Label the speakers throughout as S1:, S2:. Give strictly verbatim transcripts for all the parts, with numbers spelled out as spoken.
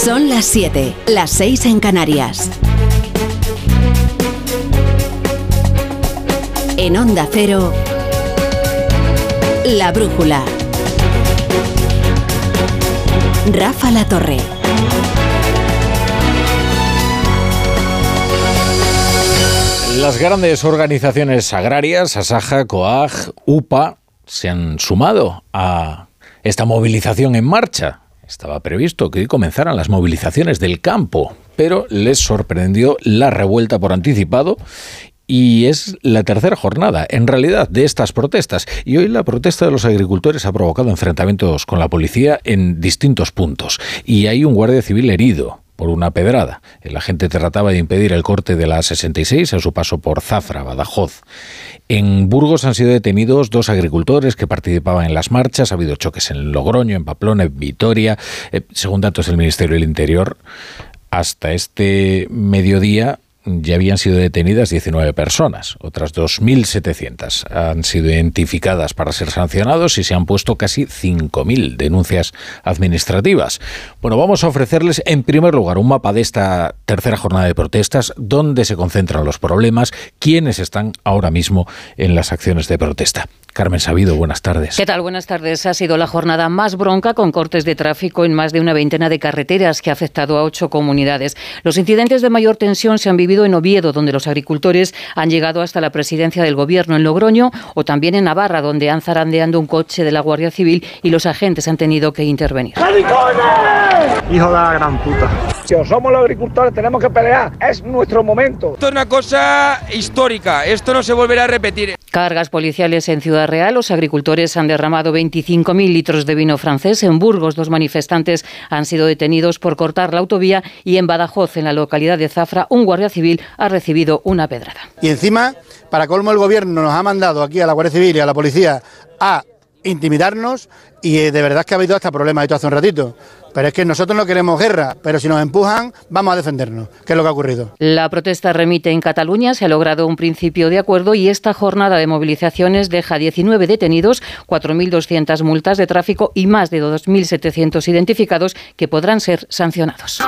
S1: Son las siete, las seis en Canarias. En Onda Cero, La Brújula. Rafa La Torre.
S2: Las grandes organizaciones agrarias, Asaja, COAG, UPA, se han sumado a esta movilización en marcha. Estaba previsto que hoy comenzaran las movilizaciones del campo, pero les sorprendió la revuelta por anticipado y es la tercera jornada, en realidad, de estas protestas. Y hoy la protesta de los agricultores ha provocado enfrentamientos con la policía en distintos puntos. Y hay un guardia civil herido por una pedrada. El agente trataba de impedir el corte de la A sesenta y seis a su paso por Zafra, Badajoz. En Burgos han sido detenidos dos agricultores que participaban en las marchas. Ha habido choques en Logroño, en Pamplona, en Vitoria. Eh, según datos del Ministerio del Interior, hasta este mediodía ya habían sido detenidas diecinueve personas. Otras dos mil setecientas han sido identificadas para ser sancionados y se han puesto casi cinco mil denuncias administrativas. Bueno, vamos a ofrecerles en primer lugar un mapa de esta tercera jornada de protestas, dónde se concentran los problemas, quiénes están ahora mismo en las acciones de protesta. Carmen Sabido, buenas tardes.
S3: ¿Qué tal? Buenas tardes. Ha sido la jornada más bronca, con cortes de tráfico en más de una veintena de carreteras, que ha afectado a ocho comunidades. Los incidentes de mayor tensión se han vivido en Oviedo, donde los agricultores han llegado hasta la presidencia del Gobierno, en Logroño, o también en Navarra, donde han zarandeado un coche de la Guardia Civil y los agentes han tenido que intervenir.
S4: ¡Radicones! Hijo de la gran puta. Si somos los agricultores, tenemos que pelear. Es nuestro momento.
S5: Esto es una cosa histórica. Esto no se volverá a repetir.
S3: Cargas policiales en Ciudad Real. Los agricultores han derramado veinticinco mil litros de vino francés. En Burgos, dos manifestantes han sido detenidos por cortar la autovía. Y en Badajoz, en la localidad de Zafra, un guardia civil ha recibido una pedrada.
S6: Y encima, para colmo, el Gobierno nos ha mandado aquí a la Guardia Civil y a la policía a intimidarnos, y de verdad que ha habido hasta problemas esto hace un ratito. Pero es que nosotros no queremos guerra, pero si nos empujan, vamos a defendernos, que es lo que ha ocurrido.
S3: La protesta remite en Cataluña, se ha logrado un principio de acuerdo y esta jornada de movilizaciones deja diecinueve detenidos, cuatro mil doscientas multas de tráfico y más de dos mil setecientos identificados que podrán ser sancionados.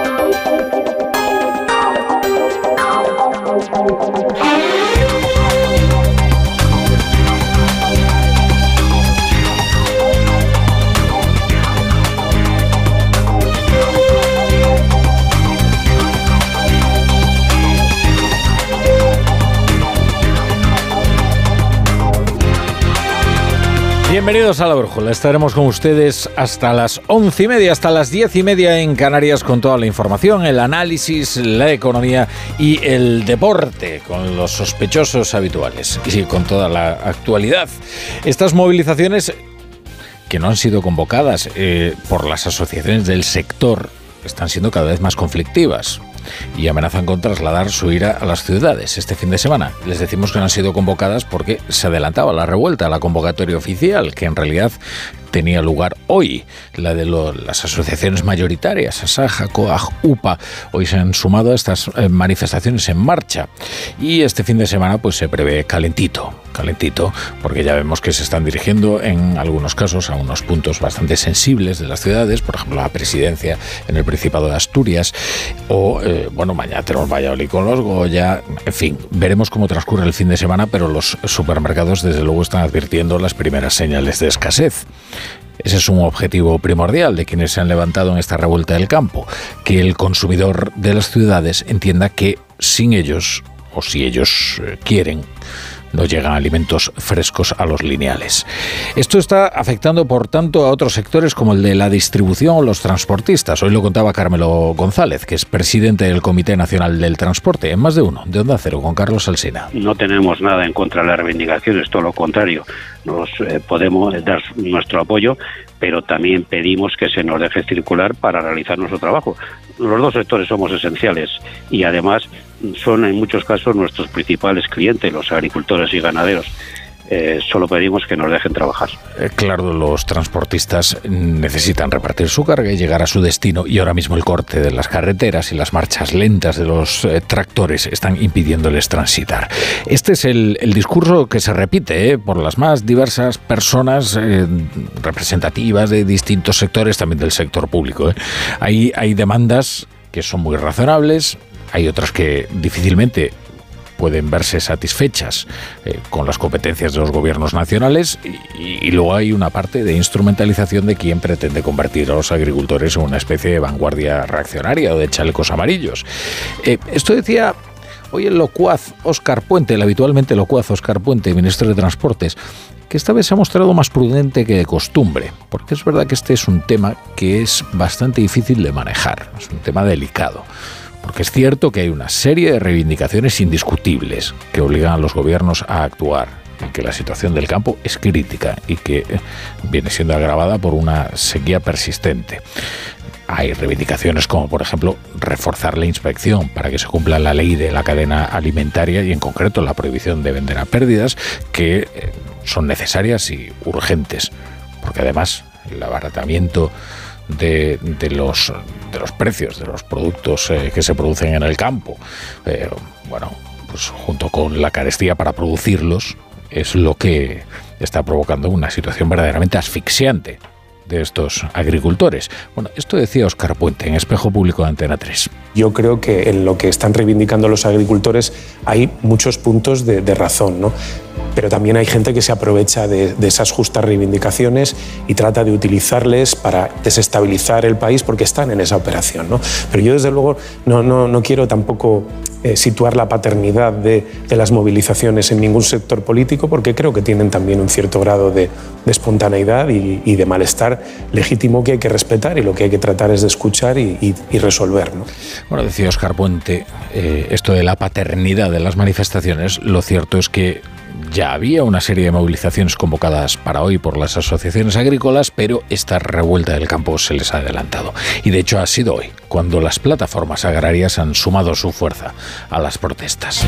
S2: Bienvenidos a La Brújula. Estaremos con ustedes hasta las once y media, hasta las diez y media en Canarias, con toda la información, el análisis, la economía y el deporte, con los sospechosos habituales y con toda la actualidad. Estas movilizaciones, que no han sido convocadas eh, por las asociaciones del sector, están siendo cada vez más conflictivas y amenazan con trasladar su ira a las ciudades este fin de semana. Les decimos que no han sido convocadas porque se adelantaba la revuelta, la convocatoria oficial, que en realidad tenía lugar hoy. La de lo, las asociaciones mayoritarias, Asaja, COAG, UPA, hoy se han sumado a estas eh, manifestaciones en marcha. Y este fin de semana pues se prevé calentito, calentito, porque ya vemos que se están dirigiendo en algunos casos a unos puntos bastante sensibles de las ciudades, por ejemplo la presidencia en el Principado de Asturias, o eh, bueno, mañana tenemos Valladolid con los Goya. En fin, veremos cómo transcurre el fin de semana, pero los supermercados desde luego están advirtiendo las primeras señales de escasez. Ese es un objetivo primordial de quienes se han levantado en esta revuelta del campo, que el consumidor de las ciudades entienda que sin ellos, o si ellos quieren, no llegan alimentos frescos a los lineales. Esto está afectando, por tanto, a otros sectores como el de la distribución o los transportistas. Hoy lo contaba Carmelo González, que es presidente del Comité Nacional del Transporte, en Más de Uno, de Onda Cero, con Carlos Alsina.
S7: No tenemos nada en contra de las reivindicaciones, todo lo contrario. Nos eh, podemos dar nuestro apoyo, pero también pedimos que se nos deje circular para realizar nuestro trabajo. Los dos sectores somos esenciales y además son en muchos casos nuestros principales clientes, los agricultores y ganaderos. eh, solo pedimos que nos dejen trabajar.
S2: Eh, claro, los transportistas necesitan repartir su carga y llegar a su destino, y ahora mismo el corte de las carreteras y las marchas lentas de los eh, tractores están impidiéndoles transitar. Este es el, el discurso que se repite eh, por las más diversas personas eh, representativas de distintos sectores, también del sector público. Eh. Hay, hay demandas que son muy razonables, hay otras que difícilmente pueden verse satisfechas eh, con las competencias de los gobiernos nacionales, y, y luego hay una parte de instrumentalización de quien pretende convertir a los agricultores en una especie de vanguardia reaccionaria o de chalecos amarillos. Eh, esto decía hoy el locuaz Óscar Puente, el habitualmente locuaz Óscar Puente, ministro de Transportes, que esta vez se ha mostrado más prudente que de costumbre, porque es verdad que este es un tema que es bastante difícil de manejar, es un tema delicado. Porque es cierto que hay una serie de reivindicaciones indiscutibles que obligan a los gobiernos a actuar, y que la situación del campo es crítica y que viene siendo agravada por una sequía persistente. Hay reivindicaciones como, por ejemplo, reforzar la inspección para que se cumpla la ley de la cadena alimentaria y, en concreto, la prohibición de vender a pérdidas, que son necesarias y urgentes, porque además el abaratamiento de, de, los, de los precios de los productos eh, que se producen en el campo, eh, bueno, pues junto con la carestía para producirlos, es lo que está provocando una situación verdaderamente asfixiante de estos agricultores. Bueno, esto decía Óscar Puente en Espejo Público de Antena tres.
S8: Yo creo que en lo que están reivindicando los agricultores hay muchos puntos de, de razón, ¿no? Pero también hay gente que se aprovecha de, de esas justas reivindicaciones y trata de utilizarles para desestabilizar el país porque están en esa operación, ¿no? Pero yo, desde luego, no, no, no quiero tampoco eh, situar la paternidad de, de las movilizaciones en ningún sector político, porque creo que tienen también un cierto grado de, de espontaneidad y, y de malestar legítimo que hay que respetar, y lo que hay que tratar es de escuchar y, y, y resolver, ¿no?
S2: Bueno, decía Óscar Puente, eh, esto de la paternidad de las manifestaciones, lo cierto es que ya había una serie de movilizaciones convocadas para hoy por las asociaciones agrícolas, pero esta revuelta del campo se les ha adelantado. Y de hecho ha sido hoy cuando las plataformas agrarias han sumado su fuerza a las protestas.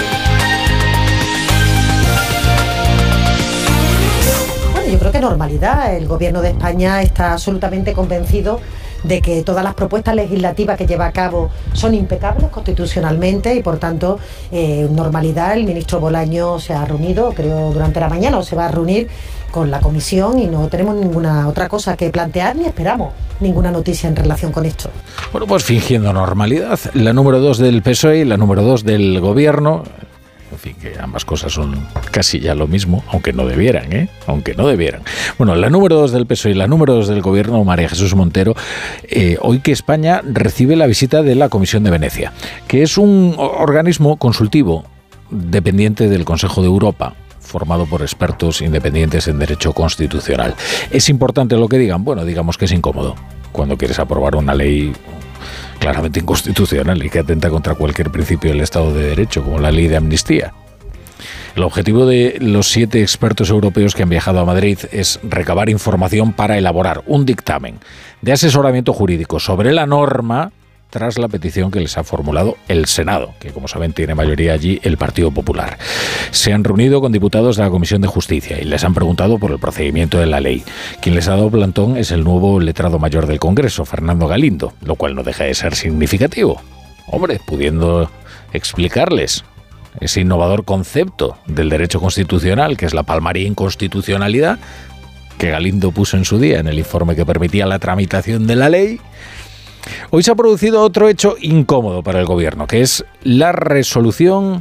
S9: Bueno, yo creo que normalidad. El gobierno de España está absolutamente convencido de que todas las propuestas legislativas que lleva a cabo son impecables constitucionalmente, y por tanto, eh, normalidad. El ministro Bolaño se ha reunido, creo, durante la mañana, o se va a reunir con la comisión, y no tenemos ninguna otra cosa que plantear, ni esperamos ninguna noticia en relación con esto.
S2: Bueno, pues fingiendo normalidad, la número dos del P S O E y la número dos del gobierno, en fin, que ambas cosas son casi ya lo mismo, aunque no debieran, ¿eh? Aunque no debieran. Bueno, la número dos del P S O E y la número dos del gobierno, María Jesús Montero, eh, hoy que España recibe la visita de la Comisión de Venecia, que es un organismo consultivo dependiente del Consejo de Europa, formado por expertos independientes en derecho constitucional. ¿Es importante lo que digan? Bueno, digamos que es incómodo cuando quieres aprobar una ley claramente inconstitucional y que atenta contra cualquier principio del Estado de Derecho, como la ley de amnistía. El objetivo de los siete expertos europeos que han viajado a Madrid es recabar información para elaborar un dictamen de asesoramiento jurídico sobre la norma, tras la petición que les ha formulado el Senado, que, como saben, tiene mayoría allí el Partido Popular. Se han reunido con diputados de la Comisión de Justicia y les han preguntado por el procedimiento de la ley. Quien les ha dado plantón es el nuevo letrado mayor del Congreso, Fernando Galindo, lo cual no deja de ser significativo. Hombre, pudiendo explicarles ese innovador concepto del derecho constitucional, que es la palmaria inconstitucionalidad, que Galindo puso en su día en el informe que permitía la tramitación de la ley. Hoy se ha producido otro hecho incómodo para el gobierno, que es la resolución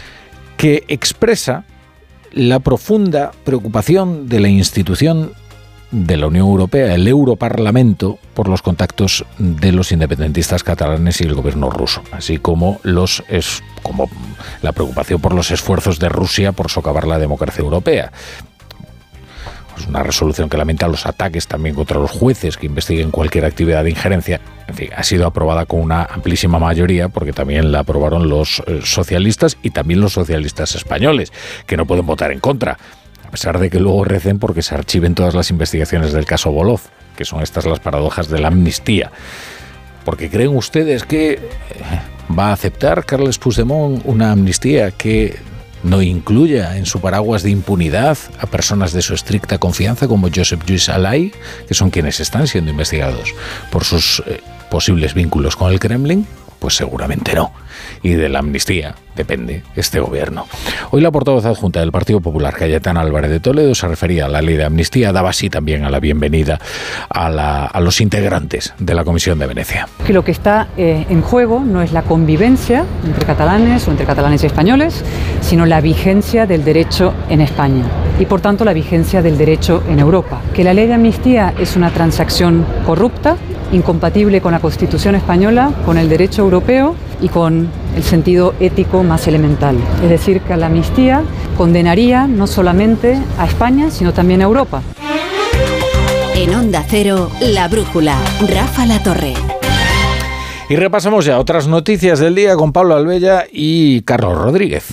S2: que expresa la profunda preocupación de la institución de la Unión Europea, el Europarlamento, por los contactos de los independentistas catalanes y el gobierno ruso, así como los es, como la preocupación por los esfuerzos de Rusia por socavar la democracia europea. Es una resolución que lamenta los ataques también contra los jueces que investiguen cualquier actividad de injerencia. En fin, ha sido aprobada con una amplísima mayoría, porque también la aprobaron los eh, socialistas y también los socialistas españoles, que no pueden votar en contra, a pesar de que luego recen porque se archiven todas las investigaciones del caso Volov, que son estas las paradojas de la amnistía. Porque ¿creen ustedes que eh, va a aceptar Carles Puigdemont una amnistía que no incluya en su paraguas de impunidad a personas de su estricta confianza como Josep Lluís Alay, que son quienes están siendo investigados por sus eh, posibles vínculos con el Kremlin? Pues seguramente no. Y de la amnistía depende este gobierno. Hoy la portavoz adjunta del Partido Popular, Cayetana Álvarez de Toledo, se refería a la ley de amnistía, daba así también a la bienvenida a, la, a los integrantes de la Comisión de Venecia.
S10: Que lo que está eh, en juego no es la convivencia entre catalanes o entre catalanes y españoles, sino la vigencia del derecho en España y por tanto la vigencia del derecho en Europa. Que la ley de amnistía es una transacción corrupta, incompatible con la Constitución española, con el derecho europeo y con el sentido ético más elemental. Es decir, que la amnistía condenaría no solamente a España, sino también a Europa.
S1: En Onda Cero, La Brújula, Rafa La Torre.
S2: Y repasamos ya otras noticias del día con Pablo Albella y Carlos Rodríguez.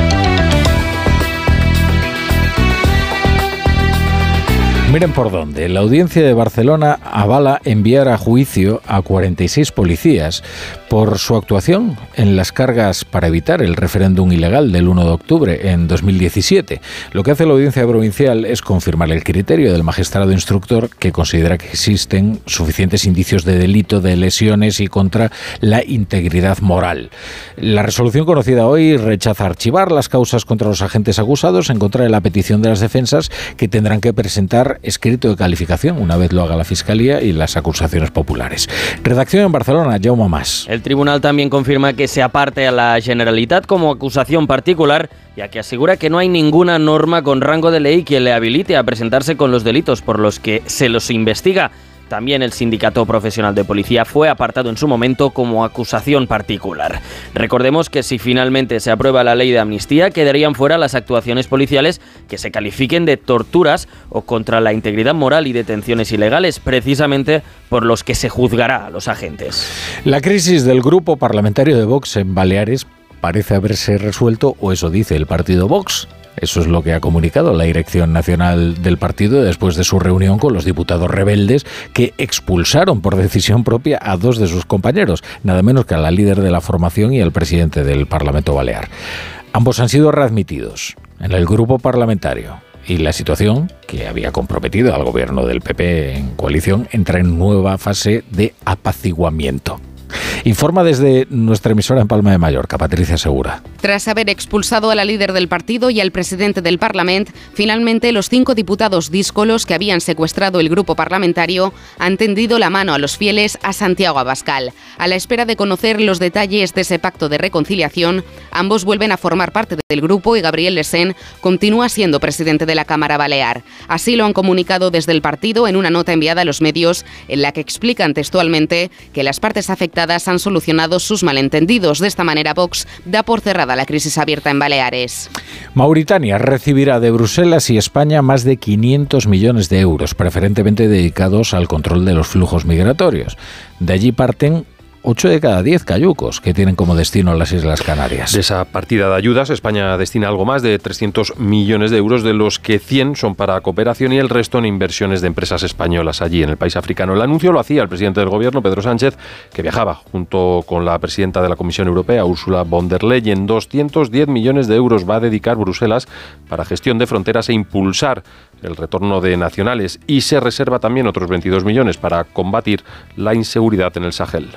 S2: Miren por dónde. La Audiencia de Barcelona avala enviar a juicio a cuarenta y seis policías por su actuación en las cargas para evitar el referéndum ilegal del uno de octubre en dos mil diecisiete. Lo que hace la Audiencia Provincial es confirmar el criterio del magistrado instructor, que considera que existen suficientes indicios de delito, de lesiones y contra la integridad moral. La resolución conocida hoy rechaza archivar las causas contra los agentes acusados en contra de la petición de las defensas, que tendrán que presentar escrito de calificación una vez lo haga la Fiscalía y las acusaciones populares. Redacción en Barcelona, Jaume Mas.
S11: El tribunal también confirma que se aparte a la Generalitat como acusación particular, ya que asegura que no hay ninguna norma con rango de ley que le habilite a presentarse con los delitos por los que se los investiga. También el Sindicato Profesional de Policía fue apartado en su momento como acusación particular. Recordemos que si finalmente se aprueba la ley de amnistía, quedarían fuera las actuaciones policiales que se califiquen de torturas o contra la integridad moral y detenciones ilegales, precisamente por los que se juzgará a los agentes.
S2: La crisis del grupo parlamentario de Vox en Baleares parece haberse resuelto, o eso dice el partido Vox. Eso es lo que ha comunicado la dirección nacional del partido después de su reunión con los diputados rebeldes, que expulsaron por decisión propia a dos de sus compañeros, nada menos que a la líder de la formación y al presidente del Parlamento Balear. Ambos han sido readmitidos en el grupo parlamentario y la situación, que había comprometido al gobierno del P P en coalición, entra en nueva fase de apaciguamiento. Informa desde nuestra emisora en Palma de Mallorca, Patricia Segura.
S12: Tras haber expulsado a la líder del partido y al presidente del Parlamento, finalmente los cinco diputados díscolos que habían secuestrado el grupo parlamentario han tendido la mano a los fieles a Santiago Abascal. A la espera de conocer los detalles de ese pacto de reconciliación, ambos vuelven a formar parte del grupo y Gabriel Lesén continúa siendo presidente de la Cámara Balear. Así lo han comunicado desde el partido en una nota enviada a los medios, en la que explican textualmente que las partes afectadas han solucionado sus malentendidos. De esta manera, Vox da por cerrada la crisis abierta en Baleares.
S2: Mauritania recibirá de Bruselas y España más de quinientos millones de euros, preferentemente dedicados al control de los flujos migratorios. De allí parten ocho de cada diez cayucos que tienen como destino las Islas Canarias.
S13: De esa partida de ayudas, España destina algo más de trescientos millones de euros, de los que cien son para cooperación y el resto en inversiones de empresas españolas allí en el país africano. El anuncio lo hacía el presidente del gobierno, Pedro Sánchez, que viajaba junto con la presidenta de la Comisión Europea, Ursula von der Leyen. doscientos diez millones de euros va a dedicar Bruselas para gestión de fronteras e impulsar el retorno de nacionales, y se reserva también otros veintidós millones para combatir la inseguridad en el Sahel.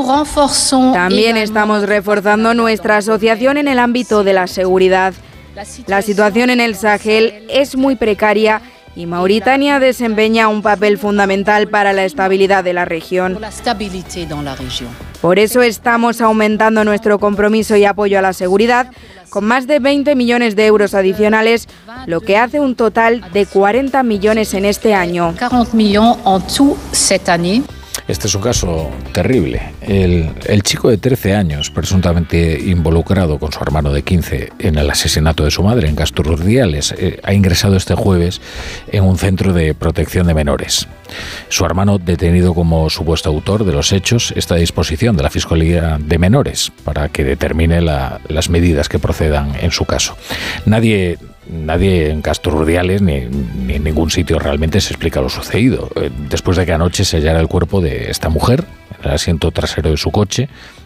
S14: También estamos reforzando nuestra asociación en el ámbito de la seguridad. La situación en el Sahel es muy precaria y Mauritania desempeña un papel fundamental para la estabilidad de la región. Por eso estamos aumentando nuestro compromiso y apoyo a la seguridad con más de veinte millones de euros adicionales, lo que hace un total de cuarenta millones en este año.
S2: Este es un caso terrible. El, el chico de trece años, presuntamente involucrado con su hermano de quince en el asesinato de su madre en Casturdiales, eh, ha ingresado este jueves en un centro de protección de menores. Su hermano, detenido como supuesto autor de los hechos, está a disposición de la Fiscalía de Menores para que determine la, las medidas que procedan en su caso. Nadie... Nadie en Casturdiales ni, ni en ningún sitio realmente se explica lo sucedido. Después de que anoche se hallara el cuerpo de esta mujer en el asiento trasero de su coche,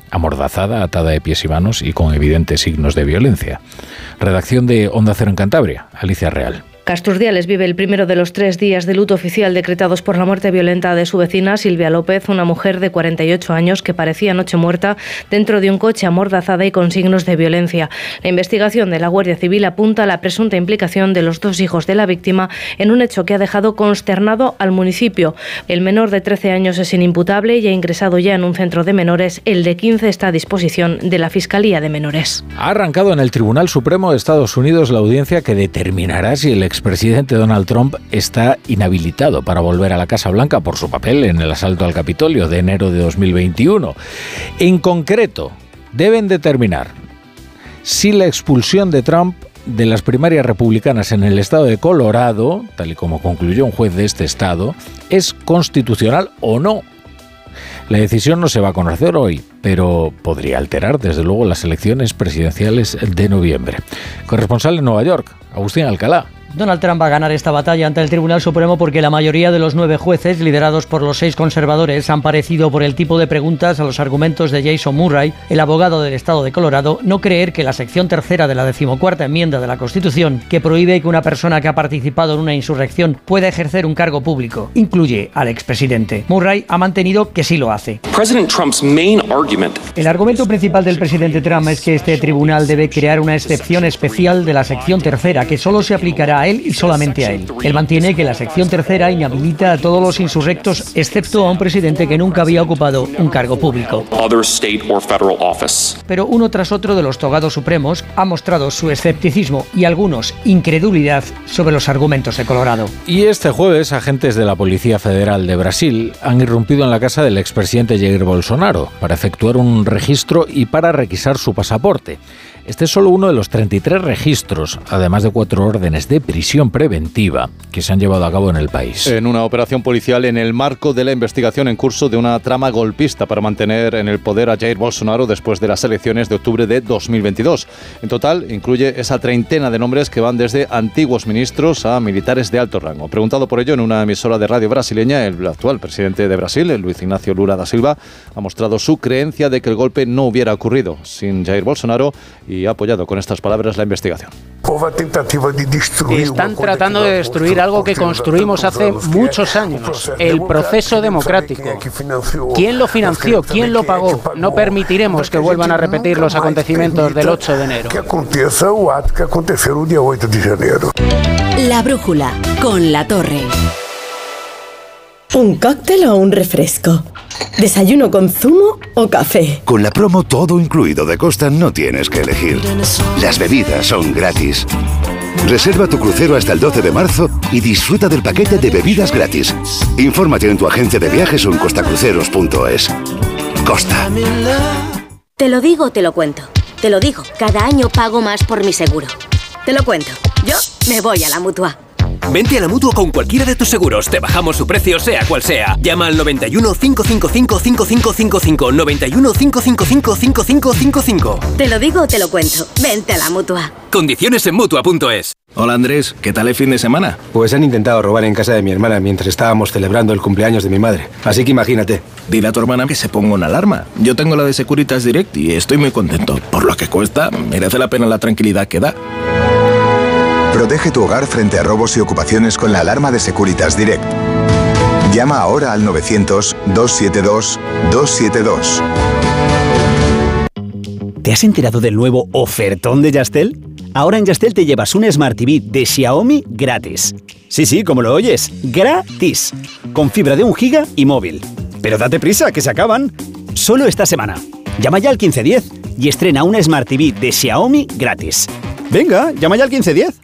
S2: amordazada, atada de pies y manos y con evidentes signos de violencia. Redacción de Onda Cero en Cantabria, Alicia Real.
S15: Casturdiales vive el primero de los tres días de luto oficial decretados por la muerte violenta de su vecina Silvia López, una mujer de cuarenta y ocho años que parecía anoche muerta dentro de un coche amordazada y con signos de violencia. La investigación de la Guardia Civil apunta a la presunta implicación de los dos hijos de la víctima en un hecho que ha dejado consternado al municipio. El menor de trece años es inimputable y ha ingresado ya en un centro de menores. El de quince está a disposición de la Fiscalía de Menores.
S2: Ha arrancado en el Tribunal Supremo de Estados Unidos la audiencia que determinará si el ex expresidente Donald Trump está inhabilitado para volver a la Casa Blanca por su papel en el asalto al Capitolio de enero de dos mil veintiuno. En concreto, deben determinar si la expulsión de Trump de las primarias republicanas en el estado de Colorado, tal y como concluyó un juez de este estado, es constitucional o no. La decisión no se va a conocer hoy, pero podría alterar, desde luego, las elecciones presidenciales de noviembre. Corresponsal en Nueva York, Agustín Alcalá.
S16: Donald Trump va a ganar esta batalla ante el Tribunal Supremo porque la mayoría de los nueve jueces, liderados por los seis conservadores, han parecido por el tipo de preguntas a los argumentos de Jason Murray, el abogado del estado de Colorado, no creer que la sección tercera de la decimocuarta enmienda de la Constitución, que prohíbe que una persona que ha participado en una insurrección pueda ejercer un cargo público, incluye al expresidente. Murray ha mantenido que sí lo hace. El argumento principal del presidente Trump es que este tribunal debe crear una excepción especial de la sección tercera que solo se aplicará a él y solamente a él. Él mantiene que la sección tercera inhabilita a todos los insurrectos excepto a un presidente que nunca había ocupado un cargo público. Pero uno tras otro de los togados supremos ha mostrado su escepticismo y algunos incredulidad sobre los argumentos de Colorado.
S2: Y este jueves, agentes de la Policía Federal de Brasil han irrumpido en la casa del expresidente Jair Bolsonaro para efectuar un registro y para requisar su pasaporte. Este es solo uno de los treinta y tres registros, además de cuatro órdenes de prisión preventiva que se han llevado a cabo en el país.
S17: En una operación policial en el marco de la investigación en curso de una trama golpista para mantener en el poder a Jair Bolsonaro después de las elecciones de octubre de dos mil veintidós. En total, incluye esa treintena de nombres que van desde antiguos ministros a militares de alto rango. Preguntado por ello en una emisora de radio brasileña, el actual presidente de Brasil, Luis Ignacio Lula da Silva, ha mostrado su creencia de que el golpe no hubiera ocurrido sin Jair Bolsonaro y ha apoyado con estas palabras la investigación.
S18: Están tratando de destruir algo que construimos hace muchos años, el proceso democrático. ¿Quién lo financió? ¿Quién lo pagó? No permitiremos que vuelvan a repetir los acontecimientos del ocho de enero.
S1: La brújula, con La Torre.
S19: ¿Un cóctel o un refresco? ¿Desayuno con zumo o café?
S20: Con la promo todo incluido de Costa no tienes que elegir. Las bebidas son gratis. Reserva tu crucero hasta el doce de marzo y disfruta del paquete de bebidas gratis. Infórmate en tu agencia de viajes o en costacruceros punto es. Costa.
S21: Te lo digo, te lo cuento. Te lo digo, cada año pago más por mi seguro. Te lo cuento. Yo me voy a la Mutua.
S22: Vente a la Mutua con cualquiera de tus seguros. Te bajamos su precio, sea cual sea. Llama al noventa y uno, cinco cinco cinco, cinco cinco cinco cinco. noventa y uno, cinco cinco cinco, cinco cinco cinco cinco.
S21: Te lo digo, te lo cuento. Vente a la Mutua.
S22: Condiciones en Mutua punto es.
S23: Hola Andrés, ¿qué tal el fin de semana? Pues han intentado robar en casa de mi hermana mientras estábamos celebrando el cumpleaños de mi madre. Así que imagínate.
S22: Dile a tu hermana que se ponga una alarma. Yo tengo la de Securitas Direct y estoy muy contento. Por lo que cuesta, merece la pena la tranquilidad que da.
S24: Protege tu hogar frente a robos y ocupaciones con la alarma de Securitas Direct. Llama ahora al novecientos, doscientos setenta y dos, doscientos setenta y dos.
S25: ¿Te has enterado del nuevo ofertón de Yastel? Ahora en Yastel te llevas un Smart T V de Xiaomi gratis. Sí, sí, como lo oyes, gratis. Con fibra de un giga y móvil. Pero date prisa, que se acaban. Solo esta semana. Llama ya al quince diez y estrena una Smart T V de Xiaomi gratis. Venga, llama ya al quince diez.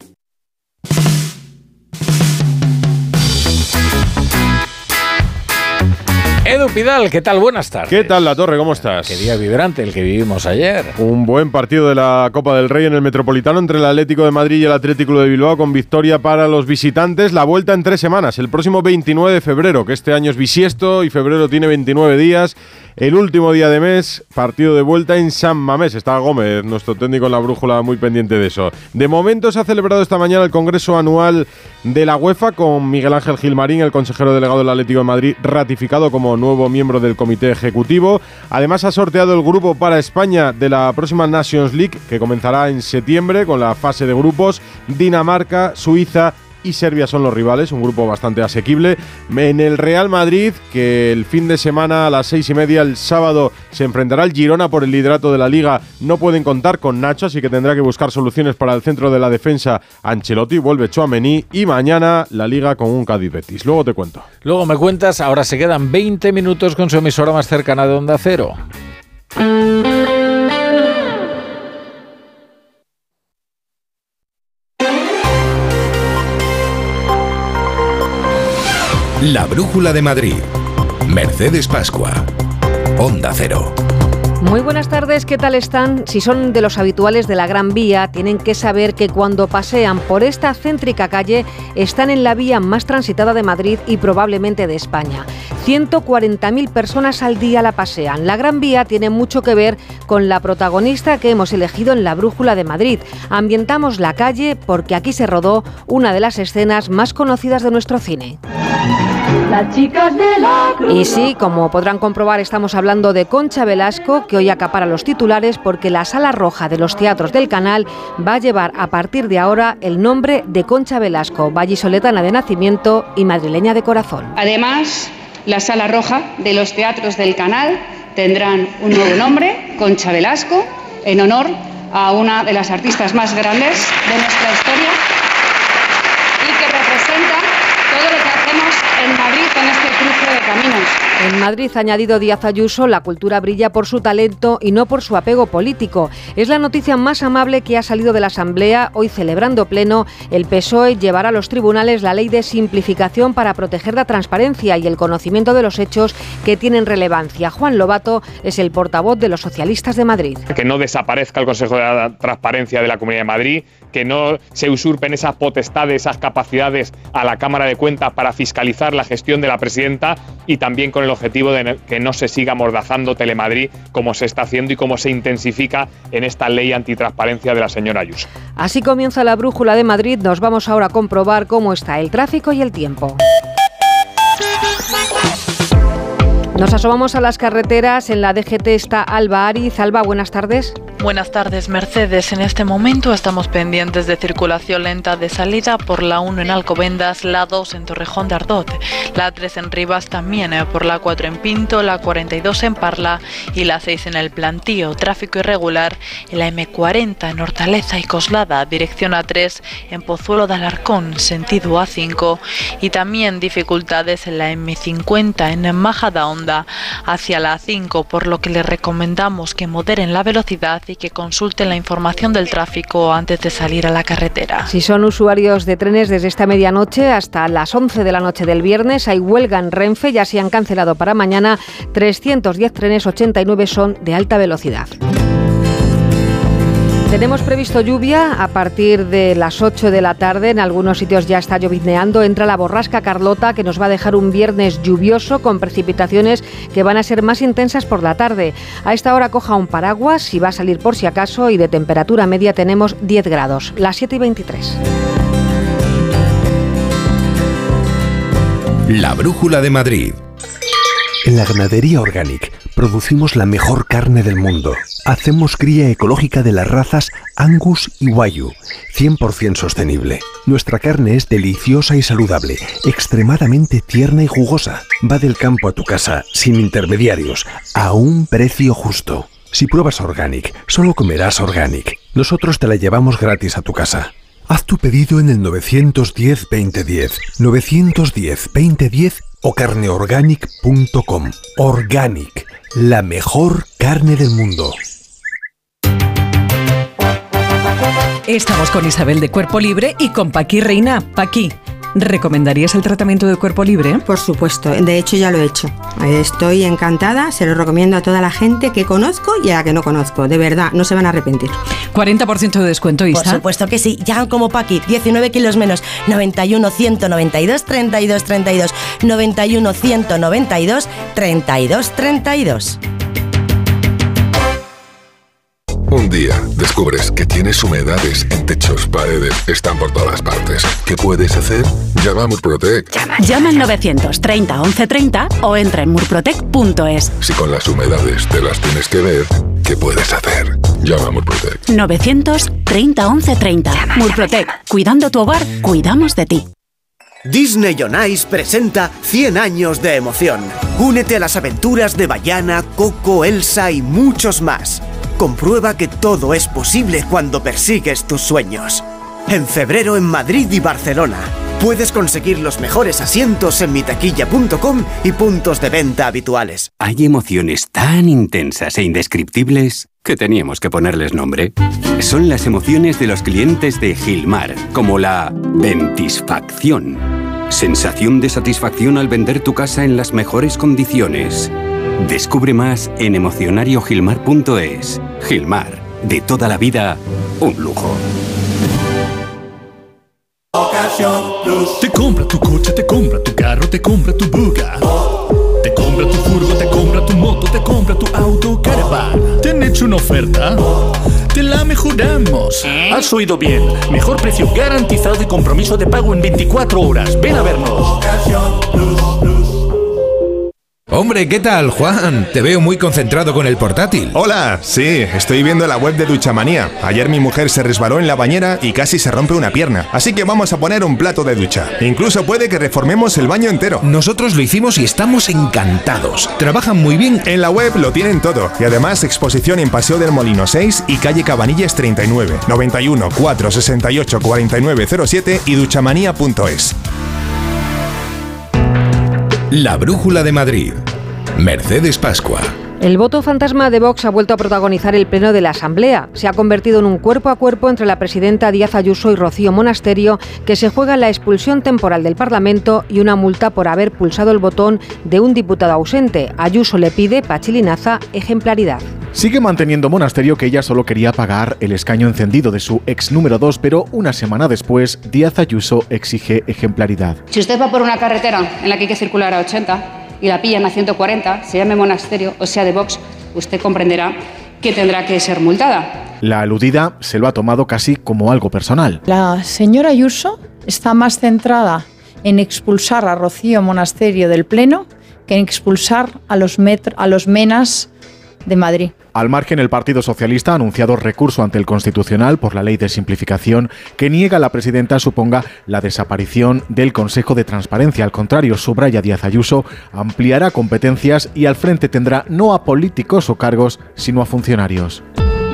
S2: Edu Pidal, ¿qué tal? Buenas tardes.
S13: ¿Qué tal, La Torre? ¿Cómo estás?
S2: Qué día vibrante el que vivimos ayer.
S13: Un buen partido de la Copa del Rey en el Metropolitano entre el Atlético de Madrid y el Atlético de Bilbao, con victoria para los visitantes. La vuelta en tres semanas, el próximo veintinueve de febrero, que este año es bisiesto y febrero tiene veintinueve días. El último día de mes, partido de vuelta en San Mamés. Está Gómez, nuestro técnico en La Brújula, muy pendiente de eso. De momento se ha celebrado esta mañana el Congreso Anual de la UEFA con Miguel Ángel Gilmarín, el consejero delegado del Atlético de Madrid, ratificado como nuevo
S3: nuevo miembro del comité ejecutivo. Además ha sorteado el grupo para España de la próxima Nations League, que comenzará en septiembre con la fase de grupos. Dinamarca, Suiza y Serbia son los rivales, un grupo bastante asequible. En el Real Madrid, que el fin de semana a las seis y media, el sábado, se enfrentará al Girona por el liderato de la Liga. No pueden contar con Nacho, así que tendrá que buscar soluciones para el centro de la defensa. Ancelotti, vuelve Tchouaméni y mañana la Liga con un Cádiz-Betis. Luego te cuento.
S2: Luego me cuentas, ahora se quedan veinte minutos con su emisora más cercana de Onda Cero.
S4: La Brújula de Madrid. Mercedes Pascua. Onda Cero.
S5: Muy buenas tardes, ¿qué tal están? Si son de los habituales de la Gran Vía, tienen que saber que cuando pasean por esta céntrica calle están en la vía más transitada de Madrid y probablemente de España. ciento cuarenta mil personas al día la pasean. La Gran Vía tiene mucho que ver con la protagonista que hemos elegido en la Brújula de Madrid. Ambientamos la calle porque aquí se rodó una de las escenas más conocidas de nuestro cine. Las chicas de la Cruz. Y sí, como podrán comprobar, estamos hablando de Concha Velasco, que hoy acapara los titulares porque la Sala Roja de los Teatros del Canal va a llevar a partir de ahora el nombre de Concha Velasco, vallisoletana de nacimiento y madrileña de corazón.
S6: Además, la Sala Roja de los Teatros del Canal tendrán un nuevo nombre, Concha Velasco, en honor a una de las artistas más grandes de nuestra historia y que representa todo lo que hacemos en Madrid en este cruce de caminos.
S5: En Madrid, ha añadido Díaz Ayuso, la cultura brilla por su talento y no por su apego político. Es la noticia más amable que ha salido de la Asamblea. Hoy, celebrando pleno, el P S O E llevará a los tribunales la ley de simplificación para proteger la transparencia y el conocimiento de los hechos que tienen relevancia. Juan Lobato es el portavoz de los socialistas de Madrid.
S7: Que no desaparezca el Consejo de la Transparencia de la Comunidad de Madrid, que no se usurpen esas potestades, esas capacidades a la Cámara de Cuentas para fiscalizar la gestión de la presidenta, y también con el objetivo de que no se siga amordazando Telemadrid como se está haciendo y como se intensifica en esta ley antitransparencia de la señora Ayuso.
S5: Así comienza la Brújula de Madrid. Nos vamos ahora a comprobar cómo está el tráfico y el tiempo. Nos asomamos a las carreteras. En la D G T está Alba Ariz. Alba, buenas tardes.
S26: Buenas tardes, Mercedes. En este momento estamos pendientes de circulación lenta de salida por la uno en Alcobendas, la dos en Torrejón de Ardoz, la tres en Rivas también, eh, por la cuatro en Pinto, la cuarenta y dos en Parla y la seis en El Plantío. Tráfico irregular en la M cuarenta en Hortaleza y Coslada, dirección A tres en Pozuelo de Alarcón, sentido A cinco, y también dificultades en la M cincuenta en Majadahonda hacia la A cinco, por lo que les recomendamos que moderen la velocidad y que consulten la información del tráfico antes de salir a la carretera.
S5: Si son usuarios de trenes, desde esta medianoche hasta las once de la noche del viernes hay huelga en Renfe, ya se han cancelado para mañana trescientos diez trenes, ochenta y nueve son de alta velocidad. Tenemos previsto lluvia a partir de las ocho de la tarde. En algunos sitios ya está llovizneando. Entra la borrasca Carlota, que nos va a dejar un viernes lluvioso con precipitaciones que van a ser más intensas por la tarde. A esta hora coja un paraguas si va a salir por si acaso, y de temperatura media tenemos diez grados, las siete y veintitrés.
S4: La Brújula de Madrid.
S27: En la Ganadería Organic producimos la mejor carne del mundo. Hacemos cría ecológica de las razas Angus y Wagyu, cien por ciento sostenible. Nuestra carne es deliciosa y saludable, extremadamente tierna y jugosa. Va del campo a tu casa, sin intermediarios, a un precio justo. Si pruebas Organic, solo comerás Organic. Nosotros te la llevamos gratis a tu casa. Haz tu pedido en el nueve uno cero, veinte diez, nueve uno cero, veinte diez o carneorganic punto com. Organic, la mejor carne del mundo.
S28: Estamos con Isabel de Cuerpo Libre y con Paqui Reina. Paqui, ¿recomendarías el tratamiento de cuerpo libre?
S29: Por supuesto, de hecho ya lo he hecho. Estoy encantada, se lo recomiendo a toda la gente que conozco y a la que no conozco. De verdad, no se van a arrepentir.
S28: cuarenta por ciento de descuento, Isa.
S30: Por supuesto que sí, llegan como Paqui, diecinueve kilos menos, noventa y uno, ciento noventa y dos, treinta y dos, treinta y dos, noventa y uno, ciento noventa y dos, treinta y dos, treinta y dos.
S8: Un día descubres que tienes humedades en techos, paredes, están por todas partes. ¿Qué puedes hacer? Llama a Murprotec.
S9: Llama, Llama al novecientos treinta once treinta o entra en murprotec punto es.
S8: Si con las humedades te las tienes que ver, ¿qué puedes hacer? Llama a Murprotec.
S9: novecientos treinta once treinta. Llama, Murprotec. Llama. Cuidando tu hogar, cuidamos de ti.
S10: Disney on Ice presenta cien años de emoción. Únete a las aventuras de Vaiana, Coco, Elsa y muchos más. Comprueba que todo es posible cuando persigues tus sueños. En febrero en Madrid y Barcelona. Puedes conseguir los mejores asientos en mitaquilla punto com y puntos de venta habituales.
S11: Hay emociones tan intensas e indescriptibles que teníamos que ponerles nombre. Son las emociones de los clientes de Gilmar, como la ventisfacción. Sensación de satisfacción al vender tu casa en las mejores condiciones. Descubre más en emocionario gilmar punto es. Gilmar, de toda la vida, un lujo.
S12: Te compra tu coche, te compra tu carro, te compra tu buga. Te compra tu furgo, te compra tu moto, te compra tu auto, caravana. ¿Te han hecho una oferta? Te la mejoramos. Has oído bien. Mejor precio garantizado y compromiso de pago en veinticuatro horas. Ven a vernos.
S14: Hombre, ¿qué tal, Juan? Te veo muy concentrado con el portátil.
S15: Hola, sí, estoy viendo la web de Duchamanía. Ayer mi mujer se resbaló en la bañera y casi se rompe una pierna. Así que vamos a poner un plato de ducha. Incluso puede que reformemos el baño entero.
S14: Nosotros lo hicimos y estamos encantados. Trabajan muy bien.
S15: En la web lo tienen todo. Y además exposición en Paseo del Molino seis y calle Cabanillas treinta y nueve, noventa y uno, cuatrocientos sesenta y ocho, cuarenta y nueve cero siete y duchamanía punto es.
S4: La Brújula de Madrid. Mercedes Pascua.
S5: El voto fantasma de Vox ha vuelto a protagonizar el pleno de la Asamblea. Se ha convertido en un cuerpo a cuerpo entre la presidenta Díaz Ayuso y Rocío Monasterio, que se juega la expulsión temporal del Parlamento y una multa por haber pulsado el botón de un diputado ausente. Ayuso le pide, Pachi Linaza, ejemplaridad.
S16: Sigue manteniendo Monasterio que ella solo quería pagar el escaño encendido de su ex número dos, pero una semana después, Díaz Ayuso exige ejemplaridad.
S6: Si usted va por una carretera en la que hay que circular a ochenta y la pillan a ciento cuarenta, se llame Monasterio o sea de Vox, usted comprenderá que tendrá que ser multada.
S16: La aludida se lo ha tomado casi como algo personal.
S17: La señora Ayuso está más centrada en expulsar a Rocío Monasterio del Pleno que en expulsar a los, metro, a los menas de Madrid.
S16: Al margen, el Partido Socialista ha anunciado recurso ante el Constitucional por la ley de simplificación que niega a la presidenta suponga la desaparición del Consejo de Transparencia. Al contrario, subraya Díaz Ayuso, ampliará competencias y al frente tendrá no a políticos o cargos, sino a funcionarios.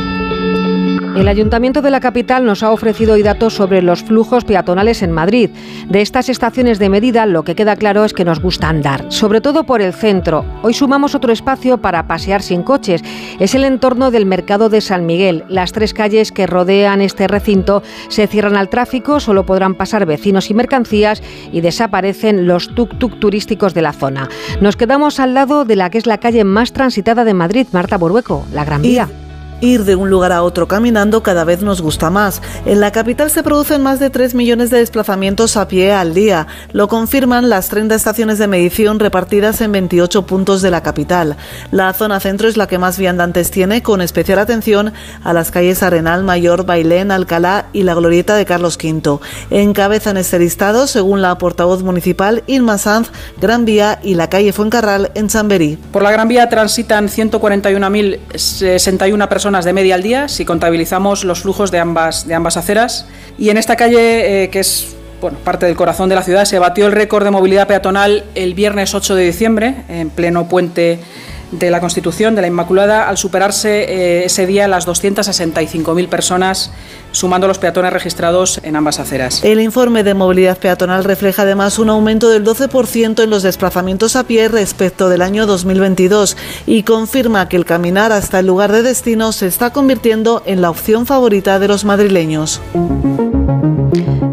S5: El Ayuntamiento de la capital nos ha ofrecido hoy datos sobre los flujos peatonales en Madrid. De estas estaciones de medida, lo que queda claro es que nos gusta andar, sobre todo por el centro. Hoy sumamos otro espacio para pasear sin coches. Es el entorno del Mercado de San Miguel. Las tres calles que rodean este recinto se cierran al tráfico, solo podrán pasar vecinos y mercancías y desaparecen los tuk-tuk turísticos de la zona. Nos quedamos al lado de la que es la calle más transitada de Madrid, Marta Burbueco, la Gran Vía.
S18: Ir de un lugar a otro caminando cada vez nos gusta más. En la capital se producen más de tres millones de desplazamientos a pie al día. Lo confirman las treinta estaciones de medición repartidas en veintiocho puntos de la capital. La zona centro es la que más viandantes tiene, con especial atención a las calles Arenal, Mayor, Bailén, Alcalá y la Glorieta de Carlos quinto. Encabezan este listado, según la portavoz municipal Irma Sanz, Gran Vía y la calle Fuencarral en Chamberí.
S31: Por la Gran Vía transitan ciento cuarenta y una mil sesenta y una personas de media al día, si contabilizamos los flujos de ambas, de ambas aceras. Y en esta calle, eh, que es bueno, parte del corazón de la ciudad, se batió el récord de movilidad peatonal el viernes ocho de diciembre, en pleno puente de la Constitución, de la Inmaculada, al superarse eh, ese día las doscientas sesenta y cinco mil personas, sumando los peatones registrados en ambas aceras.
S18: El informe de movilidad peatonal refleja además un aumento del doce por ciento en los desplazamientos a pie respecto del año dos mil veintidós y confirma que el caminar hasta el lugar de destino se está convirtiendo en la opción favorita de los madrileños.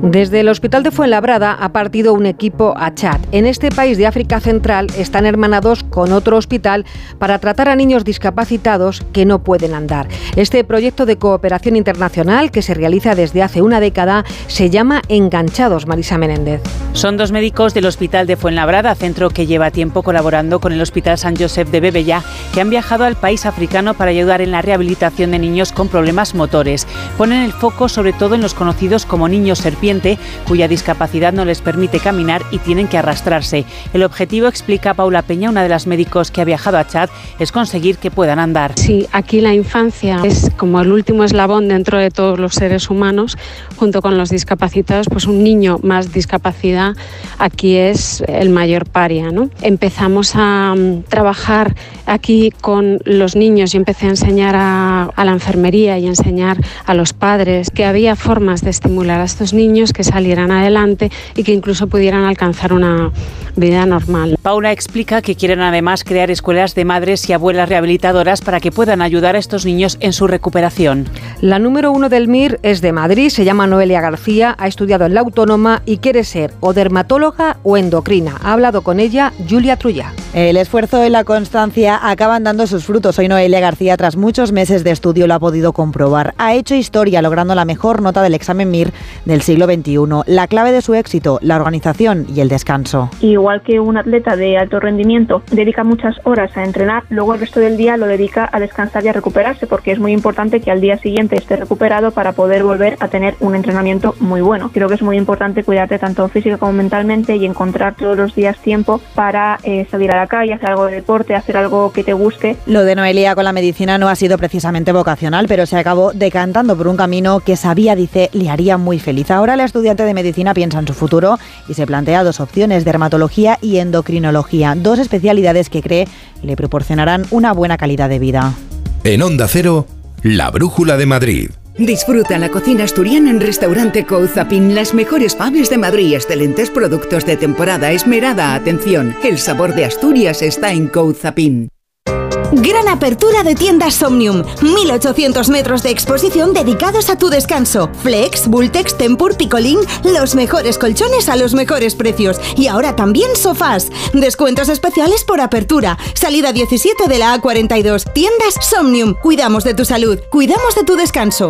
S5: Desde el Hospital de Fuenlabrada ha partido un equipo a Chad. En este país de África Central están hermanados con otro hospital para tratar a niños discapacitados que no pueden andar. Este proyecto de cooperación internacional, que se realiza desde hace una década, se llama Enganchados. Marisa Menéndez.
S1: Son dos médicos del Hospital de Fuenlabrada, centro que lleva tiempo colaborando con el Hospital San Josep de Bebella, que han viajado al país africano para ayudar en la rehabilitación de niños con problemas motores. Ponen el foco sobre todo en los conocidos como niños serpiente, cuya discapacidad no les permite caminar y tienen que arrastrarse. El objetivo, explica Paula Peña, una de las médicos que ha viajado a Chad, es conseguir que puedan andar.
S2: Sí, aquí la infancia es como el último eslabón dentro de todos los seres humanos, junto con los discapacitados, pues un niño más discapacidad aquí es el mayor paria, ¿no? Empezamos a um, trabajar aquí con los niños. Yo empecé a enseñar a, a la enfermería y a enseñar a los padres que había formas de estimular a estos niños que salieran adelante y que incluso pudieran alcanzar una vida normal.
S1: Paula explica que quieren además crear escuelas de madres y abuelas rehabilitadoras para que puedan ayudar a estos niños en su recuperación.
S5: La número uno del M I R es de Madrid, se llama Noelia García, ha estudiado en la Autónoma y quiere ser o dermatóloga o endocrina. Ha hablado con ella Julia Trullá.
S3: El esfuerzo y la constancia acaban dando sus frutos. Hoy Noelia García, tras muchos meses de estudio, lo ha podido comprobar. Ha hecho historia logrando la mejor nota del examen M I R del siglo veintiuno. La clave de su éxito, la organización y el descanso.
S13: Igual que un atleta de alto rendimiento dedica muchas horas a entrenar, luego el resto del día lo dedica a descansar y a recuperarse, porque es muy importante que al día siguiente esté recuperado para poder volver a tener un entrenamiento muy bueno. Creo que es muy importante cuidarte tanto física como mentalmente y encontrar todos los días tiempo para eh, salir a la calle, hacer algo de deporte, hacer algo que te guste.
S3: Lo de Noelia con la medicina no ha sido precisamente vocacional, pero se acabó decantando por un camino que sabía, dice, le haría muy feliz. Ahora la estudiante de medicina piensa en su futuro y se plantea dos opciones, dermatología y endocrinología, dos especialidades que cree le proporcionarán una buena calidad de vida.
S4: En Onda Cero, La Brújula de Madrid.
S19: Disfruta la cocina asturiana en Restaurante Couzapin, las mejores faves de Madrid, excelentes productos de temporada, esmerada atención. El sabor de Asturias está en Couzapin.
S20: Gran apertura de tiendas Somnium. mil ochocientos metros de exposición dedicados a tu descanso. Flex, Bultex, Tempur, Picolín, los mejores colchones a los mejores precios. Y ahora también sofás. Descuentos especiales por apertura. Salida diecisiete de la A cuarenta y dos. Tiendas Somnium. Cuidamos de tu salud. Cuidamos de tu descanso.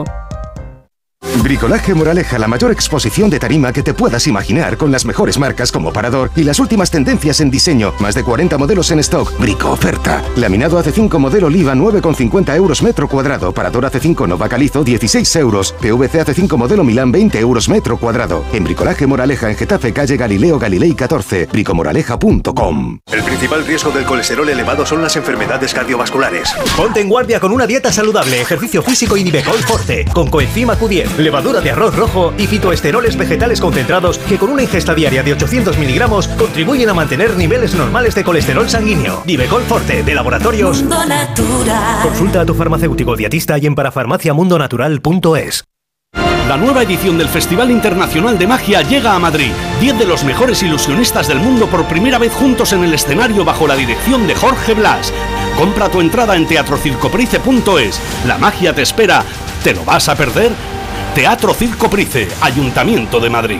S21: Bricolaje Moraleja, la mayor exposición de tarima que te puedas imaginar, con las mejores marcas como Parador y las últimas tendencias en diseño. Más de cuarenta modelos en stock. Brico oferta. Laminado A C cinco modelo Oliva, nueve con cincuenta euros metro cuadrado. Parador A C cinco Nova Calizo, dieciséis euros. P V C A C cinco modelo Milán, veinte euros metro cuadrado. En Bricolaje Moraleja, en Getafe, calle Galileo Galilei catorce. bricomoraleja punto com.
S22: El principal riesgo del colesterol elevado son las enfermedades cardiovasculares. Ponte en guardia con una dieta saludable, ejercicio físico y Nivecol Forte, con coenzima Q diez, levadura de arroz rojo y fitoesteroles vegetales concentrados que con una ingesta diaria de ochocientos miligramos contribuyen a mantener niveles normales de colesterol sanguíneo. Nivecol Forte, de Laboratorios Mundo Natural. Consulta a tu farmacéutico dietista y en parafarmacia mundo natural punto es.
S23: La nueva edición del Festival Internacional de Magia llega a Madrid. Diez de los mejores ilusionistas del mundo por primera vez juntos en el escenario bajo la dirección de Jorge Blas. Compra tu entrada en teatro circo price punto es. La magia te espera. ¿Te lo vas a perder? Teatro Circo Price, Ayuntamiento de Madrid.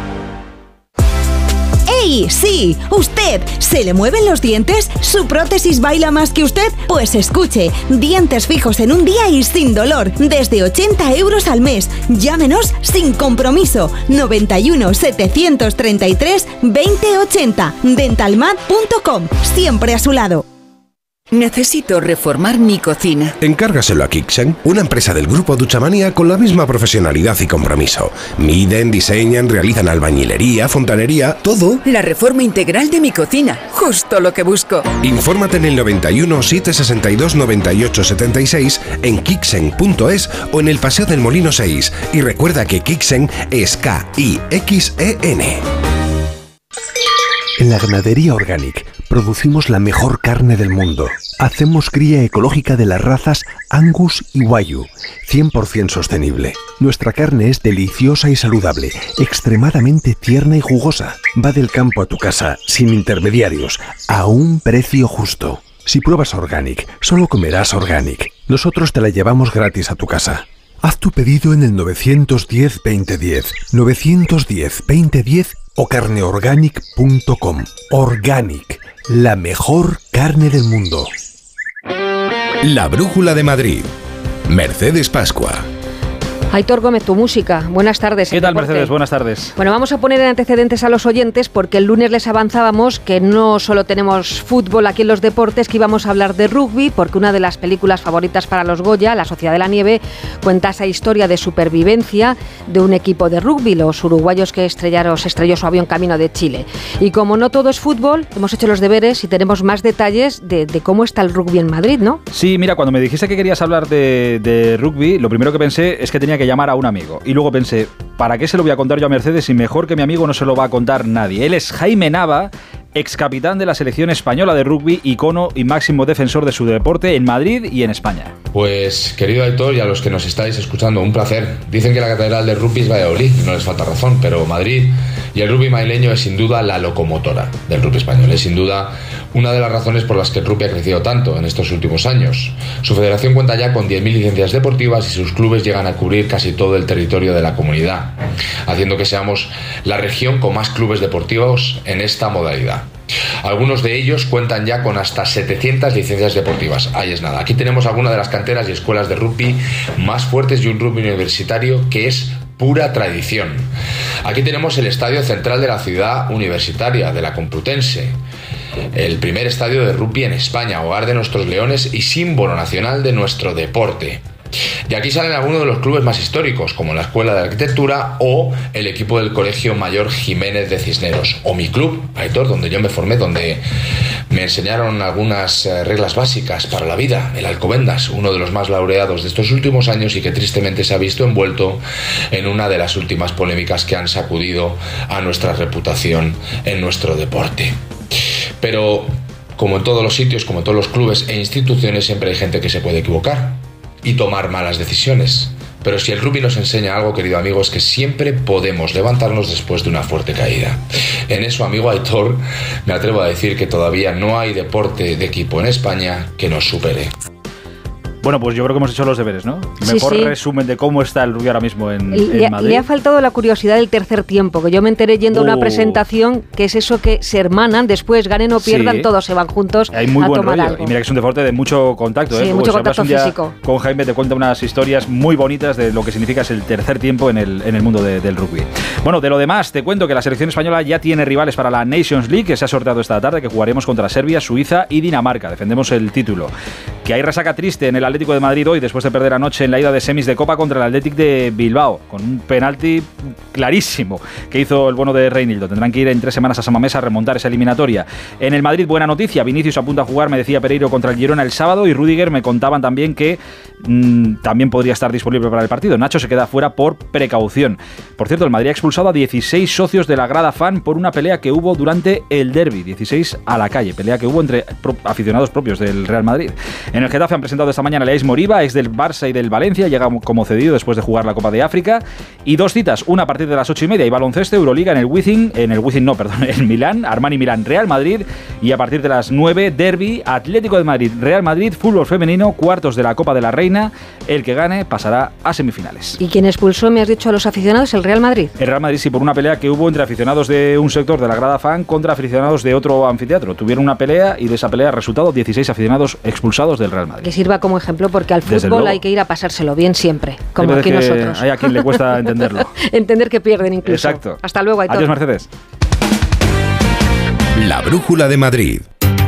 S20: ¡Ey! ¡Sí! ¿Usted se le mueven los dientes? ¿Su prótesis baila más que usted? Pues escuche, dientes fijos en un día y sin dolor, desde ochenta euros al mes. Llámenos sin compromiso. noventa y uno, setecientos treinta y tres, veinte ochenta. dentalmat punto com. Siempre a su lado.
S24: Necesito reformar mi cocina.
S4: Encárgaselo a Kixen, una empresa del grupo Duchamanía con la misma profesionalidad y compromiso. Miden, diseñan, realizan albañilería, fontanería, todo.
S24: La reforma integral de mi cocina, justo lo que busco.
S4: Infórmate en el noventa y uno, setecientos sesenta y dos, noventa y ocho setenta y seis, en kixen punto es o en el Paseo del Molino seis. Y recuerda que Kixen es K I X E N.
S27: En la ganadería Organic producimos la mejor carne del mundo. Hacemos cría ecológica de las razas Angus y Wagyu, cien por ciento sostenible. Nuestra carne es deliciosa y saludable, extremadamente tierna y jugosa. Va del campo a tu casa, sin intermediarios, a un precio justo. Si pruebas Organic, solo comerás Organic. Nosotros te la llevamos gratis a tu casa. Haz tu pedido en el novecientos diez veinte diez, novecientos diez veinte diez o carneorganic punto com. Organic, la mejor carne del mundo.
S4: La Brújula de Madrid. Mercedes Pascua.
S5: Aitor Gómez, tu música. Buenas tardes.
S7: ¿Qué tal, Mercedes? Buenas tardes.
S5: Bueno, vamos a poner en antecedentes a los oyentes porque el lunes les avanzábamos que no solo tenemos fútbol aquí en los deportes, que íbamos a hablar de rugby, porque una de las películas favoritas para los Goya, La Sociedad de la Nieve, cuenta esa historia de supervivencia de un equipo de rugby, los uruguayos que estrellaron, se estrelló su avión camino de Chile. Y como no todo es fútbol, hemos hecho los deberes y tenemos más detalles de, de cómo está el rugby en Madrid, ¿no?
S7: Sí, mira, cuando me dijiste que querías hablar de, de rugby, lo primero que pensé es que tenía que llamar a un amigo. Y luego pensé, ¿para qué se lo voy a contar yo a Mercedes si mejor que mi amigo no se lo va a contar nadie? Él es Jaime Nava, ex capitán de la selección española de rugby, icono y máximo defensor de su deporte en Madrid y en España.
S8: Pues, querido Aitor, y a los que nos estáis escuchando, un placer. Dicen que la catedral de rugby es Valladolid, y no les falta razón, pero Madrid y el rugby madrileño es sin duda la locomotora del rugby español. Es sin duda una de las razones por las que el rugby ha crecido tanto en estos últimos años. Su federación cuenta ya con diez mil licencias deportivas y sus clubes llegan a cubrir casi todo el territorio de la comunidad, haciendo que seamos la región con más clubes deportivos en esta modalidad. Algunos de ellos cuentan ya con hasta setecientas licencias deportivas. Ahí es nada. Aquí tenemos algunas de las canteras y escuelas de rugby más fuertes y un rugby universitario que es pura tradición. Aquí tenemos el Estadio Central de la Ciudad Universitaria de la Complutense, el primer estadio de rugby en España, hogar de nuestros leones y símbolo nacional de nuestro deporte. De aquí salen algunos de los clubes más históricos, como la Escuela de Arquitectura o el equipo del Colegio Mayor Jiménez de Cisneros, o mi club, Aitor, donde yo me formé, donde me enseñaron algunas reglas básicas para la vida, el Alcobendas, uno de los más laureados de estos últimos años y que tristemente se ha visto envuelto en una de las últimas polémicas que han sacudido a nuestra reputación en nuestro deporte. Pero, como en todos los sitios, como en todos los clubes e instituciones, siempre hay gente que se puede equivocar y tomar malas decisiones. Pero si el rugby nos enseña algo, querido amigo, es que siempre podemos levantarnos después de una fuerte caída. En eso, amigo Aitor, me atrevo a decir que todavía no hay deporte de equipo en España que nos supere.
S7: Bueno, pues yo creo que hemos hecho los deberes, ¿no?
S5: Sí,
S7: Mejor
S5: sí.
S7: resumen de cómo está el rugby ahora mismo en,
S5: Le,
S7: en Madrid.
S5: le ha faltado la curiosidad del tercer tiempo, que yo me enteré yendo a una
S7: Uh.
S5: presentación, que es eso que se hermanan, después ganen o pierdan,
S7: Sí.
S5: todos se van juntos
S7: Hay muy
S5: a
S7: buen
S5: tomar
S7: rollo.
S5: algo.
S7: Y mira que es un deporte de mucho contacto.
S5: Sí,
S7: ¿eh?
S5: mucho
S7: Pues hablas
S5: contacto
S7: un día
S5: físico.
S7: Con Jaime te cuenta unas historias muy bonitas de lo que significa es el tercer tiempo en el, en el mundo de- del rugby. Bueno, de lo demás, te cuento que la selección española ya tiene rivales para la Nations League, que se ha sorteado esta tarde, que jugaremos contra Serbia, Suiza y Dinamarca. Defendemos el título. Que hay resaca triste en el Atlético de Madrid hoy, después de perder anoche en la ida de semis de Copa contra el Athletic de Bilbao, con un penalti clarísimo que hizo el bueno de Reinildo. Tendrán que ir en tres semanas a San Mamés a remontar esa eliminatoria. En el Madrid, buena noticia, Vinicius apunta a jugar, me decía Pereiro, contra el Girona el sábado, y Rüdiger me contaban también que mmm, también podría estar disponible para el partido. Nacho se queda fuera por precaución. Por cierto, el Madrid ha expulsado a dieciséis socios de la grada fan por una pelea que hubo durante el derbi, dieciséis a la calle, pelea que hubo entre pro- aficionados propios del Real Madrid. En el Getafe han presentado esta mañana a Leis Moriba, ex del Barça y del Valencia, llega como cedido después de jugar la Copa de África. Y dos citas, una a partir de las ocho y media y baloncesto, Euroliga en el Wizzing, en el Wizzing no, perdón, en Milán, Armani Milán, Real Madrid, y a partir de las nueve, derbi, Atlético de Madrid, Real Madrid, fútbol femenino, cuartos de la Copa de la Reina, el que gane pasará a semifinales.
S5: ¿Y quién expulsó, me has dicho, a los aficionados? ¿El Real Madrid?
S7: El Real Madrid sí, por una pelea que hubo entre aficionados de un sector de la grada fan contra aficionados de otro anfiteatro. Tuvieron una pelea y de esa pelea resultado dieciséis aficionados expulsados del Real Madrid.
S5: Que sirva como ejemplo, porque al
S7: Desde
S5: fútbol
S7: luego.
S5: hay que ir a pasárselo bien siempre, como
S7: Hay
S5: aquí
S7: veces que
S5: nosotros.
S7: hay a quien le cuesta entenderlo.
S5: Entender que pierden incluso.
S7: Exacto.
S5: Hasta luego, Aitor.
S7: Adiós, Mercedes.
S4: La Brújula de Madrid.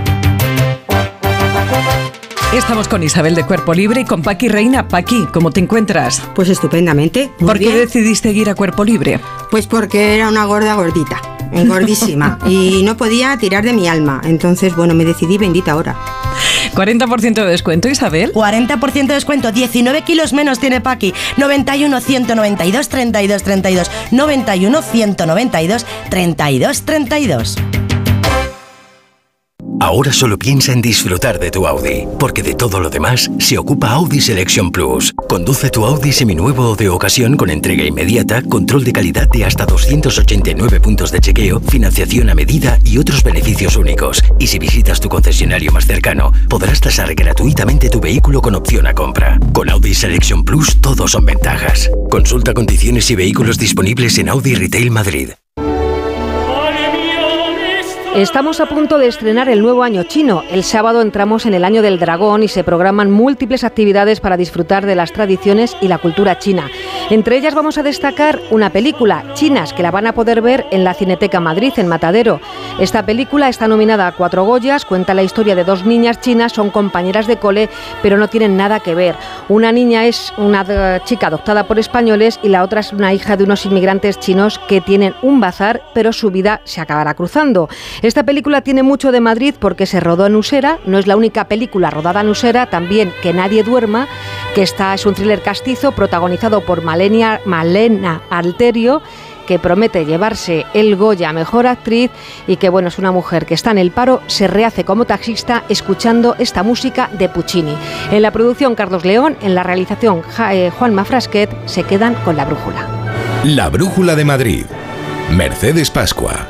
S9: Estamos con Isabel de Cuerpo Libre y con Paqui Reina. Paqui, ¿cómo te encuentras?
S10: Pues estupendamente. Muy
S9: ¿Por qué
S10: bien.
S9: decidiste ir a Cuerpo Libre?
S10: Pues porque era una gorda gordita, gordísima, y no podía tirar de mi alma. Entonces, bueno, me decidí bendita ahora.
S9: cuarenta por ciento de descuento, Isabel.
S31: cuarenta por ciento de descuento, diecinueve kilos menos tiene Paqui. noventa y uno, ciento noventa y dos, treinta y dos, treinta y dos. noventa y uno, ciento noventa y dos, treinta y dos, treinta y dos.
S6: Ahora solo piensa en disfrutar de tu Audi, porque de todo lo demás se ocupa Audi Selection Plus. Conduce tu Audi seminuevo o de ocasión con entrega inmediata, control de calidad de hasta doscientos ochenta y nueve puntos de chequeo, financiación a medida y otros beneficios únicos. Y si visitas tu concesionario más cercano, podrás tasar gratuitamente tu vehículo con opción a compra. Con Audi Selection Plus todo son ventajas. Consulta condiciones y vehículos disponibles en Audi Retail Madrid.
S5: Estamos a punto de estrenar el nuevo año chino. El sábado entramos en el año del dragón y se programan múltiples actividades para disfrutar de las tradiciones y la cultura china. Entre ellas vamos a destacar una película, Chinas, que la van a poder ver en la Cineteca Madrid, en Matadero. Esta película está nominada a cuatro Goyas, cuenta la historia de dos niñas chinas, son compañeras de cole, pero no tienen nada que ver. Una niña es una chica adoptada por españoles y la otra es una hija de unos inmigrantes chinos que tienen un bazar, pero su vida se acabará cruzando. Esta película tiene mucho de Madrid porque se rodó en Usera, no es la única película rodada en Usera, también Que nadie duerma, que está, es un thriller castizo protagonizado por Malenia, Malena Alterio, que promete llevarse el Goya a Mejor Actriz y que, bueno, es una mujer que está en el paro, se rehace como taxista escuchando esta música de Puccini. En la producción Carlos León, en la realización Juanma Frasquet, se quedan con La Brújula.
S4: La Brújula de Madrid. Mercedes Pascua.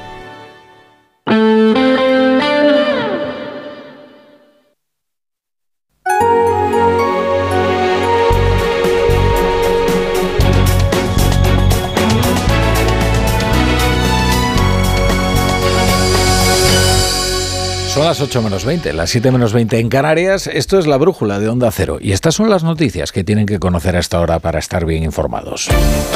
S11: Son las ocho menos veinte, las siete menos veinte en Canarias. Esto es La Brújula de Onda Cero y estas son las noticias que tienen que conocer a esta hora para estar bien informados.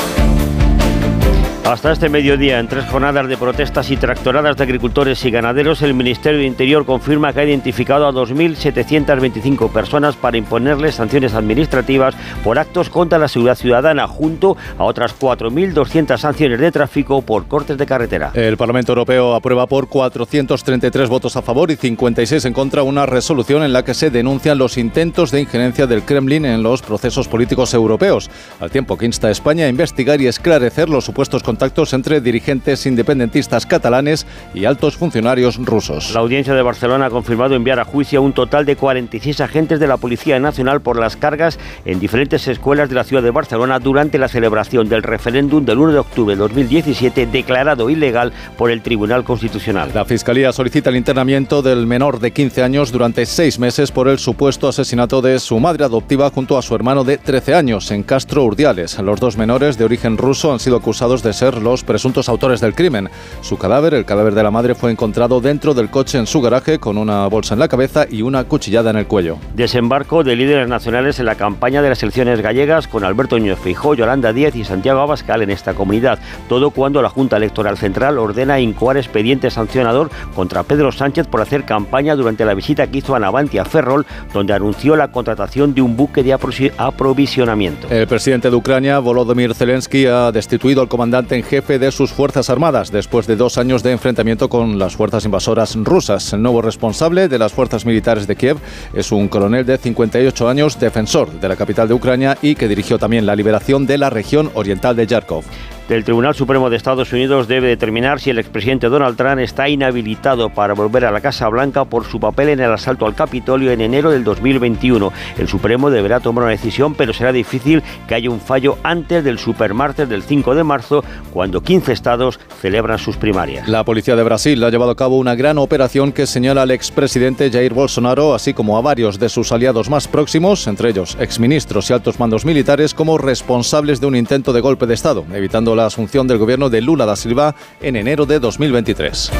S12: Hasta este mediodía, en tres jornadas de protestas y tractoradas de agricultores y ganaderos, el Ministerio de Interior confirma que ha identificado a dos mil setecientas veinticinco personas para imponerles sanciones administrativas por actos contra la seguridad ciudadana, junto a otras cuatro mil doscientas sanciones de tráfico por cortes de carretera.
S14: El Parlamento Europeo aprueba por cuatrocientos treinta y tres votos a favor y cincuenta y seis en contra una resolución en la que se denuncian los intentos de injerencia del Kremlin en los procesos políticos europeos, al tiempo que insta a España a investigar y esclarecer los supuestos contactos entre dirigentes independentistas catalanes y altos funcionarios rusos.
S12: La Audiencia de Barcelona ha confirmado enviar a juicio a un total de cuarenta y seis agentes de la Policía Nacional por las cargas en diferentes escuelas de la ciudad de Barcelona durante la celebración del referéndum del uno de octubre de dos mil diecisiete, declarado ilegal por el Tribunal Constitucional.
S14: La Fiscalía solicita el internamiento del menor de quince años durante seis meses por el supuesto asesinato de su madre adoptiva junto a su hermano de trece años en Castro Urdiales. Los dos menores de origen ruso han sido acusados de ser los presuntos autores del crimen. Su cadáver, el cadáver de la madre, fue encontrado dentro del coche en su garaje con una bolsa en la cabeza y una cuchillada en el cuello.
S12: Desembarco de líderes nacionales en la campaña de las elecciones gallegas con Alberto Núñez Feijóo, Yolanda Díaz y Santiago Abascal en esta comunidad. Todo cuando la Junta Electoral Central ordena incoar expediente sancionador contra Pedro Sánchez por hacer campaña durante la visita que hizo a Navantia Ferrol, donde anunció la contratación de un buque de aprovisionamiento.
S14: El presidente de Ucrania, Volodymyr Zelensky, ha destituido al comandante en jefe de sus fuerzas armadas después de dos años de enfrentamiento con las fuerzas invasoras rusas. El nuevo responsable de las fuerzas militares de Kiev es un coronel de cincuenta y ocho años, defensor de la capital de Ucrania y que dirigió también la liberación de la región oriental de Kharkov.
S12: El Tribunal Supremo de Estados Unidos debe determinar si el expresidente Donald Trump está inhabilitado para volver a la Casa Blanca por su papel en el asalto al Capitolio en enero del dos mil veintiuno. El Supremo deberá tomar una decisión, pero será difícil que haya un fallo antes del supermartes del cinco de marzo, cuando quince estados celebran sus primarias.
S14: La policía de Brasil ha llevado a cabo una gran operación que señala al expresidente Jair Bolsonaro, así como a varios de sus aliados más próximos, entre ellos exministros y altos mandos militares, como responsables de un intento de golpe de Estado, evitando la asunción del gobierno de Lula da Silva en enero de dos mil veintitrés.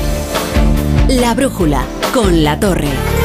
S15: La Brújula, con La Torre.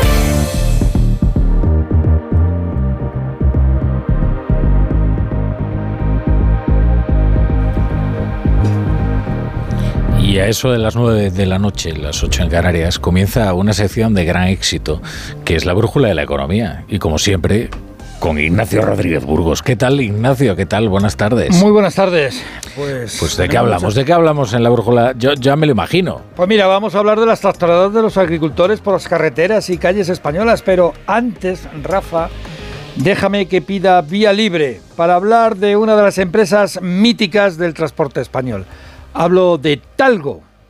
S11: Y a eso de las nueve de la noche, las ocho en Canarias, comienza una sección de gran éxito, que es La Brújula de la Economía. Y como siempre, con Ignacio Rodríguez Burgos. ¿Qué tal, Ignacio? ¿Qué tal? Buenas tardes.
S17: Muy buenas tardes. Pues,
S11: pues ¿de qué hablamos? Muchas... ¿De qué hablamos en La Brújula? Yo ya me lo imagino.
S17: Pues mira, vamos a hablar de las tractoradas de los agricultores por las carreteras y calles españolas, pero antes, Rafa, déjame que pida vía libre para hablar de una de las empresas míticas del transporte español. Hablo de Talgo.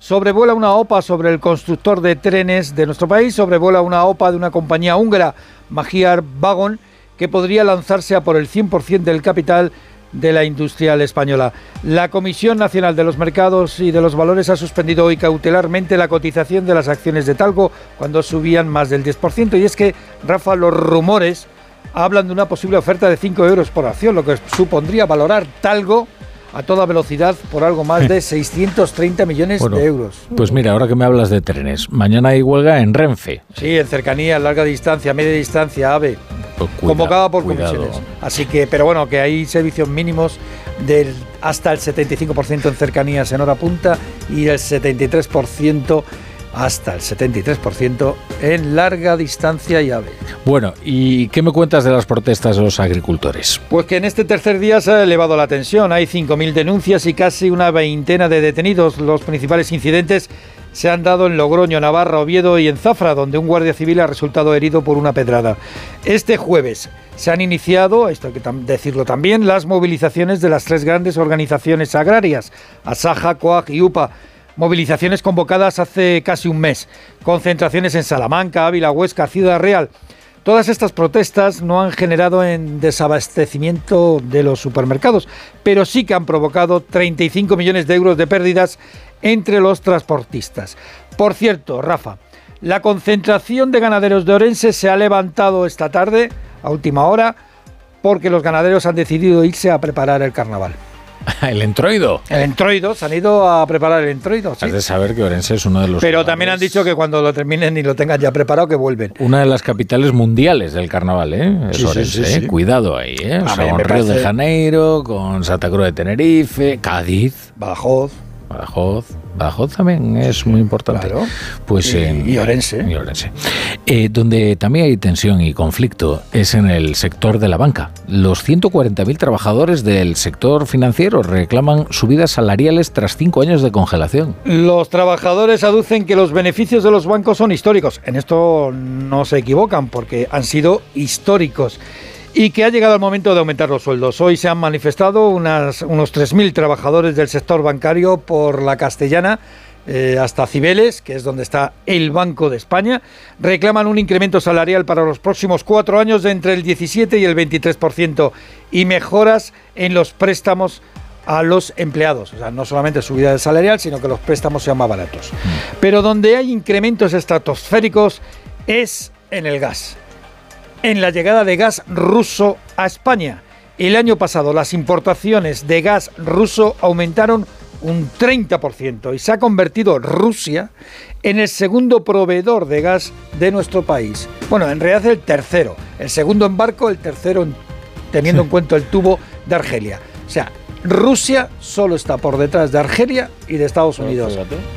S17: sobrevuela una OPA sobre el constructor de trenes de nuestro país, sobrevuela una OPA de una compañía húngara, Magyar Vagon, que podría lanzarse a por el cien por ciento del capital de la industrial española. La Comisión Nacional de los Mercados y de los Valores ha suspendido hoy cautelarmente la cotización de las acciones de Talgo cuando subían más del diez por ciento. Y es que, Rafa, los rumores hablan de una posible oferta de cinco euros por acción, lo que supondría valorar Talgo a toda velocidad por algo más de seiscientos treinta millones
S11: bueno,
S17: de euros.
S11: Pues mira, ahora que me hablas de trenes, mañana hay huelga en Renfe.
S17: Sí, en cercanía, larga distancia, media distancia, AVE,
S11: pues cuida,
S17: convocada por
S11: cuidado.
S17: comisiones. Así que, pero bueno, que hay servicios mínimos del hasta el setenta y cinco por ciento en cercanías en hora punta y el setenta y tres por ciento hasta el setenta y tres por ciento en larga distancia y AVE.
S11: Bueno, ¿y qué me cuentas de las protestas de los agricultores?
S17: Pues que en este tercer día se ha elevado la tensión. Hay cinco mil denuncias y casi una veintena de detenidos. Los principales incidentes se han dado en Logroño, Navarra, Oviedo y en Zafra, donde un guardia civil ha resultado herido por una pedrada. Este jueves se han iniciado, esto hay que tam- decirlo también, las movilizaciones de las tres grandes organizaciones agrarias, Asaja, Coag y UPA. Movilizaciones convocadas hace casi un mes, concentraciones en Salamanca, Ávila, Huesca, Ciudad Real. Todas estas protestas no han generado en desabastecimiento de los supermercados, pero sí que han provocado treinta y cinco millones de euros de pérdidas entre los transportistas. Por cierto, Rafa, la concentración de ganaderos de Orense se ha levantado esta tarde, a última hora, porque los ganaderos han decidido irse a preparar el carnaval.
S11: ¿El entroido?
S17: El entroido, se han ido a preparar el entroido, sí.
S11: Has de saber que Orense es uno de los...
S17: Pero
S11: lugares,
S17: también han dicho que cuando lo terminen y lo tengan ya preparado, que vuelven.
S11: Una de las capitales mundiales del carnaval, ¿eh? Es
S17: Sí, sí,
S11: Orense,
S17: sí,
S11: ¿eh?
S17: sí.
S11: Cuidado ahí, ¿eh? O
S17: A
S11: sea,
S17: ver,
S11: con
S17: me
S11: Río
S17: parece-
S11: de Janeiro, con Santa Cruz de Tenerife, Cádiz.
S17: Badajoz.
S11: Badajoz. Badajoz también es muy importante.
S17: Claro.
S11: Pues
S17: Y-
S11: en,
S17: y Orense.
S11: y Orense. Eh, donde también hay tensión y conflicto es en el sector de la banca. Los ciento cuarenta mil trabajadores del sector financiero reclaman subidas salariales tras cinco años de congelación.
S17: Los trabajadores aducen que los beneficios de los bancos son históricos. En esto no se equivocan porque han sido históricos. Y que ha llegado el momento de aumentar los sueldos. Hoy se han manifestado unas, unos tres mil trabajadores del sector bancario por la Castellana eh, hasta Cibeles, que es donde está el Banco de España. Reclaman un incremento salarial para los próximos cuatro años de entre el diecisiete y el veintitrés por ciento y mejoras en los préstamos a los empleados. O sea, no solamente subida del salarial, sino que los préstamos sean más baratos. Pero donde hay incrementos estratosféricos es en el gas. En la llegada de gas ruso a España. El año pasado las importaciones de gas ruso aumentaron un treinta por ciento y se ha convertido Rusia en el segundo proveedor de gas de nuestro país. Bueno, en realidad el tercero. El segundo en barco, el tercero en, teniendo en cuenta el tubo de Argelia. O sea, Rusia solo está por detrás de Argelia y de Estados Unidos.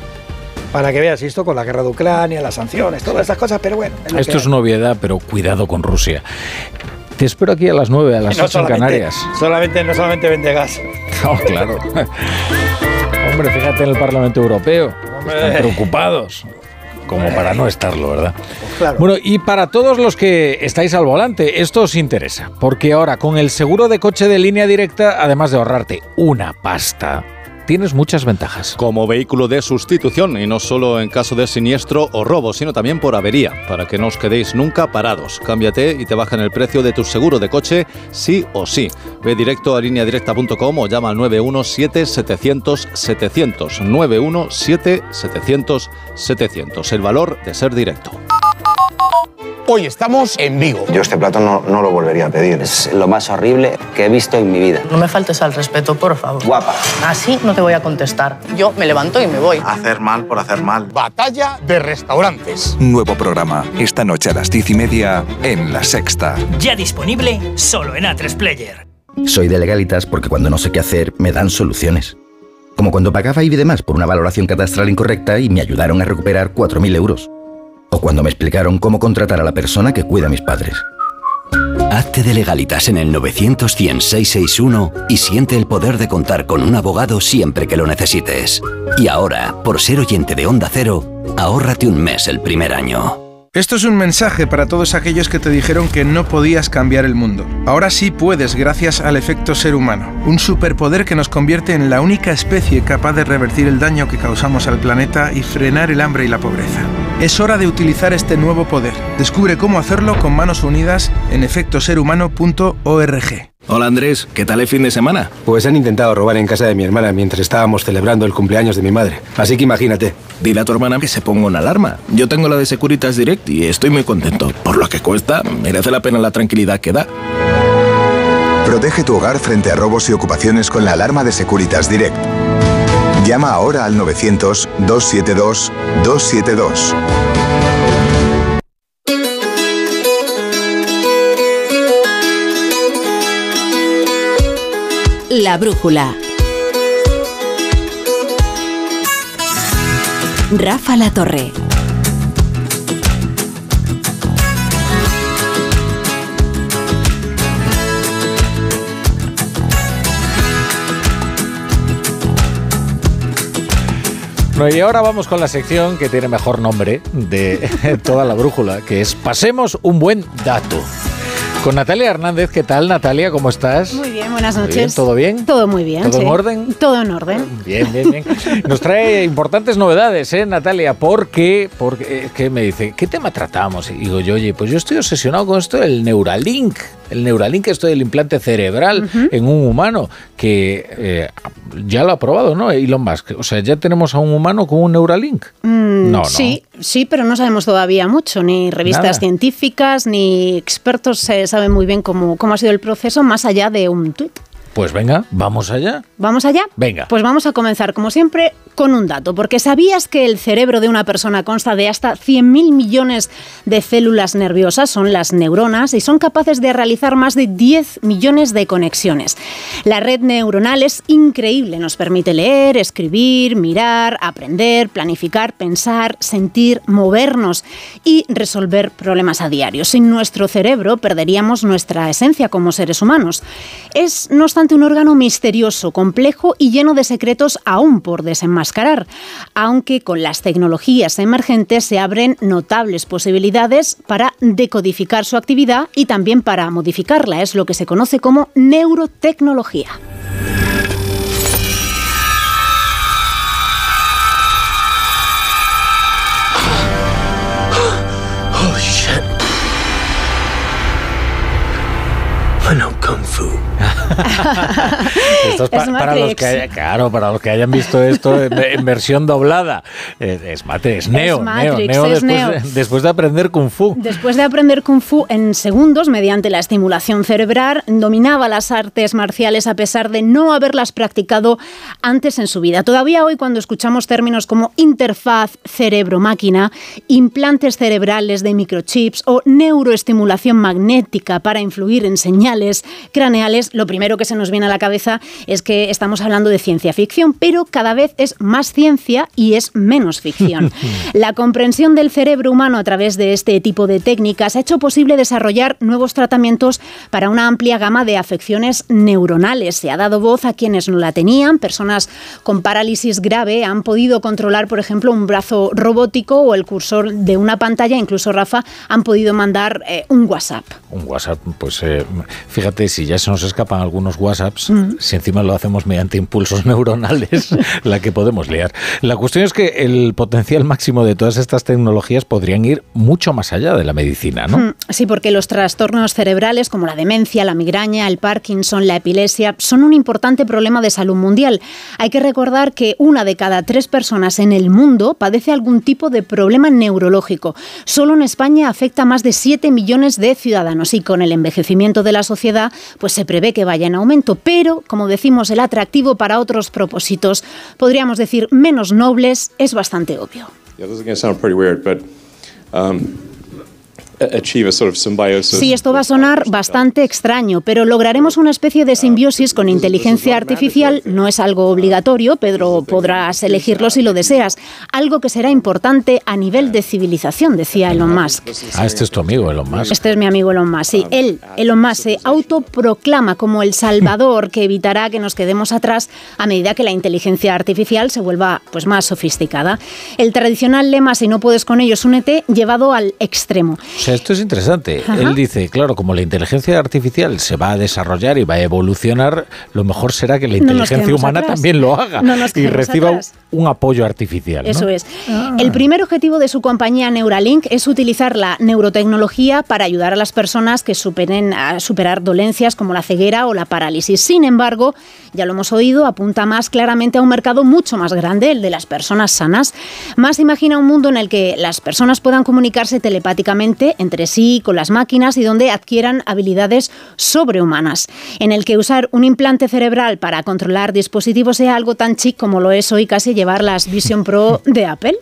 S17: Para que veas esto con la guerra de Ucrania, las sanciones, todas estas cosas, pero bueno. Es lo
S11: Esto
S17: que
S11: es
S17: hay.
S11: una obviedad, pero cuidado con Rusia. Te espero aquí a las nueve, a las
S17: Y no
S11: ocho en
S17: solamente-
S11: Canarias.
S17: Solamente, no solamente vende gas.
S11: Oh, claro. Hombre, fíjate en el Parlamento Europeo. Están preocupados. Como para no estarlo, ¿verdad?
S17: Claro.
S11: Bueno, y para todos los que estáis al volante, esto os interesa. Porque ahora, con el seguro de coche de Línea Directa, además de ahorrarte una pasta, tienes muchas ventajas.
S14: Como vehículo de sustitución, y no solo en caso de siniestro o robo, sino también por avería, para que no os quedéis nunca parados. Cámbiate y te bajan el precio de tu seguro de coche, sí o sí. Ve directo a línea directa punto com o llama al nueve uno siete setecientos setecientos. nueve uno siete setecientos setecientos. El valor de ser directo.
S1: Hoy estamos en Vigo.
S2: Yo este plato no, no lo volvería a pedir. Es lo más horrible que he visto en mi vida.
S3: No me faltes al respeto, por favor.
S2: Guapa.
S3: Así no te voy a contestar. Yo me levanto y me voy.
S2: Hacer mal por hacer mal.
S1: Batalla de restaurantes.
S13: Nuevo programa, esta noche a las diez y media en La Sexta.
S16: Ya disponible solo en A tres Player.
S18: Soy de Legalitas porque cuando no sé qué hacer, me dan soluciones. Como cuando pagaba I B D más por una valoración catastral incorrecta y me ayudaron a recuperar cuatro mil euros. O cuando me explicaron cómo contratar a la persona que cuida a mis padres.
S6: Hazte de Legalitas en el novecientos cien seiscientos sesenta y uno y siente el poder de contar con un abogado siempre que lo necesites. Y ahora, por ser oyente de Onda Cero, ahórrate un mes el primer año.
S19: Esto es un mensaje para todos aquellos que te dijeron que no podías cambiar el mundo. Ahora sí puedes gracias al efecto ser humano, un superpoder que nos convierte en la única especie capaz de revertir el daño que causamos al planeta y frenar el hambre y la pobreza. Es hora de utilizar este nuevo poder. Descubre cómo hacerlo con manos unidas en efecto ser humano punto org.
S20: Hola Andrés, ¿qué tal el fin de semana?
S21: Pues han intentado robar en casa de mi hermana mientras estábamos celebrando el cumpleaños de mi madre. Así que imagínate.
S20: Dile a tu hermana que se ponga una alarma. Yo tengo la de Securitas Direct y estoy muy contento. Por lo que cuesta, merece la pena la tranquilidad que da.
S13: Protege tu hogar frente a robos y ocupaciones con la alarma de Securitas Direct. Llama ahora al novecientos, doscientos setenta y dos, doscientos setenta y dos.
S15: La brújula. Rafa La Torre.
S11: Bueno, y ahora vamos con la sección que tiene mejor nombre de toda la brújula, que es Pasemos un buen dato. Con Natalia Hernández. ¿Qué tal, Natalia? ¿Cómo estás?
S19: Muy bien, buenas noches.
S11: Bien, ¿todo bien?
S19: Todo muy bien,
S11: ¿Todo
S19: sí.
S11: en orden?
S19: Todo en orden.
S11: Bien, bien, bien. Nos trae importantes novedades, ¿eh, Natalia? Porque, porque ¿qué me dice? ¿Qué tema tratamos? Y digo yo, oye, pues yo estoy obsesionado con esto del Neuralink. El Neuralink, esto del implante cerebral uh-huh. en un humano, que eh, ya lo ha probado, ¿no? Elon Musk. O sea, ya tenemos a un humano con un Neuralink.
S19: Mm,
S11: no, no.
S19: Sí, sí, pero no sabemos todavía mucho. Ni revistas Nada. científicas, ni expertos se saben muy bien cómo, cómo ha sido el proceso, más allá de un tuit.
S11: Pues venga, vamos allá.
S19: ¿Vamos allá?
S11: Venga.
S19: Pues vamos a comenzar, como siempre, con un dato. Porque ¿sabías que el cerebro de una persona consta de hasta cien mil millones de células nerviosas? Son las neuronas y son capaces de realizar más de diez millones de conexiones. La red neuronal es increíble. Nos permite leer, escribir, mirar, aprender, planificar, pensar, sentir, movernos y resolver problemas a diario. Sin nuestro cerebro perderíamos nuestra esencia como seres humanos. Es, no obstante, un órgano misterioso, complejo y lleno de secretos aún por desenmascarar, aunque con las tecnologías emergentes se abren notables posibilidades para decodificar su actividad y también para modificarla. Es lo que se conoce como neurotecnología.
S22: Holy shit. I know Kung Fu.
S11: Esto es, pa- es para los que haya, claro, para los que hayan visto esto en, en versión doblada. Es, es Matrix, es Neo,
S19: es Matrix,
S11: Neo, Neo,
S19: es
S11: después,
S19: Neo.
S11: De, después de aprender Kung Fu.
S19: Después de aprender Kung Fu en segundos, mediante la estimulación cerebral, dominaba las artes marciales a pesar de no haberlas practicado antes en su vida. Todavía hoy, cuando escuchamos términos como interfaz cerebro-máquina, implantes cerebrales de microchips o neuroestimulación magnética para influir en señales craneales, lo primero que se nos viene a la cabeza es que estamos hablando de ciencia ficción, pero cada vez es más ciencia y es menos ficción. La comprensión del cerebro humano a través de este tipo de técnicas ha hecho posible desarrollar nuevos tratamientos para una amplia gama de afecciones neuronales. Se ha dado voz a quienes no la tenían. Personas con parálisis grave han podido controlar, por ejemplo, un brazo robótico o el cursor de una pantalla. Incluso, Rafa, han podido mandar eh, un WhatsApp.
S11: Un WhatsApp, pues eh, fíjate, si ya se nos escapan algunos WhatsApps, mm. si encima lo hacemos mediante impulsos neuronales, la que podemos liar. La cuestión es que el potencial máximo de todas estas tecnologías podrían ir mucho más allá de la medicina, ¿no?
S19: Mm, sí, porque los trastornos cerebrales como la demencia, la migraña, el Parkinson, la epilepsia son un importante problema de salud mundial. Hay que recordar que una de cada tres personas en el mundo padece algún tipo de problema neurológico. Solo en España afecta a más de siete millones de ciudadanos y con el envejecimiento de la sociedad pues se prevé que vaya en aumento, pero, como decimos, el atractivo para otros propósitos, podríamos decir menos nobles, es bastante obvio.
S23: Yeah, this is going to sound pretty weird, but um,
S19: Sí, esto va a sonar bastante extraño, pero lograremos una especie de simbiosis con inteligencia artificial. No es algo obligatorio, pero podrás elegirlo si lo deseas. Algo que será importante a nivel de civilización, decía Elon Musk.
S11: Ah, este es tu amigo, Elon Musk.
S19: Este es mi amigo Elon Musk, sí. Él, Elon Musk, se autoproclama como el salvador que evitará que nos quedemos atrás a medida que la inteligencia artificial se vuelva pues, más sofisticada. El tradicional lema, si no puedes con ellos, únete, llevado al extremo.
S11: O sea, esto es interesante.
S19: Ajá.
S11: Él dice, claro, como la inteligencia artificial se va a desarrollar y va a evolucionar, lo mejor será que la inteligencia
S19: no
S11: humana
S19: atrás.
S11: también lo haga
S19: no
S11: y reciba atrás. un apoyo artificial, ¿no?
S19: Eso es. Ah. El primer objetivo de su compañía Neuralink es utilizar la neurotecnología para ayudar a las personas que superen a superar dolencias como la ceguera o la parálisis. Sin embargo, ya lo hemos oído, apunta más claramente a un mercado mucho más grande, el de las personas sanas. Más imagina un mundo en el que las personas puedan comunicarse telepáticamente entre sí, con las máquinas y donde adquieran habilidades sobrehumanas, en el que usar un implante cerebral para controlar dispositivos sea algo tan chic como lo es hoy casi llevar las Vision Pro de Apple.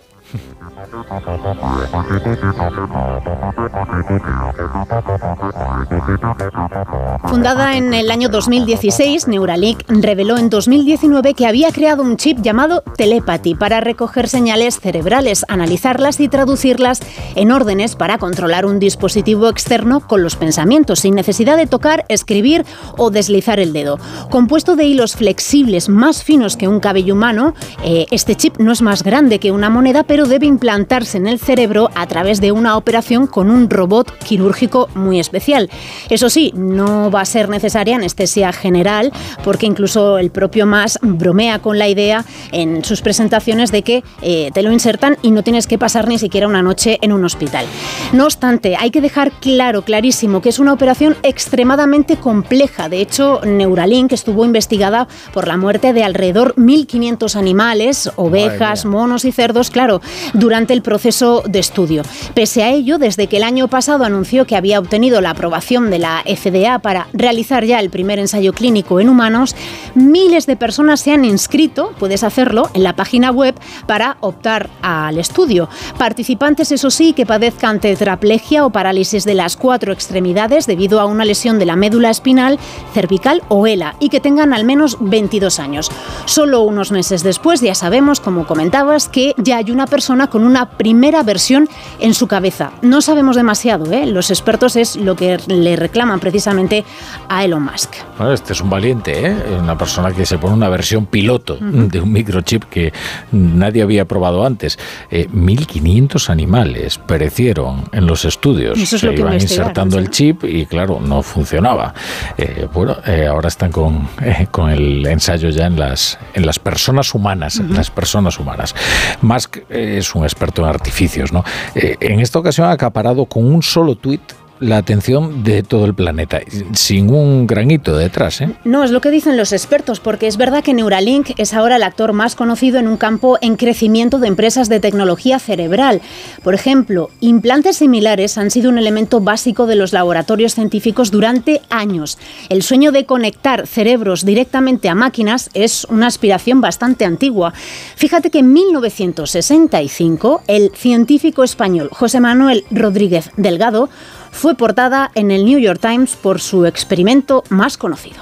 S19: Fundada en el año dos mil dieciséis, Neuralink reveló en dos mil diecinueve que había creado un chip llamado Telepathy para recoger señales cerebrales, analizarlas y traducirlas en órdenes para controlar un dispositivo externo con los pensamientos, sin necesidad de tocar, escribir o deslizar el dedo. Compuesto de hilos flexibles más finos que un cabello humano, eh, este chip no es más grande que una moneda, pero debe implantarse en el cerebro a través de una operación con un robot quirúrgico muy especial. Eso sí, no va a ser necesaria anestesia general, porque incluso el propio Musk bromea con la idea en sus presentaciones de que eh, te lo insertan y no tienes que pasar ni siquiera una noche en un hospital. No obstante, hay que dejar claro, clarísimo, que es una operación extremadamente compleja. De hecho, Neuralink estuvo investigada por la muerte de alrededor mil quinientos animales, ovejas, monos y cerdos, claro, durante el proceso de estudio. Pese a ello, desde que el año pasado anunció que había obtenido la aprobación de la F D A para realizar ya el primer ensayo clínico en humanos, miles de personas se han inscrito, puedes hacerlo, en la página web para optar al estudio. Participantes, eso sí, que padezcan tetraplegia o parálisis de las cuatro extremidades debido a una lesión de la médula espinal, cervical o ELA y que tengan al menos veintidós años. Solo unos meses después ya sabemos, como comentabas, que ya hay una persona con una primera versión en su cabeza. No sabemos demasiado, ¿eh? Los expertos es lo que le reclaman precisamente a Elon Musk.
S11: Bueno, este es un valiente, ¿eh? Una persona que se pone una versión piloto uh-huh. de un microchip que nadie había probado antes. Eh, mil quinientos animales perecieron en los estudios.
S19: Eso es
S11: se
S19: lo que
S11: iban insertando
S19: ¿sí?
S11: el chip y, claro, no funcionaba. Eh, bueno, eh, ahora están con, eh, con el ensayo ya en las, en las personas humanas. Uh-huh. En las personas humanas. Musk eh, es un experto en artificios, ¿no? Eh, en esta ocasión ha acaparado con un solo tuit la atención de todo el planeta, sin un granito detrás, ¿eh?
S19: No, es lo que dicen los expertos, porque es verdad que Neuralink es ahora el actor más conocido en un campo en crecimiento de empresas de tecnología cerebral. Por ejemplo, implantes similares han sido un elemento básico de los laboratorios científicos durante años. El sueño de conectar cerebros directamente a máquinas es una aspiración bastante antigua. Fíjate que en mil novecientos sesenta y cinco, el científico español José Manuel Rodríguez Delgado fue portada en el New York Times por su experimento más conocido.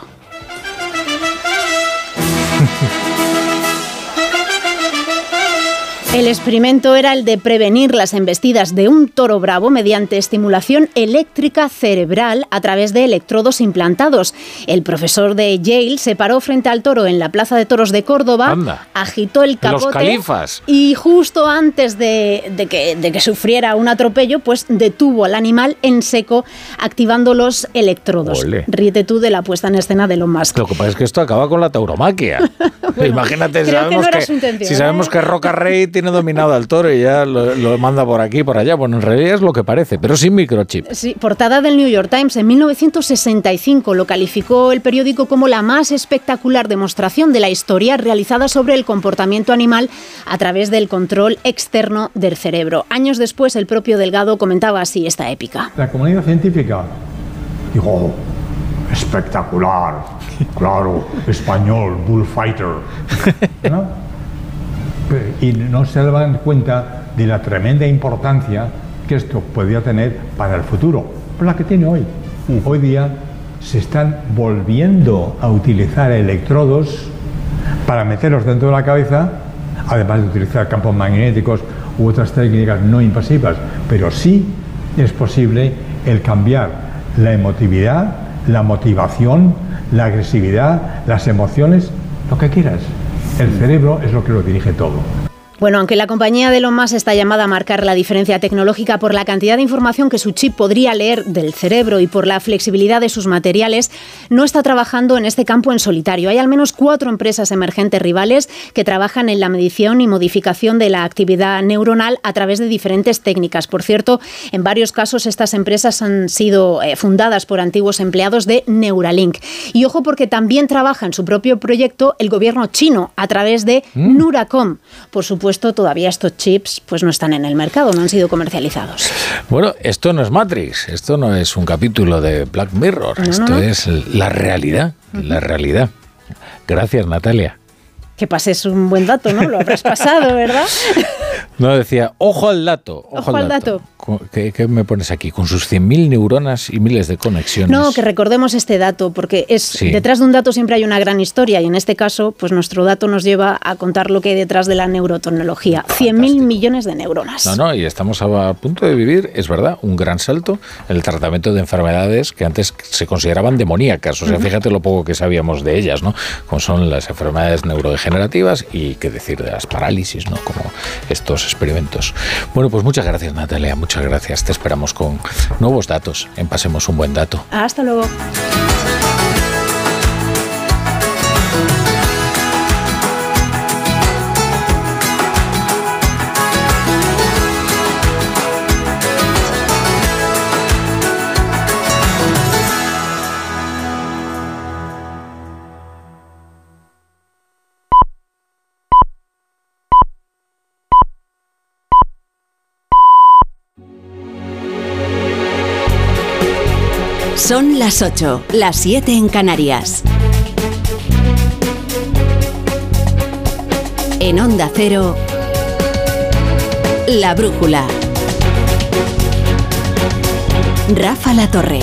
S19: El experimento era el de prevenir las embestidas de un toro bravo mediante estimulación eléctrica cerebral a través de electrodos implantados. El profesor de Yale se paró frente al toro en la Plaza de Toros de Córdoba,
S11: Anda.
S19: agitó el capote
S11: Los califas.
S19: Y justo antes de, de, que, de que sufriera un atropello, pues detuvo al animal en seco activando los electrodos.
S11: Ole.
S19: Ríete tú de la puesta en escena de Elon Musk.
S11: Lo que pasa es que esto acaba con la tauromaquia. Bueno, imagínate,
S19: creo
S11: sabemos
S19: que no era
S11: que,
S19: su intención,
S11: si sabemos
S19: ¿eh?
S11: que Roca Rey tiene dominado al toro y ya lo, lo manda por aquí y por allá. Bueno, en realidad es lo que parece, pero sin microchip.
S19: Sí, portada del New York Times en mil novecientos sesenta y cinco lo calificó el periódico como la más espectacular demostración de la historia realizada sobre el comportamiento animal a través del control externo del cerebro. Años después, el propio Delgado comentaba así esta épica.
S7: La comunidad científica dijo, espectacular, claro, español, bullfighter, ¿no? Y no se daban cuenta de la tremenda importancia que esto podría tener para el futuro, por la que tiene hoy. Hoy día se están volviendo a utilizar electrodos para meterlos dentro de la cabeza, además de utilizar campos magnéticos u otras técnicas no invasivas, pero sí es posible el cambiar la emotividad, la motivación, la agresividad, las emociones, lo que quieras. El cerebro es lo que lo dirige todo.
S19: Bueno, aunque la compañía de Elon Musk está llamada a marcar la diferencia tecnológica por la cantidad de información que su chip podría leer del cerebro y por la flexibilidad de sus materiales, no está trabajando en este campo en solitario. Hay al menos cuatro empresas emergentes rivales que trabajan en la medición y modificación de la actividad neuronal a través de diferentes técnicas. Por cierto, en varios casos estas empresas han sido eh, fundadas por antiguos empleados de Neuralink. Y ojo, porque también trabaja en su propio proyecto el gobierno chino a través de mm. Nuracom. Por supuesto, todavía estos chips pues no están en el mercado, no han sido comercializados.
S11: Bueno, esto no es Matrix, esto no es un capítulo de Black Mirror, no, esto no, no. es la realidad, uh-huh. la realidad. Gracias, Natalia.
S19: Que pases un buen dato, ¿no? Lo habrás pasado, ¿verdad?
S11: No, decía, ojo al dato. Ojo,
S19: ojo al dato.
S11: dato. ¿Qué, ¿Qué me pones aquí? Con sus cien mil neuronas y miles de conexiones.
S19: No, que recordemos este dato, porque es sí. detrás de un dato siempre hay una gran historia, y en este caso, pues nuestro dato nos lleva a contar lo que hay detrás de la neurotecnología. cien mil millones de neuronas.
S11: No, no, y estamos a punto de vivir, es verdad, un gran salto en el tratamiento de enfermedades que antes se consideraban demoníacas. O sea, uh-huh. fíjate lo poco que sabíamos de ellas, ¿no? Como son las enfermedades neurodegenerativas y qué decir de las parálisis, ¿no? Como estos experimentos. Bueno, pues muchas gracias, Natalia. Muchas gracias. Te esperamos con nuevos datos en Pasemos un Buen Dato.
S19: Hasta luego.
S15: Son las ocho, las siete en Canarias. En Onda Cero, La Brújula. Rafa La Torre.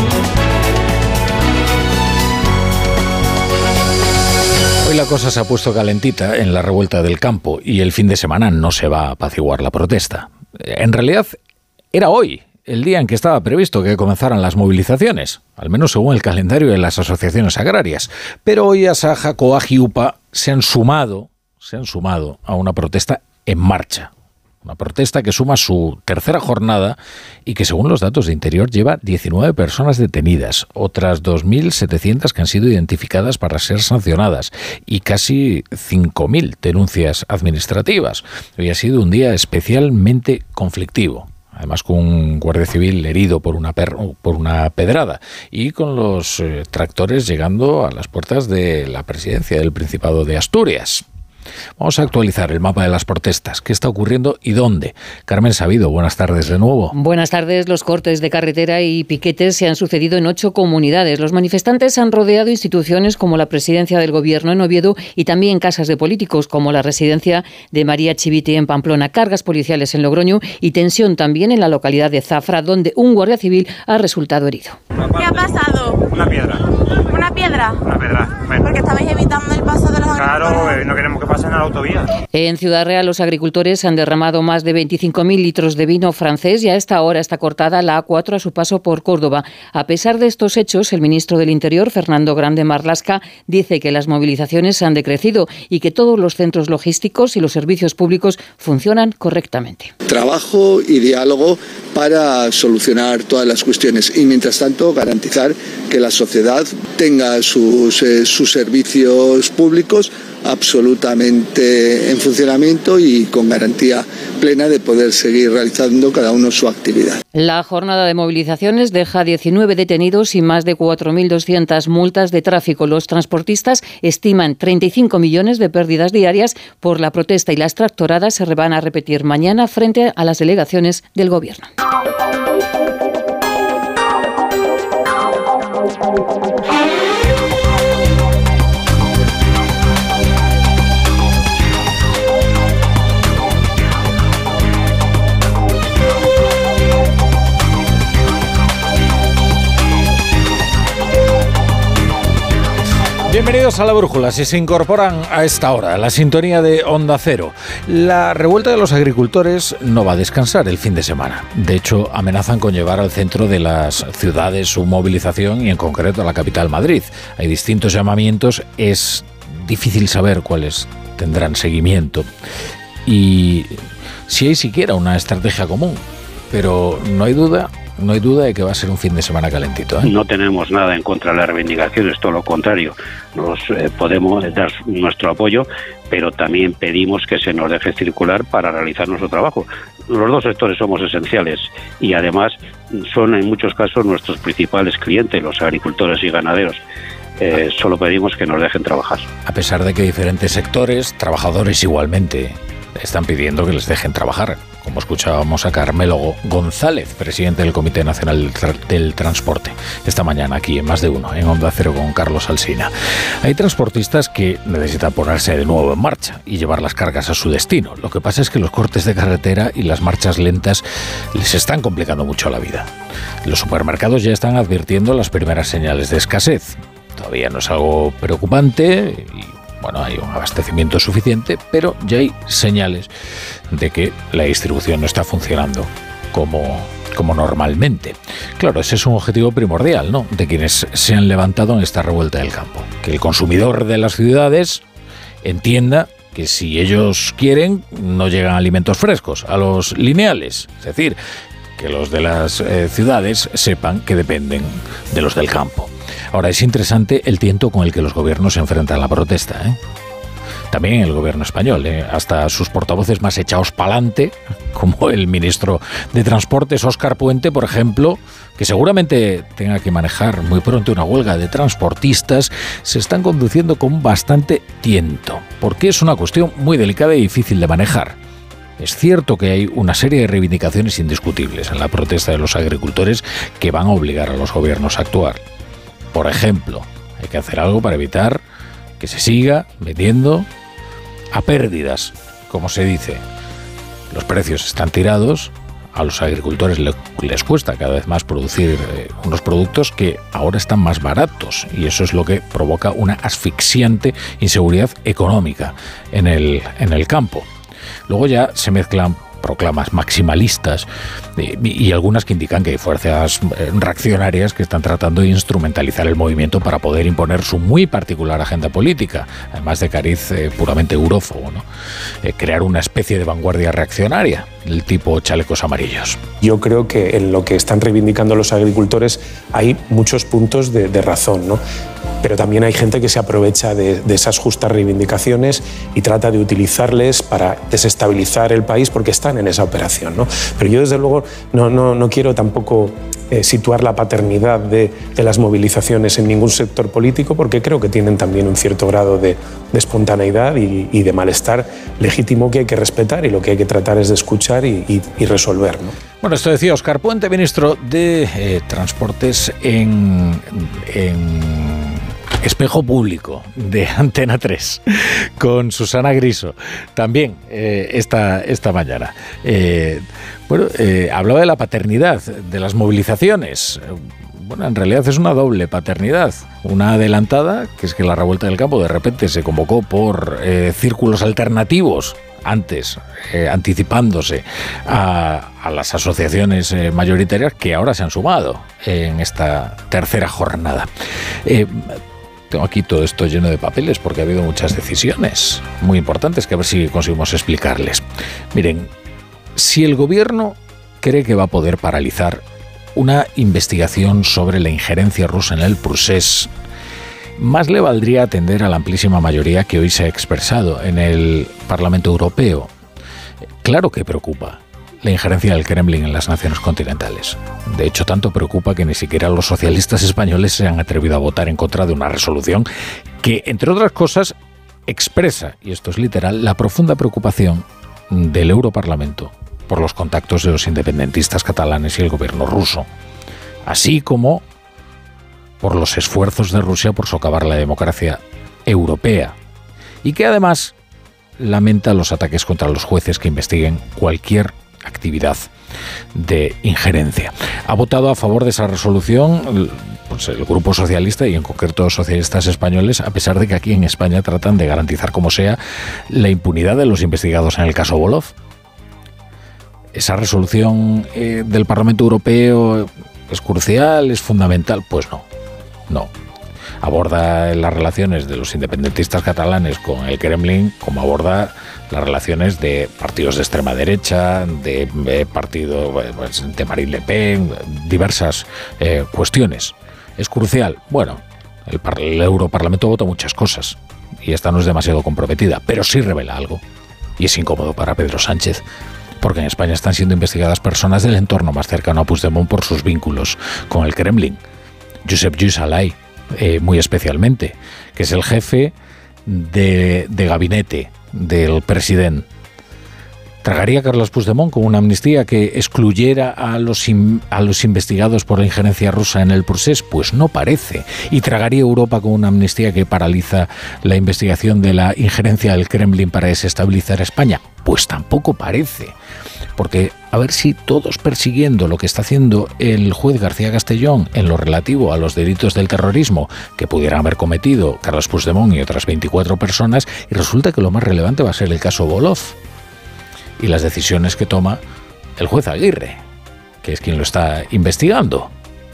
S11: Hoy la cosa se ha puesto calentita en la revuelta del campo y el fin de semana no se va a apaciguar la protesta. En realidad, era hoy el día en que estaba previsto que comenzaran las movilizaciones, al menos según el calendario de las asociaciones agrarias. Pero hoy Asaja, Coag y UPA se han sumado, se han sumado a una protesta en marcha. Una protesta que suma su tercera jornada y que, según los datos de Interior, lleva diecinueve personas detenidas, otras dos mil setecientas que han sido identificadas para ser sancionadas y casi cinco mil denuncias administrativas. Hoy ha sido un día especialmente conflictivo. Además, con un guardia civil herido por una, per, por una pedrada y con los eh, tractores llegando a las puertas de la presidencia del Principado de Asturias. Vamos a actualizar el mapa de las protestas. ¿Qué está ocurriendo y dónde? Carmen Sabido, buenas tardes de nuevo.
S8: Buenas tardes. Los cortes de carretera y piquetes se han sucedido en ocho comunidades. Los manifestantes han rodeado instituciones como la presidencia del Gobierno en Oviedo y también casas de políticos como la residencia de María Chivite en Pamplona, cargas policiales en Logroño y tensión también en la localidad de Zafra, donde un guardia civil ha resultado herido.
S9: ¿Qué ha pasado?
S21: Una piedra.
S9: ¿Una piedra?
S21: Una piedra. Bueno.
S9: Porque estabais evitando el paso de los agricultores.
S21: Claro, no queremos que pasen a la autovía.
S8: En Ciudad Real, los agricultores han derramado más de veinticinco mil litros de vino francés y a esta hora está cortada la A cuatro a su paso por Córdoba. A pesar de estos hechos, el ministro del Interior, Fernando Grande Marlaska, dice que las movilizaciones han decrecido y que todos los centros logísticos y los servicios públicos funcionan correctamente.
S10: Trabajo y diálogo para solucionar todas las cuestiones y, mientras tanto, garantizar que la sociedad tenga sus, eh, sus servicios públicos absolutamente en funcionamiento y con garantía plena de poder seguir realizando cada uno su actividad.
S8: La jornada de movilizaciones deja diecinueve detenidos y más de cuatro mil doscientas multas de tráfico. Los transportistas estiman treinta y cinco millones de pérdidas diarias por la protesta y las tractoradas se van a repetir mañana frente a las delegaciones del Gobierno.
S11: Bienvenidos a La Brújula, si se incorporan a esta hora, la sintonía de Onda Cero. La revuelta de los agricultores no va a descansar el fin de semana. De hecho, amenazan con llevar al centro de las ciudades su movilización y en concreto a la capital Madrid. Hay distintos llamamientos, es difícil saber cuáles tendrán seguimiento y si hay siquiera una estrategia común, pero no hay duda... No hay duda de que va a ser un fin de semana calentito, ¿eh?
S4: No tenemos nada en contra de las reivindicaciones, todo lo contrario. Nos eh, podemos dar nuestro apoyo, pero también pedimos que se nos deje circular para realizar nuestro trabajo. Los dos sectores somos esenciales y además son en muchos casos nuestros principales clientes, los agricultores y ganaderos. Eh, solo pedimos que nos dejen trabajar.
S11: A pesar de que diferentes sectores, trabajadores igualmente, están pidiendo que les dejen trabajar, como escuchábamos a Carmelo González, presidente del Comité Nacional del Transporte, esta mañana aquí en Más de Uno, en Onda Cero con Carlos Alsina. Hay transportistas que necesitan ponerse de nuevo en marcha y llevar las cargas a su destino. Lo que pasa es que los cortes de carretera y las marchas lentas les están complicando mucho la vida. Los supermercados ya están advirtiendo las primeras señales de escasez. Todavía no es algo preocupante y bueno, hay un abastecimiento suficiente, pero ya hay señales de que la distribución no está funcionando como, como normalmente. Claro, ese es un objetivo primordial, ¿no?, de quienes se han levantado en esta revuelta del campo. Que el consumidor de las ciudades entienda que si ellos quieren, no llegan alimentos frescos a los lineales. Es decir, que los de las eh, ciudades sepan que dependen de los del campo. Ahora, es interesante el tiento con el que los gobiernos se enfrentan a la protesta, ¿eh? También el gobierno español, ¿eh? Hasta sus portavoces más echados pa'lante, como el ministro de Transportes, Óscar Puente, por ejemplo, que seguramente tenga que manejar muy pronto una huelga de transportistas, se están conduciendo con bastante tiento, porque es una cuestión muy delicada y difícil de manejar. Es cierto que hay una serie de reivindicaciones indiscutibles en la protesta de los agricultores que van a obligar a los gobiernos a actuar. Por ejemplo, hay que hacer algo para evitar que se siga vendiendo a pérdidas, como se dice. Los precios están tirados, a los agricultores les cuesta cada vez más producir eh, unos productos que ahora están más baratos y eso es lo que provoca una asfixiante inseguridad económica en el, en el campo. Luego ya se mezclan proclamas maximalistas y, y algunas que indican que hay fuerzas reaccionarias que están tratando de instrumentalizar el movimiento para poder imponer su muy particular agenda política, además de cariz eh, puramente eurófobo, ¿no? Eh, crear una especie de vanguardia reaccionaria, el tipo chalecos amarillos.
S5: Yo creo que en lo que están reivindicando los agricultores hay muchos puntos de, de razón, ¿no? Pero también hay gente que se aprovecha de, de esas justas reivindicaciones y trata de utilizarles para desestabilizar el país porque están en esa operación, ¿no? Pero yo desde luego no, no, no quiero tampoco eh, situar la paternidad de, de las movilizaciones en ningún sector político porque creo que tienen también un cierto grado de, de espontaneidad y, y de malestar legítimo que hay que respetar y lo que hay que tratar es de escuchar y, y, y resolver, ¿no?
S11: Bueno, esto decía Óscar Puente, ministro de eh, Transportes en... en Espejo Público de Antena tres con Susana Griso también eh, esta, esta mañana. Eh, bueno, eh, hablaba de la paternidad de las movilizaciones. Bueno, en realidad es una doble paternidad. Una adelantada, que es que la revuelta del campo de repente se convocó por eh, círculos alternativos antes, eh, anticipándose a, a las asociaciones eh, mayoritarias que ahora se han sumado en esta tercera jornada. Eh, Tengo aquí todo esto lleno de papeles porque ha habido muchas decisiones muy importantes que a ver si conseguimos explicarles. Miren, si el gobierno cree que va a poder paralizar una investigación sobre la injerencia rusa en el procés, más le valdría atender a la amplísima mayoría que hoy se ha expresado en el Parlamento Europeo. Claro que preocupa la injerencia del Kremlin en las naciones continentales. De hecho, tanto preocupa que ni siquiera los socialistas españoles se han atrevido a votar en contra de una resolución que, entre otras cosas, expresa, y esto es literal, la profunda preocupación del Europarlamento por los contactos de los independentistas catalanes y el gobierno ruso, así como por los esfuerzos de Rusia por socavar la democracia europea, y que además lamenta los ataques contra los jueces que investiguen cualquier actividad de injerencia. Ha votado a favor de esa resolución pues pues el Grupo Socialista y en concreto los socialistas españoles, a pesar de que aquí en España tratan de garantizar como sea la impunidad de los investigados en el caso Volov. ¿Esa resolución eh, del Parlamento Europeo es crucial, es fundamental? Pues no, no. Aborda las relaciones de los independentistas catalanes con el Kremlin como aborda las relaciones de partidos de extrema derecha, de, de partido pues, de Marine Le Pen, diversas eh, cuestiones. ¿Es crucial? Bueno, el, el Europarlamento vota muchas cosas y esta no es demasiado comprometida, pero sí revela algo y es incómodo para Pedro Sánchez. Porque en España están siendo investigadas personas del entorno más cercano a Puigdemont por sus vínculos con el Kremlin. Josep Lluís Alay, eh, muy especialmente, que es el jefe de, de gabinete del presidente. ¿Tragaría Carles Puigdemont con una amnistía que excluyera a los, in, a los investigados por la injerencia rusa en el procés? Pues no parece. ¿Y tragaría Europa con una amnistía que paraliza la investigación de la injerencia del Kremlin para desestabilizar España? Pues tampoco parece. Porque a ver si todos persiguiendo lo que está haciendo el juez García Castellón en lo relativo a los delitos del terrorismo que pudieran haber cometido Carles Puigdemont y otras veinticuatro personas, y resulta que lo más relevante va a ser el caso Volov y las decisiones que toma el juez Aguirre, que es quien lo está investigando.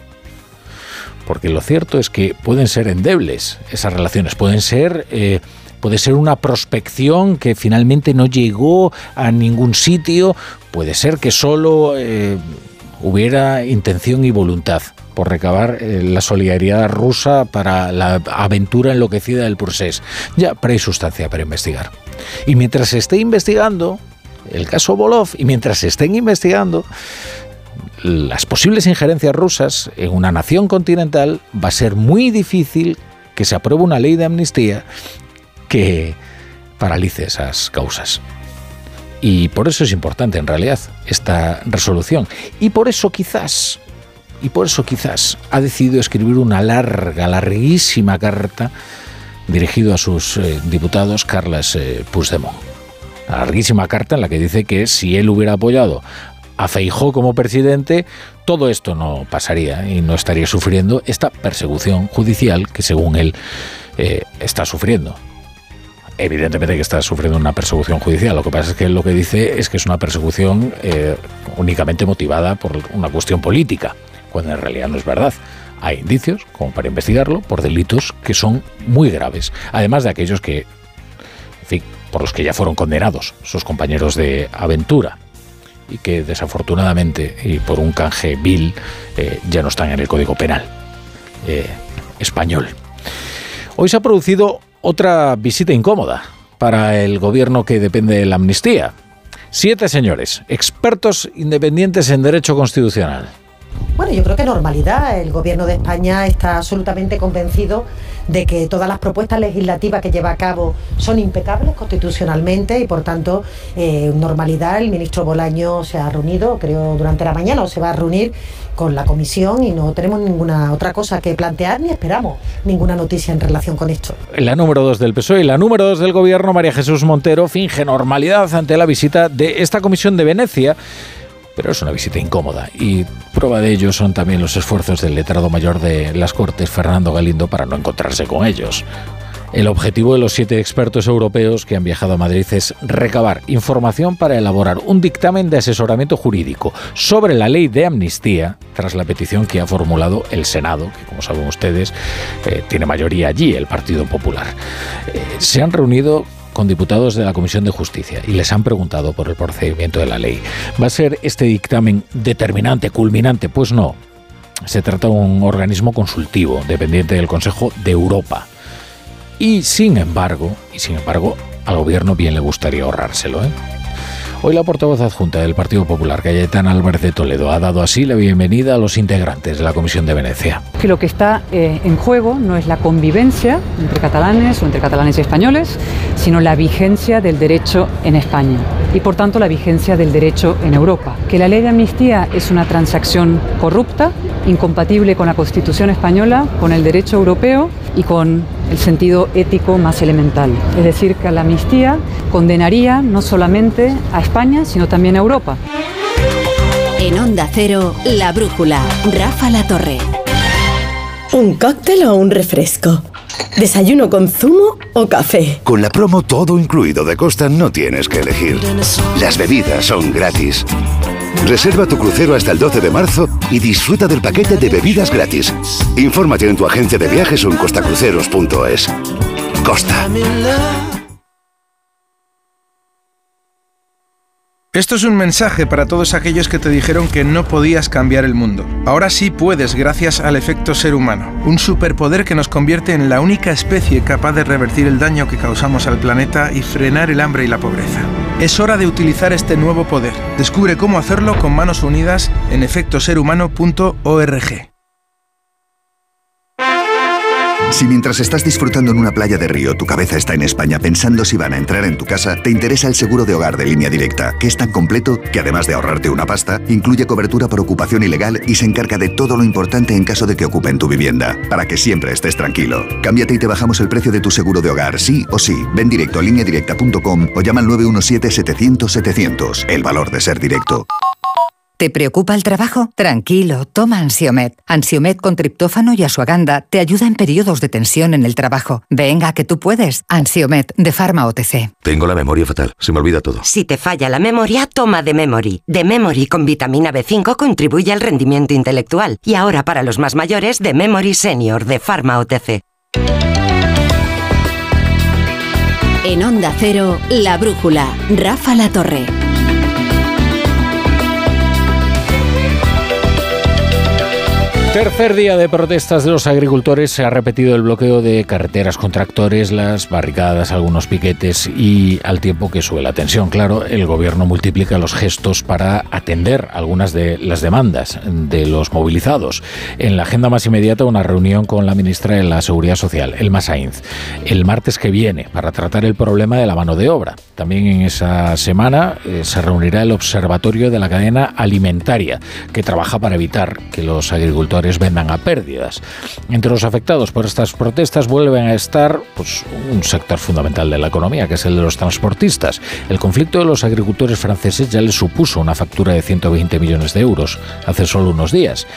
S11: Porque lo cierto es que pueden ser endebles esas relaciones, pueden ser, eh, puede ser una prospección que finalmente no llegó a ningún sitio, puede ser que solo eh, hubiera intención y voluntad por recabar eh, la solidaridad rusa para la aventura enloquecida del procés. Ya, pero hay sustancia para investigar. Y mientras se esté investigando el caso Volov y mientras se estén investigando las posibles injerencias rusas en una nación continental, va a ser muy difícil que se apruebe una ley de amnistía que paralice esas causas. Y por eso es importante en realidad esta resolución. Y por eso quizás, y por eso quizás ha decidido escribir una larga, larguísima carta dirigida a sus eh, diputados Carles eh, Puigdemont. Una larguísima carta en la que dice que si él hubiera apoyado a Feijóo como presidente, todo esto no pasaría y no estaría sufriendo esta persecución judicial que según él eh, está sufriendo. Evidentemente que está sufriendo una persecución judicial. Lo que pasa es que él lo que dice es que es una persecución eh, únicamente motivada por una cuestión política, cuando en realidad no es verdad. Hay indicios, como para investigarlo, por delitos que son muy graves, además de aquellos que, en fin, por los que ya fueron condenados sus compañeros de aventura y que desafortunadamente y por un canje vil eh, ya no están en el Código Penal eh, español. Hoy se ha producido otra visita incómoda para el gobierno que depende de la amnistía. Siete señores, expertos independientes en derecho constitucional.
S12: Bueno, yo creo que normalidad. El Gobierno de España está absolutamente convencido de que todas las propuestas legislativas que lleva a cabo son impecables constitucionalmente y, por tanto, eh, normalidad. El ministro Bolaño se ha reunido, creo, durante la mañana o se va a reunir con la comisión y no tenemos ninguna otra cosa que plantear ni esperamos ninguna noticia en relación con esto.
S11: La número dos del P S O E y la número dos del Gobierno, María Jesús Montero, finge normalidad ante la visita de esta comisión de Venecia. Pero es una visita incómoda y prueba de ello son también los esfuerzos del letrado mayor de las Cortes, Fernando Galindo, para no encontrarse con ellos. El objetivo de los siete expertos europeos que han viajado a Madrid es recabar información para elaborar un dictamen de asesoramiento jurídico sobre la ley de amnistía, tras la petición que ha formulado el Senado, que como saben ustedes eh, tiene mayoría allí, el Partido Popular. Eh, se han reunido con diputados de la Comisión de Justicia y les han preguntado por el procedimiento de la ley. ¿Va a ser este dictamen determinante, culminante? Pues no. Se trata de un organismo consultivo, dependiente del Consejo de Europa. Y sin embargo, y sin embargo, al Gobierno bien le gustaría ahorrárselo, ¿eh? Hoy la portavoz adjunta del Partido Popular, Cayetana Álvarez de Toledo, ha dado así la bienvenida a los integrantes de la Comisión de Venecia.
S17: Que lo que está eh, en juego no es la convivencia entre catalanes o entre catalanes y españoles, sino la vigencia del derecho en España y, por tanto, la vigencia del derecho en Europa. Que la ley de amnistía es una transacción corrupta, incompatible con la Constitución española, con el derecho europeo y con el sentido ético más elemental. Es decir, que la amnistía condenaría no solamente a España, sino también a Europa.
S15: En Onda Cero, La Brújula, Rafa La Torre.
S3: ¿Un cóctel o un refresco? ¿Desayuno con zumo o café?
S14: Con la promo todo incluido de Costa no tienes que elegir. Las bebidas son gratis. Reserva tu crucero hasta el doce de marzo y disfruta del paquete de bebidas gratis. Infórmate en tu agencia de viajes o en costacruceros punto es. Costa.
S23: Esto es un mensaje para todos aquellos que te dijeron que no podías cambiar el mundo. Ahora sí puedes gracias al efecto ser humano, un superpoder que nos convierte en la única especie capaz de revertir el daño que causamos al planeta y frenar el hambre y la pobreza. Es hora de utilizar este nuevo poder. Descubre cómo hacerlo con manos unidas en efecto ser humano punto org.
S13: Si mientras estás disfrutando en una playa de Río tu cabeza está en España pensando si van a entrar en tu casa, te interesa el seguro de hogar de Línea Directa, que es tan completo que además de ahorrarte una pasta, incluye cobertura por ocupación ilegal y se encarga de todo lo importante en caso de que ocupen tu vivienda, para que siempre estés tranquilo. Cámbiate y te bajamos el precio de tu seguro de hogar, sí o sí. Ven directo a línea directa punto com o llama al nueve uno siete, setecientos, setecientos. El valor de ser directo.
S24: ¿Te preocupa el trabajo? Tranquilo, toma Ansiomed. Ansiomed con triptófano y asuaganda te ayuda en periodos de tensión en el trabajo. Venga, que tú puedes. Ansiomed, de Pharma O T C.
S25: Tengo la memoria fatal, se me olvida todo.
S26: Si te falla la memoria, toma de Memory. De Memory con vitamina B cinco contribuye al rendimiento intelectual. Y ahora para los más mayores, de Memory Senior, de Pharma O T C.
S15: En Onda Cero, La Brújula, Rafa La Torre.
S11: Tercer día de protestas de los agricultores. Se ha repetido el bloqueo de carreteras con tractores, las barricadas, algunos piquetes y al tiempo que sube la tensión. Claro, el gobierno multiplica los gestos para atender algunas de las demandas de los movilizados. En la agenda más inmediata, una reunión con la ministra de la Seguridad Social, Elma Sainz, el martes que viene para tratar el problema de la mano de obra. También en esa semana eh, se reunirá el Observatorio de la Cadena Alimentaria, que trabaja para evitar que los agricultores vendan a pérdidas. Entre los afectados por estas protestas vuelven a estar pues, un sector fundamental de la economía, que es el de los transportistas. El conflicto de los agricultores franceses ya les supuso una factura de ciento veinte millones de euros hace solo unos días.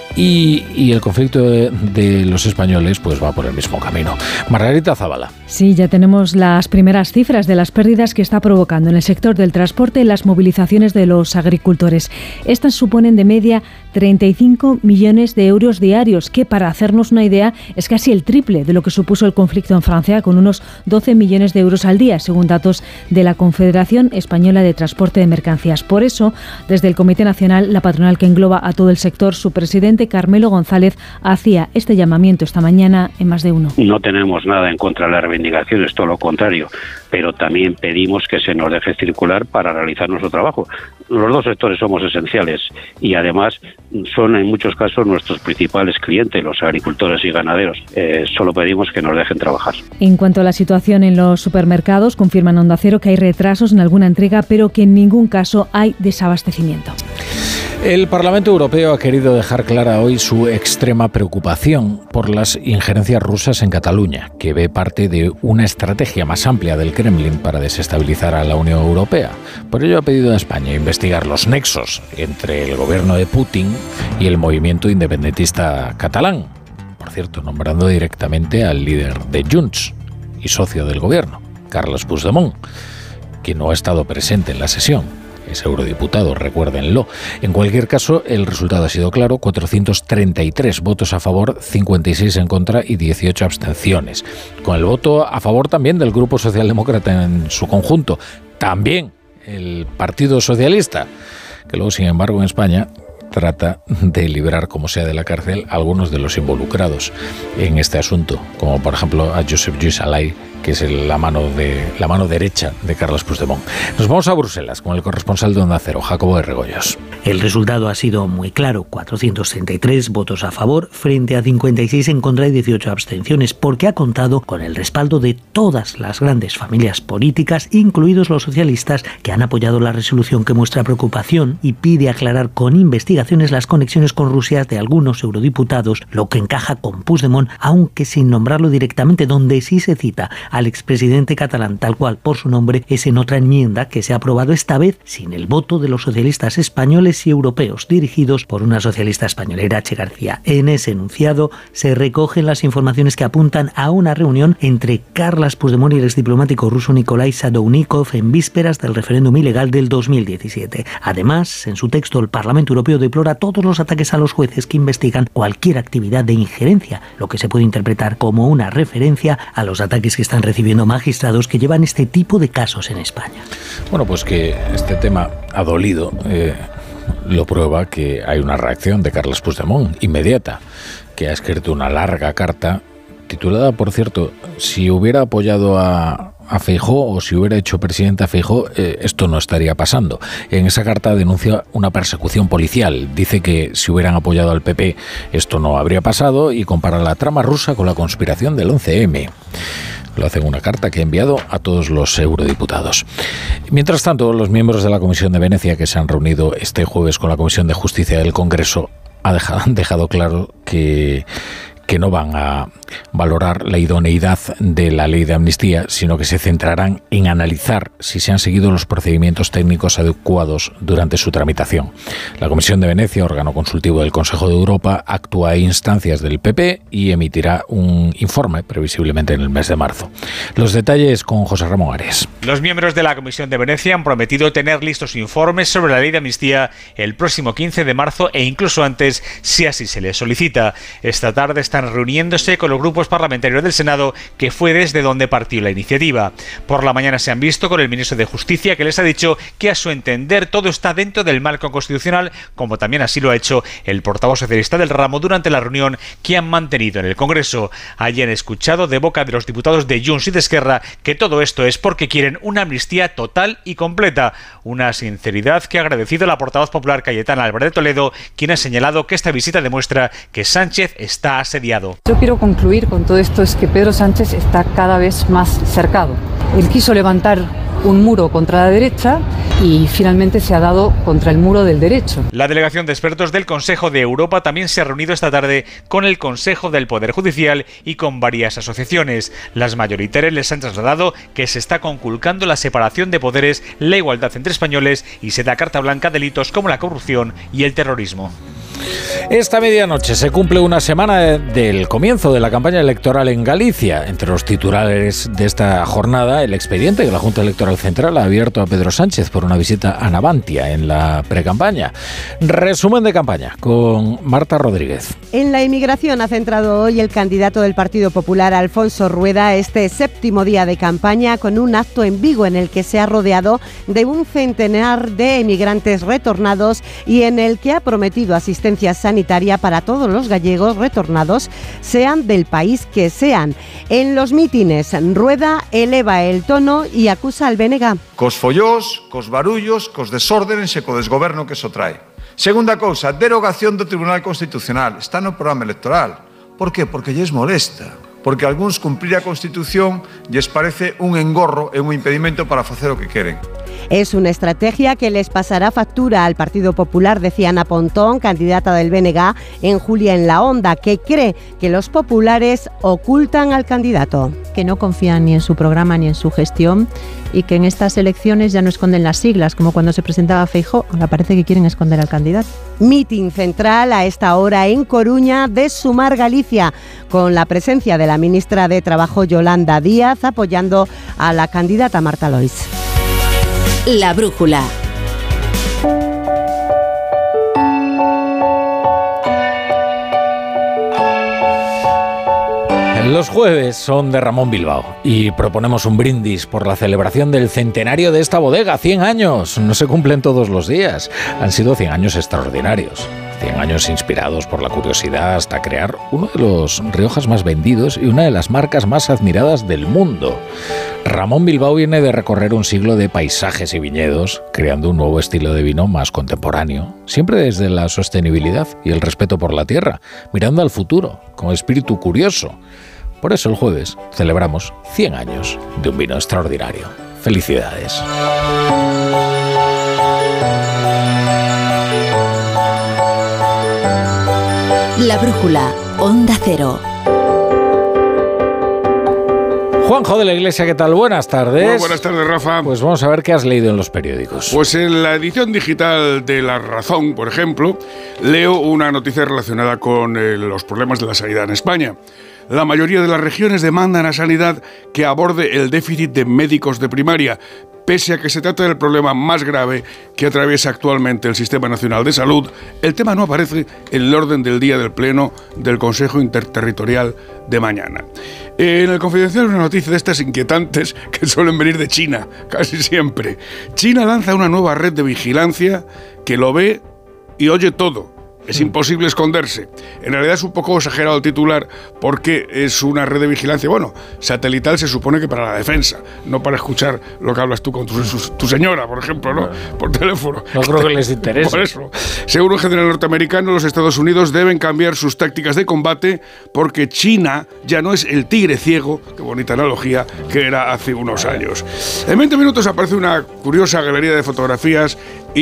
S11: Y, y el conflicto de, de los españoles pues va por el mismo camino. Margarita Zavala.
S27: Sí, ya tenemos las primeras cifras de las pérdidas que está provocando en el sector del transporte las movilizaciones de los agricultores. Estas suponen de media treinta y cinco millones de euros diarios, que para hacernos una idea es casi el triple de lo que supuso el conflicto en Francia, con unos doce millones de euros al día, según datos de la Confederación Española de Transporte de Mercancías. Por eso, desde el Comité Nacional, la patronal que engloba a todo el sector, su presidente Carmelo González hacía este llamamiento esta mañana en Más de Uno.
S4: No tenemos nada en contra de las reivindicaciones, todo lo contrario, pero también pedimos que se nos deje circular para realizar nuestro trabajo. Los dos sectores somos esenciales y además son en muchos casos nuestros principales clientes, los agricultores y ganaderos. Eh, solo pedimos que nos dejen trabajar.
S27: En cuanto a la situación en los supermercados, confirman Onda Cero que hay retrasos en alguna entrega, pero que en ningún caso hay desabastecimiento.
S11: El Parlamento Europeo ha querido dejar clara hoy su extrema preocupación por las injerencias rusas en Cataluña, que ve parte de una estrategia más amplia del Kremlin para desestabilizar a la Unión Europea. Por ello ha pedido a España investigar los nexos entre el gobierno de Putin y el movimiento independentista catalán. Por cierto, nombrando directamente al líder de Junts y socio del gobierno, Carles Puigdemont, que no ha estado presente en la sesión. Es eurodiputado, recuérdenlo. En cualquier caso, el resultado ha sido claro: cuatrocientos treinta y tres votos a favor, cincuenta y seis en contra y dieciocho abstenciones. Con el voto a favor también del Grupo Socialdemócrata en su conjunto. También el Partido Socialista, que luego, sin embargo, en España trata de liberar como sea de la cárcel a algunos de los involucrados en este asunto, como por ejemplo a Josep Lluís Alay, que es la mano de la mano derecha de Carles Puigdemont. Nos vamos a Bruselas con el corresponsal de Onda Cero, Jacobo de Regoyos.
S28: El resultado ha sido muy claro: cuatrocientos treinta y tres votos a favor frente a cincuenta y seis en contra y dieciocho abstenciones, porque ha contado con el respaldo de todas las grandes familias políticas, incluidos los socialistas, que han apoyado la resolución que muestra preocupación y pide aclarar con investigaciones las conexiones con Rusia de algunos eurodiputados, lo que encaja con Puigdemont, aunque sin nombrarlo directamente, donde sí se cita a al expresidente catalán, tal cual por su nombre es en otra enmienda que se ha aprobado esta vez sin el voto de los socialistas españoles y europeos, dirigidos por una socialista española, Irache García. En ese enunciado se recogen las informaciones que apuntan a una reunión entre Carles Puigdemont y el exdiplomático ruso Nikolai Sadovnikov en vísperas del referéndum ilegal del dos mil diecisiete. Además, en su texto, el Parlamento Europeo deplora todos los ataques a los jueces que investigan cualquier actividad de injerencia, lo que se puede interpretar como una referencia a los ataques que están recibiendo magistrados que llevan este tipo de casos en España.
S11: Bueno, pues que este tema ha dolido, eh, lo prueba que hay una reacción de Carles Puigdemont inmediata, que ha escrito una larga carta titulada, por cierto, si hubiera apoyado a, a Feijóo o si hubiera hecho presidente a Feijóo, eh, esto no estaría pasando. En esa carta denuncia una persecución policial. Dice que si hubieran apoyado al P P esto no habría pasado y compara la trama rusa con la conspiración del once eme. Lo hace en una carta que ha enviado a todos los eurodiputados. Mientras tanto, los miembros de la Comisión de Venecia, que se han reunido este jueves con la Comisión de Justicia del Congreso, han dejado claro que que no van a valorar la idoneidad de la ley de amnistía, sino que se centrarán en analizar si se han seguido los procedimientos técnicos adecuados durante su tramitación. La Comisión de Venecia, órgano consultivo del Consejo de Europa, actúa a instancias del P P y emitirá un informe, previsiblemente en el mes de marzo. Los detalles con José Ramón Ares.
S1: Los miembros de la Comisión de Venecia han prometido tener listos informes sobre la ley de amnistía el próximo quince de marzo e incluso antes, si así se les solicita. Esta tarde están reuniéndose con los grupos parlamentarios del Senado, que fue desde donde partió la iniciativa. Por la mañana se han visto con el ministro de Justicia, que les ha dicho que a su entender todo está dentro del marco constitucional, como también así lo ha hecho el portavoz socialista del ramo durante la reunión que han mantenido en el Congreso. Allí han escuchado de boca de los diputados de Junts y de Esquerra que todo esto es porque quieren una amnistía total y completa, una sinceridad que ha agradecido la portavoz popular Cayetana Álvarez de Toledo, quien ha señalado que esta visita demuestra que Sánchez está asediado.
S17: Yo quiero concluir con todo esto es que Pedro Sánchez está cada vez más cercado. Él quiso levantar un muro contra la derecha y finalmente se ha dado contra el muro del derecho.
S1: La delegación de expertos del Consejo de Europa también se ha reunido esta tarde con el Consejo del Poder Judicial y con varias asociaciones. Las mayoritarias les han trasladado que se está conculcando la separación de poderes, la igualdad entre españoles y se da carta blanca a delitos como la corrupción y el terrorismo.
S11: Esta medianoche se cumple una semana del comienzo de la campaña electoral en Galicia. Entre los titulares de esta jornada, el expediente que la Junta Electoral Central ha abierto a Pedro Sánchez por una visita a Navantia en la precampaña. Resumen de campaña con Marta Rodríguez.
S2: En la inmigración ha centrado hoy el candidato del Partido Popular, Alfonso Rueda, este séptimo día de campaña con un acto en Vigo en el que se ha rodeado de un centenar de emigrantes retornados y en el que ha prometido asistencia sanitaria para todos los gallegos retornados, sean del país que sean. En los mítines, Rueda eleva el tono y acusa al B N G.
S6: Cos follós, cos barullos, cos desórdenes e co desgoberno que eso trae. Segunda cousa, derogación do Tribunal Constitucional. Está no programa electoral. Por que? Porque lles molesta. Porque a algúns cumprir a Constitución lles parece un engorro e un impedimento para facer o que queren.
S2: Es una estrategia que les pasará factura al Partido Popular, decía Ana Pontón, candidata del B N G en Julia en la Onda, que cree que los populares ocultan al candidato.
S7: Que no confían ni en su programa ni en su gestión y que en estas elecciones ya no esconden las siglas, como cuando se presentaba Feijóo, ahora parece que quieren esconder al candidato.
S2: Mitin central a esta hora en Coruña de Sumar Galicia, con la presencia de la ministra de Trabajo Yolanda Díaz apoyando a la candidata Marta Lois.
S15: La brújula.
S11: Los jueves son de Ramón Bilbao y proponemos un brindis por la celebración del centenario de esta bodega. cien años, no se cumplen todos los días. Han sido cien años extraordinarios. cien años inspirados por la curiosidad hasta crear uno de los Riojas más vendidos y una de las marcas más admiradas del mundo. Ramón Bilbao viene de recorrer un siglo de paisajes y viñedos, creando un nuevo estilo de vino más contemporáneo, siempre desde la sostenibilidad y el respeto por la tierra, mirando al futuro, con espíritu curioso. Por eso el jueves celebramos cien años de un vino extraordinario. ¡Felicidades!
S15: La brújula, Onda Cero.
S11: Juanjo de la Iglesia, ¿qué tal? Buenas tardes.
S9: Muy buenas tardes, Rafa.
S11: Pues vamos a ver qué has leído en los periódicos.
S9: Pues en la edición digital de La Razón, por ejemplo, leo una noticia relacionada con eh, los problemas de la sanidad en España. La mayoría de las regiones demandan a Sanidad que aborde el déficit de médicos de primaria, pese a que se trata del problema más grave que atraviesa actualmente el Sistema Nacional de Salud. El tema no aparece en el orden del día del Pleno del Consejo Interterritorial de mañana. En el Confidencial una noticia de estas inquietantes que suelen venir de China, casi siempre. China lanza una nueva red de vigilancia que lo ve y oye todo. Es imposible esconderse. En realidad es un poco exagerado el titular porque es una red de vigilancia, bueno, satelital se supone que para la defensa, no para escuchar lo que hablas tú con tu, su, tu señora, por ejemplo, ¿no? Por teléfono.
S11: No creo que les interese.
S9: Por eso. Según un general norteamericano, los Estados Unidos deben cambiar sus tácticas de combate porque China ya no es el tigre ciego, qué bonita analogía, que era hace unos años. En veinte minutos aparece una curiosa galería de fotografías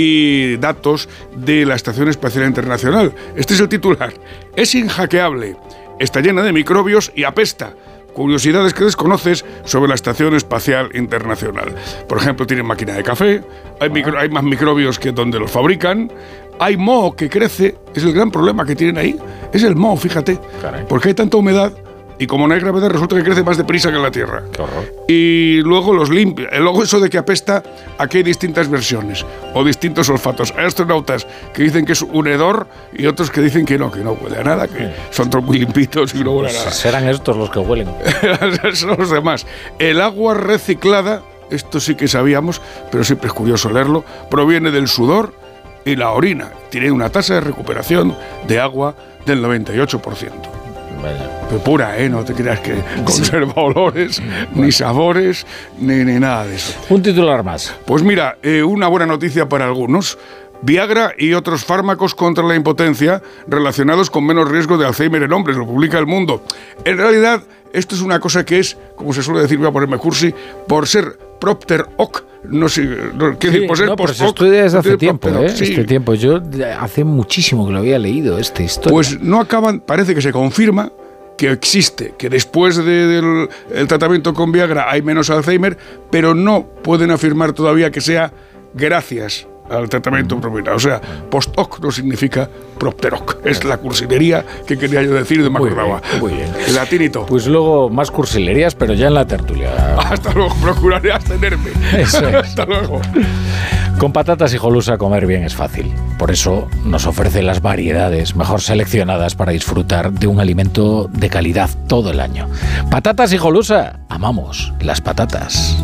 S9: y datos de la Estación Espacial Internacional. Este es el titular. Es inhackeable, está llena de microbios y apesta. Curiosidades que desconoces sobre la Estación Espacial Internacional. Por ejemplo, tienen máquina de café, hay, micro, hay más microbios que donde los fabrican, hay moho que crece, es el gran problema que tienen ahí, es el moho, fíjate, Caray. Porque hay tanta humedad y como no hay gravedad resulta que crece más deprisa que en la Tierra.
S11: Qué horror.
S9: Y luego los limpia. Luego eso de que apesta, aquí hay distintas versiones o distintos olfatos. Hay astronautas que dicen que es un hedor y otros que dicen que no, que no huele a nada, que son todos muy limpitos y no huele a nada.
S11: Serán estos los que huelen.
S9: Son los demás. El agua reciclada, esto sí que sabíamos, pero siempre es curioso leerlo, proviene del sudor y la orina. Tiene una tasa de recuperación de agua del noventa y ocho por ciento.
S11: Vaya.
S9: Pero pura, ¿eh? No te creas que conserva olores, bueno. ni sabores, ni, ni nada de eso.
S11: Un titular más.
S9: Pues mira, eh, una buena noticia para algunos. Viagra y otros fármacos contra la impotencia relacionados con menos riesgo de Alzheimer en hombres, lo publica El Mundo. En realidad, esto es una cosa que es, como se suele decir, voy a ponerme cursi, por ser propter hoc, no sé, no, ¿qué
S11: sí,
S9: decir? Por ser
S11: no,
S9: post
S11: pero se estudia desde hace tiempo, ¿eh?
S9: Sí.
S11: Este tiempo. Yo hace muchísimo que lo había leído, esta historia.
S9: Pues no acaban, parece que se confirma que existe, que después de, del el tratamiento con Viagra hay menos Alzheimer, pero no pueden afirmar todavía que sea gracias al tratamiento propio. O sea, post hoc no significa propter hoc. Es la cursilería que quería yo decir de
S11: muy
S9: Macro
S11: bien, muy bien.
S9: El latinito.
S11: Pues luego más cursilerías, pero ya en la tertulia.
S9: Hasta luego, procuraré abstenerme.
S11: Eso es.
S9: Hasta luego.
S11: Con patatas Hijolusa comer bien es fácil. Por eso nos ofrece las variedades mejor seleccionadas para disfrutar de un alimento de calidad todo el año. Patatas Hijolusa. Amamos las patatas.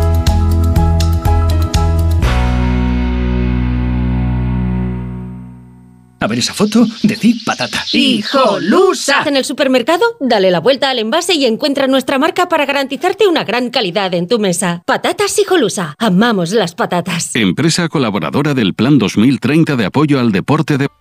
S10: A ver esa foto, decid patata.
S16: ¡Hijolusa! En el supermercado, dale la vuelta al envase y encuentra nuestra marca para garantizarte una gran calidad en tu mesa. Patatas Hijolusa. Amamos las patatas.
S18: Empresa colaboradora del Plan dos mil treinta de apoyo al deporte de...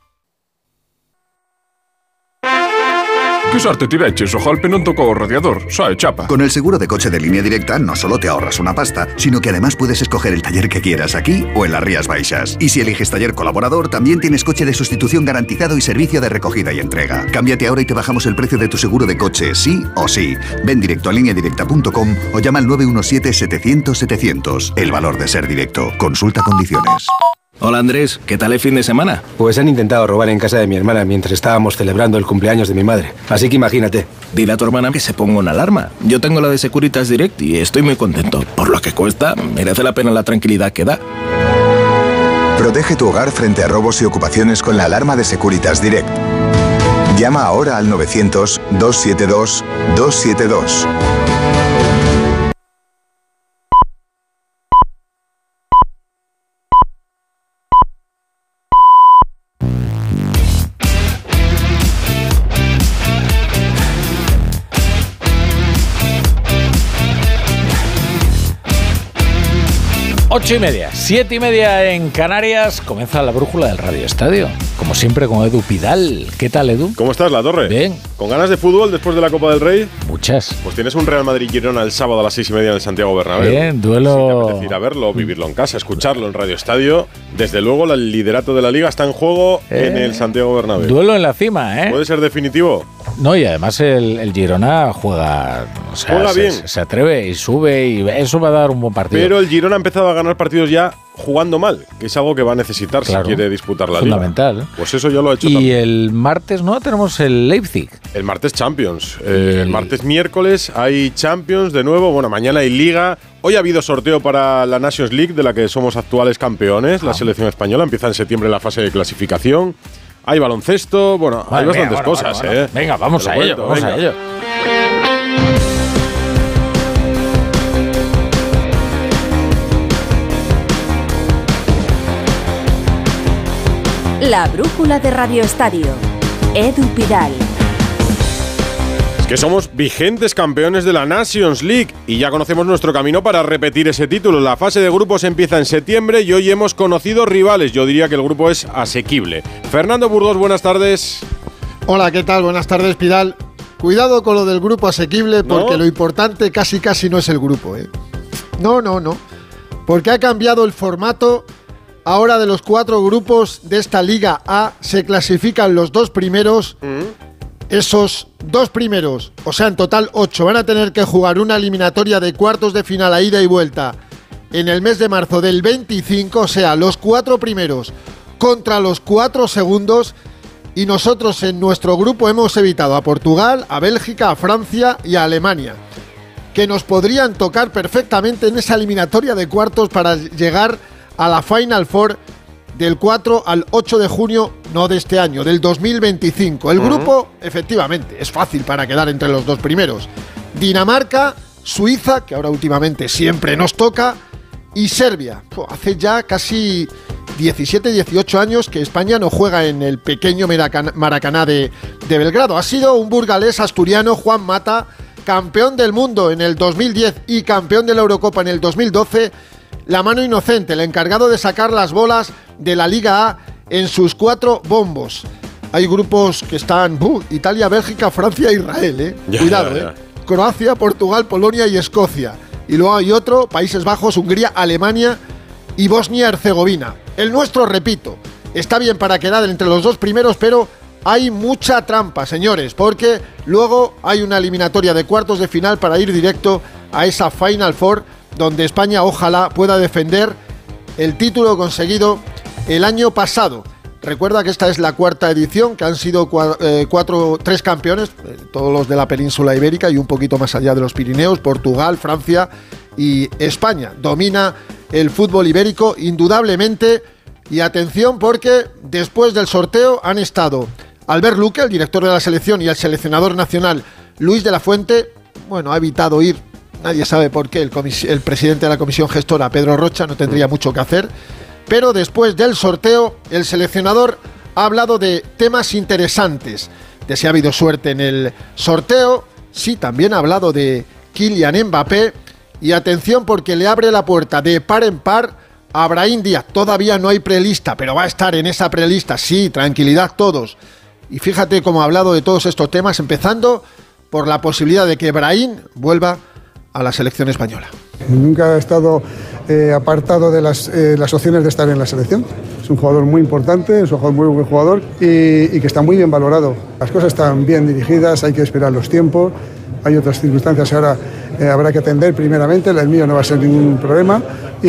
S19: Che sorte ti vecchis, ojalpe non tocó radiador, sai, chapa.
S13: Con el seguro de coche de Línea Directa no solo te ahorras una pasta, sino que además puedes escoger el taller que quieras aquí o en las Rías Baixas. Y si eliges taller colaborador, también tienes coche de sustitución garantizado y servicio de recogida y entrega. Cámbiate ahora y te bajamos el precio de tu seguro de coche, sí o sí. Ven directo a línea directa punto com o llama al nueve uno siete, setecientos, setecientos. El valor de ser directo. Consulta condiciones.
S20: Hola Andrés, ¿qué tal el fin de semana?
S21: Pues han intentado robar en casa de mi hermana mientras estábamos celebrando el cumpleaños de mi madre. Así que imagínate.
S20: Dile a tu hermana que se ponga una alarma. Yo tengo la de Securitas Direct y estoy muy contento. Por lo que cuesta, merece la pena la tranquilidad que da.
S22: Protege tu hogar frente a robos y ocupaciones con la alarma de Securitas Direct. Llama ahora al novecientos, doscientos setenta y dos, doscientos setenta y dos.
S11: Ocho y media, siete y media en Canarias, comienza la brújula del Radio Estadio. Como siempre con Edu Pidal. ¿Qué tal, Edu?
S29: ¿Cómo estás, La Torre?
S11: Bien.
S29: ¿Con ganas de fútbol después de la Copa del Rey?
S11: Muchas.
S29: Pues tienes un Real Madrid-Girona el sábado a las seis y media en el Santiago Bernabéu.
S11: Bien, duelo...
S29: Si te apetece ir a verlo, vivirlo en casa, escucharlo en Radio Estadio. Desde luego, el liderato de la Liga está en juego eh, en el Santiago Bernabéu.
S11: Duelo en la cima, ¿eh?
S29: ¿Puede ser definitivo?
S11: No, y además el, el Girona juega, o sea,
S29: juega
S11: se,
S29: bien.
S11: Se atreve y sube y eso va a dar un buen partido.
S29: Pero el Girona ha empezado a ganar partidos ya jugando mal, que es algo que va a necesitar
S11: claro,
S29: si quiere disputar la
S11: fundamental.
S29: liga. Pues eso ya lo ha hecho
S11: y
S29: también.
S11: el martes, ¿no? Tenemos el Leipzig.
S29: El martes Champions. Eh, el martes miércoles hay Champions de nuevo. Bueno, mañana hay Liga. Hoy ha habido sorteo para la Nations League, de la que somos actuales campeones. Ah. La selección española empieza en septiembre la fase de clasificación. Hay baloncesto. Bueno, vale, hay bastantes venga, bueno, cosas,
S11: bueno, bueno.
S29: ¿eh?
S11: Venga, vamos a ello, vamos venga. a ello.
S15: La brújula de Radio Estadio. Edu Pidal.
S29: Es que somos vigentes campeones de la Nations League y ya conocemos nuestro camino para repetir ese título. La fase de grupos empieza en septiembre y hoy hemos conocido rivales. Yo diría que el grupo es asequible. Fernando Burgos, buenas tardes.
S3: Hola, ¿qué tal? Buenas tardes, Pidal. Cuidado con lo del grupo asequible porque ¿no? Lo importante casi casi no es el grupo, ¿eh? No, no, no. Porque ha cambiado el formato. Ahora de los cuatro grupos de esta Liga A se clasifican los dos primeros. ¿Mm? Esos dos primeros, o sea, en total ocho, van a tener que jugar una eliminatoria de cuartos de final a ida y vuelta en el mes de marzo del veinticinco, o sea, los cuatro primeros contra los cuatro segundos. Y nosotros en nuestro grupo hemos evitado a Portugal, a Bélgica, a Francia y a Alemania, que nos podrían tocar perfectamente en esa eliminatoria de cuartos para llegar a la Final Four del cuatro al ocho de junio, no de este año, del dos mil veinticinco. El uh-huh. grupo, efectivamente, es fácil para quedar entre los dos primeros. Dinamarca, Suiza, que ahora últimamente siempre nos toca, y Serbia. Puh, hace ya casi diecisiete, dieciocho años que España no juega en el pequeño Maracaná de, de Belgrado. Ha sido un burgalés asturiano, Juan Mata, campeón del mundo en el dos mil diez y campeón de la Eurocopa en el dos mil doce, la mano inocente, el encargado de sacar las bolas de la Liga A en sus cuatro bombos. Hay grupos que están uh, Italia, Bélgica, Francia e Israel, ¿eh?
S29: Ya,
S3: Cuidado,
S29: ya, ya.
S3: ¿eh? Croacia, Portugal, Polonia y Escocia. Y luego hay otro, Países Bajos, Hungría, Alemania y Bosnia-Herzegovina. El nuestro, repito, está bien para quedar entre los dos primeros, pero hay mucha trampa, señores, porque luego hay una eliminatoria de cuartos de final para ir directo a esa Final Four, donde España ojalá pueda defender el título conseguido el año pasado. Recuerda que esta es la cuarta edición, que han sido cua- eh, cuatro, tres campeones, eh, todos los de la península ibérica y un poquito más allá de los Pirineos, Portugal, Francia y España. Domina el fútbol ibérico indudablemente. Y atención, porque después del sorteo han estado Albert Luque, el director de la selección, y el seleccionador nacional Luis de la Fuente. Bueno, ha evitado ir, nadie sabe por qué, el, comis- el presidente de la comisión gestora, Pedro Rocha, no tendría mucho que hacer. Pero después del sorteo, el seleccionador ha hablado de temas interesantes. De si ha habido suerte en el sorteo. Sí, también ha hablado de Kylian Mbappé. Y atención, porque le abre la puerta de par en par a Brahim Díaz. Todavía no hay prelista, pero va a estar en esa prelista. Sí, tranquilidad todos. Y fíjate cómo ha hablado de todos estos temas, empezando por la posibilidad de que Brahim vuelva a la selección española.
S5: Nunca ha estado eh, apartado de las, eh, las opciones de estar en la selección. Es un jugador muy importante, es un jugador muy buen jugador y, y que está muy bien valorado. Las cosas están bien dirigidas, hay que esperar los tiempos. Hay otras circunstancias que ahora eh, habrá que atender primeramente. El mío no va a ser ningún problema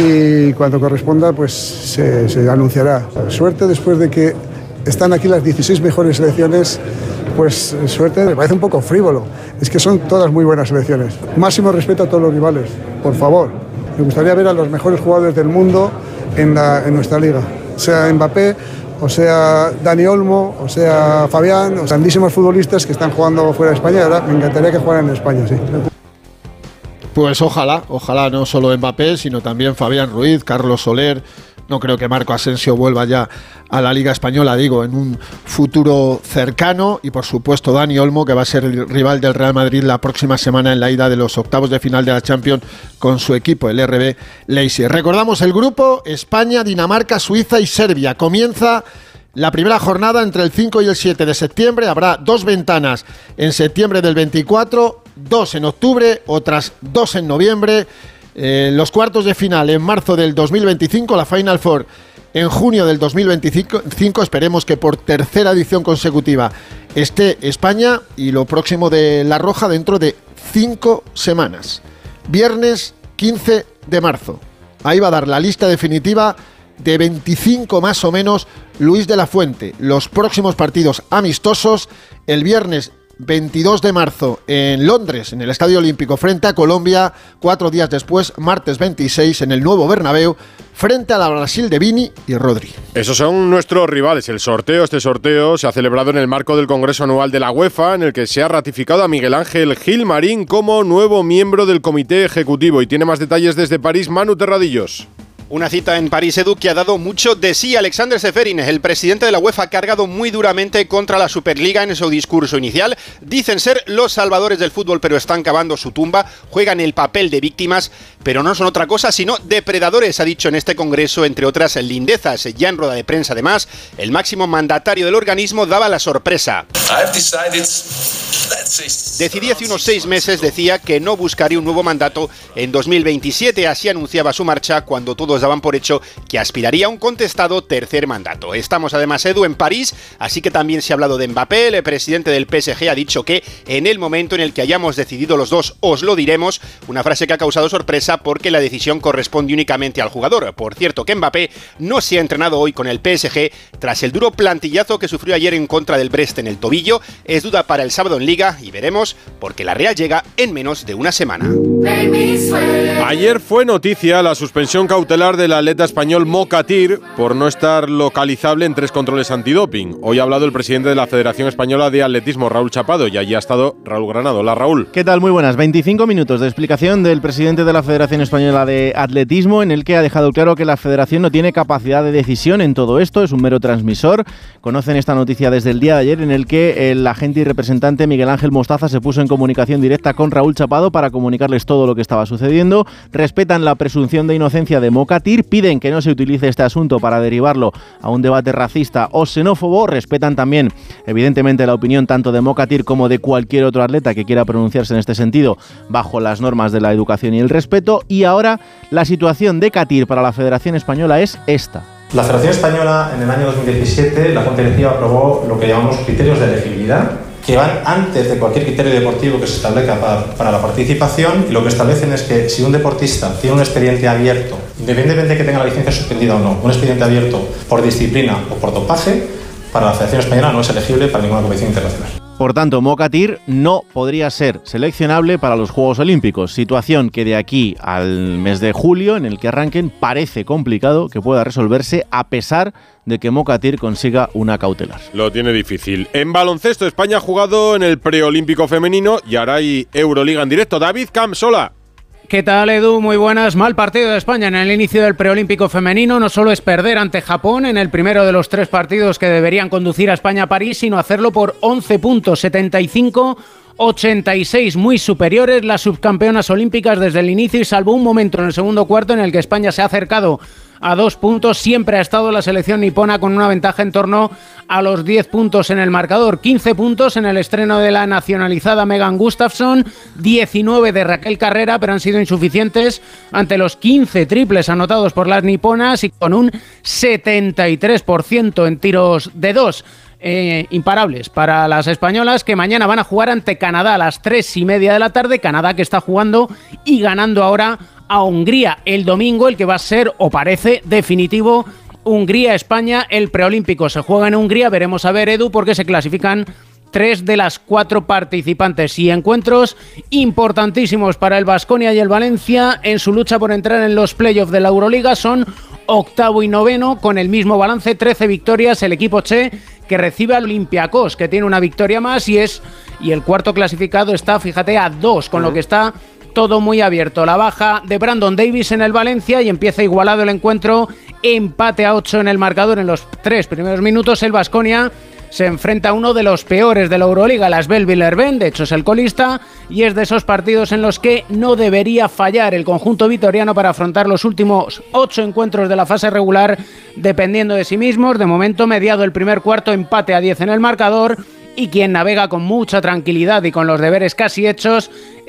S5: y cuando corresponda pues se, se anunciará. Suerte después de que están aquí las dieciséis mejores selecciones. Pues suerte, me parece un poco frívolo. Es que son todas muy buenas selecciones. Máximo respeto a todos los rivales, por favor. Me gustaría ver a los mejores jugadores del mundo en, la, en nuestra liga. Sea Mbappé, o sea Dani Olmo, o sea Fabián, o grandísimos futbolistas que están jugando fuera de España. Y ahora me encantaría que jugaran en España, sí.
S3: Pues ojalá, ojalá no solo Mbappé, sino también Fabián Ruiz, Carlos Soler. No creo que Marco Asensio vuelva ya a la Liga Española, digo, en un futuro cercano. Y por supuesto Dani Olmo, que va a ser el rival del Real Madrid la próxima semana en la ida de los octavos de final de la Champions con su equipo, el R B Leipzig. Recordamos el grupo: España, Dinamarca, Suiza y Serbia. Comienza la primera jornada entre el cinco y el siete de septiembre. Habrá dos ventanas en septiembre del veinticuatro, dos en octubre, otras dos en noviembre. Eh, los cuartos de final en marzo del dos mil veinticinco, la Final Four en junio del dos mil veinticinco. Esperemos que por tercera edición consecutiva esté España, y lo próximo de La Roja dentro de cinco semanas. Viernes quince de marzo. Ahí va a dar la lista definitiva de veinticinco más o menos Luis de la Fuente. Los próximos partidos amistosos: el viernes veintidós de marzo en Londres, en el Estadio Olímpico frente a Colombia. Cuatro días después, martes veintiséis, en el nuevo Bernabéu frente a la Brasil de Vini y Rodri.
S29: Esos son nuestros rivales. El sorteo, este sorteo se ha celebrado en el marco del Congreso Anual de la UEFA, en el que se ha ratificado a Miguel Ángel Gilmarín como nuevo miembro del Comité Ejecutivo. Y tiene más detalles desde París, Manu Terradillos.
S4: Una cita en París, Edu, que ha dado mucho de sí. Alexander Seferin, el presidente de la UEFA, ha cargado muy duramente contra la Superliga en su discurso inicial. Dicen ser los salvadores del fútbol, pero están cavando su tumba. Juegan el papel de víctimas, pero no son otra cosa sino depredadores, ha dicho en este congreso, entre otras lindezas. Ya en rueda de prensa, además, el máximo mandatario del organismo daba la sorpresa. Decidí hace unos seis meses, decía, que no buscaría un nuevo mandato en dos mil veintisiete. Así anunciaba su marcha cuando todos daban por hecho que aspiraría a un contestado tercer mandato. Estamos además, Edu, en París, así que también se ha hablado de Mbappé. El presidente del P S G ha dicho que en el momento en el que hayamos decidido los dos, os lo diremos. Una frase que ha causado sorpresa porque la decisión corresponde únicamente al jugador. Por cierto, que Mbappé no se ha entrenado hoy con el P S G tras el duro plantillazo que sufrió ayer en contra del Brest en el tobillo. Es duda para el sábado en Liga y veremos, porque la Real llega en menos de una semana.
S29: Ayer fue noticia la suspensión cautelar del atleta español Mokatir por no estar localizable en tres controles antidoping. Hoy ha hablado el presidente de la Federación Española de Atletismo, Raúl Chapado, y allí ha estado Raúl Granado. Hola, Raúl.
S8: ¿Qué tal? Muy buenas. veinticinco minutos de explicación del presidente de la Federación Española de Atletismo, en el que ha dejado claro que la Federación no tiene capacidad de decisión en todo esto, es un mero transmisor. Conocen esta noticia desde el día de ayer, en el que el agente y representante Miguel Ángel Mostaza se puso en comunicación directa con Raúl Chapado para comunicarles todo lo que estaba sucediendo. Respetan la presunción de inocencia de Mokatir, piden que no se utilice este asunto para derivarlo a un debate racista o xenófobo. Respetan también, evidentemente, la opinión tanto de Mokatir como de cualquier otro atleta que quiera pronunciarse en este sentido, bajo las normas de la educación y el respeto. Y ahora la situación de Katir para la Federación Española es esta.
S12: La Federación Española, en el año dos mil diecisiete, la Junta Directiva aprobó lo que llamamos criterios de elegibilidad, que van antes de cualquier criterio deportivo que se establezca para, para la participación, y lo que establecen es que si un deportista tiene un expediente abierto, independientemente de que tenga la licencia suspendida o no, un expediente abierto por disciplina o por dopaje, para la Federación Española no es elegible para ninguna competición internacional.
S8: Por tanto, Mokatir no podría ser seleccionable para los Juegos Olímpicos, situación que de aquí al mes de julio, en el que arranquen, parece complicado que pueda resolverse, a pesar de que Mokatir consiga una cautelar.
S29: Lo tiene difícil. En baloncesto, España ha jugado en el preolímpico femenino y ahora hay Euroliga en directo. David Camsola.
S14: ¿Qué tal, Edu? Muy buenas. Mal partido de España en el inicio del preolímpico femenino. No solo es perder ante Japón en el primero de los tres partidos que deberían conducir a España a París, sino hacerlo por once puntos, setenta y cinco a ochenta y seis, muy superiores las subcampeonas olímpicas desde el inicio, y salvo un momento en el segundo cuarto en el que España se ha acercado a dos puntos, siempre ha estado la selección nipona con una ventaja en torno a los diez puntos en el marcador. quince puntos en el estreno de la nacionalizada Megan Gustafsson, diecinueve de Raquel Carrera, pero han sido insuficientes ante los quince triples anotados por las niponas, y con un setenta y tres por ciento en tiros de dos. Eh, imparables para las españolas, que mañana van a jugar ante Canadá a las tres y media de la tarde. Canadá que está jugando y ganando ahora a Hungría. El domingo, el que va a ser, o parece, definitivo, Hungría-España. El preolímpico se juega en Hungría. Veremos a ver, Edu, porque se clasifican tres de las cuatro participantes, y encuentros importantísimos para el Baskonia y el Valencia en su lucha por entrar en los playoffs de la Euroliga. Son octavo y noveno con el mismo balance, trece victorias. El equipo che, que recibe al Olympiacos, que tiene una victoria más, y es y el cuarto clasificado está, fíjate, a dos, con lo que está todo muy abierto. La baja de Brandon Davis en el Valencia, y empieza igualado el encuentro, empate a ocho en el marcador en los tres primeros minutos. El Baskonia se enfrenta a uno de los peores de la Euroliga, las Bell-Villerben, de hecho es el colista, y es de esos partidos en los que no debería fallar el conjunto vitoriano para afrontar los últimos ocho encuentros de la fase regular dependiendo de sí mismos. De momento, mediado el primer cuarto, empate a diez en el marcador, y quien navega con mucha tranquilidad y con los deberes casi hechos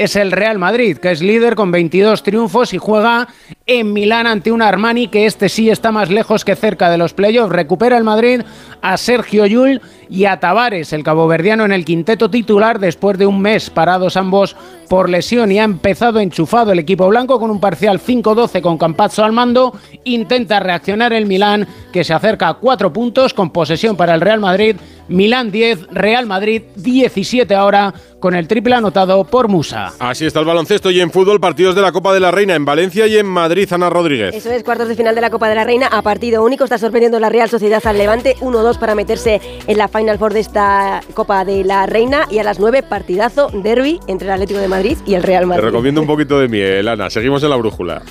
S14: es el Real Madrid, que es líder con veintidós triunfos y juega en Milán ante un Armani que este sí está más lejos que cerca de los playoffs. Recupera el Madrid a Sergio Llull y a Tavares, el caboverdiano, en el quinteto titular después de un mes parados ambos por lesión, y ha empezado enchufado el equipo blanco con un parcial cinco doce con Campazzo al mando. Intenta reaccionar el Milán, que se acerca a cuatro puntos con posesión para el Real Madrid. Milán diez, Real Madrid diecisiete ahora, con el triple anotado por Musa.
S29: Así está el baloncesto. Y en fútbol, partidos de la Copa de la Reina en Valencia y en Madrid. Ana Rodríguez.
S1: Eso es, cuartos de final de la Copa de la Reina a partido único. Está sorprendiendo la Real Sociedad al Levante uno dos para meterse en la Final Four de esta Copa de la Reina. Y a las nueve, partidazo, derbi entre el Atlético de Madrid y el Real Madrid.
S29: Te recomiendo un poquito de miel, Ana. Seguimos en la brújula.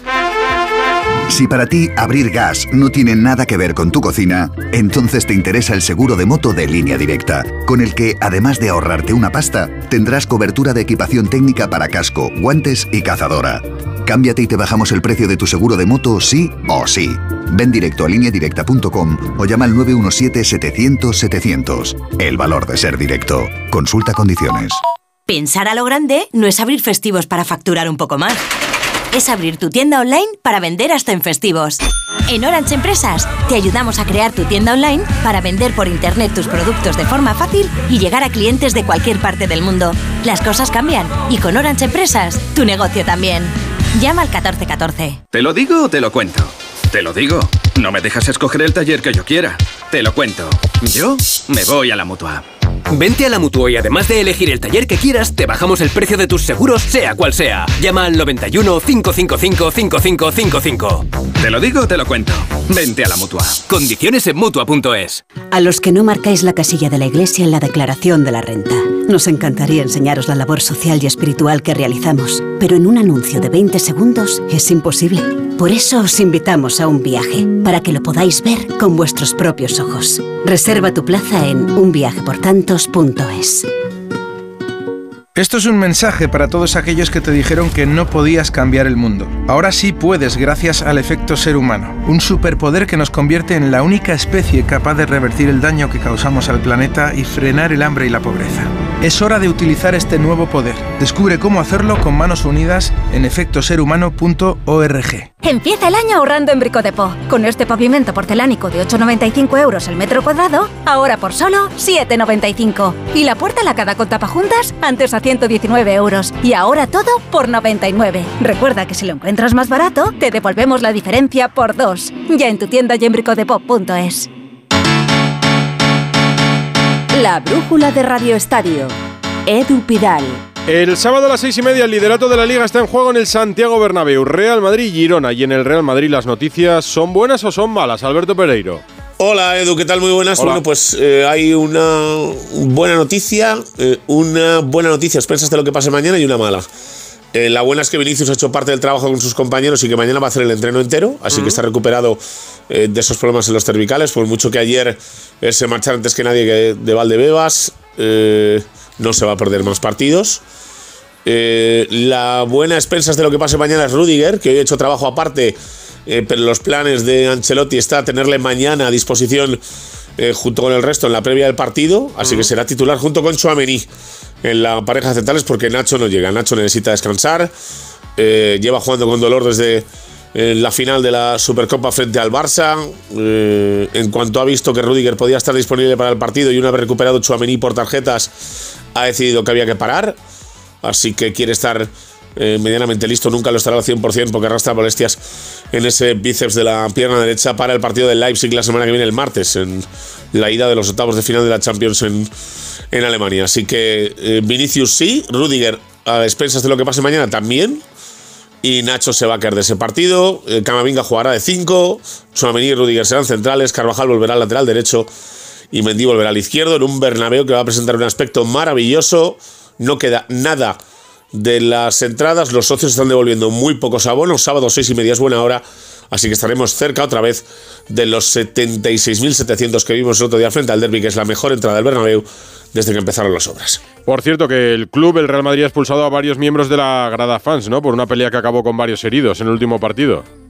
S13: Si para ti abrir gas no tiene nada que ver con tu cocina, entonces te interesa el seguro de moto de Línea Directa, con el que, además de ahorrarte una pasta, tendrás cobertura de equipación técnica para casco, guantes y cazadora. Cámbiate y te bajamos el precio de tu seguro de moto sí o sí. Ven directo a línea directa punto com o llama al nueve uno siete, setecientos, setecientos. El valor de ser directo. Consulta condiciones.
S6: Pensar a lo grande no es abrir festivos para facturar un poco más. Es abrir tu tienda online para vender hasta en festivos. En Orange Empresas te ayudamos a crear tu tienda online para vender por internet tus productos de forma fácil y llegar a clientes de cualquier parte del mundo. Las cosas cambian y con Orange Empresas tu negocio también. Llama al catorce catorce.
S18: ¿Te lo digo o te lo cuento? Te lo digo. No me dejas escoger el taller que yo quiera. Te lo cuento. Yo me voy a la Mutua.
S17: Vente a la Mutua y además de elegir el taller que quieras, te bajamos el precio de tus seguros, sea cual sea. Llama al noventa y uno, cinco cinco cinco, cinco cinco cinco cinco.
S18: Te lo digo o te lo cuento. Vente a la Mutua.
S17: Condiciones en Mutua punto es.
S23: A los que no marcáis la casilla de la Iglesia en la declaración de la renta, nos encantaría enseñaros la labor social y espiritual que realizamos, pero en un anuncio de veinte segundos es imposible. Por eso os invitamos a un viaje, para que lo podáis ver con vuestros propios ojos. Reserva tu plaza en un viaje por tantos punto es.
S24: Esto es un mensaje para todos aquellos que te dijeron que no podías cambiar el mundo. Ahora sí puedes, gracias al efecto ser humano, un superpoder que nos convierte en la única especie capaz de revertir el daño que causamos al planeta y frenar el hambre y la pobreza. Es hora de utilizar este nuevo poder. Descubre cómo hacerlo con manos unidas en efecto ser humano punto org.
S25: Empieza el año ahorrando en Brico Dépôt. Con este pavimento porcelánico de ocho noventa y cinco euros el metro cuadrado, ahora por solo siete noventa y cinco. Y la puerta lacada con tapajuntas, antes a ciento diecinueve euros. Y ahora todo por noventa y nueve. Recuerda que si lo encuentras más barato, te devolvemos la diferencia por dos. Ya en tu tienda y en bricodepot punto es.
S15: La brújula de Radio Estadio. Edu Pidal.
S29: El sábado a las seis y media el liderato de la Liga está en juego en el Santiago Bernabéu. Real Madrid-Girona. Y en el Real Madrid las noticias ¿son buenas o son malas? Alberto Pereiro.
S26: Hola Edu, ¿qué tal? Muy buenas.
S29: Hola.
S26: Bueno, pues eh, hay una buena noticia, eh, una buena noticia, expensas de lo que pase mañana, y una mala. Eh, la buena es que Vinicius ha hecho parte del trabajo con sus compañeros y que mañana va a hacer el entreno entero, así uh-huh. que está recuperado eh, de esos problemas en los cervicales, por mucho que ayer eh, se marchara antes que nadie que de Valdebebas, eh, no se va a perder más partidos. Eh, la buena expensas de lo que pase mañana es Rüdiger, que hoy ha hecho trabajo aparte, eh, pero los planes de Ancelotti está tenerle mañana a disposición eh, junto con el resto en la previa del partido, así uh-huh. que será titular junto con Tchouaméni en la pareja de centrales, porque Nacho no llega. Nacho necesita descansar, eh, lleva jugando con dolor desde eh, la final de la Supercopa frente al Barça. Eh, en cuanto ha visto que Rüdiger podía estar disponible para el partido y una vez recuperado Tchouaméni por tarjetas, ha decidido que había que parar, así que quiere estar eh, medianamente listo. Nunca lo estará al cien por ciento porque arrastra molestias en ese bíceps de la pierna derecha para el partido del Leipzig la semana que viene, el martes, en la ida de los octavos de final de la Champions en, en Alemania. Así que eh, Vinicius sí, Rüdiger a expensas de lo que pase mañana también, y Nacho se va a caer de ese partido. eh, Camavinga jugará de cinco, Tchouaméni y Rüdiger serán centrales, Carvajal volverá al lateral derecho y Mendy volverá al izquierdo, en un Bernabéu que va a presentar un aspecto maravilloso. No queda nada de las entradas, los socios están devolviendo muy pocos abonos. Sábado seis y media es buena hora, así que estaremos cerca otra vez de los setenta y seis mil setecientos que vimos el otro día frente al Derby, que es la mejor entrada del Bernabéu desde que empezaron las obras.
S29: Por cierto, que el club, el Real Madrid, ha expulsado a varios miembros de la grada fans, ¿no? Por una pelea que acabó con varios heridos en el último partido.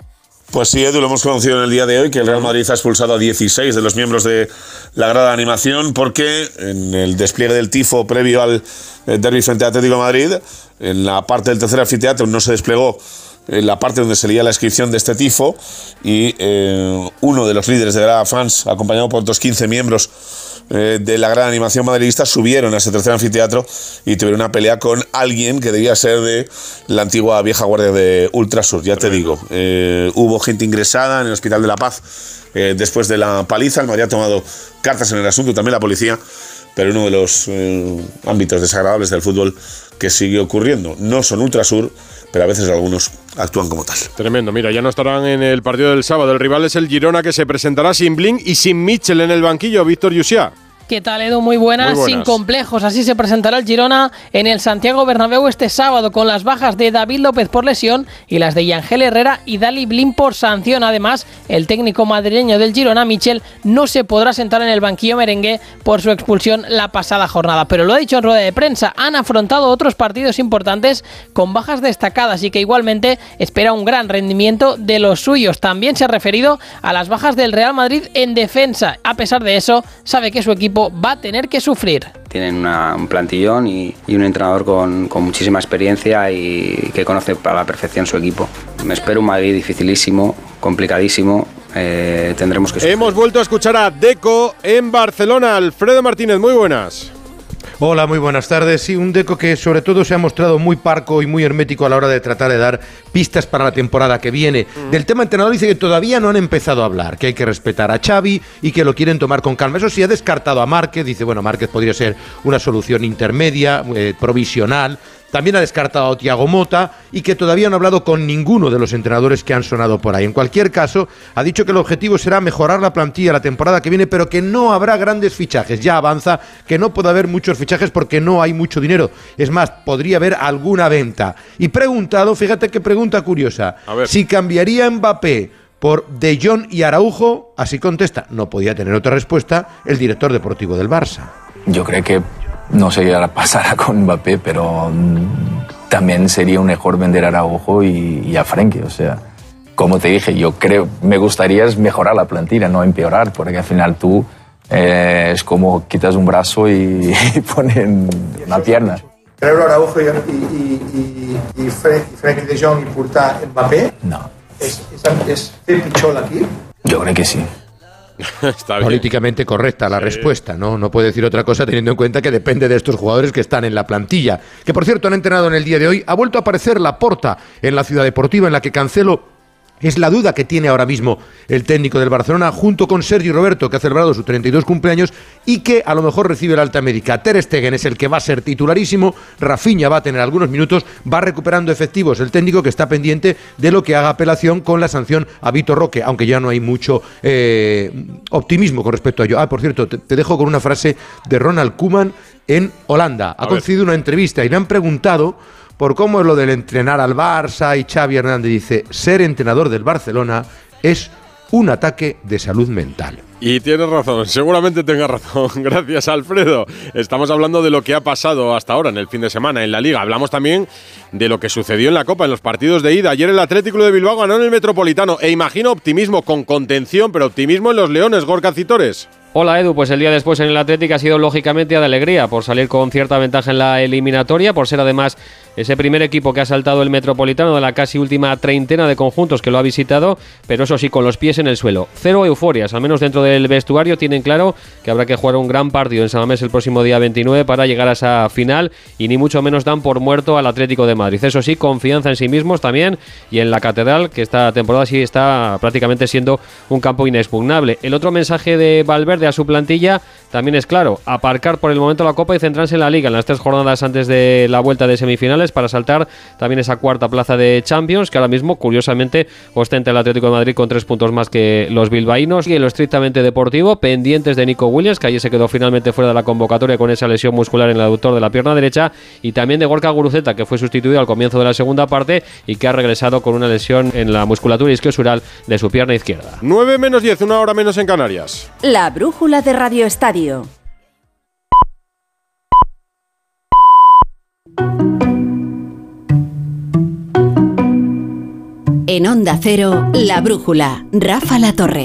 S26: Pues sí, Edu, lo hemos conocido en el día de hoy, que el Real Madrid ha expulsado a dieciséis de los miembros de la grada de animación porque en el despliegue del tifo previo al derbi frente a Atlético de Madrid, en la parte del tercer anfiteatro no se desplegó en la parte donde se leía la inscripción de este tifo y eh, uno de los líderes de grada fans, acompañado por otros quince miembros eh, de la gran animación madridista, subieron a ese tercer anfiteatro y tuvieron una pelea con alguien que debía ser de la antigua vieja guardia de Ultrasur, ya te digo. Eh, hubo gente ingresada en el Hospital de la Paz eh, después de la paliza. El Madrid ha tomado cartas en el asunto, también la policía, pero uno de los eh, ámbitos desagradables del fútbol que sigue ocurriendo. No son Ultrasur, pero a veces algunos actúan como tal.
S29: Tremendo. Mira, ya no estarán en el partido del sábado. El rival es el Girona, que se presentará sin Blin y sin Mitchell en el banquillo. Víctor Yusiá.
S2: ¿Qué tal, Edu? Muy buenas,
S29: Muy buenas,
S2: sin complejos. Así se presentará el Girona en el Santiago Bernabéu este sábado, con las bajas de David López por lesión y las de Yangel Herrera y Dali Blin por sanción. Además, el técnico madrileño del Girona, Michel, no se podrá sentar en el banquillo merengue por su expulsión la pasada jornada. Pero lo ha dicho en rueda de prensa, han afrontado otros partidos importantes con bajas destacadas y que igualmente espera un gran rendimiento de los suyos. También se ha referido a las bajas del Real Madrid en defensa. A pesar de eso, sabe que su equipo va a tener que sufrir.
S7: Tienen una, un plantillón y, y un entrenador con, con muchísima experiencia y que conoce a la perfección su equipo. Me espero un Madrid dificilísimo, complicadísimo. Eh, tendremos que sufrir.
S29: Hemos vuelto a escuchar a Deco en Barcelona. Alfredo Martínez, muy buenas.
S9: Hola, muy buenas tardes. Sí, un Deco que sobre todo se ha mostrado muy parco y muy hermético a la hora de tratar de dar pistas para la temporada que viene. Mm. Del tema entrenador dice que todavía no han empezado a hablar, que hay que respetar a Xavi y que lo quieren tomar con calma. Eso sí, ha descartado a Márquez. Dice, bueno, Márquez podría ser una solución intermedia, eh, provisional. También ha descartado a Thiago Motta y que todavía no ha hablado con ninguno de los entrenadores que han sonado por ahí. En cualquier caso, ha dicho que el objetivo será mejorar la plantilla la temporada que viene, pero que no habrá grandes fichajes. Ya avanza que no puede haber muchos fichajes porque no hay mucho dinero. Es más, podría haber alguna venta. Y preguntado, fíjate qué pregunta curiosa, si cambiaría Mbappé por De Jong y Araujo, así contesta, no podía tener otra respuesta, el director deportivo del Barça.
S10: Yo creo que no sé qué pasará con Mbappé, pero también sería un mejor vender a Araujo y, y a Frenkie. O sea, como te dije, yo creo, me gustaría mejorar la plantilla, no empeorar, porque al final tú eh, es como quitas un brazo y, y ponen una pierna.
S16: Treure Araujo y, y, y, y Frenkie de Jong y portar Mbappé?
S10: No.
S16: ¿Es, es, es fer pitjor l'equip?
S10: Yo creo que sí.
S9: Está bien. Políticamente correcta la sí. respuesta, ¿no? No puede decir otra cosa teniendo en cuenta que depende de estos jugadores que están en la plantilla. Que por cierto han entrenado en el día de hoy. Ha vuelto a aparecer Laporta en la Ciudad Deportiva, en la que Cancelo es la duda que tiene ahora mismo el técnico del Barcelona, junto con Sergi Roberto, que ha celebrado su treinta y dos cumpleaños y que a lo mejor recibe la alta médica. Ter Stegen es el que va a ser titularísimo, Rafinha va a tener algunos minutos, va recuperando efectivos el técnico, que está pendiente de lo que haga apelación con la sanción a Vitor Roque, aunque ya no hay mucho eh, optimismo con respecto a ello. Ah, por cierto, te, te dejo con una frase de Ronald Koeman en Holanda. Ha concedido una entrevista y le han preguntado por cómo es lo del entrenar al Barça, y Xavi Hernández dice, ser entrenador del Barcelona es un ataque de salud mental.
S29: Y tienes razón, seguramente tenga razón. Gracias, Alfredo. Estamos hablando de lo que ha pasado hasta ahora en el fin de semana en la Liga. Hablamos también de lo que sucedió en la Copa, en los partidos de ida. Ayer el Atlético de Bilbao ganó en el Metropolitano e imagino optimismo con contención, pero optimismo en los Leones, Gorka Citores.
S19: Hola Edu, pues el día después en el Atlético ha sido lógicamente de alegría por salir con cierta ventaja en la eliminatoria, por ser además ese primer equipo que ha saltado el Metropolitano de la casi última treintena de conjuntos que lo ha visitado, pero eso sí, con los pies en el suelo. Cero euforias, al menos dentro del vestuario tienen claro que habrá que jugar un gran partido en San Mamés el próximo día veintinueve para llegar a esa final y ni mucho menos dan por muerto al Atlético de Madrid. Eso sí, confianza en sí mismos también y en la Catedral, que esta temporada sí está prácticamente siendo un campo inexpugnable. El otro mensaje de Valverde a su plantilla también es claro, aparcar por el momento la Copa y centrarse en la Liga en las tres jornadas antes de la vuelta de semifinales para saltar también esa cuarta plaza de Champions, que ahora mismo curiosamente ostenta el Atlético de Madrid con tres puntos más que los bilbaínos. Y en lo estrictamente deportivo, pendientes de Nico Williams, que ayer se quedó finalmente fuera de la convocatoria con esa lesión muscular en el aductor de la pierna derecha, y también de Gorka Guruceta, que fue sustituido al comienzo de la segunda parte y que ha regresado con una lesión en la musculatura isquiosural de su pierna izquierda.
S29: nueve menos diez, una hora menos en Canarias.
S15: La brújula de Radio Estadio. En Onda Cero, La Brújula, Rafa La Torre.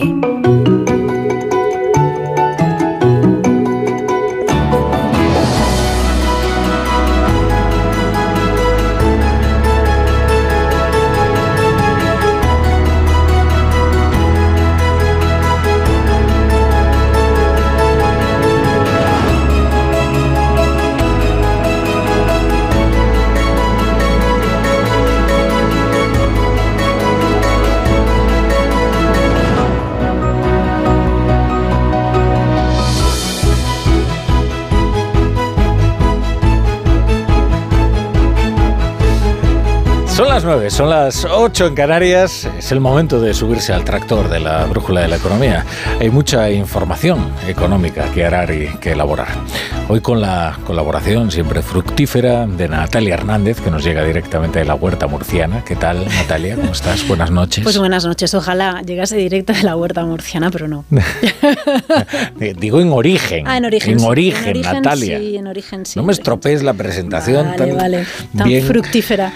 S3: Son las nueve, son las ocho en Canarias, es el momento de subirse al tractor de la brújula de la economía. Hay mucha información económica que arar y que elaborar. Hoy con la colaboración siempre fructífera de Natalia Hernández, que nos llega directamente de la huerta murciana. ¿Qué tal, Natalia? ¿Cómo estás? Buenas noches.
S4: Pues buenas noches, ojalá llegase directa de la huerta murciana, pero no.
S3: Digo en origen.
S4: Ah, en origen.
S3: En
S4: sí.
S3: origen,
S4: en origen
S3: Natalia.
S4: Sí, en origen sí.
S3: No me estropees la presentación
S4: vale,
S3: tan,
S4: vale. tan
S3: bien.
S4: fructífera.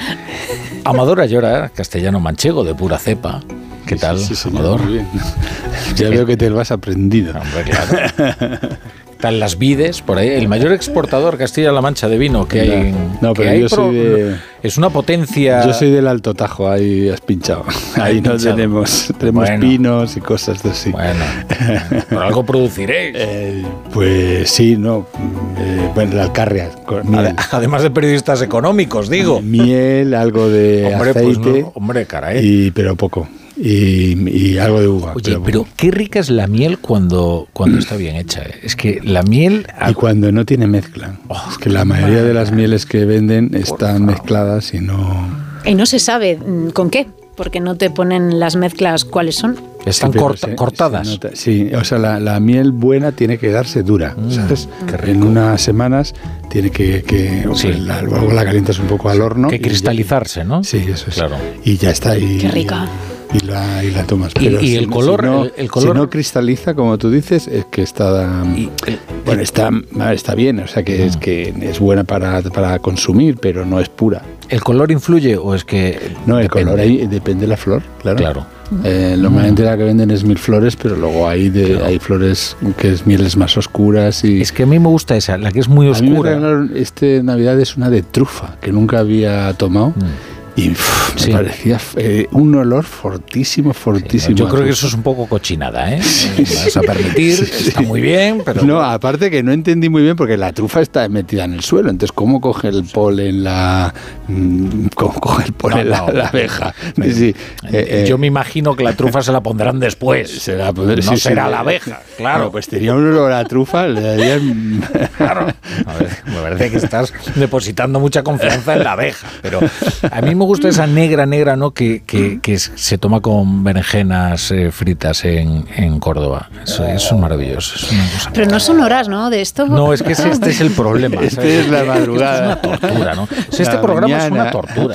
S3: Amador Ayora, castellano manchego de pura cepa. ¿Qué tal,
S5: sí, sí, señor,
S3: Amador?
S5: muy bien. Ya veo que te lo has aprendido.
S3: Hombre, claro. Están las vides por ahí. El mayor exportador Castilla-La Mancha de vino que hay. En,
S5: no, pero
S3: hay
S5: yo
S3: pro,
S5: soy de...
S3: Es una potencia.
S5: Yo soy del Alto Tajo, ahí has pinchado. Ahí, ahí no pinchado. tenemos, tenemos bueno. pinos y cosas de así.
S3: Bueno, pero algo produciréis.
S5: Eh, pues sí, no. Eh, bueno, la Alcarria.
S3: Miel. Además de periodistas económicos, digo.
S5: Miel, algo de
S3: hombre,
S5: aceite.
S3: Pues no, hombre, caray.
S5: Y, pero poco. Y, y algo de uva.
S3: Oye,
S5: pero,
S3: pero qué rica es la miel cuando, cuando está bien hecha. ¿eh? Es que la miel...
S5: Y cuando no tiene mezcla. Oh, es que la mayoría de las mieles que venden están mezcladas y no...
S4: Y no se sabe con qué, porque no te ponen las mezclas cuáles son.
S3: Están sí, corta, se, cortadas.
S5: Se nota, sí, o sea, la, la miel buena tiene que darse dura, mm, ¿sabes? En unas semanas tiene que... que sí. la, luego la calientas un poco al horno.
S3: Que cristalizarse,
S5: ya,
S3: ¿no?
S5: Sí, eso es.
S3: Claro.
S5: Y ya está. Y,
S4: qué rica.
S5: Y la, y la tomas.
S3: Y,
S5: pero
S3: y
S5: si,
S3: el, color,
S5: si no,
S3: el, el color...
S5: Si no cristaliza, como tú dices, es que está... Y, bueno, está, está bien, o sea, que, mm. es, que es buena para, para consumir, pero no es pura.
S3: ¿El color influye o es que...?
S5: No, el depende. color ahí depende de la flor, claro.
S3: Claro.
S5: Eh, normalmente la que venden es mil flores, pero luego hay de claro. hay flores que es mieles más oscuras y
S3: es que a mí me gusta esa, la que es muy oscura.
S5: A mí me este Navidad es una de trufa que nunca había tomado. Mm. Y uf, me sí. parecía eh, un olor fortísimo, fortísimo.
S3: Sí, yo creo que eso es un poco cochinada, ¿eh? Sí, me vas a permitir, sí. está muy bien, pero...
S5: No, aparte que no entendí muy bien porque la trufa está metida en el suelo, entonces ¿cómo coge el polen la... ¿Cómo coge el polen no, no, la, la abeja? Sí,
S3: eh, yo eh, me imagino que la trufa se la pondrán después.
S5: Se la pondrán,
S3: no
S5: sí,
S3: será
S5: sí,
S3: la abeja, claro.
S5: Bueno, pues tenía un olor a trufa, le darían...
S3: Claro, a ver, me parece que estás depositando mucha confianza en la abeja, pero a mí me gusta esa negra, negra, ¿no? Que, que, que se toma con berenjenas eh, fritas en, en Córdoba. Eso, eso es maravilloso. Es una cosa
S4: pero no son horas, ¿no? De esto.
S3: No, es que ese, este es el problema.
S5: Este ¿sabes? Es la madrugada.
S3: Esto es una tortura, ¿no? Si este la programa mañana. Es una tortura.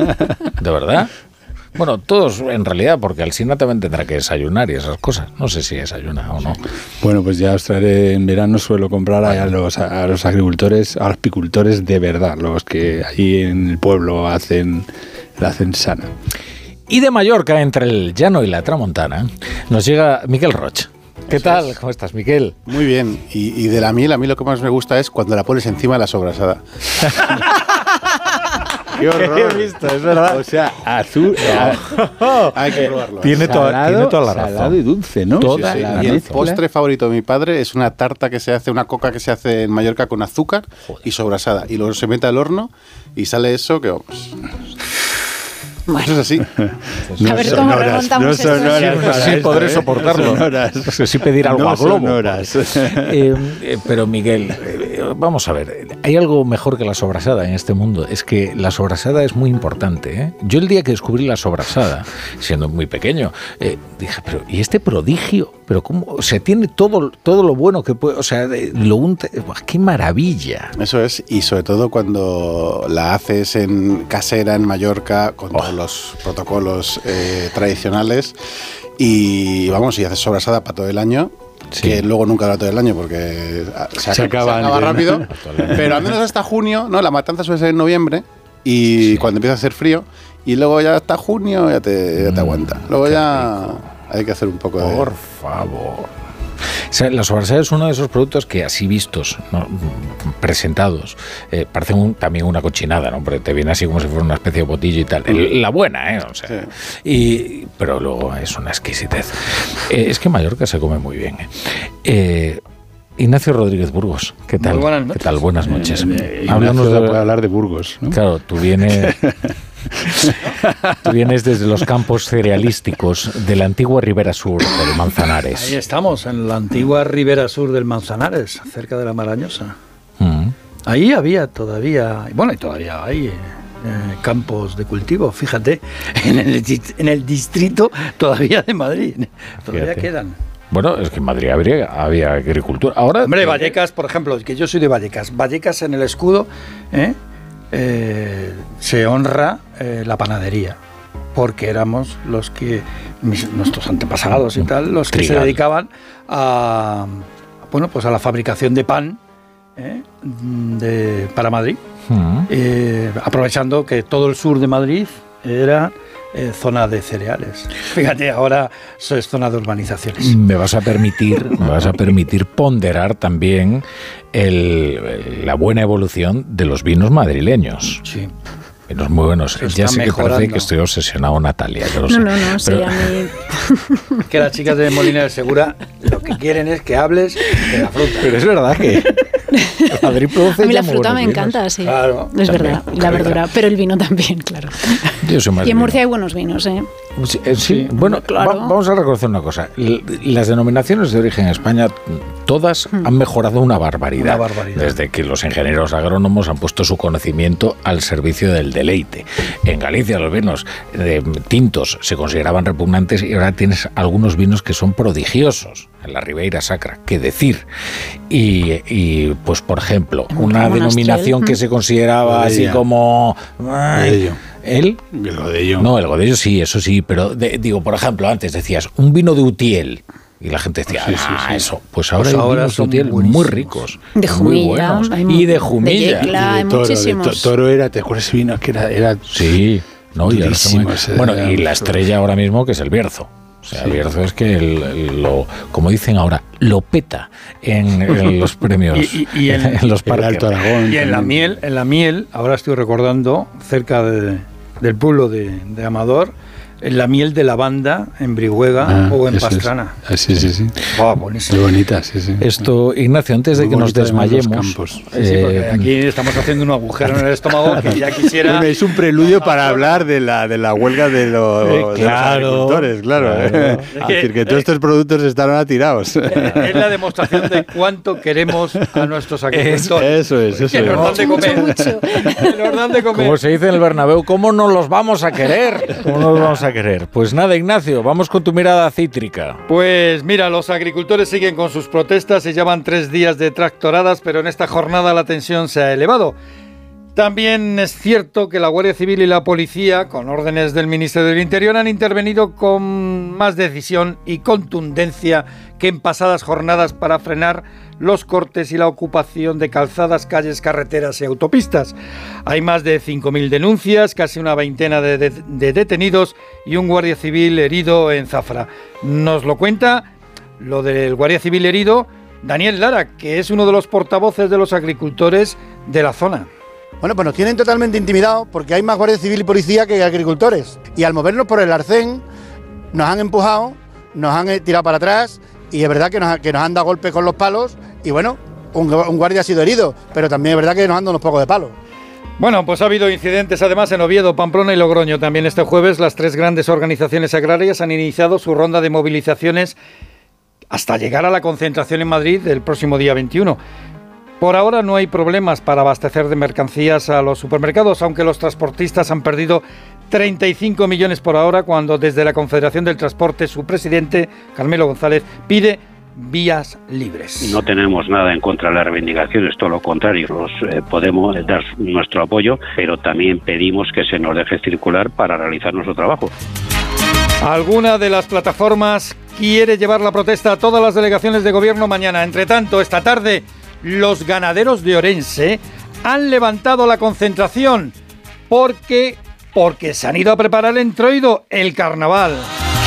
S3: ¿De verdad? Bueno, todos en realidad, porque Alsina también tendrá que desayunar y esas cosas. No sé si desayuna o no.
S5: Bueno, pues ya os traeré en verano, suelo comprar bueno. a, los, a los agricultores, a los apicultores de verdad, los que ahí en el pueblo hacen, la hacen sana.
S3: Y de Mallorca, entre el llano y la tramontana, nos llega Miquel Roig. ¿Qué Eso tal? Es. ¿Cómo estás, Miquel?
S11: Muy bien. Y, y de la miel, a mí lo que más me gusta es cuando la pones encima de la sobrasada.
S5: ¡Qué horror!
S3: He visto, es verdad.
S5: O sea, azul.
S11: Oh, hay que probarlo.
S3: Tiene,
S5: salado,
S3: toda, tiene toda la razón.
S5: Salado y dulce, ¿no?
S3: Toda
S11: sí, sí.
S3: la
S11: Y el
S3: razón.
S11: postre favorito de mi padre es una tarta que se hace, una coca que se hace en Mallorca con azúcar Joder. y sobrasada. Y luego se mete al horno y sale eso que vamos. Bueno. Eso es así.
S4: No a ver cómo horas, remontamos
S5: no son horas
S4: esto.
S5: Sí,
S3: sí podré soportarlo. No sí pedir algo
S5: no
S3: a Globo.
S5: Son horas.
S3: Eh, eh, pero Miguel, eh, vamos a ver. Hay algo mejor que la sobrasada en este mundo. Es que la sobrasada es muy importante. ¿eh? Yo el día que descubrí la sobrasada, siendo muy pequeño, eh, dije, pero ¿y este prodigio? Pero cómo, o sea, tiene todo, todo lo bueno que puede, o sea, lo unta, ¡qué maravilla!
S11: Eso es, y sobre todo cuando la haces en casera en Mallorca con oh. todos los protocolos eh, tradicionales y vamos, y haces sobrasada para todo el año. Sí. Que luego nunca va todo el año porque se,
S5: se, acaba,
S11: se acaba rápido, pero al menos hasta junio, ¿no? La matanza suele ser en noviembre. y
S3: Sí.
S11: cuando empieza a hacer frío, y luego ya hasta junio ya te, ya te aguanta. Luego ya
S3: rico.
S11: hay que hacer un poco de...
S3: Por favor. O sea, la sobrasada es uno de esos productos que así vistos, ¿no? presentados, eh, parecen un, también una cochinada, ¿no? Porque te viene así como si fuera una especie de botillo y tal. El- la buena, ¿eh? O sea,
S11: Sí.
S3: y, pero luego es una exquisitez. Eh, es que en Mallorca se come muy bien. ¿eh? Eh, Ignacio Rodríguez Burgos, ¿qué tal?
S1: Muy buenas
S3: ¿Qué
S1: noches.
S3: tal? Buenas noches.
S5: Eh,
S3: Háblanos
S5: Ignacio
S3: de-
S5: puede hablar de Burgos, ¿no?
S3: Claro, tú vienes, tú vienes desde los campos cerealísticos de la antigua Ribera Sur del Manzanares.
S1: Ahí estamos, en la antigua ribera sur del Manzanares, cerca de la Marañosa.
S3: Mm.
S1: Ahí había todavía, bueno, y todavía hay eh, campos de cultivo, fíjate, en el, dis- en el distrito todavía de Madrid, todavía
S3: Fíjate.
S1: quedan.
S3: Bueno, es que en Madrid habría, había agricultura. Ahora,
S1: Hombre, Vallecas, por ejemplo, que yo soy de Vallecas, Vallecas en el escudo ¿eh? Eh, se honra eh, la panadería, porque éramos los que, mis- nuestros antepasados y tal, los que se
S3: Trigal.
S1: dedicaban a, bueno, pues a la fabricación de pan ¿eh? de, para Madrid,
S3: Mm.
S1: eh, aprovechando que todo el sur de Madrid era eh, zona de cereales. Fíjate, ahora eso es zona de urbanizaciones.
S3: Me vas a permitir, me vas a permitir ponderar también el- la buena evolución de los vinos madrileños.
S1: Sí.
S3: Vinos muy buenos.
S1: Se
S3: Ya
S1: está
S3: sé que parece
S1: mejorando.
S3: que estoy obsesionado, Natalia. Yo lo
S4: No,
S3: sé.
S4: no, no, sí,
S3: Pero-
S4: a mí...
S1: Que las chicas de Molina de Segura lo que quieren es que hables de la fruta.
S3: Pero es verdad que Madrid produce
S4: A mí
S3: ya
S4: la
S3: muy
S4: fruta me
S3: buenos vinos.
S4: encanta, sí.
S1: Claro.
S4: Es
S3: También,
S4: verdad, y la
S3: claro.
S4: verdura, pero el vino también, claro.
S3: Yo soy más
S4: Y en
S3: vino.
S4: Murcia hay buenos vinos, ¿eh?
S3: Sí, eh, sí, bueno,
S4: claro.
S3: va- vamos a reconocer una cosa. L- Las denominaciones de origen en España, todas han mejorado una barbaridad,
S1: Una barbaridad.
S3: desde que los ingenieros agrónomos han puesto su conocimiento al servicio del deleite. En Galicia los vinos eh, tintos se consideraban repugnantes y ahora tienes algunos vinos que son prodigiosos. En la Ribeira Sacra, qué decir. Y, y, pues, por ejemplo, una
S4: Monastrell,
S3: denominación que
S4: mm.
S3: se consideraba así
S5: Godella.
S3: como... ay,
S5: Godello.
S3: ¿El?
S5: El Godello.
S3: No, el Godello sí, eso sí, pero de- digo, por ejemplo, antes decías un vino de Utiel y la gente decía,
S5: Sí, sí,
S3: ah,
S5: sí.
S3: eso. Pues ahora
S1: Pues
S3: hay
S1: ahora
S3: vinos de
S1: son
S3: Utiel muy
S1: buenísimos.
S3: ricos,
S4: De
S3: muy
S4: Jumilla,
S3: buenos.
S4: hay
S3: Y de
S4: de
S3: Jumilla.
S4: Yecla.
S5: Y
S4: hay
S5: de toro, de
S4: muchísimos.
S5: to- toro era, ¿te acuerdas ese vino? Que era, era
S3: Sí, no, y ahora está muy-
S5: Durísimo ese,
S3: bueno,
S5: era
S3: y la
S5: un-
S3: estrella ahora mismo que es el Bierzo. O sea, el
S5: Sí.
S3: Bierzo es que el- el- lo, como dicen ahora, lo peta en, en los premios,
S1: Y- y- y en-
S3: en los
S5: el
S3: parques.
S5: Alto Aragón.
S1: Y en la
S5: también.
S1: miel, en la miel, ahora estoy recordando, cerca de- del pueblo de, de Amador, en la miel de lavanda en Brihuega
S5: Ah,
S1: o en
S5: eso es.
S1: Pastrana.
S5: Ah, sí, sí, sí.
S1: Oh,
S5: Muy
S1: buenísimo.
S5: bonita, sí, sí.
S3: Esto, Ignacio, antes de
S5: Muy
S3: que nos
S5: bonito además los
S3: desmayemos,
S5: campos.
S1: Sí, sí, porque
S3: eh,
S1: aquí estamos haciendo un agujero en el estómago que ya quisiera.
S5: Bueno, es un preludio para hablar de la, de la huelga de, los-
S3: Eh,
S5: de los
S3: claro,
S5: agricultores, claro.
S3: claro.
S5: Es decir, que todos estos productos están ahora tirados.
S1: Es la demostración de cuánto queremos a nuestros agricultores.
S5: Eso es, eso
S1: Que nos dan
S5: es.
S1: de comer. Que nos dan de comer.
S3: como se dice en el Bernabéu, ¿cómo no los vamos a querer? ¿Cómo no los vamos a querer? Pues nada, Ignacio, vamos con tu mirada cítrica.
S1: Pues mira, los agricultores siguen con sus protestas y llevan tres días de tractoradas, pero en esta jornada la tensión se ha elevado. También es cierto que la Guardia Civil y la Policía, con órdenes del Ministerio del Interior, han intervenido con más decisión y contundencia que en pasadas jornadas para frenar los cortes y la ocupación de calzadas, calles, carreteras y autopistas. Hay más de cinco mil denuncias, casi una veintena de, de- de detenidos y un guardia civil herido en Zafra. Nos lo cuenta lo del guardia civil herido, Daniel Lara, que es uno de los portavoces de los agricultores de la zona.
S8: Bueno, pues nos tienen totalmente intimidados porque hay más guardia civil y policía que agricultores. Y al movernos por el arcén, nos han empujado, nos han eh, tirado para atrás y es verdad que nos, ha- que nos han dado golpes con los palos y bueno, un, gu- un guardia ha sido herido, pero también es verdad que nos han dado unos pocos de palos.
S1: Bueno, pues ha habido incidentes además en Oviedo, Pamplona y Logroño. También este jueves las tres grandes organizaciones agrarias han iniciado su ronda de movilizaciones hasta llegar a la concentración en Madrid el próximo día veintiuno. Por ahora no hay problemas para abastecer de mercancías a los supermercados, aunque los transportistas han perdido treinta y cinco millones por hora cuando desde la Confederación del Transporte su presidente, Carmelo González, pide vías libres.
S12: No tenemos nada en contra de las reivindicaciones, todo lo contrario, nos eh, podemos dar nuestro apoyo, pero también pedimos que se nos deje circular para realizar nuestro trabajo.
S1: Alguna de las plataformas quiere llevar la protesta a todas las delegaciones de gobierno mañana. Entre tanto, esta tarde, los ganaderos de Orense han levantado la concentración porque, porque se han ido a preparar el introido, el carnaval.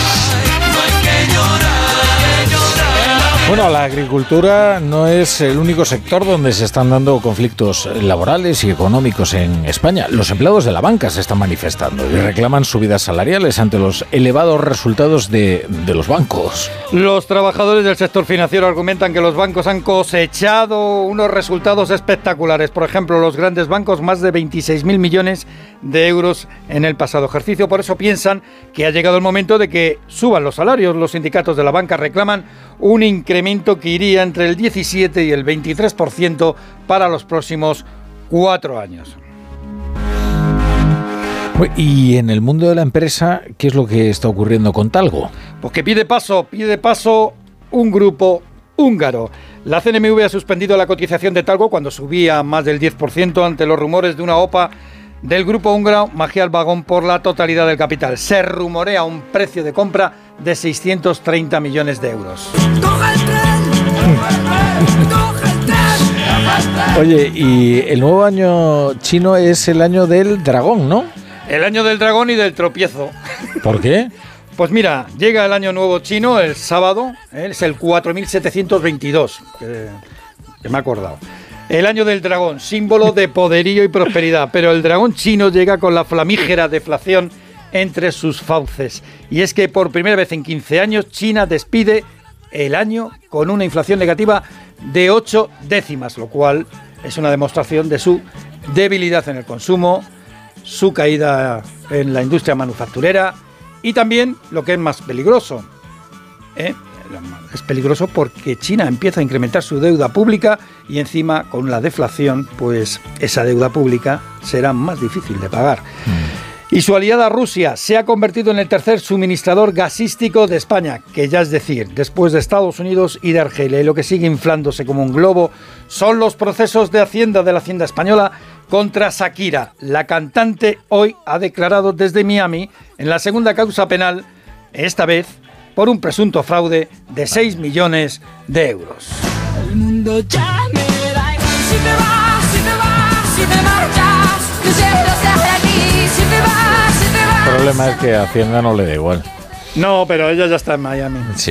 S3: Bueno, la agricultura no es el único sector donde se están dando conflictos laborales y económicos en España. Los empleados de la banca se están manifestando y reclaman subidas salariales ante los elevados resultados de, de los bancos.
S1: Los trabajadores del sector financiero argumentan que los bancos han cosechado unos resultados espectaculares. Por ejemplo, los grandes bancos, más de veintiséis mil millones de euros en el pasado ejercicio. Por eso piensan que ha llegado el momento de que suban los salarios. Los sindicatos de la banca reclaman un incremento que iría entre el diecisiete y el veintitrés por ciento para los próximos cuatro años.
S3: Y en el mundo de la empresa, ¿qué es lo que está ocurriendo con Talgo?
S1: Pues que pide paso, pide paso un grupo húngaro. La C N M V ha suspendido la cotización de Talgo cuando subía más del diez por ciento ante los rumores de una OPA del grupo húngaro Magyar Vagón por la totalidad del capital. Se rumorea un precio de compra de seiscientos treinta millones de euros.
S3: Oye, y el nuevo año chino es el año del dragón, ¿no?
S1: El año del dragón y del tropiezo.
S3: ¿Por qué?
S1: Pues mira, llega el año nuevo chino el sábado, ¿eh? Es el cuatro mil setecientos veintidós, que, que me he acordado. El año del dragón, símbolo de poderío y prosperidad, pero el dragón chino llega con la flamígera deflación entre sus fauces. Y es que por primera vez en quince años, China despide el año con una inflación negativa de ocho décimas, lo cual es una demostración de su debilidad en el consumo, su caída en la industria manufacturera y también, lo que es más peligroso, ¿eh? es peligroso porque China empieza a incrementar su deuda pública y encima con la deflación, pues esa deuda pública será más difícil de pagar. Mm. Y su aliada Rusia se ha convertido en el tercer suministrador gasístico de España, que ya es decir, después de Estados Unidos y de Argelia. Y lo que sigue inflándose como un globo son los procesos de Hacienda de la Hacienda española contra Shakira. La cantante hoy ha declarado desde Miami en la segunda causa penal, esta vez por un presunto fraude de seis millones de euros.
S6: El mundo ya me da igual si te vas, si te vas, si te marchas, que siempre estés aquí, si te vas, si te vas.
S3: El problema es que a Hacienda no le da igual.
S1: No, pero ella ya está en Miami.
S3: Sí.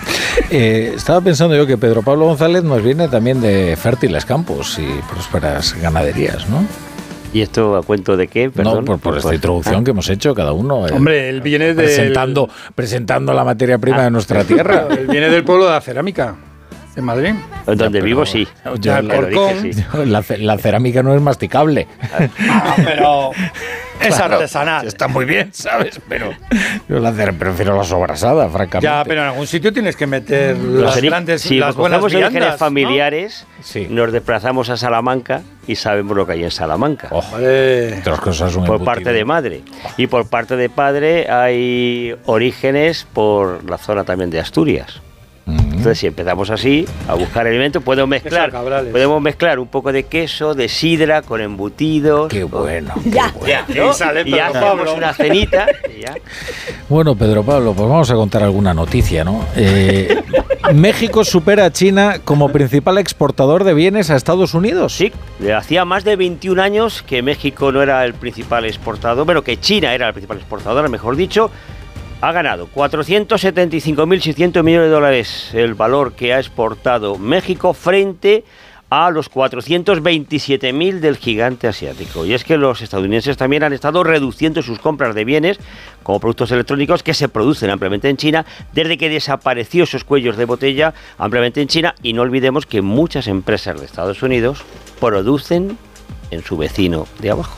S3: Eh, estaba pensando yo que Pedro Pablo González nos viene también de fértiles campos y prósperas ganaderías, ¿no?
S13: ¿Y esto a cuento de qué? Perdón.
S3: No, por, por esta introducción que hemos hecho cada uno.
S1: Hombre, él viene de...
S3: Presentando, presentando la materia prima ah. de nuestra tierra.
S1: Él viene del pueblo de la cerámica, de Madrid.
S13: Donde
S3: ya,
S13: vivo, sí.
S3: Yo, la, dije, sí. La, la cerámica no es masticable.
S1: Ah, pero es claro, artesanal.
S3: Está muy bien, ¿sabes? Pero yo la prefiero la sobrasada, francamente.
S1: Ya, pero en algún sitio tienes que meter las
S13: Los
S1: grandes,
S13: si
S1: las buenas viandas. Si
S13: orígenes familiares,
S3: ¿no? Sí.
S13: Nos desplazamos a Salamanca y sabemos lo que hay en Salamanca.
S3: Oh, otras cosas son
S13: por
S3: embutido.
S13: Parte de madre. Y por parte de padre hay orígenes por la zona también de Asturias. Entonces, si empezamos así a buscar alimentos, podemos mezclar, podemos mezclar un poco de queso, de sidra con embutidos.
S3: Qué bueno.
S13: Qué
S3: ya,
S13: bueno, ¿no?
S1: Y, sale
S13: y ya hacemos una cenita. Y ya.
S3: Bueno, Pedro Pablo, pues vamos a contar alguna noticia, ¿no? Eh, México supera a China como principal exportador de bienes a Estados Unidos.
S13: Sí, hacía más de veintiún años que México no era el principal exportador, bueno, que China era el principal exportador, mejor dicho. Ha ganado cuatrocientos setenta y cinco mil seiscientos millones de dólares el valor que ha exportado México frente a los cuatrocientos veintisiete mil del gigante asiático. Y es que los estadounidenses también han estado reduciendo sus compras de bienes como productos electrónicos que se producen ampliamente en China desde que desapareció esos cuellos de botella ampliamente en China. Y no olvidemos que muchas empresas de Estados Unidos producen en su vecino de abajo.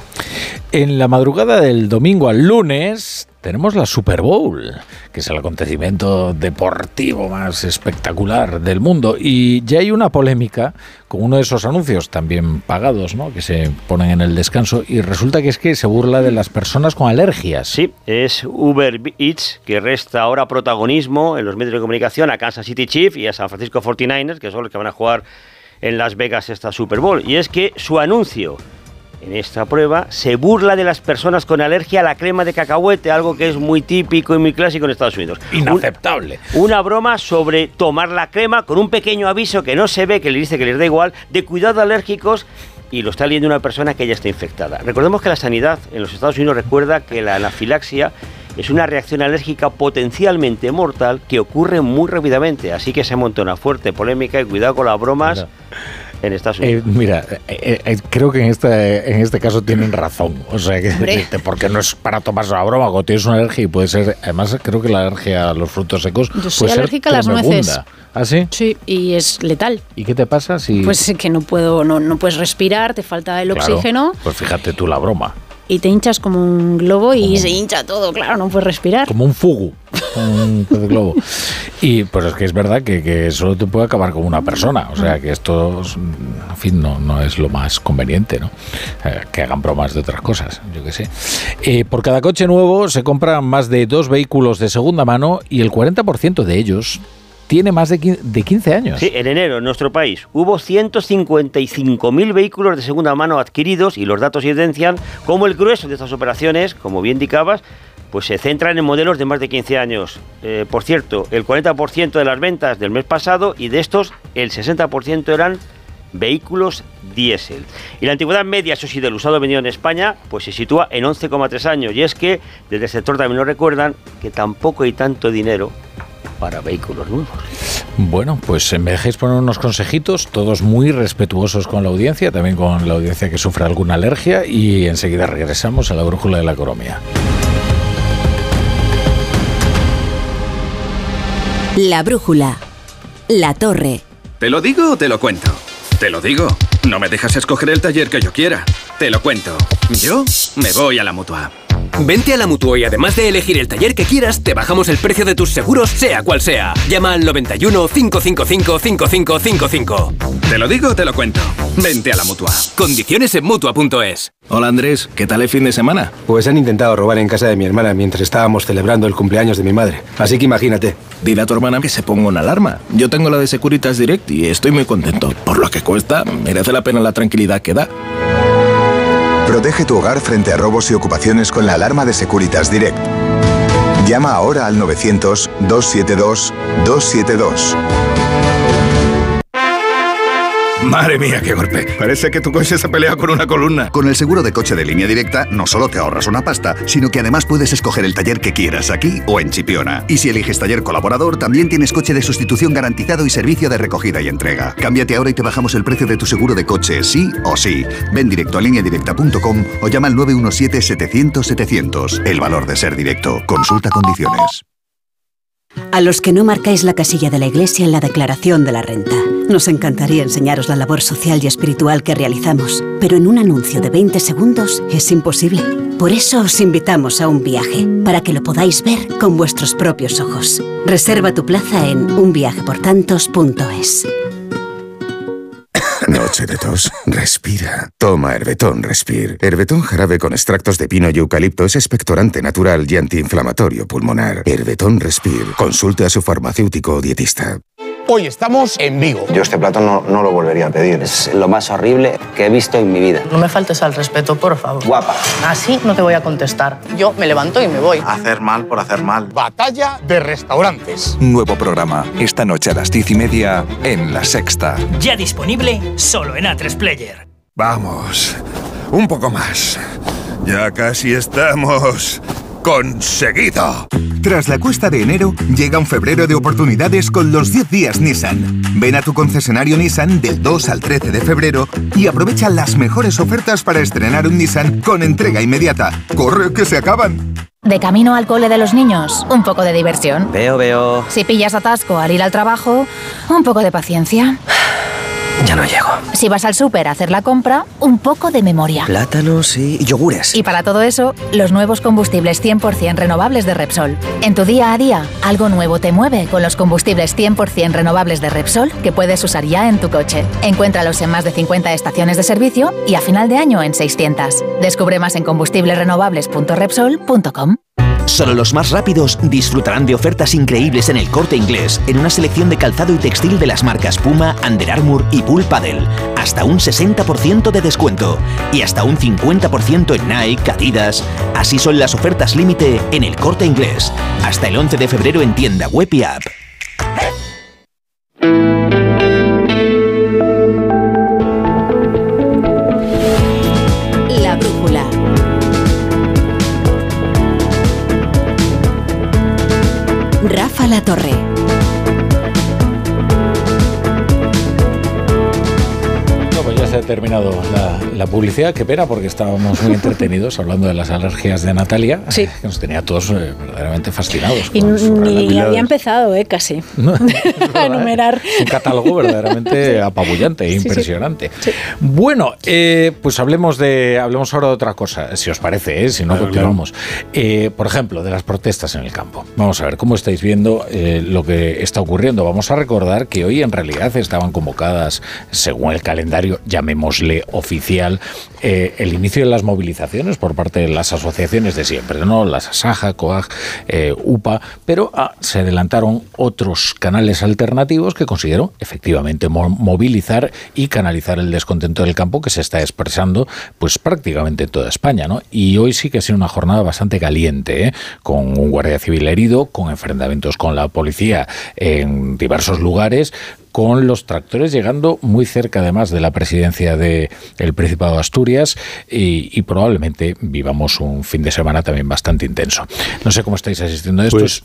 S3: En la madrugada del domingo al lunes tenemos la Super Bowl, que es el acontecimiento deportivo más espectacular del mundo. Y ya hay una polémica con uno de esos anuncios también pagados, ¿no?, que se ponen en el descanso, y resulta que es que se burla de las personas con alergias.
S13: Sí, es Uber Eats, que resta ahora protagonismo en los medios de comunicación a Kansas City Chiefs y a San Francisco cuarenta y nueve ers, que son los que van a jugar en Las Vegas esta Super Bowl. Y es que su anuncio en esta prueba se burla de las personas con alergia a la crema de cacahuete, algo que es muy típico y muy clásico en Estados Unidos.
S3: Inaceptable.
S13: Un, una broma sobre tomar la crema con un pequeño aviso que no se ve, que le dice que les da igual, de cuidado alérgicos y lo está leyendo una persona que ya está infectada. Recordemos que la sanidad en los Estados Unidos recuerda que la anafilaxia es una reacción alérgica potencialmente mortal que ocurre muy rápidamente, así que se monta una fuerte polémica y cuidado con las bromas. Mira. En Estados Unidos.
S3: Eh, mira, eh, eh, creo que en este, en este caso tienen razón. O sea, que, porque no es para tomarse la broma. Cuando tienes una alergia y puede ser, además creo que la alergia a los frutos secos
S4: Yo soy
S3: puede
S4: alérgica
S3: ser
S4: a las nueces.
S3: ¿Ah, sí?
S4: Sí, y es letal.
S3: ¿Y qué te pasa si...?
S4: Pues que no puedo, no, no puedes respirar, te falta el
S3: Claro,
S4: oxígeno.
S3: Pues fíjate tú la broma.
S4: Y te hinchas como un globo y se hincha todo, claro, no puedes respirar.
S3: Como un fugu, un pez globo. Y pues es que es verdad que, que solo te puede acabar como una persona. O sea que esto, en fin, no, no es lo más conveniente, ¿no? Eh, que hagan bromas de otras cosas, yo qué sé. Eh, por cada coche nuevo se compran más de dos vehículos de segunda mano y el cuarenta por ciento de ellos tiene más de quince años.
S13: Sí, en enero en nuestro país hubo ciento cincuenta y cinco mil vehículos de segunda mano adquiridos y los datos evidencian cómo el grueso de estas operaciones, como bien indicabas, pues se centran en modelos de más de quince años. Eh, por cierto, el cuarenta por ciento de las ventas del mes pasado y de estos el sesenta por ciento eran vehículos diésel. Y la antigüedad media, eso sí, del usado vendido en España, pues se sitúa en once coma tres años. Y es que desde el sector también nos recuerdan que tampoco hay tanto dinero para vehículos nuevos.
S3: Bueno, pues me dejáis poner unos consejitos, todos muy respetuosos con la audiencia, también con la audiencia que sufre alguna alergia, y enseguida regresamos a la brújula de la economía.
S15: La brújula. La torre.
S14: ¿Te lo digo o te lo cuento? Te lo digo. No me dejas escoger el taller que yo quiera. Te lo cuento. Yo me voy a la Mutua.
S17: Vente a la Mutua y además de elegir el taller que quieras, te bajamos el precio de tus seguros, sea cual sea. Llama al noventa y uno, cinco cinco cinco, cinco cinco cinco cinco.
S14: Te lo digo o te lo cuento. Vente a la Mutua.
S17: Condiciones en Mutua punto es.
S18: Hola Andrés, ¿qué tal el fin de semana? Pues han intentado robar en casa de mi hermana mientras estábamos celebrando el cumpleaños de mi madre. Así que imagínate.
S20: Dile a tu hermana que se ponga una alarma. Yo tengo la de Securitas Direct y estoy muy contento. Por lo que cuesta, merece la pena la tranquilidad que da.
S21: Protege tu hogar frente a robos y ocupaciones con la alarma de Securitas Direct. Llama ahora al novecientos, doscientos setenta y dos, doscientos setenta y dos.
S20: Madre mía, qué golpe. Parece que tu coche se pelea con una columna.
S22: Con el seguro de coche de Línea Directa no solo te ahorras una pasta, sino que además puedes escoger el taller que quieras aquí o en Chipiona. Y si eliges taller colaborador, también tienes coche de sustitución garantizado y servicio de recogida y entrega. Cámbiate ahora y te bajamos el precio de tu seguro de coche, sí o sí. Ven directo a línea directa punto com o llama al nueve uno siete, setecientos, setecientos. El valor de ser directo. Consulta condiciones.
S15: A los que no marcáis la casilla de la Iglesia en la declaración de la renta. Nos encantaría enseñaros la labor social y espiritual que realizamos, pero en un anuncio de veinte segundos es imposible. Por eso os invitamos a un viaje, para que lo podáis ver con vuestros propios ojos. Reserva tu plaza en un viaje por tantos punto es.
S22: Noche de tos. Respira. Toma Herbetón Respir. Herbetón jarabe con extractos de pino y eucalipto es expectorante natural y antiinflamatorio pulmonar. Herbetón Respir. Consulte a su farmacéutico o dietista.
S23: Hoy estamos en Vigo.
S27: Yo este plato no, no lo volvería a pedir. Es lo más horrible que he visto en mi vida.
S28: No me faltes al respeto, por favor.
S27: Guapa.
S28: Así no te voy a contestar. Yo me levanto y me voy.
S27: Hacer mal por hacer mal.
S23: Batalla de restaurantes.
S29: Nuevo programa. Esta noche a las diez y media en La Sexta.
S30: Ya disponible solo en A tres Player.
S29: Vamos. Un poco más. Ya casi estamos... ¡conseguido!
S22: Tras la cuesta de enero, llega un febrero de oportunidades con los diez días Nissan. Ven a tu concesionario Nissan del dos al trece de febrero y aprovecha las mejores ofertas para estrenar un Nissan con entrega inmediata. ¡Corre, que se acaban!
S25: De camino al cole de los niños, un poco de diversión.
S27: Veo, veo.
S25: Si pillas atasco al ir al trabajo, un poco de paciencia.
S27: Ya no llego.
S25: Si vas al súper a hacer la compra, un poco de memoria.
S27: Plátanos y yogures.
S25: Y para todo eso, los nuevos combustibles cien por ciento renovables de Repsol. En tu día a día, algo nuevo te mueve con los combustibles cien por ciento renovables de Repsol que puedes usar ya en tu coche. Encuéntralos en más de cincuenta estaciones de servicio y a final de año en seiscientas. Descubre más en combustibles renovables punto repsol punto com.
S31: Solo los más rápidos disfrutarán de ofertas increíbles en El Corte Inglés, en una selección de calzado y textil de las marcas Puma, Under Armour y Bull Paddle. Hasta un sesenta por ciento de descuento y hasta un cincuenta por ciento en Nike, Adidas. Así son las ofertas límite en El Corte Inglés. Hasta el once de febrero en tienda web y app.
S15: La Torre.
S3: Se ha terminado la, la publicidad, qué pena, porque estábamos muy entretenidos hablando de las alergias de Natalia, sí. que nos tenía todos eh, verdaderamente fascinados.
S4: Y ni había empezado, eh, casi, no, a enumerar.
S3: Un catálogo verdaderamente sí. apabullante e impresionante. Sí, sí. Sí. Bueno, eh, pues hablemos de hablemos ahora de otra cosa, si os parece, eh, si no, continuamos. Eh, por ejemplo, de las protestas en el campo. Vamos a ver cómo estáis viendo eh, lo que está ocurriendo. Vamos a recordar que hoy en realidad estaban convocadas, según el calendario, llamémosle oficial, eh, el inicio de las movilizaciones por parte de las asociaciones de siempre, ¿no? Las ASAJA, COAG, eh, UPA, pero ah, se adelantaron otros canales alternativos que considero efectivamente mo- movilizar y canalizar el descontento del campo que se está expresando pues prácticamente en toda España, ¿no? Y hoy sí que ha sido una jornada bastante caliente, ¿eh? Con un guardia civil herido, con enfrentamientos con la policía en diversos lugares, con los tractores llegando muy cerca además de la presidencia del Principado de Asturias y, y probablemente vivamos un fin de semana también bastante intenso. No sé cómo estáis asistiendo a esto.
S2: Pues,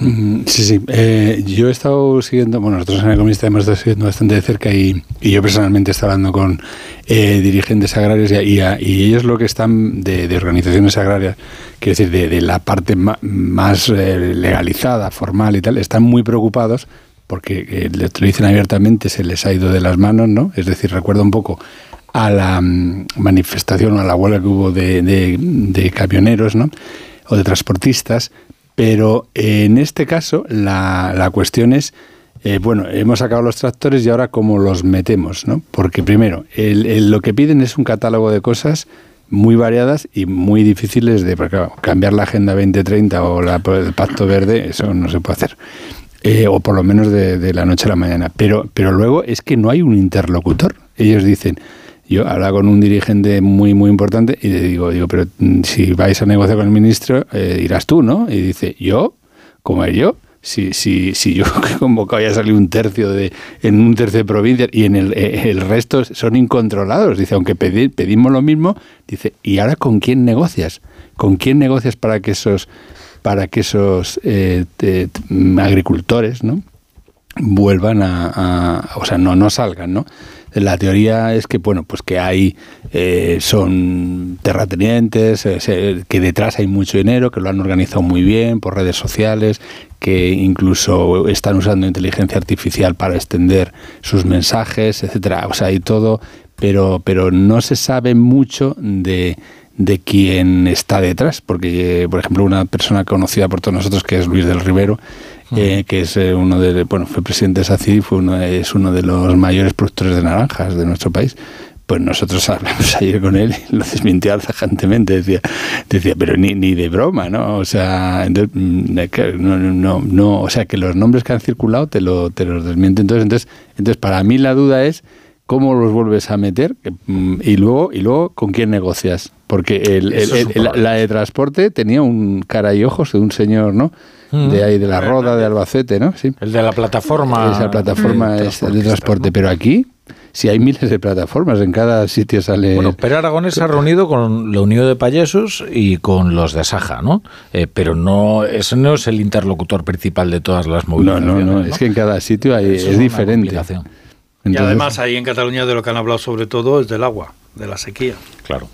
S2: sí, sí. Eh, yo he estado siguiendo, bueno, nosotros en el Economista hemos estado siguiendo bastante de cerca y, y yo personalmente he estado hablando con eh, dirigentes agrarios y, y, y ellos lo que están de, de organizaciones agrarias, quiero decir, de, de la parte ma, más eh, legalizada, formal y tal, están muy preocupados porque eh, lo dicen abiertamente, se les ha ido de las manos, ¿no? Es decir, recuerda un poco a la um, manifestación o a la huelga que hubo de, de, de camioneros, ¿no? O de transportistas, pero eh, en este caso la, la cuestión es, eh, bueno, hemos sacado los tractores y ahora cómo los metemos, ¿no? Porque primero, el, el, lo que piden es un catálogo de cosas muy variadas y muy difíciles de, porque claro, cambiar la Agenda veinte treinta o la, el Pacto Verde, eso no se puede hacer. Eh, o por lo menos de, de la noche a la mañana. Pero, pero luego es que no hay un interlocutor. Ellos dicen, yo hablaba con un dirigente muy muy importante y le digo, digo, pero si vais a negociar con el ministro, eh, irás tú, ¿no? Y dice, ¿yo? ¿Cómo es yo? Si, si, si yo que he convocado ya salió un tercio de, en un tercio de provincias y en el, el resto son incontrolados. Dice, aunque pedi, pedimos lo mismo, dice, ¿y ahora con quién negocias? ¿Con quién negocias para que esos para que esos eh, te, te, agricultores, ¿no? vuelvan a, a, o sea, no, no salgan, ¿no? La teoría es que, bueno, pues que hay, eh, son terratenientes, eh, se, que detrás hay mucho dinero, que lo han organizado muy bien por redes sociales, que incluso están usando inteligencia artificial para extender sus mensajes, etcétera. O sea, hay todo, pero, pero no se sabe mucho de de quién está detrás, porque, por ejemplo, una persona conocida por todos nosotros, que es Luis del Rivero, eh, que es eh, uno de, bueno, fue presidente de SACID, fue uno, es uno de los mayores productores de naranjas de nuestro país. Pues nosotros hablamos ayer con él y lo desmintió tajantemente, decía, decía, pero ni, ni de broma, ¿no? O sea, entonces, no, no, no, o sea, que los nombres que han circulado te lo, te los desmienten. Entonces, entonces, entonces, para mí la duda es ¿cómo los vuelves a meter? Y luego, y luego ¿con quién negocias? Porque el, el, el, el, la de transporte tenía un cara y ojos de un señor, ¿no? Mm. De ahí, de la Roda, de Albacete, ¿no? Sí.
S3: El de la plataforma.
S2: Esa plataforma mm. es el de transporte, ¿no? Pero aquí, si hay miles de plataformas, en cada sitio sale...
S3: Bueno, Pere Aragonés se ha reunido con la Unión de Payesos y con los de Saja, ¿no? Eh, pero no, ese no es el interlocutor principal de todas las movilizaciones.
S2: No, no, no, ¿no? Es que en cada sitio hay, es, es diferente.
S1: Entonces, y además ahí en Cataluña de lo que han hablado sobre todo es del agua, de la sequía.
S3: Claro.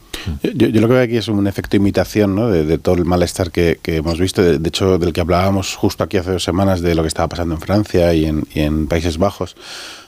S5: Yo, yo lo que veo aquí es un efecto imitación, ¿no? de, de todo el malestar que, que hemos visto, de, de hecho del que hablábamos justo aquí hace dos semanas de lo que estaba pasando en Francia y en, y en Países Bajos,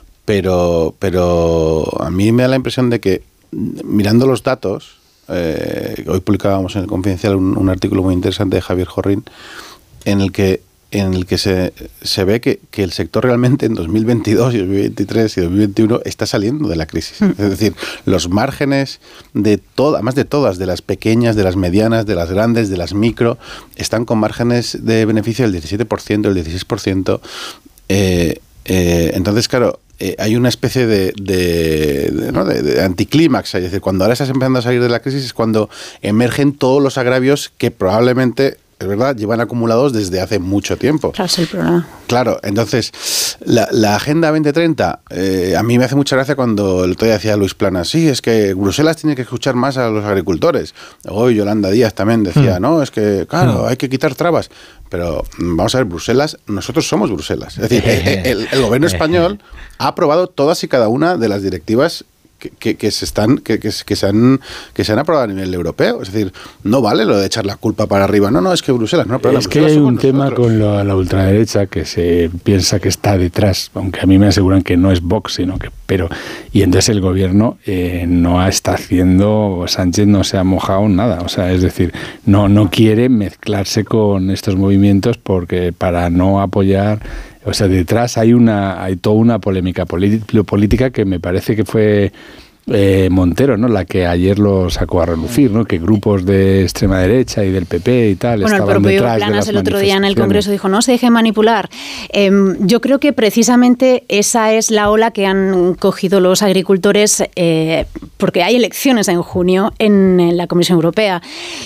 S5: pero, pero a mí me da la impresión de que mirando los datos, eh, hoy publicábamos en el Confidencial un, un artículo muy interesante de Javier Jorrín en el que en el que se, se ve que, que el sector realmente en dos mil veintidós y dos mil veintitrés y dos mil veintiuno está saliendo de la crisis. Mm. Es decir, los márgenes de todas, además de todas, de las pequeñas, de las medianas, de las grandes, de las micro, están con márgenes de beneficio del diecisiete por ciento, del dieciséis por ciento. Eh, eh, entonces, claro, eh, hay una especie de, de, de, ¿no? de, de anticlímax. Es decir, cuando ahora estás empezando a salir de la crisis es cuando emergen todos los agravios que probablemente es verdad, llevan acumulados desde hace mucho tiempo.
S4: Claro, es el problema.
S5: Claro, entonces, la, la Agenda veinte treinta, eh, a mí me hace mucha gracia cuando el otro día decía Luis Planas, sí, es que Bruselas tiene que escuchar más a los agricultores. Hoy Yolanda Díaz también decía, mm. no, es que, claro, mm. hay que quitar trabas. Pero vamos a ver, Bruselas, nosotros somos Bruselas. Es decir, el, el gobierno español ha aprobado todas y cada una de las directivas Que, que, que se están que, que, que se han que se han aprobado a nivel europeo. Es decir, no vale lo de echar la culpa para arriba. No, no, es que Bruselas no. Pero
S2: es que hay un nosotros. tema con lo, la ultraderecha que se piensa que está detrás, aunque a mí me aseguran que no es Vox, sino que pero y entonces el gobierno eh, no está haciendo, Sánchez no se ha mojado en nada. O sea, es decir, no no quiere mezclarse con estos movimientos porque para no apoyar. O sea, detrás hay una hay toda una polémica política que me parece que fue eh, Montero, ¿no? La que ayer lo sacó a relucir, ¿no? Que grupos de extrema derecha y del P P y tal
S4: bueno,
S2: estaban detrás
S4: Planas
S2: de las
S4: el otro día en el Congreso dijo, no se deje manipular. Eh, yo creo que precisamente esa es la ola que han cogido los agricultores eh, porque hay elecciones en junio en, en la Comisión Europea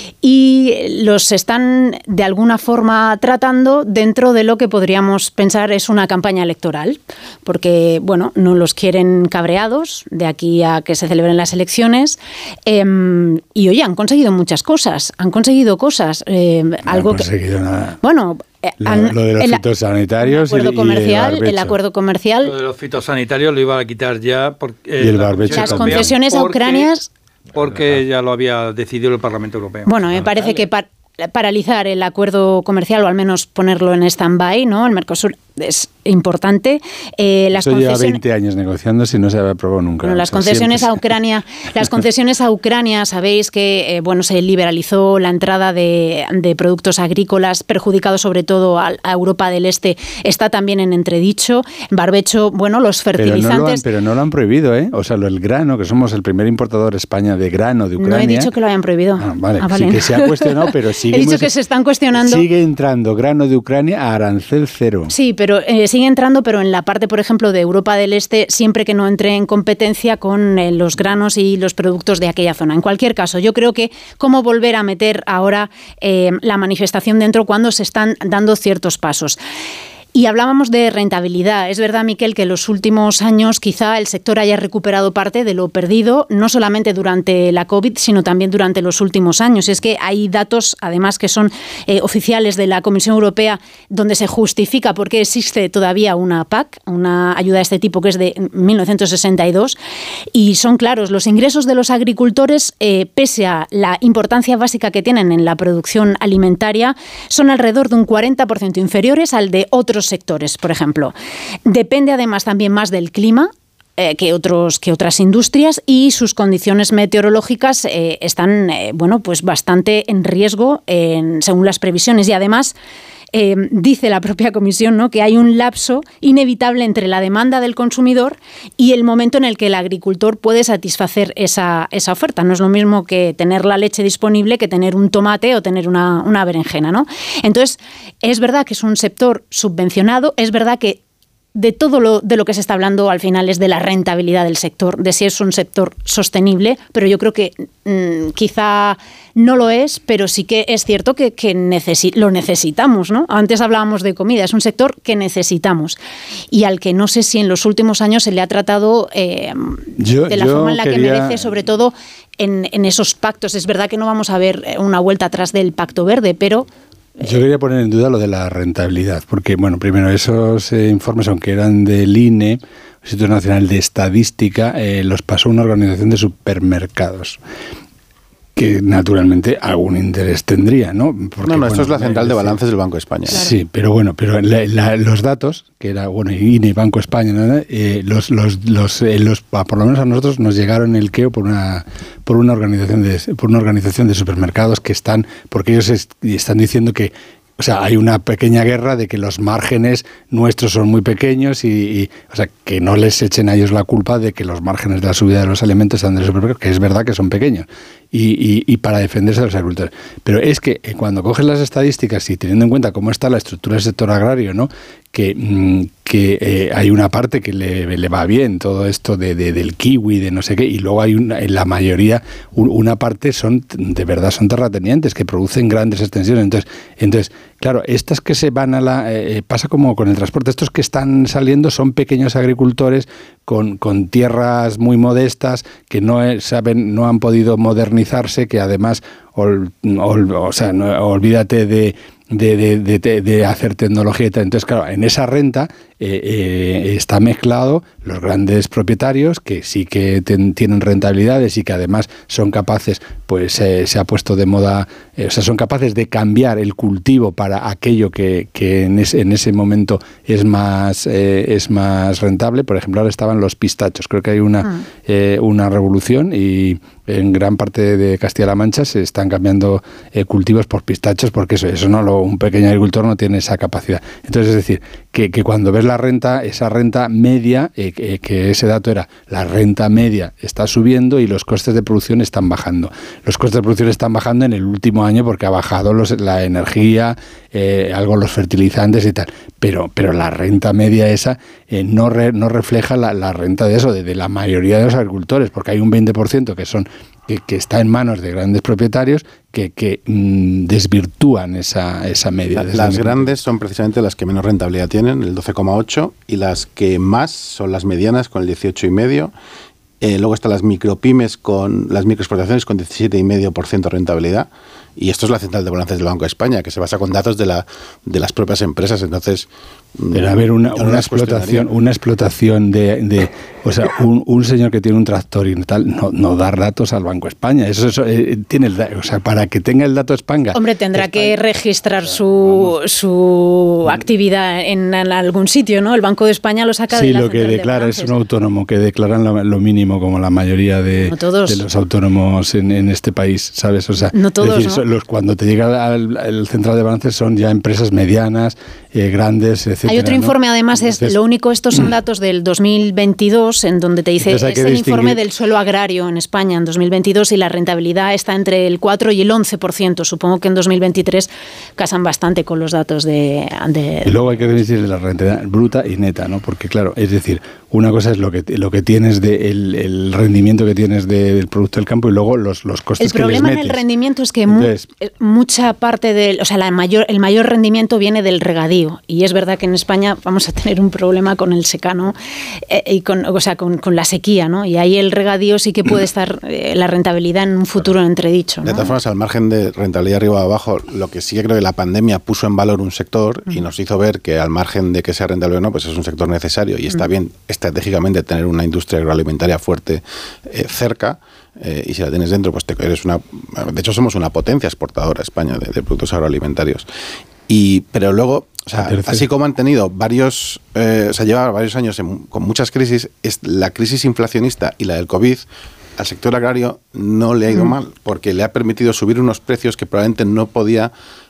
S4: y los están de alguna forma tratando dentro de lo que podríamos pensar es una campaña electoral, porque bueno, no los quieren cabreados de aquí a que se celebren las elecciones eh, y oye, han conseguido muchas cosas, han conseguido cosas. Eh,
S2: no
S4: algo
S2: han conseguido
S4: que,
S2: nada.
S4: Bueno,
S2: Lo,
S4: han,
S2: lo de los
S4: el,
S2: fitosanitarios
S4: el acuerdo
S2: y,
S4: comercial,
S2: y el,
S4: el acuerdo comercial.
S1: Lo de los fitosanitarios lo iba a quitar ya porque
S2: eh, y el barbecho
S4: las también. Concesiones a Ucrania
S1: porque ya lo había decidido el Parlamento Europeo.
S4: Bueno, me parece que par, paralizar el acuerdo comercial o al menos ponerlo en stand-by, ¿no? El Mercosur es importante. Eh, las
S2: Eso lleva veinte años negociando si no se había aprobado nunca.
S4: Bueno, las o sea, concesiones siempre. a Ucrania, las concesiones a Ucrania, sabéis que eh, bueno, se liberalizó la entrada de, de productos agrícolas, perjudicado sobre todo a, a Europa del Este, está también en entredicho. Barbecho, bueno, los fertilizantes.
S2: Pero no lo han, pero no lo han prohibido, ¿eh? O sea, lo, el grano, que somos el primer importador España de grano de Ucrania.
S4: No he dicho que lo hayan prohibido.
S2: Ah, vale,
S4: ah, vale.
S2: Sí que se ha cuestionado, pero sigue.
S4: He dicho que se están cuestionando.
S2: Sigue entrando grano de Ucrania a arancel cero.
S4: Sí, pero eh, sigue entrando, pero en la parte, por ejemplo, de Europa del Este, siempre que no entre en competencia con eh, los granos y los productos de aquella zona. En cualquier caso, yo creo que cómo volver a meter ahora eh, la manifestación dentro cuando se están dando ciertos pasos. Y hablábamos de rentabilidad. Es verdad, Miquel, que en los últimos años quizá el sector haya recuperado parte de lo perdido, no solamente durante la COVID, sino también durante los últimos años. Es que hay datos, además, que son eh, oficiales de la Comisión Europea, donde se justifica por qué existe todavía una P A C, una ayuda de este tipo que es de mil novecientos sesenta y dos, y son claros. Los ingresos de los agricultores, eh, pese a la importancia básica que tienen en la producción alimentaria, son alrededor de un cuarenta por ciento inferiores al de otros sectores, por ejemplo. Depende además también más del clima eh, que otros que otras industrias y sus condiciones meteorológicas eh, están eh, bueno, pues bastante en riesgo en, según las previsiones y además Eh, dice la propia Comisión, ¿no?, que hay un lapso inevitable entre la demanda del consumidor y el momento en el que el agricultor puede satisfacer esa, esa oferta. No es lo mismo que tener la leche disponible que tener un tomate o tener una, una berenjena, ¿no? Entonces, es verdad que es un sector subvencionado, es verdad que de todo lo de lo que se está hablando al final es de la rentabilidad del sector, de si es un sector sostenible, pero yo creo que mmm, quizá no lo es, pero sí que es cierto que, que necesi- lo necesitamos, ¿no? Antes hablábamos de comida, es un sector que necesitamos y al que no sé si en los últimos años se le ha tratado eh, yo, de la forma en la quería... que merece, sobre todo en, en esos pactos. Es verdad que no vamos a ver una vuelta atrás del Pacto Verde, pero...
S2: Yo quería poner en duda lo de la rentabilidad, porque, bueno, primero, esos eh, informes, aunque eran del I N E, Instituto Nacional de Estadística, eh, los pasó una organización de supermercados, que naturalmente algún interés tendría, ¿no?
S5: Porque, no, no, esto bueno, es la central de balances del Banco de España.
S2: Claro. Sí, pero bueno, pero la, la, los datos, que era, bueno, I N E, Banco de España, ¿no? eh, los, los, los, eh, los, por lo menos a nosotros nos llegaron el queo por una por una organización de por una organización de supermercados que están, porque ellos est- están diciendo que, o sea, hay una pequeña guerra de que los márgenes nuestros son muy pequeños y, y, o sea, que no les echen a ellos la culpa de que los márgenes de la subida de los alimentos sean de los supermercados, que es verdad que son pequeños, y, y, y para defenderse de los agricultores. Pero es que cuando coges las estadísticas y teniendo en cuenta cómo está la estructura del sector agrario, ¿no?, que, que eh, hay una parte que le, le va bien, todo esto de, de, del kiwi, de no sé qué, y luego hay una, en la mayoría un, una parte son de verdad son terratenientes que producen grandes extensiones. Entonces, entonces claro, estas que se van a la... Eh, pasa como con el transporte, estos que están saliendo son pequeños agricultores con, con tierras muy modestas que no saben, no han podido modernizarse, que además, ol, ol, o sea, no, olvídate de... De, de, de, de hacer tecnología y tal. Entonces, claro, en esa renta eh, eh, está mezclado los grandes propietarios que sí que ten, tienen rentabilidades y que además son capaces, pues eh, se ha puesto de moda, eh, o sea, son capaces de cambiar el cultivo para aquello que, que en, ese, en ese momento es más eh, es más rentable. Por ejemplo, ahora estaban los pistachos. Creo que hay una, ah. eh, una revolución y en gran parte de Castilla-La Mancha se están cambiando eh, cultivos por pistachos porque eso, eso no lo, un pequeño agricultor no tiene esa capacidad. Entonces, es decir, que, que cuando ves la renta, esa renta media, eh, que, que ese dato era la renta media está subiendo y los costes de producción están bajando. Los costes de producción están bajando en el último año porque ha bajado los, la energía, eh, algo los fertilizantes y tal. Pero, pero la renta media esa eh, no, re, no refleja la, la renta de eso, de, de la mayoría de los agricultores, porque hay un veinte por ciento que son Que, que está en manos de grandes propietarios que, que mmm, desvirtúan esa, esa media.
S5: La, las grandes son precisamente las que menos rentabilidad tienen, el doce coma ocho, y las que más son las medianas con el dieciocho coma cinco. Eh, luego están las micropymes con las microexportaciones con diecisiete coma cinco por ciento rentabilidad. Y esto es la central de balances del Banco de España, que se basa con datos de la de las propias empresas. Entonces,
S2: pero a ver, una, una explotación, una explotación de, de o sea, un, un señor que tiene un tractor y tal, no, no dar datos al Banco de España. Eso, eso eh, tiene el, o sea, para que tenga el dato España.
S4: Hombre, tendrá España, que registrar su su actividad en, en algún sitio, ¿no? El Banco de España lo saca
S2: sí,
S4: de la
S2: lo que declara es un autónomo que declaran lo, lo mínimo como la mayoría de,
S4: no todos.
S2: de los autónomos en, en este país, ¿sabes? O sea,
S4: no todos,
S2: es decir,
S4: ¿no?
S2: Los, cuando te llega al, al central de balances son ya empresas medianas, eh, grandes, etcétera.
S4: Hay otro
S2: ¿no?
S4: informe, además, Entonces, es lo único, estos son datos del dos mil veintidós, en donde te dice, es el distinguir. informe del suelo agrario en España en dos mil veintidós y la rentabilidad está entre el cuatro y el once por ciento. Supongo que en dos mil veintitrés casan bastante con los datos de... de
S2: y luego hay que decir de la rentabilidad bruta y neta, ¿no? Porque claro, es decir, una cosa es lo que lo que tienes de el, el rendimiento que tienes de, del producto del campo y luego los, los costes
S4: el
S2: que les metes.
S4: El problema en el rendimiento es que Entonces, mu mucha parte del, o sea, la mayor, el mayor rendimiento viene del regadío, y es verdad que en España vamos a tener un problema con el secano eh, y con, o sea, con, con la sequía, ¿no? Y ahí el regadío sí que puede estar eh, la rentabilidad en un futuro en entredicho, ¿no?
S5: De todas formas, al margen de rentabilidad arriba o abajo, lo que sí que creo que la pandemia puso en valor un sector y nos hizo ver que al margen de que sea rentable o no, pues es un sector necesario y está bien estratégicamente tener una industria agroalimentaria fuerte eh, cerca. Eh, y si la tienes dentro, pues te, eres una... De hecho, somos una potencia exportadora, España, de, de productos agroalimentarios. Y, pero luego, o sea, así como han tenido varios... Eh, o sea, lleva varios años en, con muchas crisis, es la crisis inflacionista y la del COVID, al sector agrario no le ha ido mm. mal, porque le ha permitido subir unos precios que probablemente no podía...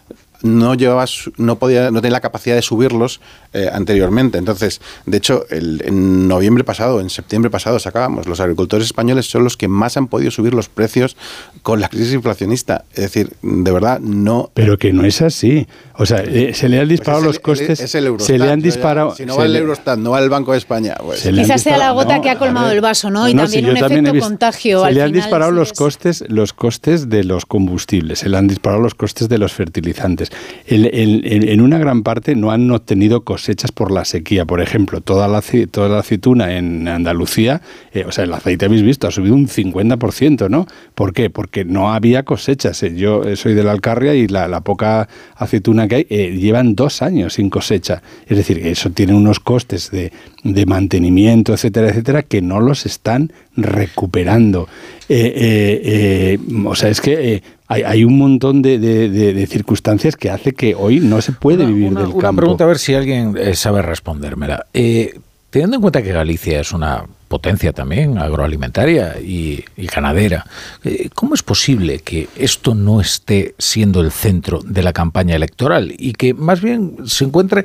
S5: no llevaba, no podía, no tenía la capacidad de subirlos eh, anteriormente. Entonces, de hecho, el, en noviembre pasado, en septiembre pasado sacábamos, los agricultores españoles son los que más han podido subir los precios con la crisis inflacionista. Es decir, de verdad, no...
S2: Pero que no es así. O sea, eh, se le han disparado pues es
S5: los
S2: el,
S5: costes... Es el Eurostat.
S2: Se le han disparado...
S5: Ya, si no va el Eurostat, no va el Banco de España. Pues.
S4: Quizás sea la gota no, que ha colmado ver, el vaso, ¿no? Y no, también si un efecto visto, contagio.
S2: Se
S4: al
S2: le han
S4: final
S2: disparado los
S4: es...
S2: costes, los costes de los combustibles, se le han disparado los costes de los fertilizantes. El, el, el, en una gran parte no han obtenido cosechas por la sequía. Por ejemplo, toda la, toda la aceituna en Andalucía, eh, o sea, el aceite habéis visto, ha subido un cincuenta por ciento, ¿no? ¿Por qué? Porque no había cosechas. Eh, yo soy de la Alcarria y la, la poca aceituna que hay, eh, llevan dos años sin cosecha. Es decir, eso tiene unos costes de, de mantenimiento, etcétera, etcétera, que no los están recuperando. Eh, eh, eh, o sea, es que eh, hay, hay un montón de, de, de, de circunstancias que hace que hoy no se puede
S3: una,
S2: vivir
S3: una,
S2: del
S3: una
S2: campo.
S3: Una pregunta, a ver si alguien eh, sabe respondérmela. Eh, teniendo en cuenta que Galicia es una potencia también agroalimentaria y, y ganadera, eh, ¿cómo es posible que esto no esté siendo el centro de la campaña electoral y que más bien se encuentre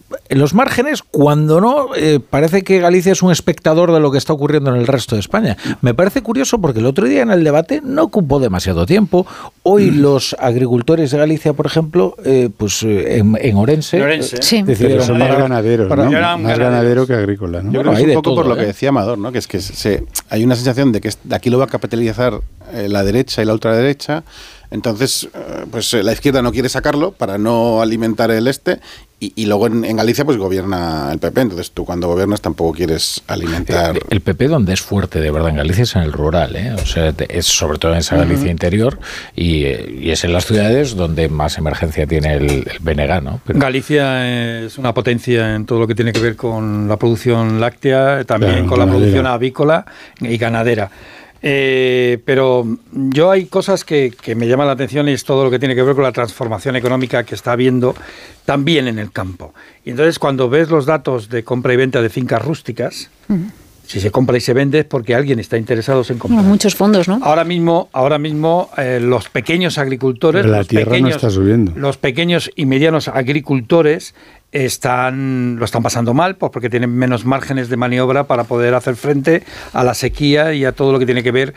S3: en los márgenes, cuando no, eh, parece que Galicia es un espectador de lo que está ocurriendo en el resto de España. Me parece curioso porque el otro día en el debate no ocupó demasiado tiempo. Hoy mm. los agricultores de Galicia, por ejemplo, eh, pues eh, en, en Orense,
S1: en Orense.
S3: Eh,
S1: sí.
S2: Pero son más ganaderos,
S3: para,
S2: ¿no?
S3: para,
S2: Más ganadero que agrícola, ¿no?
S5: Yo
S2: Bueno,
S5: creo que es un poco
S3: todo,
S5: por lo
S3: ¿eh?
S5: que decía Amador, ¿no? Que es que se, hay una sensación de que de aquí lo va a capitalizar eh, la derecha y la ultraderecha. Entonces, eh, pues eh, la izquierda no quiere sacarlo para no alimentar el este y, y luego en, en Galicia pues gobierna el P P. Entonces tú cuando gobiernas tampoco quieres alimentar...
S3: El, el P P donde es fuerte de verdad en Galicia es en el rural, ¿eh? O sea, es sobre todo en esa Galicia uh-huh. interior y, y es en las ciudades donde más emergencia tiene el, el B N G, ¿no? Pero...
S1: Galicia es una potencia en todo lo que tiene que ver con la producción láctea, también claro, con ganadera. La producción avícola y ganadera. Eh, pero yo hay cosas que, que me llaman la atención y es todo lo que tiene que ver con la transformación económica que está habiendo también en el campo. Y entonces cuando ves los datos de compra y venta de fincas rústicas, uh-huh. si se compra y se vende es porque alguien está interesado en comprar.
S4: Bueno, muchos fondos, ¿no?
S1: Ahora mismo, ahora mismo eh, los pequeños agricultores,
S2: la
S1: los
S2: tierra
S1: pequeños,
S2: no está subiendo.
S1: Los pequeños y medianos agricultores están lo están pasando mal pues porque tienen menos márgenes de maniobra para poder hacer frente a la sequía y a todo lo que tiene que ver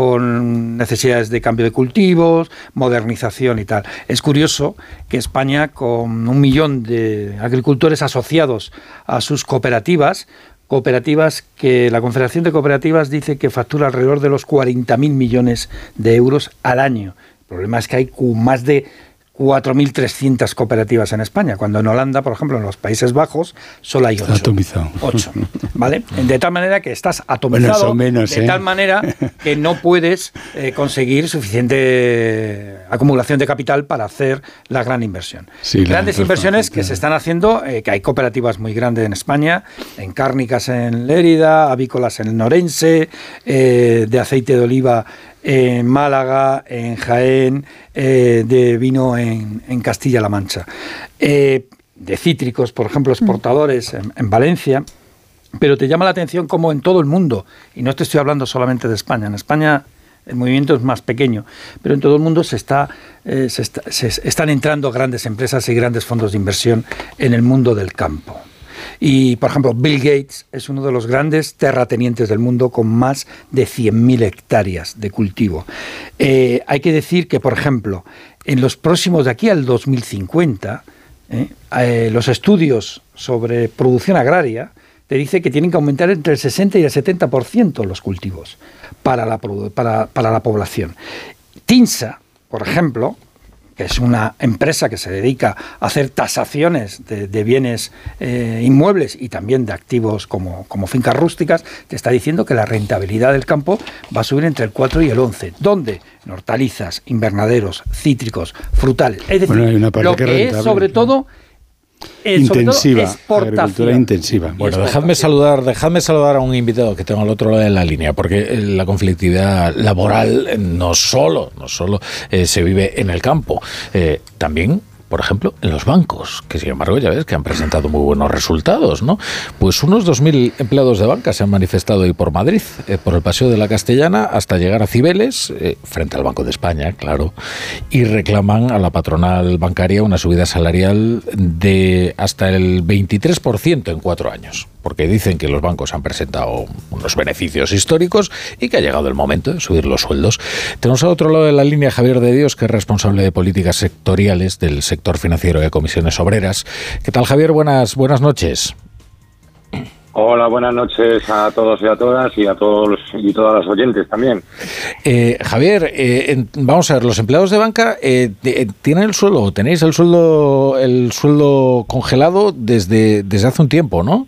S1: con necesidades de cambio de cultivos, modernización y tal. Es curioso que España, con un millón de agricultores asociados a sus cooperativas, cooperativas que la Confederación de Cooperativas dice que factura alrededor de los cuarenta mil millones de euros al año. El problema es que hay más de cuatro mil trescientas cooperativas en España, cuando en Holanda, por ejemplo, en los Países Bajos, solo hay ocho.
S2: Atomizado.
S1: Ocho, ¿vale? De tal manera que estás atomizado, bueno, menos, de ¿eh? tal manera que no puedes eh, conseguir suficiente acumulación de capital para hacer la gran inversión. Sí, Grandes la inversiones que se están haciendo, eh, que hay cooperativas muy grandes en España, en cárnicas en Lérida, avícolas en Orense, eh, de aceite de oliva en Málaga, en Jaén, eh, de vino en, en Castilla-La Mancha, eh, de cítricos, por ejemplo, exportadores en, en Valencia, pero te llama la atención como en todo el mundo, y no te estoy hablando solamente de España, en España el movimiento es más pequeño, pero en todo el mundo se, está, eh, se, está, se están entrando grandes empresas y grandes fondos de inversión en el mundo del campo. Y, por ejemplo, Bill Gates es uno de los grandes terratenientes del mundo con más de cien mil hectáreas de cultivo. Eh, hay que decir que, por ejemplo, en los próximos, de aquí al dos mil cincuenta, eh, eh, los estudios sobre producción agraria te dice que tienen que aumentar entre el sesenta y el setenta por ciento los cultivos para la, para, para la población. TINSA, por ejemplo, que es una empresa que se dedica a hacer tasaciones de, de bienes eh, inmuebles y también de activos como, como fincas rústicas, te está diciendo que la rentabilidad del campo va a subir entre el cuatro y el once. ¿Dónde? En hortalizas, invernaderos, cítricos, frutales. Es decir, bueno, hay una parte lo que, que es, es sobre todo... Eh,
S2: intensiva, agricultura intensiva.
S3: Bueno, dejadme saludar, dejadme saludar a un invitado que tengo al otro lado de la línea, porque la conflictividad laboral no solo, no solo eh, se vive en el campo, eh, también, por ejemplo, en los bancos, que sin embargo ya ves que han presentado muy buenos resultados, ¿no? Pues unos dos mil empleados de banca se han manifestado hoy por Madrid, eh, por el Paseo de la Castellana, hasta llegar a Cibeles, eh, frente al Banco de España, claro, y reclaman a la patronal bancaria una subida salarial de hasta el veintitrés por ciento en cuatro años, porque dicen que los bancos han presentado unos beneficios históricos y que ha llegado el momento de subir los sueldos. Tenemos al otro lado de la línea Javier de Dios, que es responsable de políticas sectoriales del sector financiero de Comisiones Obreras. ¿Qué tal, Javier? Buenas, buenas noches.
S6: Hola, buenas noches a todos y a todas y a todos y todas las oyentes también.
S3: Eh, Javier, eh, en, vamos a ver, los empleados de banca eh, tienen el sueldo, tenéis el sueldo, el sueldo congelado desde, desde hace un tiempo, ¿no?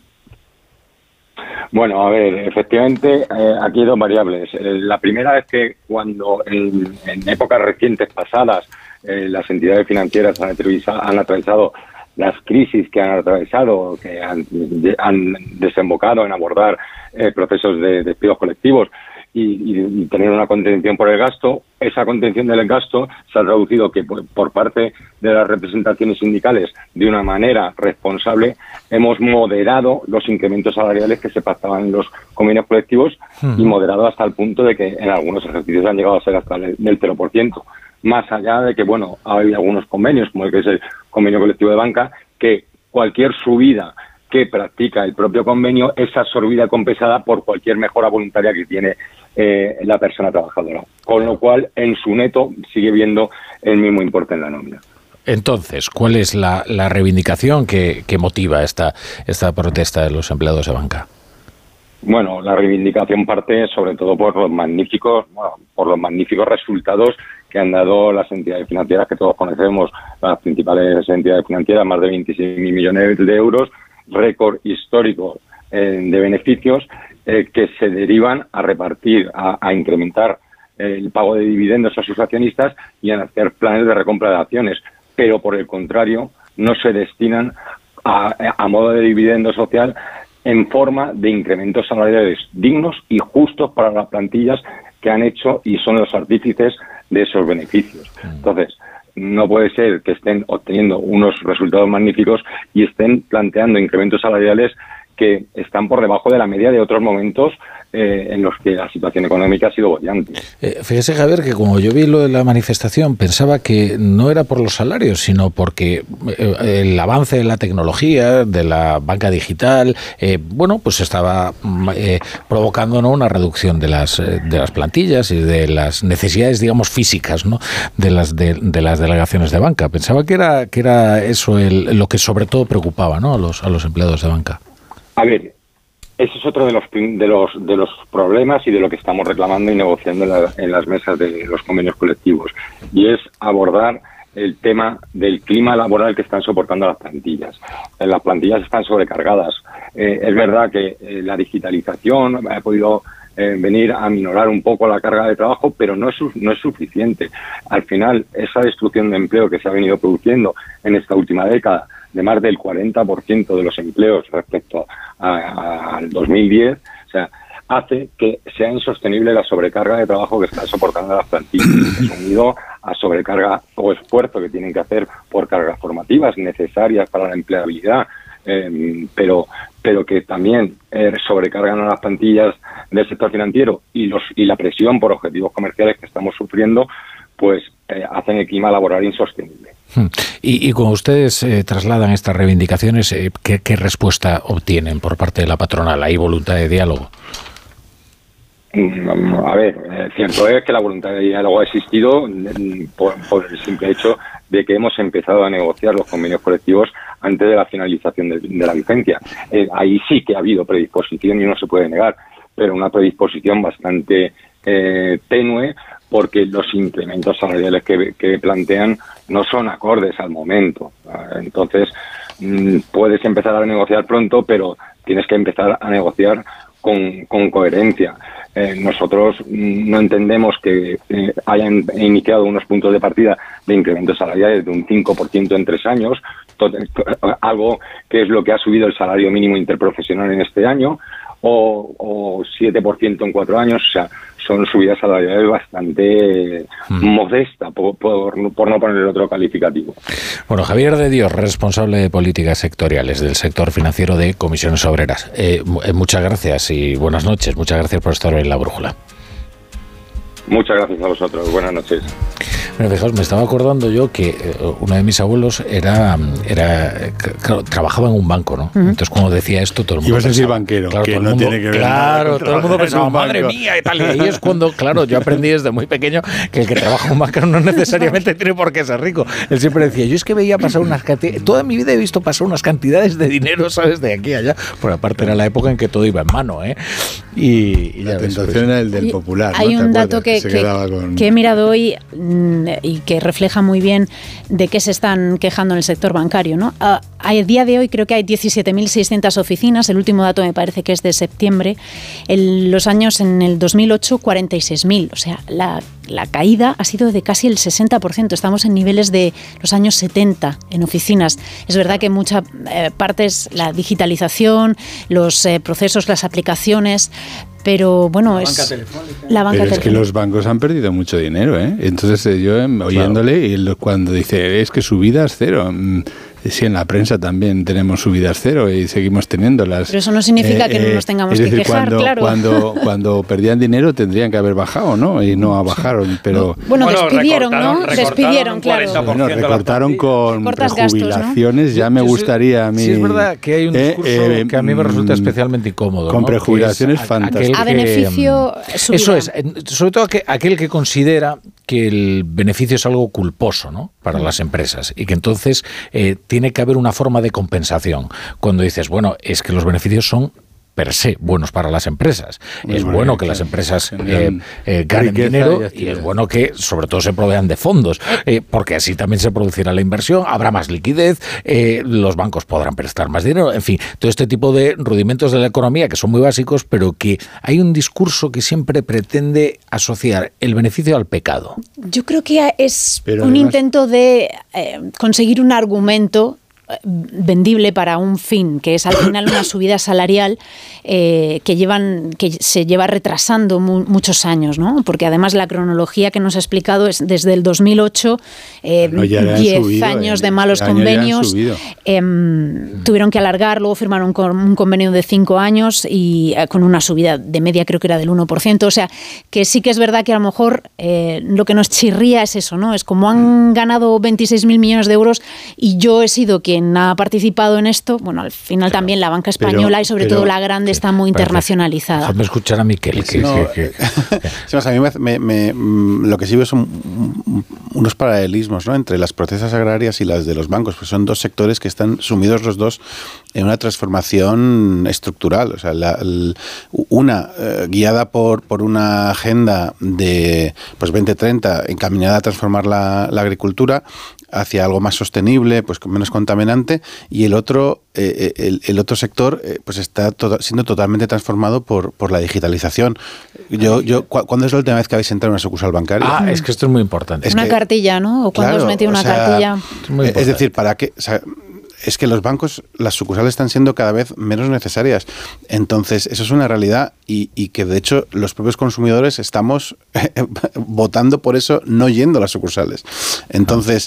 S6: Bueno, a ver, efectivamente, eh, aquí hay dos variables. Eh, la primera es que cuando en, en épocas recientes pasadas eh, las entidades financieras han atravesado, han atravesado las crisis que han atravesado, que han, de, han desembocado en abordar eh, procesos de despidos colectivos y, y, y tener una contención por el gasto, esa contención del gasto se ha traducido que por, por parte de las representaciones sindicales, de una manera responsable, hemos moderado los incrementos salariales que se pactaban en los convenios colectivos uh-huh. y moderado hasta el punto de que en algunos ejercicios han llegado a ser hasta el, del cero por ciento. Más allá de que, bueno, hay algunos convenios, como el que es el convenio colectivo de banca, que cualquier subida que practica el propio convenio es absorbida y compensada por cualquier mejora voluntaria que tiene eh, la persona trabajadora. Con lo cual, en su neto sigue viendo el mismo importe en la nómina.
S3: Entonces, ¿cuál es la, la reivindicación que, que motiva esta, esta protesta de los empleados de banca?
S6: Bueno, la reivindicación parte sobre todo por los magníficos, bueno, por los magníficos resultados que han dado las entidades financieras que todos conocemos, las principales entidades financieras, más de veintiséis mil millones de euros, récord histórico eh, de beneficios eh, que se derivan a repartir, a, a incrementar eh, el pago de dividendos a sus accionistas y a hacer planes de recompra de acciones, pero por el contrario no se destinan a, a modo de dividendo social en forma de incrementos salariales dignos y justos para las plantillas que han hecho y son los artífices de esos beneficios. Entonces, no puede ser que estén obteniendo unos resultados magníficos y estén planteando incrementos salariales que están por debajo de la media de otros momentos eh, en los que la situación económica ha sido bollante.
S3: Eh, fíjese, Javier, que como yo vi lo de la manifestación, pensaba que no era por los salarios, sino porque eh, el avance de la tecnología, de la banca digital, eh, bueno, pues estaba eh, provocando, ¿no?, una reducción de las eh, de las plantillas y de las necesidades, digamos, físicas, ¿no?, de las de, de las delegaciones de banca. Pensaba que era que era eso el, lo que sobre todo preocupaba, ¿no?, a los a los empleados de banca.
S6: A ver, ese es otro de los de los de los problemas y de lo que estamos reclamando y negociando en, la, en las mesas de los convenios colectivos, y es abordar el tema del clima laboral que están soportando las plantillas. Eh, las plantillas están sobrecargadas. Eh, es verdad que eh, la digitalización ha podido eh, venir a minorar un poco la carga de trabajo, pero no es no es suficiente. Al final, esa destrucción de empleo que se ha venido produciendo en esta última década, de más del cuarenta por ciento de los empleos respecto al dos mil diez, o sea, hace que sea insostenible la sobrecarga de trabajo que están soportando las plantillas, unido a sobrecarga o esfuerzo que tienen que hacer por cargas formativas necesarias para la empleabilidad, eh, pero pero que también eh, sobrecargan a las plantillas del sector financiero y los y la presión por objetivos comerciales que estamos sufriendo, pues eh, hacen el clima laboral insostenible.
S3: Y, y cuando ustedes eh, trasladan estas reivindicaciones, eh, ¿qué, ¿qué respuesta obtienen por parte de la patronal? ¿Hay voluntad de diálogo?
S6: A ver, eh, cierto es que la voluntad de diálogo ha existido por, por el simple hecho de que hemos empezado a negociar los convenios colectivos antes de la finalización de, de la vigencia. Eh, ahí sí que ha habido predisposición y no se puede negar, pero una predisposición bastante eh, tenue, porque los incrementos salariales que, que plantean no son acordes al momento. Entonces, mmm, puedes empezar a negociar pronto, pero tienes que empezar a negociar con, con coherencia. Eh, nosotros mmm, no entendemos que eh, hayan iniciado unos puntos de partida de incrementos salariales de un cinco por ciento en tres años, todo, algo que es lo que ha subido el salario mínimo interprofesional en este año, o, o siete por ciento en cuatro años, o sea, son subidas salariales bastante mm. modestas, por, por, por no poner otro calificativo.
S3: Bueno, Javier de Dios, responsable de políticas sectoriales del sector financiero de Comisiones Obreras. Eh, muchas gracias y buenas noches. Muchas gracias por estar hoy en La Brújula.
S6: Muchas gracias a vosotros. Buenas noches.
S3: Bueno, fijaos, me estaba acordando yo que eh, uno de mis abuelos era, era claro, trabajaba en un banco, ¿no? Uh-huh. Entonces, cuando decía esto, todo el mundo
S2: ibas a decir
S3: pensaba,
S2: banquero,
S3: claro,
S2: que
S3: todo
S2: no
S3: el mundo,
S2: tiene que ver
S3: claro,
S2: nada
S3: todo el mundo pensaba, madre
S2: banco.
S3: mía, y tal. Y ahí es cuando, claro, yo aprendí desde muy pequeño que el que trabaja en un banco no necesariamente tiene por qué ser rico. Él siempre decía, yo es que veía pasar unas cantidades, toda mi vida he visto pasar unas cantidades de dinero, ¿sabes? De aquí a allá. Por aparte era la época en que todo iba en mano, ¿eh? Y, y
S2: la
S3: ya
S2: tentación
S3: ves, pues,
S2: era el del popular,
S4: Hay
S2: ¿no?
S4: un dato que, que, que, con... que he mirado hoy mmm, y que refleja muy bien de qué se están quejando en el sector bancario, ¿no? A, a día de hoy creo que hay diecisiete mil seiscientas oficinas, el último dato me parece que es de septiembre, en los años en el dos mil ocho cuarenta y seis mil, o sea, la, la caída ha sido de casi el sesenta por ciento, estamos en niveles de los años setenta en oficinas. Es verdad que mucha eh, parte es la digitalización, los eh, procesos, las aplicaciones, pero bueno,
S2: la
S4: es
S2: banca telefónica.
S4: La banca
S2: pero es
S4: telefónica.
S2: que los bancos han perdido mucho dinero, ¿eh? Entonces yo oyéndole, claro. Y cuando dice, es que su vida es cero, Sí, en la prensa también tenemos subidas cero y seguimos teniéndolas.
S4: Pero eso no significa eh, que no nos tengamos
S2: es decir,
S4: que quejar,
S2: cuando,
S4: claro.
S2: Cuando, cuando perdían dinero tendrían que haber bajado, ¿no? Y no bajaron, pero...
S4: Bueno, bueno despidieron, ¿no? Despidieron, claro.
S2: Bueno, recortaron con prejubilaciones, gastos, ¿no? Ya me gustaría a mí...
S3: Sí, es verdad que hay un discurso eh, eh, que a mí me resulta especialmente incómodo.
S2: Con
S3: ¿no?
S2: prejubilaciones fantásticas.
S4: A beneficio
S3: que, Eso es, sobre todo aquel que considera que el beneficio es algo culposo, ¿no? Para las empresas y que entonces eh, tiene que haber una forma de compensación. Cuando dices, bueno, es que los beneficios son per se buenos para las empresas. Muy es bueno, bueno que, que las empresas eh, eh, ganen dinero y, y es bueno que sobre todo se provean de fondos, eh, porque así también se producirá la inversión, habrá más liquidez, eh, los bancos podrán prestar más dinero, en fin, todo este tipo de rudimentos de la economía que son muy básicos, pero que hay un discurso que siempre pretende asociar el beneficio al pecado.
S4: Yo creo que es
S2: pero
S4: un
S2: además,
S4: intento de eh, conseguir un argumento vendible para un fin, que es al final una subida salarial eh, que llevan que se lleva retrasando mu muchos años, ¿no? Porque además la cronología que nos ha explicado es desde el dos mil ocho, eh, no, diez subido, años eh, de malos convenios, eh, tuvieron que alargar, luego firmaron con un convenio de cinco años y eh, con una subida de media creo que era del uno por ciento, o sea, que sí que es verdad que a lo mejor eh, lo que nos chirría es eso, ¿no? Es como han ganado veintiséis mil millones de euros y yo he sido quien ha participado en esto, bueno, al final claro, también la banca española pero, y sobre pero, todo la grande sí, está muy internacionalizada.
S3: Déjame escuchar a Miquel. Que,
S5: no,
S3: que, que,
S5: que. A mí me, me, me, lo que sí veo son unos paralelismos, ¿no? Entre las protestas agrarias y las de los bancos, pues son dos sectores que están sumidos los dos en una transformación estructural. O sea, la, la, una eh, guiada por, por una agenda de pues veinte treinta encaminada a transformar la, la agricultura hacia algo más sostenible, pues menos contaminante, y el otro, eh, el, el otro sector, eh, pues está to siendo totalmente transformado por, por la digitalización. Yo, yo, ¿cu ¿Cuándo es la última vez que habéis entrado en una sucursal bancaria?
S3: Ah, es que esto es muy importante.
S4: Es una que, cartilla, ¿no? ¿O cuándo claro, os metió una o sea, cartilla?
S5: Es, es decir, ¿para qué? O sea, es que los bancos, las sucursales están siendo cada vez menos necesarias. Entonces, eso es una realidad y, y que, de hecho, los propios consumidores estamos votando por eso, no yendo a las sucursales. Entonces,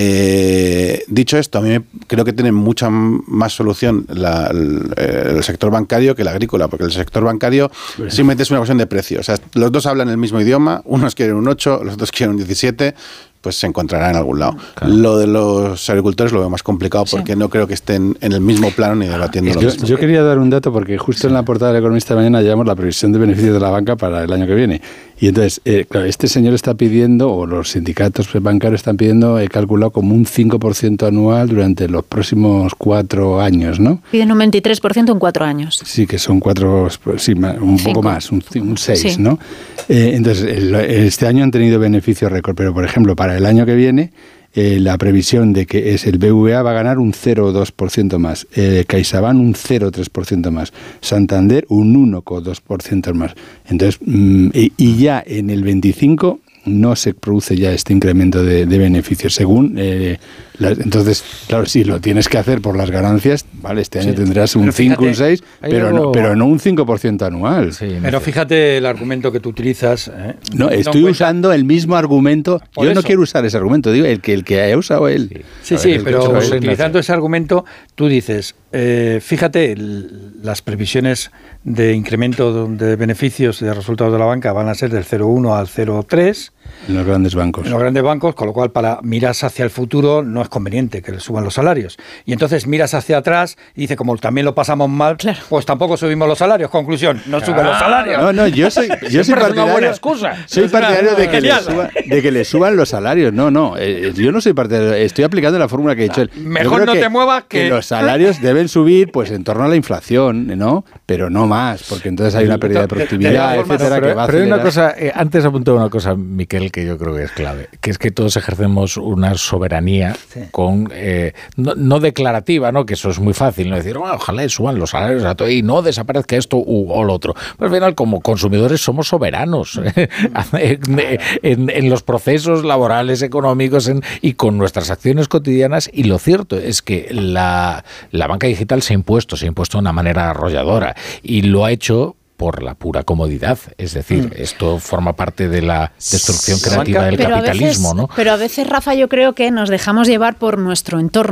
S5: Eh, dicho esto, a mí me, creo que tiene mucha más solución la, el, el sector bancario que el agrícola, porque el sector bancario bueno. simplemente es una cuestión de precio. O sea, los dos hablan el mismo idioma, unos quieren un ocho, los otros quieren un diecisiete, pues se encontrará en algún lado. Claro. Lo de los agricultores lo veo más complicado porque sí. no creo que estén en el mismo plano ni debatiendo lo
S2: yo,
S5: mismo.
S2: Yo quería dar un dato porque justo sí. en la portada del Economista de mañana llevamos la previsión de beneficios de la banca para el año que viene. Y entonces, eh, claro, este señor está pidiendo, o los sindicatos bancarios están pidiendo, he calculado como un cinco por ciento anual durante los próximos cuatro años, ¿no?
S4: Piden un veintitrés por ciento en cuatro años.
S2: Sí, que son cuatro, sí, un Cinco. poco más, un, un seis, sí. ¿no? Eh, entonces, el, este año han tenido beneficios récord, pero por ejemplo, para el año que viene, eh, la previsión de que es el B V A va a ganar un cero coma dos por ciento más, eh, CaixaBank un cero coma tres por ciento más, Santander un uno coma dos por ciento más. Entonces, mm, y, y ya en el veinticinco no se produce ya este incremento de, de beneficios según eh, la, entonces claro, si lo tienes que hacer por las ganancias, vale, este año sí. tendrás un cinco, un seis, pero algo... no, pero no un cinco por ciento anual.
S1: Sí, pero fíjate el argumento que tú utilizas. ¿eh?
S2: No, estoy no usando el mismo argumento. Por Yo eso. no quiero usar ese argumento, digo el que el que ha usado él.
S1: Sí, sí, ver, sí pero utilizando ese argumento, tú dices, eh, fíjate, el, las previsiones de incremento de beneficios de resultados de la banca van a ser del cero coma uno al cero coma tres.
S2: En los grandes bancos.
S1: En los grandes bancos, con lo cual para miras hacia el futuro no es conveniente que le suban los salarios. Y entonces miras hacia atrás y dice, como también lo pasamos mal, claro. pues tampoco subimos los salarios. Conclusión, no suben ah, los salarios.
S2: No, no, yo soy, yo soy partidario,
S1: una buena excusa.
S2: Soy partidario de que, le suba, de que le suban los salarios. No, no, eh, yo no soy partidario, estoy aplicando la fórmula que he dicho él.
S1: Mejor no
S2: que,
S1: te muevas que...
S2: que los salarios deben subir pues en torno a la inflación, ¿no? Pero no más, porque entonces hay una pérdida de productividad, de, de etcétera,
S3: no, pero,
S2: que va a
S3: Pero hay una cosa, eh, antes apuntaba una cosa, Miquel, que yo creo que es clave, que es que todos ejercemos una soberanía sí. con eh, no, no declarativa, ¿no? Que eso es muy fácil, no decir, oh, ojalá suban los salarios a todo y no desaparezca esto u, o lo otro. Pues al final, como consumidores somos soberanos ¿eh? en, en, en los procesos laborales, económicos en, y con nuestras acciones cotidianas, y lo cierto es que la, la banca digital se ha impuesto, se ha impuesto de una manera arrolladora y lo ha hecho por la pura comodidad, es decir, mm. esto forma parte de la destrucción creativa del
S4: pero
S3: capitalismo,
S4: veces,
S3: ¿no?
S4: Pero a veces, Rafa, yo creo que nos dejamos llevar por nuestro entorno,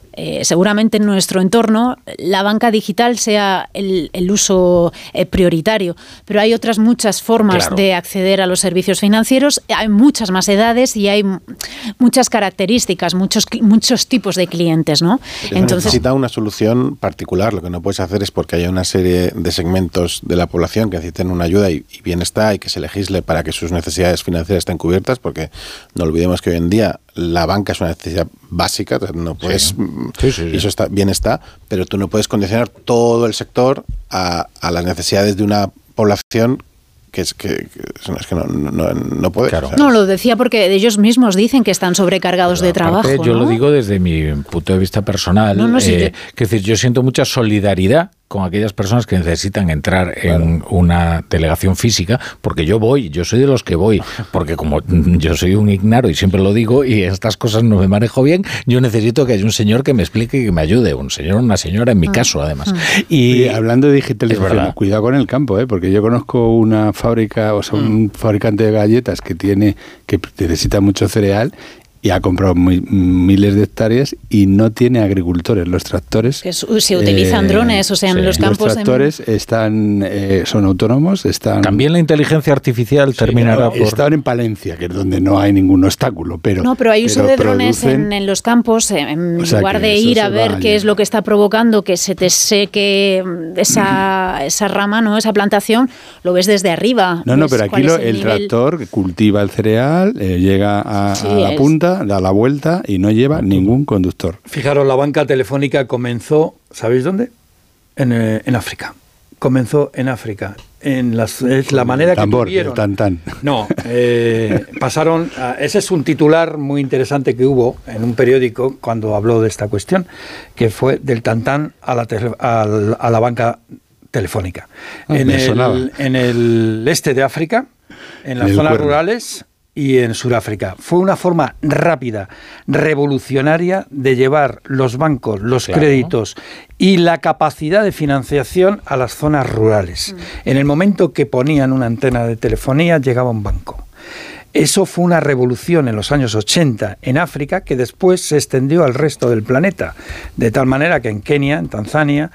S4: eh, seguramente en nuestro entorno la banca digital sea el, el uso eh, prioritario, pero hay otras muchas formas claro. de acceder a los servicios financieros, hay muchas más edades y hay muchas características, muchos, muchos tipos de clientes, ¿no?
S5: Entonces necesita una solución particular. Lo que no puedes hacer es porque haya una serie de segmentos de la población que necesiten una ayuda y, y bien está, y que se legisle para que sus necesidades financieras estén cubiertas, porque no olvidemos que hoy en día la banca es una necesidad básica, no puedes, sí. Sí, sí, sí. y eso está, bien está, pero tú no puedes condicionar todo el sector a, a las necesidades de una población que es que, que, es que no, no, no puede.
S4: Claro. No, lo decía porque ellos mismos dicen que están sobrecargados de trabajo.
S3: Aparte, yo
S4: ¿no?
S3: lo digo desde mi punto de vista personal. No, no, sí, eh, que... Es decir, yo siento mucha solidaridad con aquellas personas que necesitan entrar claro. en una delegación física, porque yo voy, yo soy de los que voy, porque como yo soy un ignaro y siempre lo digo, y estas cosas no me manejo bien, yo necesito que haya un señor que me explique y que me ayude, un señor o una señora en mi caso, además.
S2: Y, y hablando de digitalización, cuidado con el campo, ¿eh? Porque yo conozco una fábrica, o sea, un mm. fabricante de galletas que tiene, que necesita mucho cereal, y ha comprado muy, miles de hectáreas y no tiene agricultores. Los tractores...
S4: Que se utilizan eh, drones, o sea, en sí, los campos...
S2: Los tractores en... están, eh, son autónomos, están...
S3: También la inteligencia artificial sí, terminará
S2: no,
S3: por...
S2: Estaban en Palencia, que es donde no hay ningún obstáculo, pero...
S4: No, pero hay uso pero de drones producen... en, en los campos, en o sea, lugar de ir a ver qué es lo que está provocando que se te seque esa, esa rama, ¿no? Esa plantación, lo ves desde arriba.
S2: No, no, pero aquí lo, el, el tractor cultiva el cereal, eh, llega a, sí, a la es... punta, da la vuelta y no lleva ningún conductor.
S1: Fijaros, la banca telefónica comenzó, ¿sabéis dónde? En, eh, en África. Comenzó en África. En las, es la manera
S2: tambor,
S1: que tuvieron.
S2: Tan, tan.
S1: No, eh, pasaron. A, ese es un titular muy interesante que hubo en un periódico cuando habló de esta cuestión, que fue del tantán a la, tele, a, a la banca telefónica. Ah, en, el, en el este de África, en las zonas cuerno. rurales y en Sudáfrica. Fue una forma rápida, revolucionaria de llevar los bancos, los claro. créditos y la capacidad de financiación a las zonas rurales. Mm. En el momento que ponían una antena de telefonía, llegaba un banco. Eso fue una revolución en los años ochenta en África que después se extendió al resto del planeta, de tal manera que en Kenia, en Tanzania,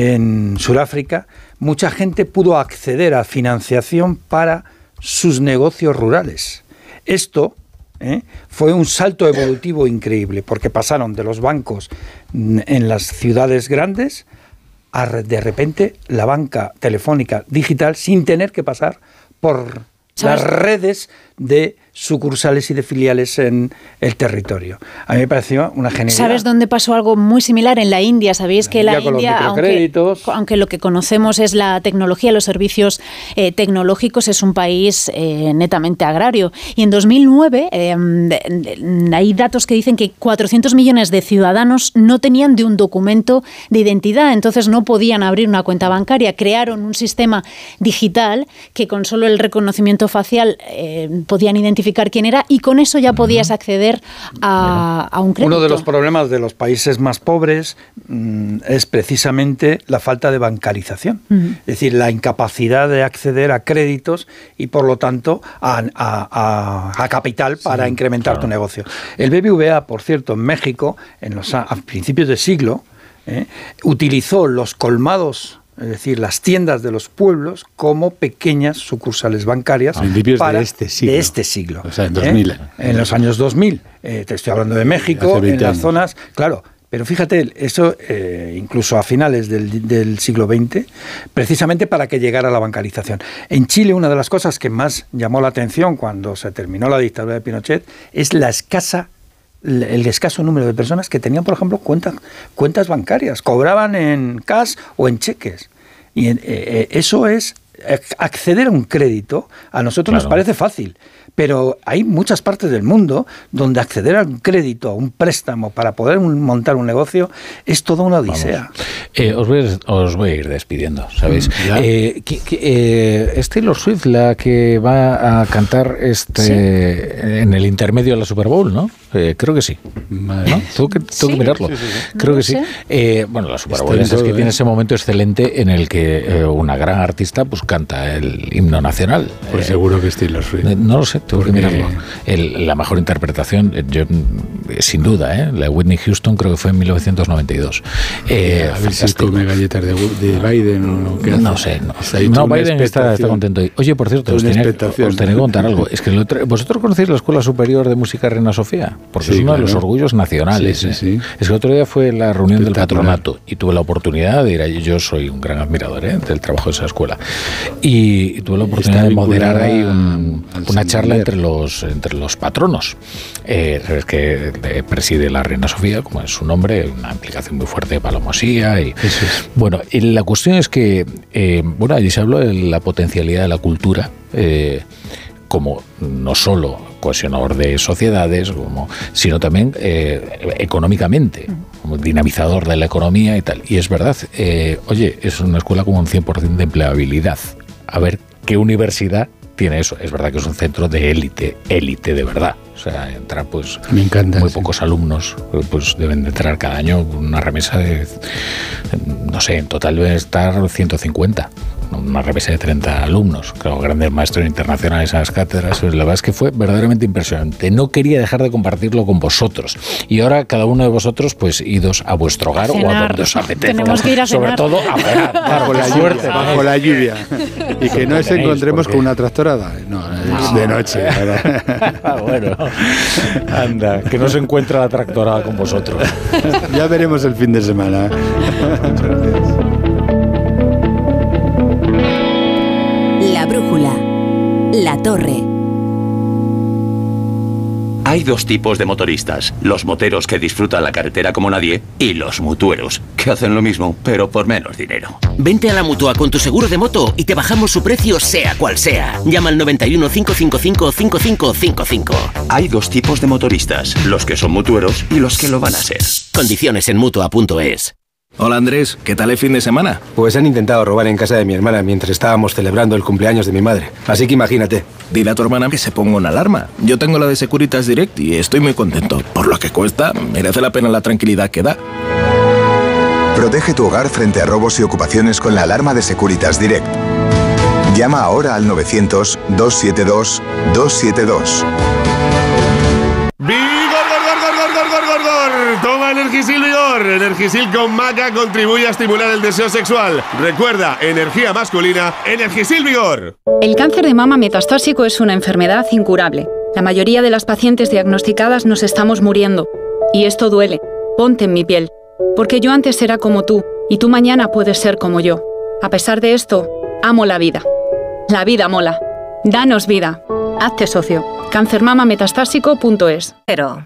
S1: en Sudáfrica, mucha gente pudo acceder a financiación para sus negocios rurales. Esto ¿eh? fue un salto evolutivo increíble, porque pasaron de los bancos en las ciudades grandes a de repente la banca telefónica digital sin tener que pasar por las redes de sucursales y de filiales en el territorio. A mí me pareció una genialidad.
S4: ¿Sabes dónde pasó algo muy similar? En la India. Sabéis que la India, aunque, aunque lo que conocemos es la tecnología, los servicios eh, tecnológicos, es un país eh, netamente agrario. Y en dos mil nueve eh, hay datos que dicen que cuatrocientos millones de ciudadanos no tenían de un documento de identidad, entonces no podían abrir una cuenta bancaria. Crearon un sistema digital que con solo el reconocimiento facial eh, podían identificar quién era y con eso ya podías acceder a, a un crédito.
S1: Uno de los problemas de los países más pobres mmm, es precisamente la falta de bancarización, uh-huh. es decir, la incapacidad de acceder a créditos y por lo tanto a, a, a, a capital para sí, incrementar claro. tu negocio. El B B V A, por cierto, en México, en los, a principios de siglo, eh, utilizó los colmados, es decir, las tiendas de los pueblos como pequeñas sucursales bancarias
S2: para, de, este siglo.
S1: de este siglo.
S2: O sea, en dos mil.
S1: ¿eh? En los años dos mil. Eh, te estoy hablando de México, en las años. zonas... Claro, pero fíjate, eso eh, incluso a finales del, del siglo veinte, precisamente para que llegara la bancarización. En Chile, una de las cosas que más llamó la atención cuando se terminó la dictadura de Pinochet es la escasa el escaso número de personas que tenían, por ejemplo, cuentas, cuentas bancarias, cobraban en cash o en cheques. Y eh, eso es acceder a un crédito. A nosotros claro. nos parece fácil, pero hay muchas partes del mundo donde acceder a un crédito, a un préstamo para poder montar un negocio es toda una odisea.
S3: Eh, os, voy a, os voy a ir despidiendo, ¿sabéis? Eh, que, que, eh, es Taylor Swift la que va a cantar este sí. en el intermedio de la Super Bowl, ¿no? Eh, creo que sí. ¿No? Tengo que, tengo sí. que mirarlo. Sí, sí, sí. Creo no que sí. Eh, bueno, la Super Bowl es todo, que eh. tiene ese momento excelente en el que eh, una gran artista pues canta el himno nacional.
S2: Pues
S3: eh,
S2: seguro que es Taylor Swift.
S3: No lo sé. Tengo que mirarlo. El, la mejor interpretación, yo, sin duda, ¿eh? La de Whitney Houston creo que fue en mil novecientos noventa y dos. Eh,
S2: a ver si come galletas de, de Biden o qué hace.
S3: No sé. No, no Biden está, está contento hoy. Oye, por cierto, os tenía, os tenía que contar algo. Es que lo, vosotros conocéis la Escuela Superior de Música Reina Sofía, porque sí, es uno claro. de los orgullos nacionales. Sí, sí, sí. ¿eh? Es que el otro día fue la reunión del patronato y tuve la oportunidad de ir allí. Yo soy un gran admirador ¿eh? del trabajo de esa escuela. Y, y tuve la oportunidad de moderar ahí un, una charla entre los, entre los patronos. Eh, es que eh, preside la Reina Sofía, como es su nombre, una implicación muy fuerte de Palomosía. Y, Eso es. Bueno, y la cuestión es que, eh, bueno, allí se habló de la potencialidad de la cultura, eh, como no solo cohesionador de sociedades, como, sino también eh, económicamente, como dinamizador de la economía y tal. Y es verdad, eh, oye, es una escuela con un cien por ciento de empleabilidad. A ver qué universidad tiene eso. Es verdad que es un centro de élite, élite de verdad. O sea, entra pues
S2: Me encanta,
S3: muy
S2: sí.
S3: pocos alumnos, pues deben de entrar cada año una remesa de, no sé, en total deben estar ciento cincuenta. Una remesa de treinta alumnos, claro, grandes maestros internacionales en las cátedras. La verdad es que fue verdaderamente impresionante. No quería dejar de compartirlo con vosotros. Y ahora cada uno de vosotros, pues, idos a vuestro hogar a o a donde os apetezca.
S4: Tenemos que ir a
S3: Sobre
S4: cenar.
S3: todo a cenar.
S2: Bajo la
S3: Suerte,
S2: lluvia. Bajo la lluvia. Y que no nos encontremos con una tractorada. No, es
S3: No.
S2: de noche.
S3: Ah, bueno. Anda, que no se encuentra la tractorada con vosotros.
S2: Ya veremos el fin de semana. Muchas gracias.
S15: La brújula. La torre.
S7: Hay dos tipos de motoristas, los moteros que disfrutan la carretera como nadie y los mutueros, que hacen lo mismo, pero por menos dinero.
S8: Vente a la Mutua con tu seguro de moto y te bajamos su precio sea cual sea. Llama al noventa y uno, cinco cinco cinco, cinco cinco cinco cinco.
S7: Hay dos tipos de motoristas, los que son mutueros y los que lo van a ser.
S8: Condiciones en Mutua punto es.
S20: Hola Andrés, ¿qué tal el fin de semana?
S18: Pues han intentado robar en casa de mi hermana mientras estábamos celebrando el cumpleaños de mi madre. Así que imagínate.
S20: Dile a tu hermana que se ponga una alarma. Yo tengo la de Securitas Direct y estoy muy contento. Por lo que cuesta, merece la pena la tranquilidad que da.
S21: Protege tu hogar frente a robos y ocupaciones con la alarma de Securitas Direct. Llama ahora al novecientos, doscientos setenta y dos, doscientos setenta y dos.
S9: Toma Energisil Vigor. Energisil con maca contribuye a estimular el deseo sexual. Recuerda, energía masculina, Energisil Vigor.
S10: El cáncer de mama metastásico es una enfermedad incurable. La mayoría de las pacientes diagnosticadas nos estamos muriendo. Y esto duele. Ponte en mi piel. Porque yo antes era como tú, y tú mañana puedes ser como yo. A pesar de esto, amo la vida. La vida mola. Danos vida. Hazte socio. cáncer mama metastásico punto es.
S25: Pero...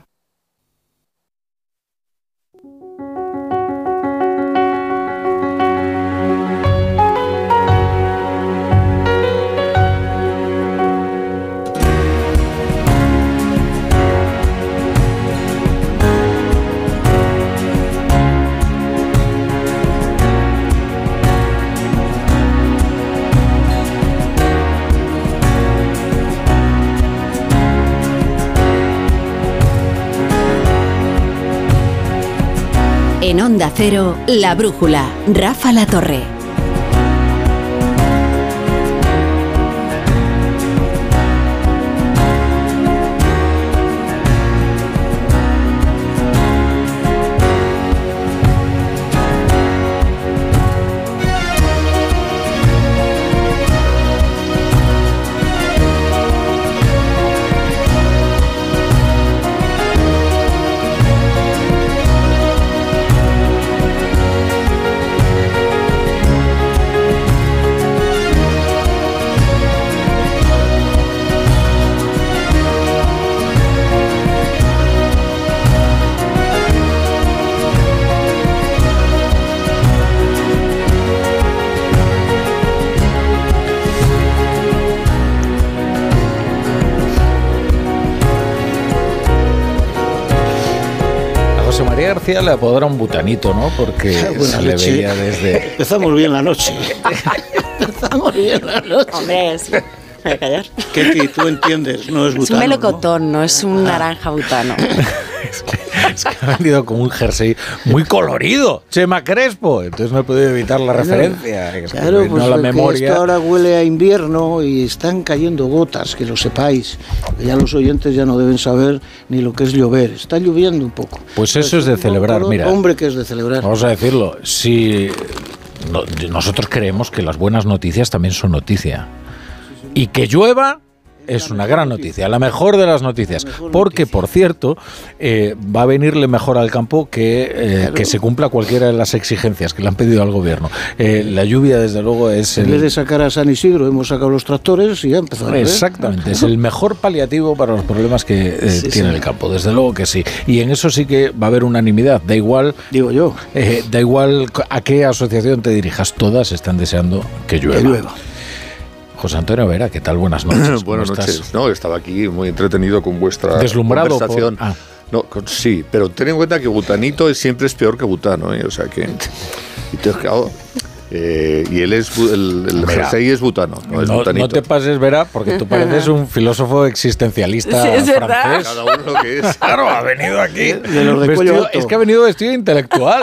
S15: En Onda Cero, La Brújula, Rafa La Torre.
S3: García le apodaron Butanito, ¿no? Porque se le
S11: leche.
S3: veía desde...
S11: Empezamos bien la noche. Empezamos bien la noche.
S12: Hombre, es... Voy a callar.
S11: Ketty, tú entiendes, no es butano.
S12: Es un melocotón, no, no es un naranja butano.
S3: es, que, es que ha venido con un jersey muy colorido, Chema Crespo, entonces no he podido evitar la referencia. Es
S11: Claro,
S3: que
S11: pues
S3: no la memoria.
S11: esto ahora huele a invierno y están cayendo gotas, que lo sepáis. Ya los oyentes ya no deben saber ni lo que es llover. Está lloviendo un poco.
S3: Pues eso es de celebrar, mira.
S11: Hombre, que es de celebrar.
S3: Vamos a decirlo, si no, nosotros creemos que las buenas noticias también son noticia. Y que llueva es una gran noticia, la mejor de las noticias, porque, por cierto, eh, va a venirle mejor al campo que, eh, claro. que se cumpla cualquiera de las exigencias que le han pedido al gobierno. Eh, la lluvia, desde luego, es...
S11: En
S3: el...
S11: vez de sacar a San Isidro, hemos sacado los tractores y ya empezó a ver.
S3: Exactamente, es el mejor paliativo para los problemas que eh, sí, tiene sí. el campo, desde luego que sí. Y en eso sí que va a haber unanimidad, da igual...
S11: Digo yo.
S3: Eh, da igual a qué asociación te dirijas, todas están deseando que llueva.
S11: Que llueva.
S3: José Antonio Vera, ¿qué tal? Buenas noches.
S12: Buenas noches. No, estaba aquí muy entretenido con vuestra
S3: Deslumbrado
S12: conversación.
S3: Por... Ah.
S12: No, con, sí, pero ten en cuenta que butanito es, siempre es peor que butano, ¿eh? O sea que... Entonces, claro, eh, y él es... El, el jersey es butano, no es
S3: no,
S12: butanito.
S3: No te pases, Vera, porque tú pareces un filósofo existencialista sí, es francés.
S12: Cada uno lo que es.
S3: Claro, ha venido aquí.
S11: De los de
S3: vestido, es que ha venido vestido intelectual.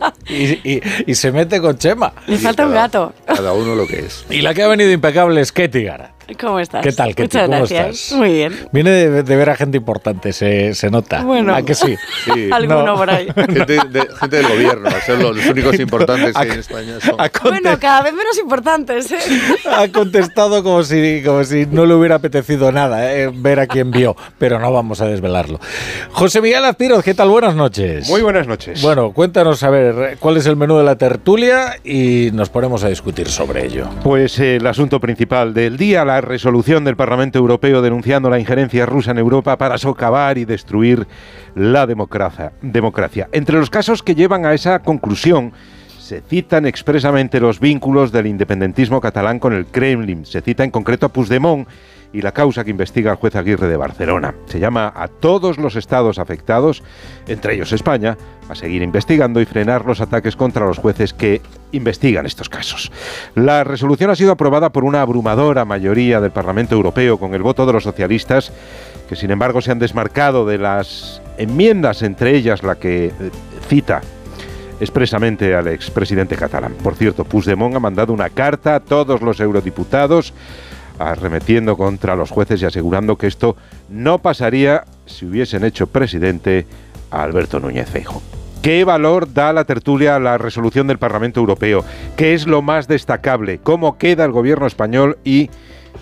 S3: Y, y, y se mete con Chema.
S13: Le falta un gato.
S12: Cada uno lo que es.
S3: Y la que ha venido impecable es Ketty Gara.
S13: ¿Cómo estás?
S3: ¿Qué tal, Ketty?
S13: Muchas
S3: ¿Cómo
S13: gracias.
S3: estás?
S13: Muy bien.
S3: Viene de, de ver a gente importante, se, se nota.
S13: Bueno.
S3: ¿A que sí?
S12: Sí.
S13: Alguno no. por ahí.
S12: Gente, de, gente del gobierno, a ser los, los únicos importantes que hay en España son.
S13: Bueno, cada vez menos importantes, ¿eh?
S3: Ha contestado como si, como si no le hubiera apetecido nada, ¿eh? Ver a quién vio, pero no vamos a desvelarlo. José Miguel Azpiroz, ¿qué tal? Buenas noches.
S14: Muy buenas noches.
S3: Bueno, cuéntanos, a ver, ¿cuál es el menú de la tertulia? Y nos ponemos a discutir sobre ello.
S14: Pues eh, el asunto principal del día, la resolución del Parlamento Europeo denunciando la injerencia rusa en Europa para socavar y destruir la democracia. democracia. Entre los casos que llevan a esa conclusión se citan expresamente los vínculos del independentismo catalán con el Kremlin. Se cita en concreto a Puigdemont y la causa que investiga el juez Aguirre de Barcelona. Se llama a todos los estados afectados, entre ellos España, a seguir investigando y frenar los ataques contra los jueces que investigan estos casos. La resolución ha sido aprobada por una abrumadora mayoría del Parlamento Europeo con el voto de los socialistas, que sin embargo se han desmarcado de las enmiendas, entre ellas la que eh, cita expresamente al expresidente catalán. Por cierto, Puigdemont ha mandado una carta a todos los eurodiputados arremetiendo contra los jueces y asegurando que esto no pasaría si hubiesen hecho presidente a Alberto Núñez Feijóo. ¿Qué valor da la tertulia a la resolución del Parlamento Europeo? ¿Qué es lo más destacable? ¿Cómo queda el gobierno español y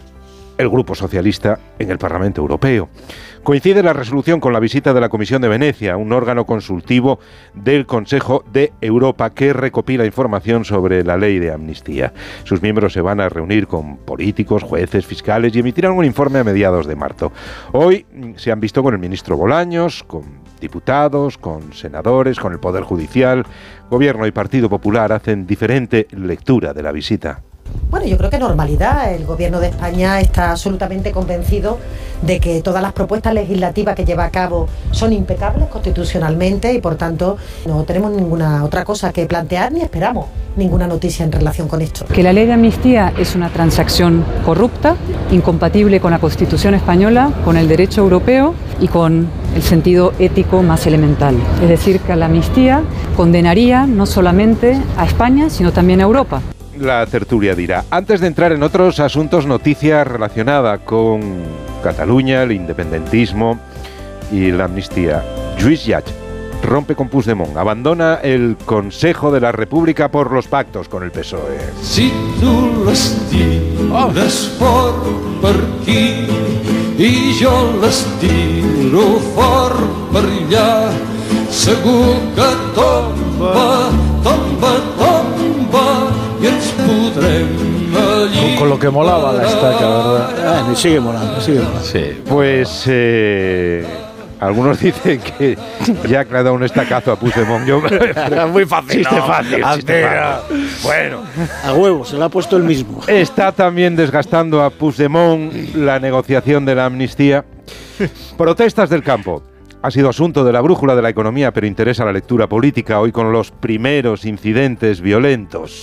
S14: el Grupo Socialista en el Parlamento Europeo? Coincide la resolución con la visita de la Comisión de Venecia, un órgano consultivo del Consejo de Europa que recopila información sobre la ley de amnistía. Sus miembros se van a reunir con políticos, jueces, fiscales y emitirán un informe a mediados de marzo. Hoy se han visto con el ministro Bolaños, con diputados, con senadores, con el Poder Judicial. Gobierno y Partido Popular hacen diferente lectura de la visita.
S16: Bueno, yo creo que normalidad. El Gobierno de España está absolutamente convencido de que todas las propuestas legislativas que lleva a cabo son impecables constitucionalmente y, por tanto, no tenemos ninguna otra cosa que plantear ni esperamos ninguna noticia en relación con esto.
S17: Que la ley de amnistía es una transacción corrupta, incompatible con la Constitución española, con el derecho europeo y con el sentido ético más elemental. Es decir, que la amnistía condenaría no solamente a España, sino también a Europa.
S14: La tertulia dirá. Antes de entrar en otros asuntos, noticia relacionada con Cataluña, el independentismo y la amnistía. Lluís Llach rompe con Puigdemont, abandona el Consejo de la República por los pactos con el P S O E.
S19: Si tu l'estimes fort per aquí i jo l'estiro fort per allà, segur que tomba, tomba, tomba, i ens podrem allí.
S3: Con lo que molaba la estaca, ¿verdad?
S11: Ah, sigue molando, sigue molando.
S14: Sí, pues eh, algunos dicen que Llach le ha dado un estacazo a Puigdemont. Yo,
S3: muy fácil.
S14: Chiste
S3: no,
S14: fácil, chiste fácil.
S11: Bueno, a huevo, se lo ha puesto él mismo.
S14: Está también desgastando a Puigdemont la negociación de la amnistía. Protestas del campo. Ha sido asunto de la brújula de la economía, pero interesa la lectura política hoy con los primeros incidentes violentos.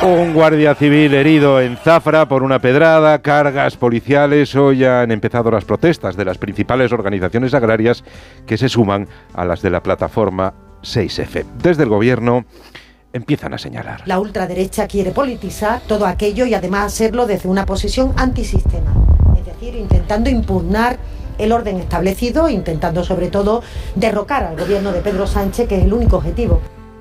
S14: Un guardia civil herido en Zafra por una pedrada, cargas policiales. Hoy han empezado las protestas de las principales organizaciones agrarias que se suman a las de la plataforma seis efe. Desde el gobierno empiezan a señalar.
S16: La ultraderecha quiere politizar todo aquello y además hacerlo desde una posición antisistema, es decir, intentando impugnar el orden establecido, intentando sobre todo derrocar al gobierno de Pedro Sánchez, que es el único objetivo.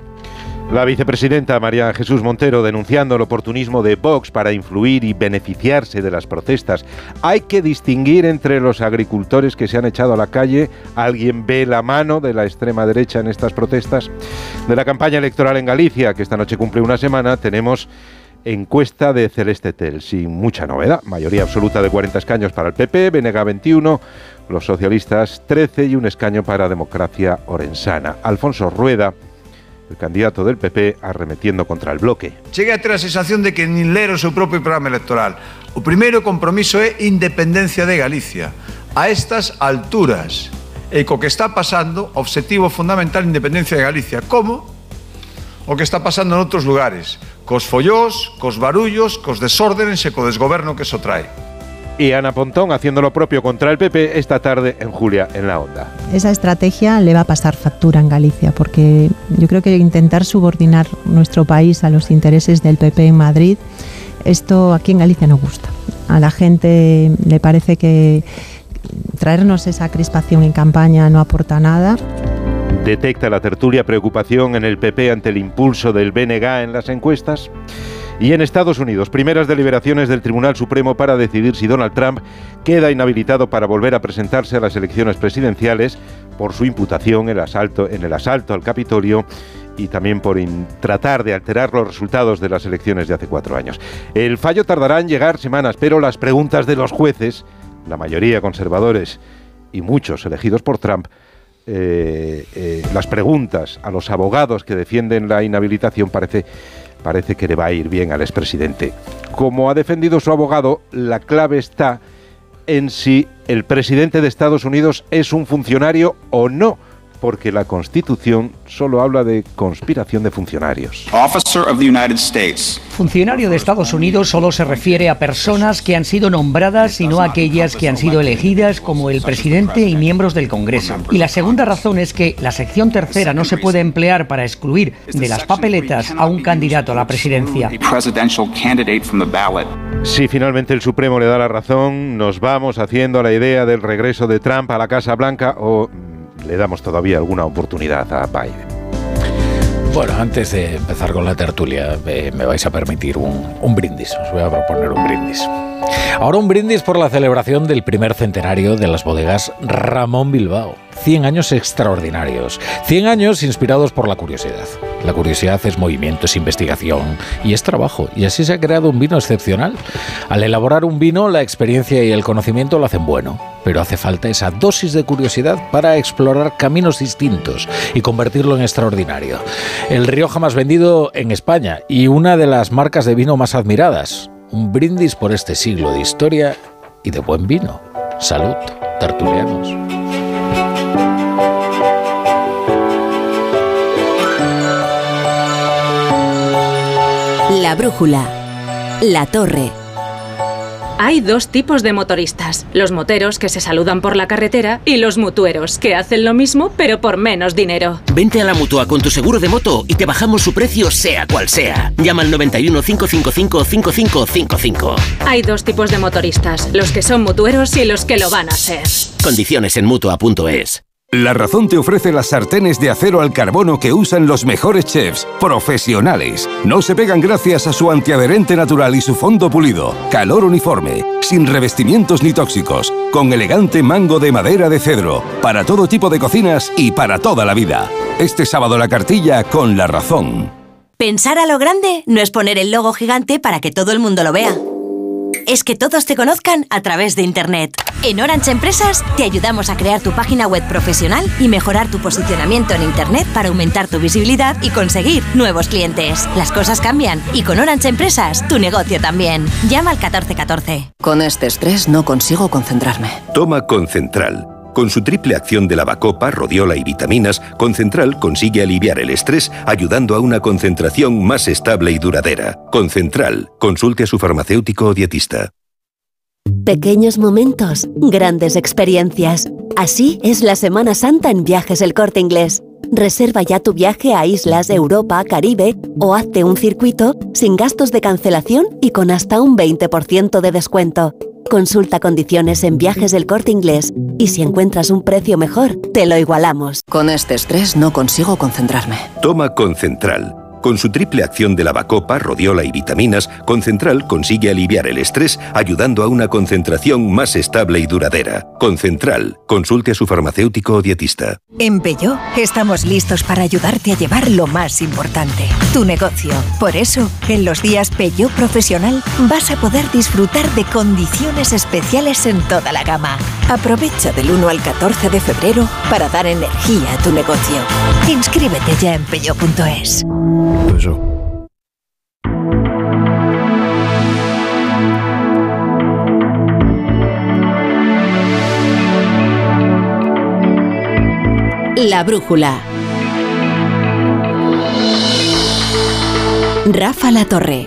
S14: La vicepresidenta María Jesús Montero denunciando el oportunismo de Vox para influir y beneficiarse de las protestas. Hay que distinguir entre los agricultores que se han echado a la calle. ¿Alguien ve la mano de la extrema derecha en estas protestas? De la campaña electoral en Galicia, que esta noche cumple una semana, tenemos encuesta de Celeste Tel, sin mucha novedad. Mayoría absoluta de cuarenta escaños para el P P, B N G veintiuno, los socialistas trece y un escaño para Democracia Orensana. Alfonso Rueda, el candidato del P P, arremetiendo contra el bloque.
S5: Chega a ter a sensación de que nin ler o seu propio programa electoral. O primeiro compromiso é independencia de Galicia. A estas alturas, e co que está pasando, obxectivo fundamental, independencia de Galicia. Como? O que está pasando en outros lugares. Cos follós, cos barullos, cos desórdenes e co desgoberno que eso trae.
S14: Y Ana Pontón haciendo lo propio contra el P P esta tarde en Julia en la Onda.
S6: Esa estrategia le va a pasar factura en Galicia, porque yo creo que intentar subordinar nuestro país a los intereses del P P en Madrid, esto aquí en Galicia no gusta. A la gente le parece que traernos esa crispación en campaña no aporta nada.
S14: Detecta la tertulia preocupación en el P P ante el impulso del B N G en las encuestas. Y en Estados Unidos, primeras deliberaciones del Tribunal Supremo para decidir si Donald Trump queda inhabilitado para volver a presentarse a las elecciones presidenciales por su imputación en el asalto, en el asalto al Capitolio y también por in, tratar de alterar los resultados de las elecciones de hace cuatro años. El fallo tardará en llegar semanas, pero las preguntas de los jueces, la mayoría conservadores y muchos elegidos por Trump, eh, eh, las preguntas a los abogados que defienden la inhabilitación parece... Parece que le va a ir bien al expresidente. Como ha defendido su abogado, la clave está en si el presidente de Estados Unidos es un funcionario o no, porque la Constitución solo habla de conspiración de funcionarios.
S22: Officer of the United States.
S23: Funcionario de Estados Unidos solo se refiere a personas que han sido nombradas y no a aquellas que han sido elegidas, como el presidente y miembros del Congreso. Y la segunda razón es que la sección tercera no se puede emplear para excluir de las papeletas a un candidato a la presidencia.
S14: Si finalmente el Supremo le da la razón, nos vamos haciendo a la idea del regreso de Trump a la Casa Blanca o le damos todavía alguna oportunidad a Biden.
S3: Bueno, antes de empezar con la tertulia, eh, me vais a permitir un, un brindis. Os voy a proponer un brindis. Ahora un brindis por la celebración del primer centenario de las bodegas Ramón Bilbao. cien años extraordinarios. cien años inspirados por la curiosidad. La curiosidad es movimiento, es investigación y es trabajo. Y así se ha creado un vino excepcional. Al elaborar un vino, la experiencia y el conocimiento lo hacen bueno. Pero hace falta esa dosis de curiosidad para explorar caminos distintos y convertirlo en extraordinario. El Rioja más vendido en España y una de las marcas de vino más admiradas. Un brindis por este siglo de historia y de buen vino. Salud, tertulianos.
S15: La brújula. La torre.
S10: Hay dos tipos de motoristas, los moteros que se saludan por la carretera y los mutueros que hacen lo mismo pero por menos dinero.
S8: Vente a la Mutua con tu seguro de moto y te bajamos su precio sea cual sea. Llama al noventa y uno, cinco cinco cinco, cinco cinco cinco cinco.
S10: Hay dos tipos de motoristas, los que son mutueros y los que lo van a ser.
S8: Condiciones en Mutua punto es.
S24: La Razón te ofrece las sartenes de acero al carbono que usan los mejores chefs, profesionales. No se pegan gracias a su antiadherente natural y su fondo pulido. Calor uniforme, sin revestimientos ni tóxicos, con elegante mango de madera de cedro, para todo tipo de cocinas y para toda la vida. Este sábado la cartilla con La Razón.
S25: Pensar a lo grande no es poner el logo gigante para que todo el mundo lo vea. Es que todos te conozcan a través de Internet. En Orange Empresas te ayudamos a crear tu página web profesional y mejorar tu posicionamiento en Internet para aumentar tu visibilidad y conseguir nuevos clientes. Las cosas cambian y con Orange Empresas tu negocio también. Llama al catorce catorce.
S26: Con este estrés no consigo concentrarme.
S27: Toma Concentral.
S24: Con su triple acción de lavacopa, rodiola y vitaminas, Concentral consigue aliviar el estrés ayudando a una concentración más estable y duradera. Concentral. Consulte a su farmacéutico o dietista.
S1: Pequeños momentos, grandes experiencias. Así es la Semana Santa en Viajes El Corte Inglés. Reserva ya tu viaje a islas, Europa, Caribe o hazte un circuito sin gastos de cancelación y con hasta un veinte por ciento de descuento. Consulta condiciones en Viajes del Corte Inglés y si encuentras un precio mejor, te lo igualamos.
S2: Con este estrés no consigo concentrarme.
S24: Toma Concentral. Con su triple acción de lavacopa, rodiola y vitaminas, Concentral consigue aliviar el estrés ayudando a una concentración más estable y duradera. Concentral. Consulte a su farmacéutico o dietista.
S4: En Peugeot estamos listos para ayudarte a llevar lo más importante, tu negocio. Por eso, en los días Peugeot Profesional vas a poder disfrutar de condiciones especiales en toda la gama. Aprovecha del uno al catorce de febrero para dar energía a tu negocio. Inscríbete ya en peugeot punto es.
S20: Eso.
S1: La brújula. Rafa La Torre.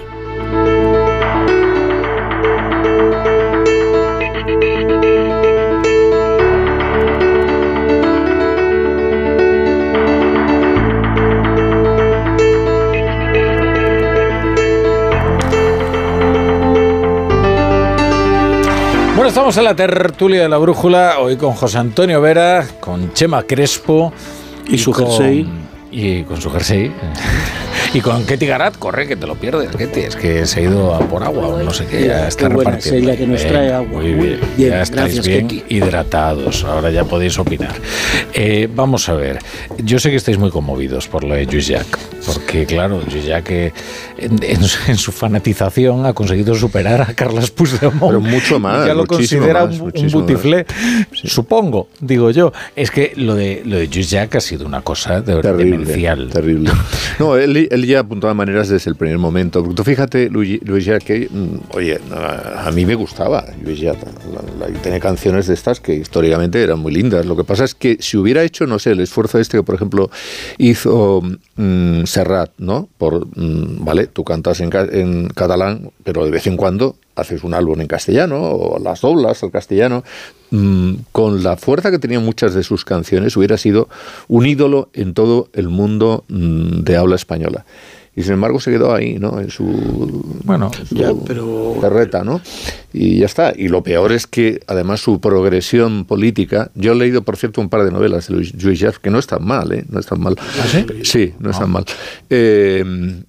S3: Bueno, estamos en la tertulia de la brújula, hoy con José Antonio Vera, con Chema Crespo
S11: y, y su
S3: con,
S11: jersey.
S3: Y con su jersey. Y con Ketty Garat, corre que te lo pierdes, Ketty, es que se ha ido a por agua o no sé qué, ya está repartiendo.
S11: Es ella que nos
S3: bien,
S11: trae agua.
S3: Muy bien,
S11: bien
S3: ya estáis
S11: gracias,
S3: bien
S11: Ketty.
S3: hidratados, ahora ya podéis opinar. Eh, vamos a ver, yo sé que estáis muy conmovidos por lo de Lluís Llach, porque claro, Lluís Llach en, en, en su fanatización ha conseguido superar a Carles Puigdemont.
S12: Pero mucho más,
S3: ya lo considera
S12: más,
S3: un, un butiflé, sí. Supongo, digo yo. Es que lo de, lo de Lluís Llach ha sido una cosa de,
S12: terrible,
S3: demencial.
S12: Terrible. No, él, él ya apuntaba maneras desde el primer momento. Porque tú fíjate, Lluís Llach, que, oye, a, a mí me gustaba Lluís Llach. La, la, tiene canciones de estas que históricamente eran muy lindas. Lo que pasa es que si hubiera hecho, no sé, el esfuerzo este que, por ejemplo, hizo mmm, Serrat, ¿no? Por, mmm, vale, tú cantas en, en catalán, pero de vez en cuando haces un álbum en castellano o las doblas al castellano. Mmm, con la fuerza que tenían muchas de sus canciones, hubiera sido un ídolo en todo el mundo mmm, de habla española. Y sin embargo se quedó ahí, ¿no? En su,
S3: bueno,
S12: su
S11: ya, pero...
S12: carreta, ¿no? Y ya está. Y lo peor es que, además, su progresión política... Yo he leído, por cierto, un par de novelas de Lluís Llach, que no están mal, ¿eh? No están mal.
S3: ¿Ah, sí?
S12: Sí, no, no. están mal. Eh,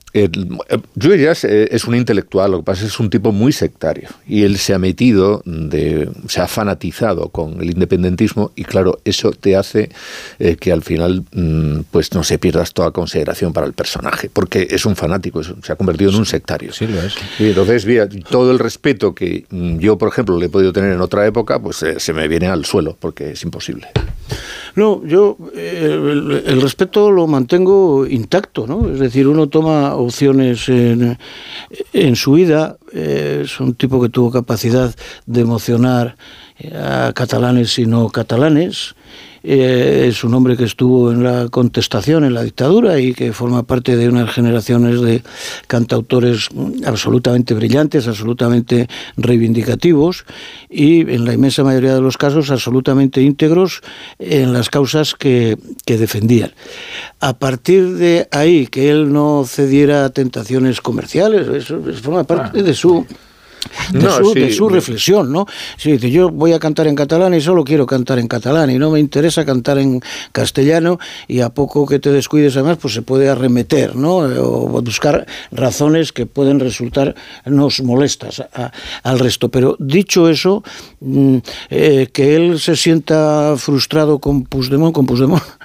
S12: Lluís Llach es un intelectual, lo que pasa es que es un tipo muy sectario. Y él se ha metido, de, se ha fanatizado con el independentismo y, claro, eso te hace eh, que al final, mmm, pues no se pierdas toda consideración para el personaje. Porque es un fanático, se ha convertido en un sectario.
S3: Sí, lo es.
S12: Y entonces, mira, todo el respeto que yo, por ejemplo, le he podido tener en otra época, pues eh, se me viene al suelo, porque es imposible.
S11: No, yo eh, el, el respeto lo mantengo intacto, ¿no? Es decir, uno toma opciones en, en su vida, eh, es un tipo que tuvo capacidad de emocionar a catalanes y no catalanes. Eh, es un hombre que estuvo en la contestación, en la dictadura, y que forma parte de unas generaciones de cantautores absolutamente brillantes, absolutamente reivindicativos y, en la inmensa mayoría de los casos, absolutamente íntegros en las causas que, que defendían. A partir de ahí, que él no cediera a tentaciones comerciales, eso, eso forma parte de su... De, no, su, sí, de su reflexión, ¿no? Si dice, yo voy a cantar en catalán y solo quiero cantar en catalán y no me interesa cantar en castellano, y a poco que te descuides además, pues se puede arremeter, ¿no? O buscar razones que pueden resultarnos molestas a, al resto. Pero dicho eso, eh, que él se sienta frustrado con Puigdemont, con Puigdemont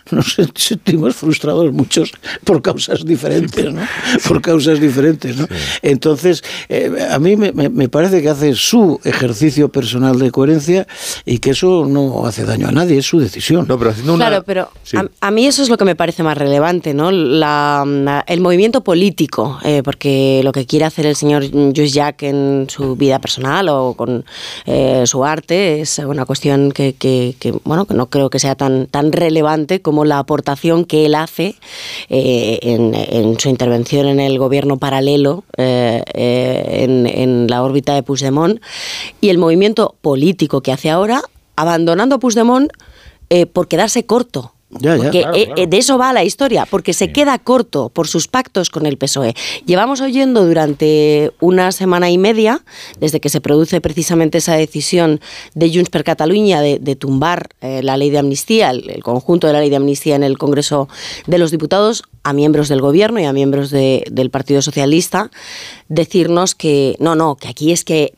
S11: nos sentimos frustrados muchos por causas diferentes, ¿no? Por causas diferentes, ¿no? Sí. Entonces, eh, a mí me, me parece que hace su ejercicio personal de coherencia y que eso no hace daño a nadie, es su decisión.
S12: No, pero haciendo una...
S7: Claro, pero
S12: sí.
S7: a, a mí eso es lo que me parece más relevante, ¿no? La, la, el movimiento político, eh, porque lo que quiere hacer el señor Lluís Llach en su vida personal o con eh, su arte es una cuestión que, que, que, bueno, que no creo que sea tan, tan relevante como la aportación que él hace eh, en, en su intervención en el gobierno paralelo eh, eh, en, en la órbita de Puigdemont, y el movimiento político que hace ahora, abandonando a Puigdemont eh, por quedarse corto.
S11: Ya, ya,
S7: porque
S11: claro,
S7: eh,
S11: claro.
S7: de eso va la historia, porque se sí. queda corto por sus pactos con el P S O E. Llevamos oyendo durante una semana y media, desde que se produce precisamente esa decisión de Junts per Catalunya de, de tumbar eh, la ley de amnistía, el, el conjunto de la ley de amnistía en el Congreso de los Diputados, a miembros del Gobierno y a miembros de, del Partido Socialista, decirnos que no, no, que aquí es que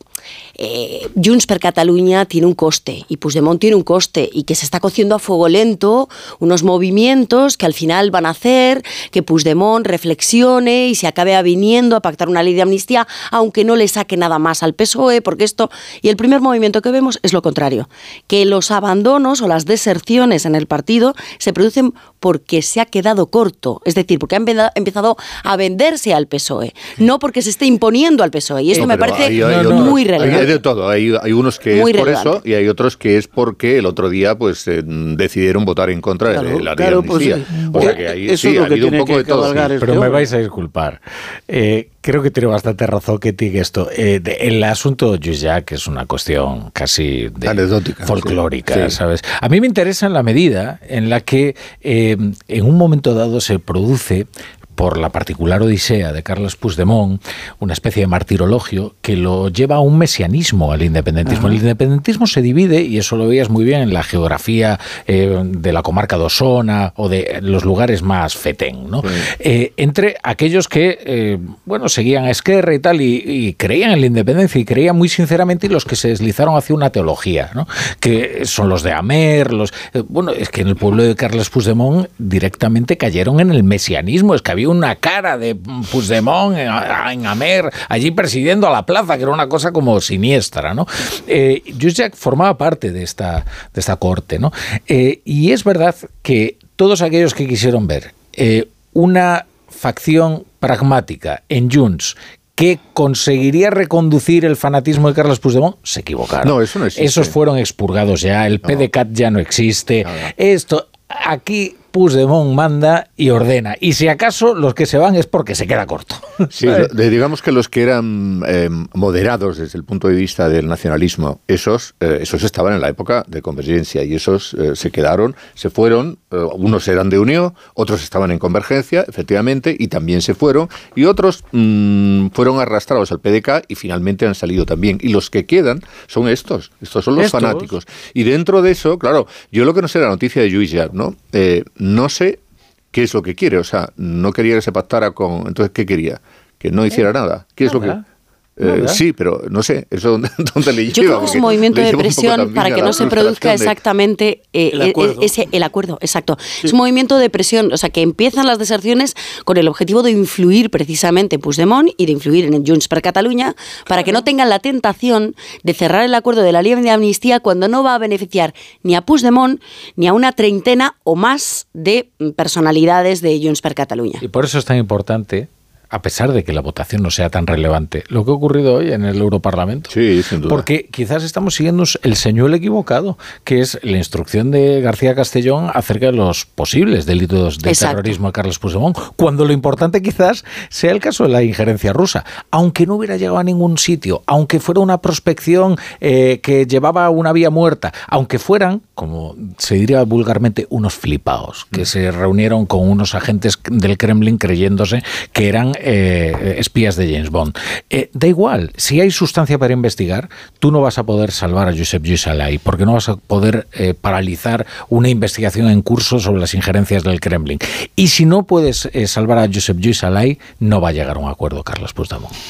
S7: Eh, Junts per Catalunya tiene un coste y Puigdemont tiene un coste y que se está cociendo a fuego lento unos movimientos que al final van a hacer que Puigdemont reflexione y se acabe aviniendo a pactar una ley de amnistía, aunque no le saque nada más al P S O E, porque esto... Y el primer movimiento que vemos es lo contrario, que los abandonos o las deserciones en el partido se producen porque se ha quedado corto, es decir, porque ha empezado a venderse al P S O E, no porque se esté imponiendo al P S O E, y esto
S12: no,
S7: me parece
S12: hay, hay
S7: muy
S12: otros,
S7: relevante.
S12: Hay de todo, hay, hay unos que
S7: muy
S12: es por
S7: relevante.
S12: eso y hay otros que es porque el otro día pues eh, decidieron votar en contra claro, de la ley
S11: claro,
S12: de amnistía.
S11: Pues,
S12: o sea que ahí
S11: eso
S12: sí,
S11: es lo
S12: ha
S11: que
S12: habido un poco
S11: que
S12: de todo. Sí.
S3: Pero me vais a disculpar. Eh, creo que tiene bastante razón que diga esto. Eh, de, el asunto de Lluís Llach es una cuestión casi de,
S12: anecdótica,
S3: folclórica,
S12: sí.
S3: ¿sabes? A mí me interesa en la medida en la que eh, en un momento dado se produce, por la particular odisea de Carles Puigdemont, una especie de martirologio que lo lleva a un mesianismo al independentismo. Ajá. El independentismo se divide, y eso lo veías muy bien en la geografía eh, de la comarca de Osona o de los lugares más fetén, ¿no? Sí. Eh, entre aquellos que, eh, bueno, seguían a Esquerra y tal, y, y creían en la independencia, y creían muy sinceramente, y los que se deslizaron hacia una teología, ¿no? Que son los de Amer, los... Eh, bueno, es que en el pueblo de Carles Puigdemont directamente cayeron en el mesianismo, es que había una cara de Puigdemont en, en Amer, allí presidiendo a la plaza, que era una cosa como siniestra, ¿no? Eh, Lluís Llach formaba parte de esta, de esta corte, ¿no? Eh, y es verdad que todos aquellos que quisieron ver eh, una facción pragmática en Junts que conseguiría reconducir el fanatismo de Carles Puigdemont, se equivocaron.
S12: No, eso no existe.
S3: Esos fueron expurgados ya, el no. P D C A T ya no existe. No, no. Esto, aquí Puigdemont manda y ordena. Y si acaso los que se van es porque se queda corto.
S12: Sí, de, digamos que los que eran eh, moderados desde el punto de vista del nacionalismo, esos, eh, esos estaban en la época de Convergencia y esos eh, se quedaron, se fueron, eh, unos eran de Unión, otros estaban en Convergencia, efectivamente, y también se fueron, y otros mmm, fueron arrastrados al P D C A y finalmente han salido también. Y los que quedan son estos, estos son los ¿Estos? fanáticos. Y dentro de eso, claro, yo lo que no sé la noticia de Lluís Llach, ¿no? Eh, no sé qué es lo que quiere, o sea, no quería que se pactara con... Entonces, ¿qué quería? Que no hiciera nada. ¿Qué es lo que...? Eh, sí, pero no sé, eso dónde, dónde le lleva.
S7: Yo creo que es un movimiento de presión para que no se produzca exactamente eh,
S11: el acuerdo.
S7: ese el acuerdo, exacto. Sí. Es un movimiento de presión, o sea, que empiezan las deserciones con el objetivo de influir precisamente en Puigdemont y de influir en Junts per Catalunya para que no tengan la tentación de cerrar el acuerdo de la ley de amnistía cuando no va a beneficiar ni a Puigdemont ni a una treintena o más de personalidades de Junts per Catalunya.
S3: Y por eso es tan importante, a pesar de que la votación no sea tan relevante, lo que ha ocurrido hoy en el Europarlamento.
S12: Sí, sin duda.
S3: Porque quizás estamos siguiendo el señuelo equivocado, que es la instrucción de García Castellón acerca de los posibles delitos de Exacto. terrorismo de Carles Puigdemont, cuando lo importante quizás sea el caso de la injerencia rusa. Aunque no hubiera llegado a ningún sitio, aunque fuera una prospección eh, que llevaba a una vía muerta, aunque fueran, como se diría vulgarmente, unos flipaos, que mm. se reunieron con unos agentes del Kremlin creyéndose que eran Eh, espías de James Bond. Eh, da igual, si hay sustancia para investigar, tú no vas a poder salvar a Josep Lluís Alay, porque no vas a poder eh, paralizar una investigación en curso sobre las injerencias del Kremlin. Y si no puedes eh, salvar a Josep Lluís Alay, no va a llegar a un acuerdo Carles Puigdemont.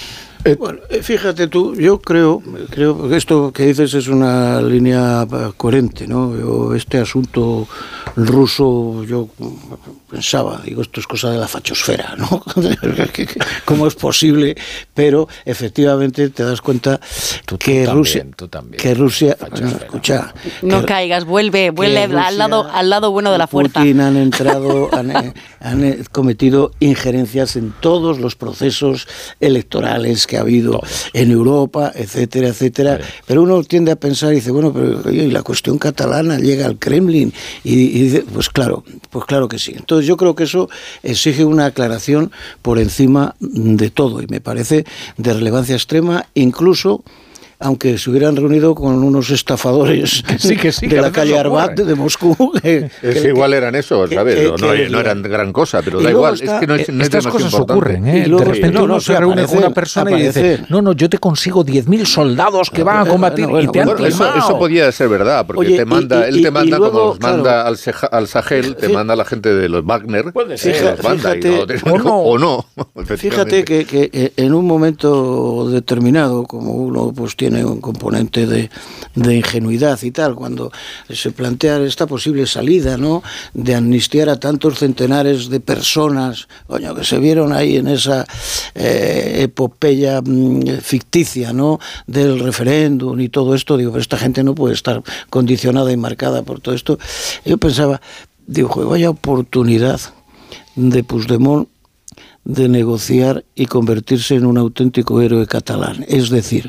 S11: Bueno, fíjate tú, yo creo, creo que esto que dices es una línea coherente, ¿no? Yo, este asunto ruso, yo pensaba, digo, esto es cosa de la fachosfera, ¿no? ¿Cómo es posible? Pero efectivamente te das cuenta tú, que, tú Rusia, también, tú también, que Rusia, no, escucha,
S7: no
S11: que,
S7: caigas, vuelve, vuelve Rusia, al lado, al lado bueno de la fuerza.
S11: Putin han entrado, han, han cometido injerencias en todos los procesos electorales que ha habido todos. En Europa, etcétera, etcétera. Sí. Pero uno tiende a pensar y dice, bueno, pero oye, y la cuestión catalana llega al Kremlin y, y dice, pues claro, pues claro que sí. Entonces yo creo que eso exige una aclaración por encima de todo y me parece de relevancia extrema, incluso aunque se hubieran reunido con unos estafadores que sí, que sí, de que la calle Arbat de, de Moscú. Que,
S12: es
S11: que,
S12: igual eran esos, ¿sabes?
S11: Que,
S12: no,
S11: que,
S12: no eran gran cosa, pero da igual.
S11: Está,
S12: es que no es, no
S3: estas
S12: es
S3: cosas
S12: importante.
S3: ocurren, ¿eh?
S11: Luego,
S3: de repente
S11: no,
S3: uno
S11: no,
S3: se reúne con una persona aparecer. y dice, no, no, yo te consigo diez mil soldados que van a combatir, no, bueno, y te
S12: bueno,
S3: han
S12: eso, eso podía ser verdad, porque Oye, te manda, y, y, él te manda luego, como nos manda claro, al, Seja, al Sahel, te manda la gente de los Wagner,
S11: puede ser,
S12: los manda,
S11: fíjate,
S12: y no, no, o no.
S11: Fíjate que, que en un momento determinado, como uno pues tiene un componente de de ingenuidad y tal, cuando se plantea esta posible salida, ¿no?, de amnistiar a tantos centenares de personas, coño, que se vieron ahí en esa eh, epopeya mm, ficticia, ¿no?, del referéndum y todo esto, digo, pero esta gente no puede estar condicionada y marcada por todo esto. Yo pensaba, digo, vaya oportunidad de Puigdemont de negociar y convertirse en un auténtico héroe catalán, es decir,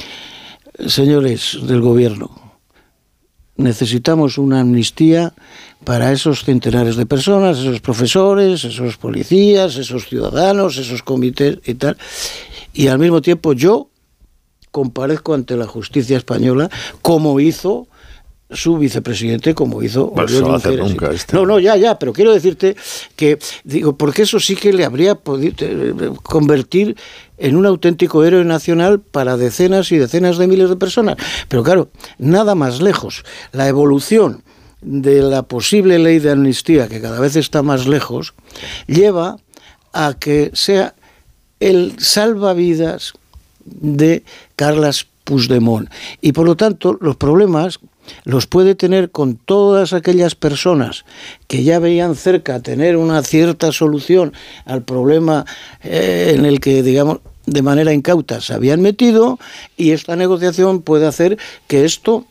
S11: señores del gobierno, necesitamos una amnistía para esos centenares de personas, esos profesores, esos policías, esos ciudadanos, esos comités y tal, y al mismo tiempo yo comparezco ante la justicia española como hizo su vicepresidente, como hizo
S12: bueno, eso no hace nunca este.
S11: No, no, ya, ya, pero quiero decirte que, digo, porque eso sí que le habría podido convertir en un auténtico héroe nacional para decenas y decenas de miles de personas. Pero claro, nada más lejos. La evolución de la posible ley de amnistía, que cada vez está más lejos, lleva a que sea el salvavidas de Carles Puigdemont. Y por lo tanto, los problemas los puede tener con todas aquellas personas que ya veían cerca tener una cierta solución al problema eh, en el que, digamos, de manera incauta se habían metido, y esta negociación puede hacer que esto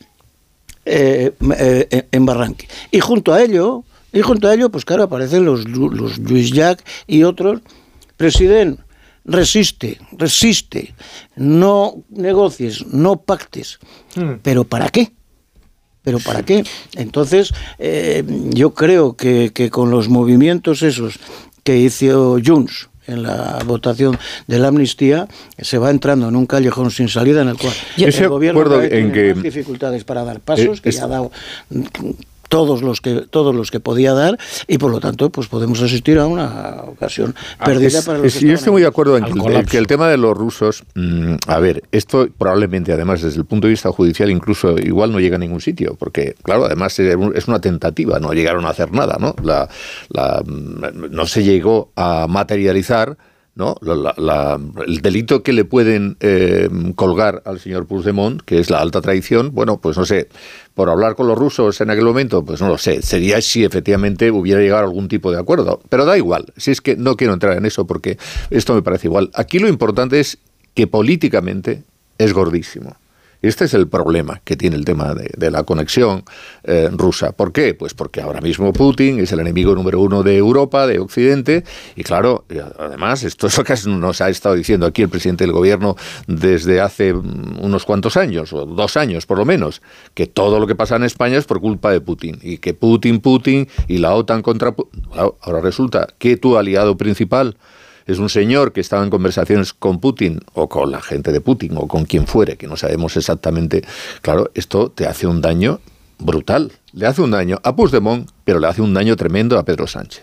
S11: eh, eh, embarranque. Y junto a ello, y junto a ello, pues claro, aparecen los, los Lluís Llach y otros. President, resiste, resiste, no negocies, no pactes. Hmm. ¿Pero para qué? ¿Pero para qué? Entonces, eh, yo creo que, que con los movimientos esos que hizo Junts en la votación de la amnistía, se va entrando en un callejón sin salida en el cual
S12: yo
S11: el gobierno
S12: en
S11: tiene
S12: que
S11: dificultades para dar pasos,
S12: eh,
S11: que ya ha dado todos los que todos los que podía dar, y por lo tanto pues podemos asistir a una ocasión perdida
S12: es,
S11: para los
S12: es,
S11: que
S12: yo estoy muy de acuerdo en
S11: al
S12: que, que el tema de los rusos, mmm, a ver, esto probablemente además desde el punto de vista judicial incluso igual no llega a ningún sitio, porque claro, además es una tentativa, no llegaron a hacer nada, ¿no? La, la, no se llegó a materializar, ¿no? La, la, el delito que le pueden eh, colgar al señor Puigdemont, que es la alta traición, bueno, pues no sé, por hablar con los rusos en aquel momento, pues no lo sé, sería si efectivamente hubiera llegado a algún tipo de acuerdo, pero da igual, si es que no quiero entrar en eso porque esto me parece igual. Aquí lo importante es que políticamente es gordísimo. Este es el problema que tiene el tema de, de la conexión eh, rusa. ¿Por qué? Pues porque ahora mismo Putin es el enemigo número uno de Europa, de Occidente, y claro, además, esto es lo que nos ha estado diciendo aquí el presidente del gobierno desde hace unos cuantos años, o dos años por lo menos, que todo lo que pasa en España es por culpa de Putin, y que Putin, Putin y la OTAN contra Putin. Ahora resulta que tu aliado principal es un señor que estaba en conversaciones con Putin o con la gente de Putin o con quien fuere, que no sabemos exactamente. Claro, esto te hace un daño brutal. Le hace un daño a Puigdemont, pero le hace un daño tremendo a Pedro Sánchez.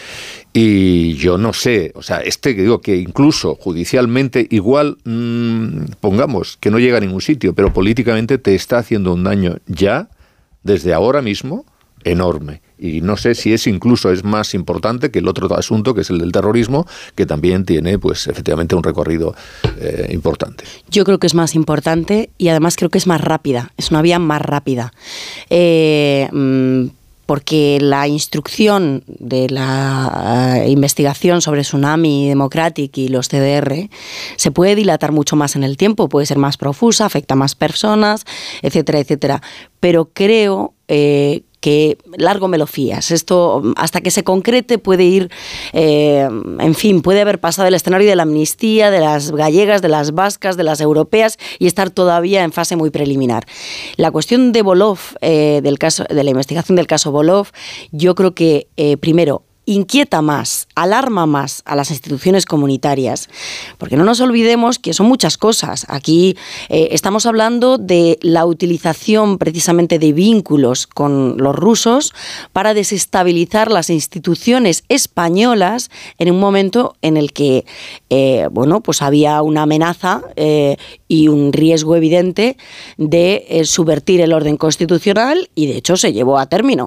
S12: Y yo no sé, o sea, este que digo que incluso judicialmente igual, mmm, pongamos que no llega a ningún sitio, pero políticamente te está haciendo un daño ya, desde ahora mismo, enorme. Y no sé si es incluso es más importante que el otro asunto, que es el del terrorismo, que también tiene, pues, efectivamente un recorrido eh, importante.
S7: Yo creo que es más importante y además creo que es más rápida, es una vía más rápida. Eh, porque la instrucción de la uh, investigación sobre Tsunami Democratic y los C D R se puede dilatar mucho más en el tiempo, puede ser más profusa, afecta a más personas, etcétera, etcétera. Pero creo eh, que largo me lo fías. Esto, hasta que se concrete, puede ir, eh, en fin, puede haber pasado el escenario de la amnistía, de las gallegas, de las vascas, de las europeas, y estar todavía en fase muy preliminar. La cuestión de Volov, eh, del caso, de la investigación del caso Volov, yo creo que, eh, primero, inquieta más, alarma más a las instituciones comunitarias, porque no nos olvidemos que son muchas cosas. Aquí eh, estamos hablando de la utilización precisamente de vínculos con los rusos para desestabilizar las instituciones españolas en un momento en el que eh, bueno, pues había una amenaza eh, y un riesgo evidente de eh, subvertir el orden constitucional, y de hecho se llevó a término.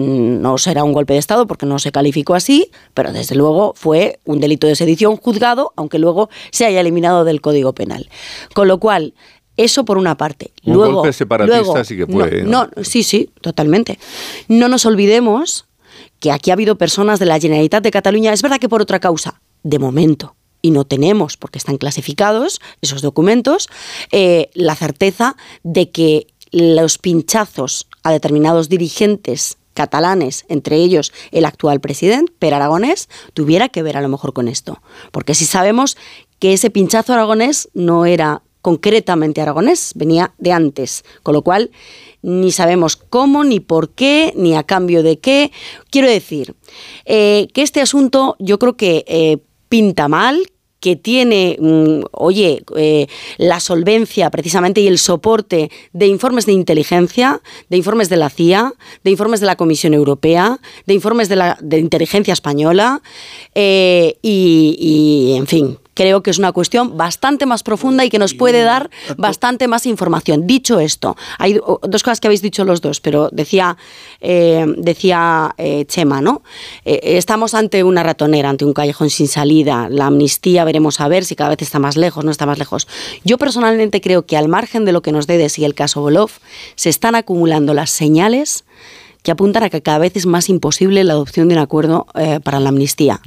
S7: No será un golpe de Estado porque no se califica así, pero desde luego fue un delito de sedición juzgado, aunque luego se haya eliminado del Código Penal. Con lo cual, eso por una parte.
S12: Un
S7: luego,
S12: golpe separatista
S7: luego,
S12: sí que fue.
S7: No, no, sí, sí, totalmente. No nos olvidemos que aquí ha habido personas de la Generalitat de Cataluña, es verdad que por otra causa, de momento, y no tenemos, porque están clasificados esos documentos, eh, la certeza de que los pinchazos a determinados dirigentes catalanes, entre ellos el actual presidente, Per Aragonés, tuviera que ver a lo mejor con esto. Porque si sabemos que ese pinchazo aragonés no era concretamente aragonés, venía de antes, con lo cual ni sabemos cómo, ni por qué, ni a cambio de qué. Quiero decir, eh, que este asunto yo creo que eh, pinta mal, que tiene, mmm, oye, eh, la solvencia precisamente y el soporte de informes de inteligencia, de informes de la C I A, de informes de la Comisión Europea, de informes de la de inteligencia española, eh, y, y, en fin, creo que es una cuestión bastante más profunda y que nos puede dar bastante más información. Dicho esto, hay dos cosas que habéis dicho los dos, pero decía, eh, decía eh, Chema, ¿no? Eh, estamos ante una ratonera, ante un callejón sin salida. La amnistía, veremos a ver si cada vez está más lejos, no está más lejos. Yo personalmente creo que al margen de lo que nos dé de sí el caso Volov, se están acumulando las señales que apuntan a que cada vez es más imposible la adopción de un acuerdo eh, para la amnistía.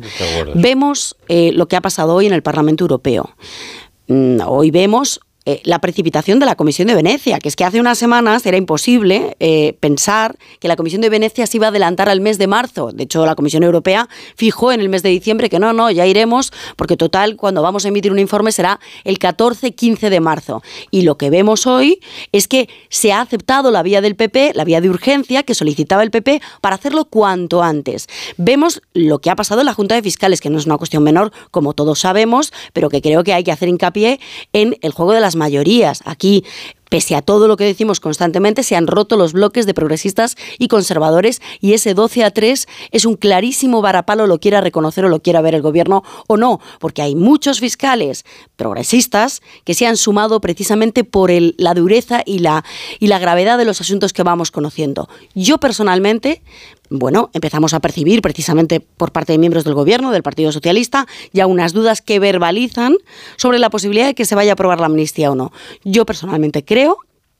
S7: Vemos eh, lo que ha pasado hoy en el Parlamento Europeo. Mm, hoy vemos eh, la precipitación de la Comisión de Venecia, que es que hace unas semanas era imposible eh, pensar que la Comisión de Venecia se iba a adelantar al mes de marzo. De hecho, la Comisión Europea fijó en el mes de diciembre que no, no, ya iremos, porque total, cuando vamos a emitir un informe será el catorce quince de marzo. Y lo que vemos hoy es que se ha aceptado la vía del P P, la vía de urgencia que solicitaba el P P para hacerlo cuanto antes. Vemos lo que ha pasado en la Junta de Fiscales, que no es una cuestión menor, como todos sabemos, pero que creo que hay que hacer hincapié en el juego de las mayorías. Aquí, pese a todo lo que decimos constantemente, se han roto los bloques de progresistas y conservadores, y ese doce a tres es un clarísimo varapalo, lo quiera reconocer o lo quiera ver el gobierno o no, porque hay muchos fiscales progresistas que se han sumado precisamente por el, la dureza y la, y la gravedad de los asuntos que vamos conociendo. Yo personalmente, bueno, empezamos a percibir precisamente por parte de miembros del gobierno, del Partido Socialista, ya unas dudas que verbalizan sobre la posibilidad de que se vaya a aprobar la amnistía o no. Yo personalmente creo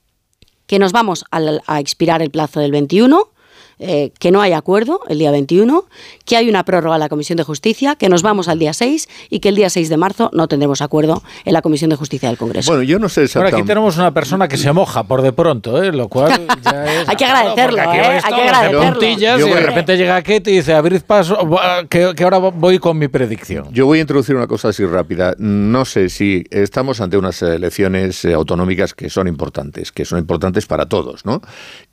S7: que nos vamos a, a expirar el plazo del veintiuno, eh, que no hay acuerdo el día veintiuno, que hay una prórroga a la Comisión de Justicia, que nos vamos al día seis y que el día seis de marzo no tendremos acuerdo en la Comisión de Justicia del Congreso.
S12: Bueno, yo no sé exactamente.
S3: Ahora aquí tenemos una persona que se moja por de pronto, ¿eh? Lo cual ya es...
S7: Hay que agradecerlo,
S3: aquí
S7: ¿eh? Hay que agradecerlo.
S3: Puntillas, y de repente llega Kate y dice, abrid paso, que, que ahora voy con mi predicción.
S12: Yo voy a introducir una cosa así rápida. No sé si estamos ante unas elecciones autonómicas que son importantes, que son importantes para todos, ¿no?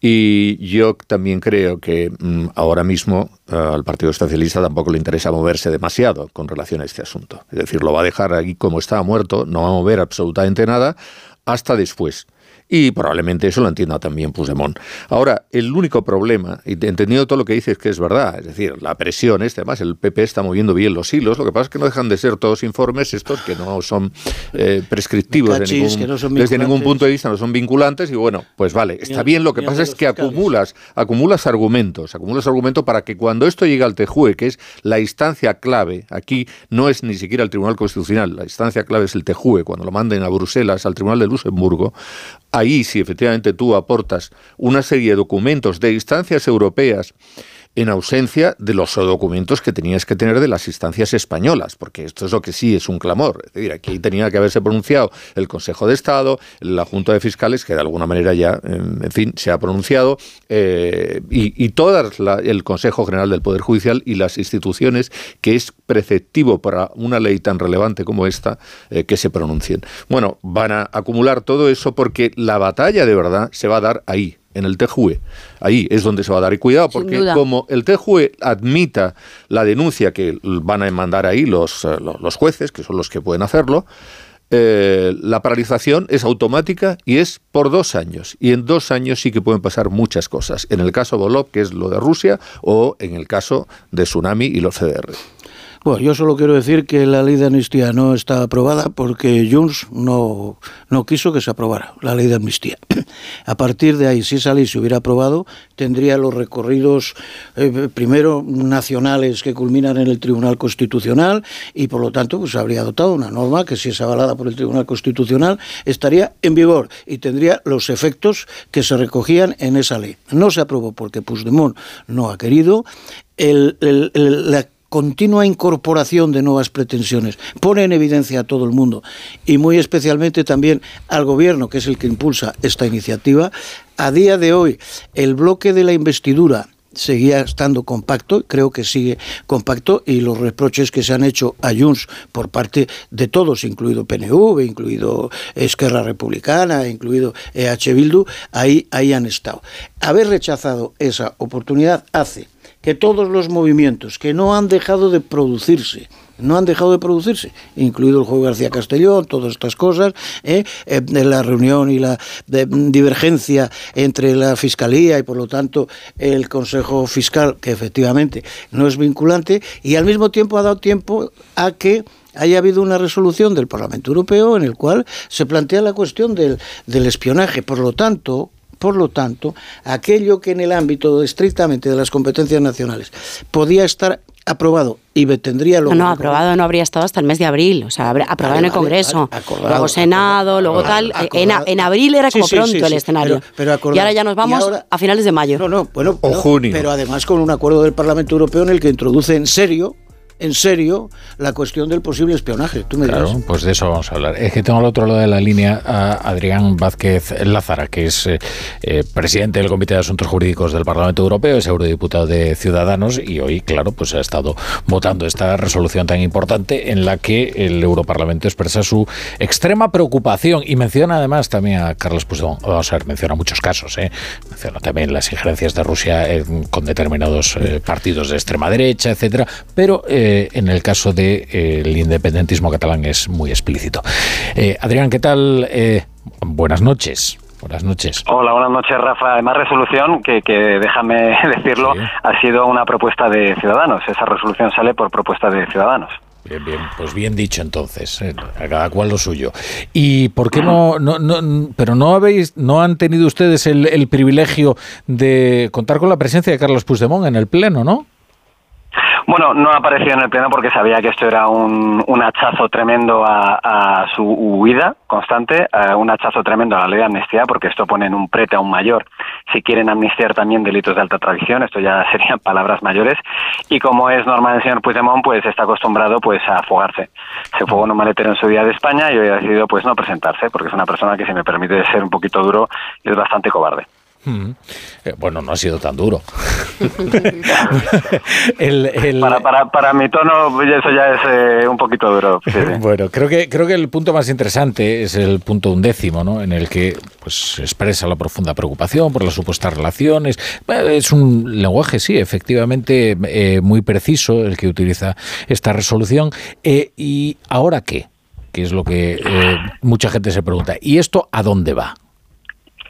S12: Y yo también creo que mmm, ahora mismo uh, al Partido Socialista tampoco le interesa moverse demasiado con relación a este asunto. Es decir, lo va a dejar aquí como está, muerto, no va a mover absolutamente nada hasta después. Y probablemente eso lo entienda también Puigdemont. Ahora, el único problema, y entendiendo todo lo que dices que es verdad, es decir, la presión, este, además el P P está moviendo bien los hilos, lo que pasa es que no dejan de ser todos informes estos que no son eh, prescriptivos de ningún, no son desde ningún punto de vista, no son vinculantes, y bueno, pues vale, está bien, lo que pasa es que acumulas, acumulas argumentos, acumulas argumentos para que cuando esto llegue al T J U E, que es la instancia clave, aquí no es ni siquiera el Tribunal Constitucional, la instancia clave es el T J U E, cuando lo manden a Bruselas, al Tribunal de Luxemburgo, ahí si efectivamente tú aportas una serie de documentos de instancias europeas en ausencia de los documentos que tenías que tener de las instancias españolas, porque esto es lo que sí es un clamor. Es decir, aquí tenía que haberse pronunciado el Consejo de Estado, la Junta de Fiscales, que de alguna manera ya, en fin, se ha pronunciado, eh, y, y todo el Consejo General del Poder Judicial y las instituciones que es preceptivo para una ley tan relevante como esta, eh, que se pronuncien. Bueno, van a acumular todo eso porque la batalla de verdad se va a dar ahí, en el T J U E. Ahí es donde se va a dar. Y cuidado, porque como el T J U E admita la denuncia que van a mandar ahí los, los jueces, que son los que pueden hacerlo, eh, la paralización es automática y es por dos años. Y en dos años sí que pueden pasar muchas cosas. En el caso Volov, que es lo de Rusia, o en el caso de Tsunami y los C D R.
S11: Bueno, yo solo quiero decir que la ley de amnistía no está aprobada porque Junts no, no quiso que se aprobara la ley de amnistía. A partir de ahí, si esa ley se hubiera aprobado, tendría los recorridos eh, primero nacionales que culminan en el Tribunal Constitucional y por lo tanto pues habría adoptado una norma que, si es avalada por el Tribunal Constitucional, estaría en vigor y tendría los efectos que se recogían en esa ley. No se aprobó porque Puigdemont no ha querido. El, el, el, la continua incorporación de nuevas pretensiones pone en evidencia a todo el mundo y muy especialmente también al gobierno, que es el que impulsa esta iniciativa. A día de hoy, el bloque de la investidura seguía estando compacto, creo que sigue compacto, y los reproches que se han hecho a Junts por parte de todos, incluido P N V, incluido Esquerra Republicana, incluido E H Bildu, ahí, ahí han estado. Haber rechazado esa oportunidad hace que todos los movimientos que no han dejado de producirse, no han dejado de producirse, incluido el juego García Castellón, todas estas cosas, ¿eh? Eh, la reunión y la de, divergencia entre la Fiscalía y por lo tanto el Consejo Fiscal, que efectivamente no es vinculante, y al mismo tiempo ha dado tiempo a que haya habido una resolución del Parlamento Europeo en el cual se plantea la cuestión del, del espionaje. Por lo tanto, Por lo tanto, aquello que en el ámbito estrictamente de las competencias nacionales podía estar aprobado y tendría luego...
S7: No, no, aprobado no habría estado hasta el mes de abril, o sea, aprobado vale, en el Congreso, vale, acordado, luego Senado, acordado, luego tal... Acordado, en, en abril era como sí, pronto sí, sí, el escenario. Pero, pero acordado, y ahora ya nos vamos ahora, a finales de mayo.
S11: No, no, bueno,
S12: o
S11: pero,
S12: junio.
S11: Pero además con un acuerdo del Parlamento Europeo en el que introduce en serio... en serio la cuestión del posible espionaje. ¿Tú me
S3: claro,
S11: dirás?
S3: Pues de eso vamos a hablar. Es que tengo al otro lado de la línea a Adrián Vázquez Lázara, que es eh, eh, presidente del Comité de Asuntos Jurídicos del Parlamento Europeo, es eurodiputado de Ciudadanos y hoy, claro, pues ha estado votando esta resolución tan importante en la que el Europarlamento expresa su extrema preocupación y menciona además también a Carles Puigdemont. Vamos a ver, menciona muchos casos, ¿eh? Menciona también las injerencias de Rusia eh, con determinados eh, partidos de extrema derecha, etcétera, pero eh, en el caso del de, eh, independentismo catalán es muy explícito. Eh, Adrián, ¿qué tal? Eh, buenas noches. Buenas noches.
S9: Hola, buenas noches, Rafa. Además, resolución que, que déjame decirlo, sí. Ha sido una propuesta de Ciudadanos. Esa resolución sale por propuesta de Ciudadanos.
S3: Bien, bien, pues bien dicho entonces, eh, a cada cual lo suyo. ¿Y por qué no, no, no pero no habéis, no han tenido ustedes el, el privilegio de contar con la presencia de Carles Puigdemont en el Pleno, ¿no?
S9: Bueno, no apareció en el Pleno porque sabía que esto era un, un hachazo tremendo a, a su huida constante, uh, un hachazo tremendo a la ley de amnistía, porque esto pone en un prete aún mayor si quieren amnistiar también delitos de alta traición. Esto ya serían palabras mayores, y como es normal el señor Puigdemont, pues está acostumbrado pues a fugarse. Se fugó en un maletero en su día de España y hoy ha decidido pues no presentarse, porque es una persona que, si me permite ser un poquito duro, es bastante cobarde.
S3: Hmm. Eh, bueno, no ha sido tan duro. el, el...
S9: Para, para, para mi tono eso ya es eh, un poquito duro. Sí, sí.
S3: Bueno, creo que creo que el punto más interesante es el punto undécimo, ¿no? En el que pues expresa la profunda preocupación por las supuestas relaciones. Es un lenguaje, sí, efectivamente eh, muy preciso el que utiliza esta resolución. Eh, ¿Y ahora qué? Que es lo que eh, mucha gente se pregunta. ¿Y esto a dónde va?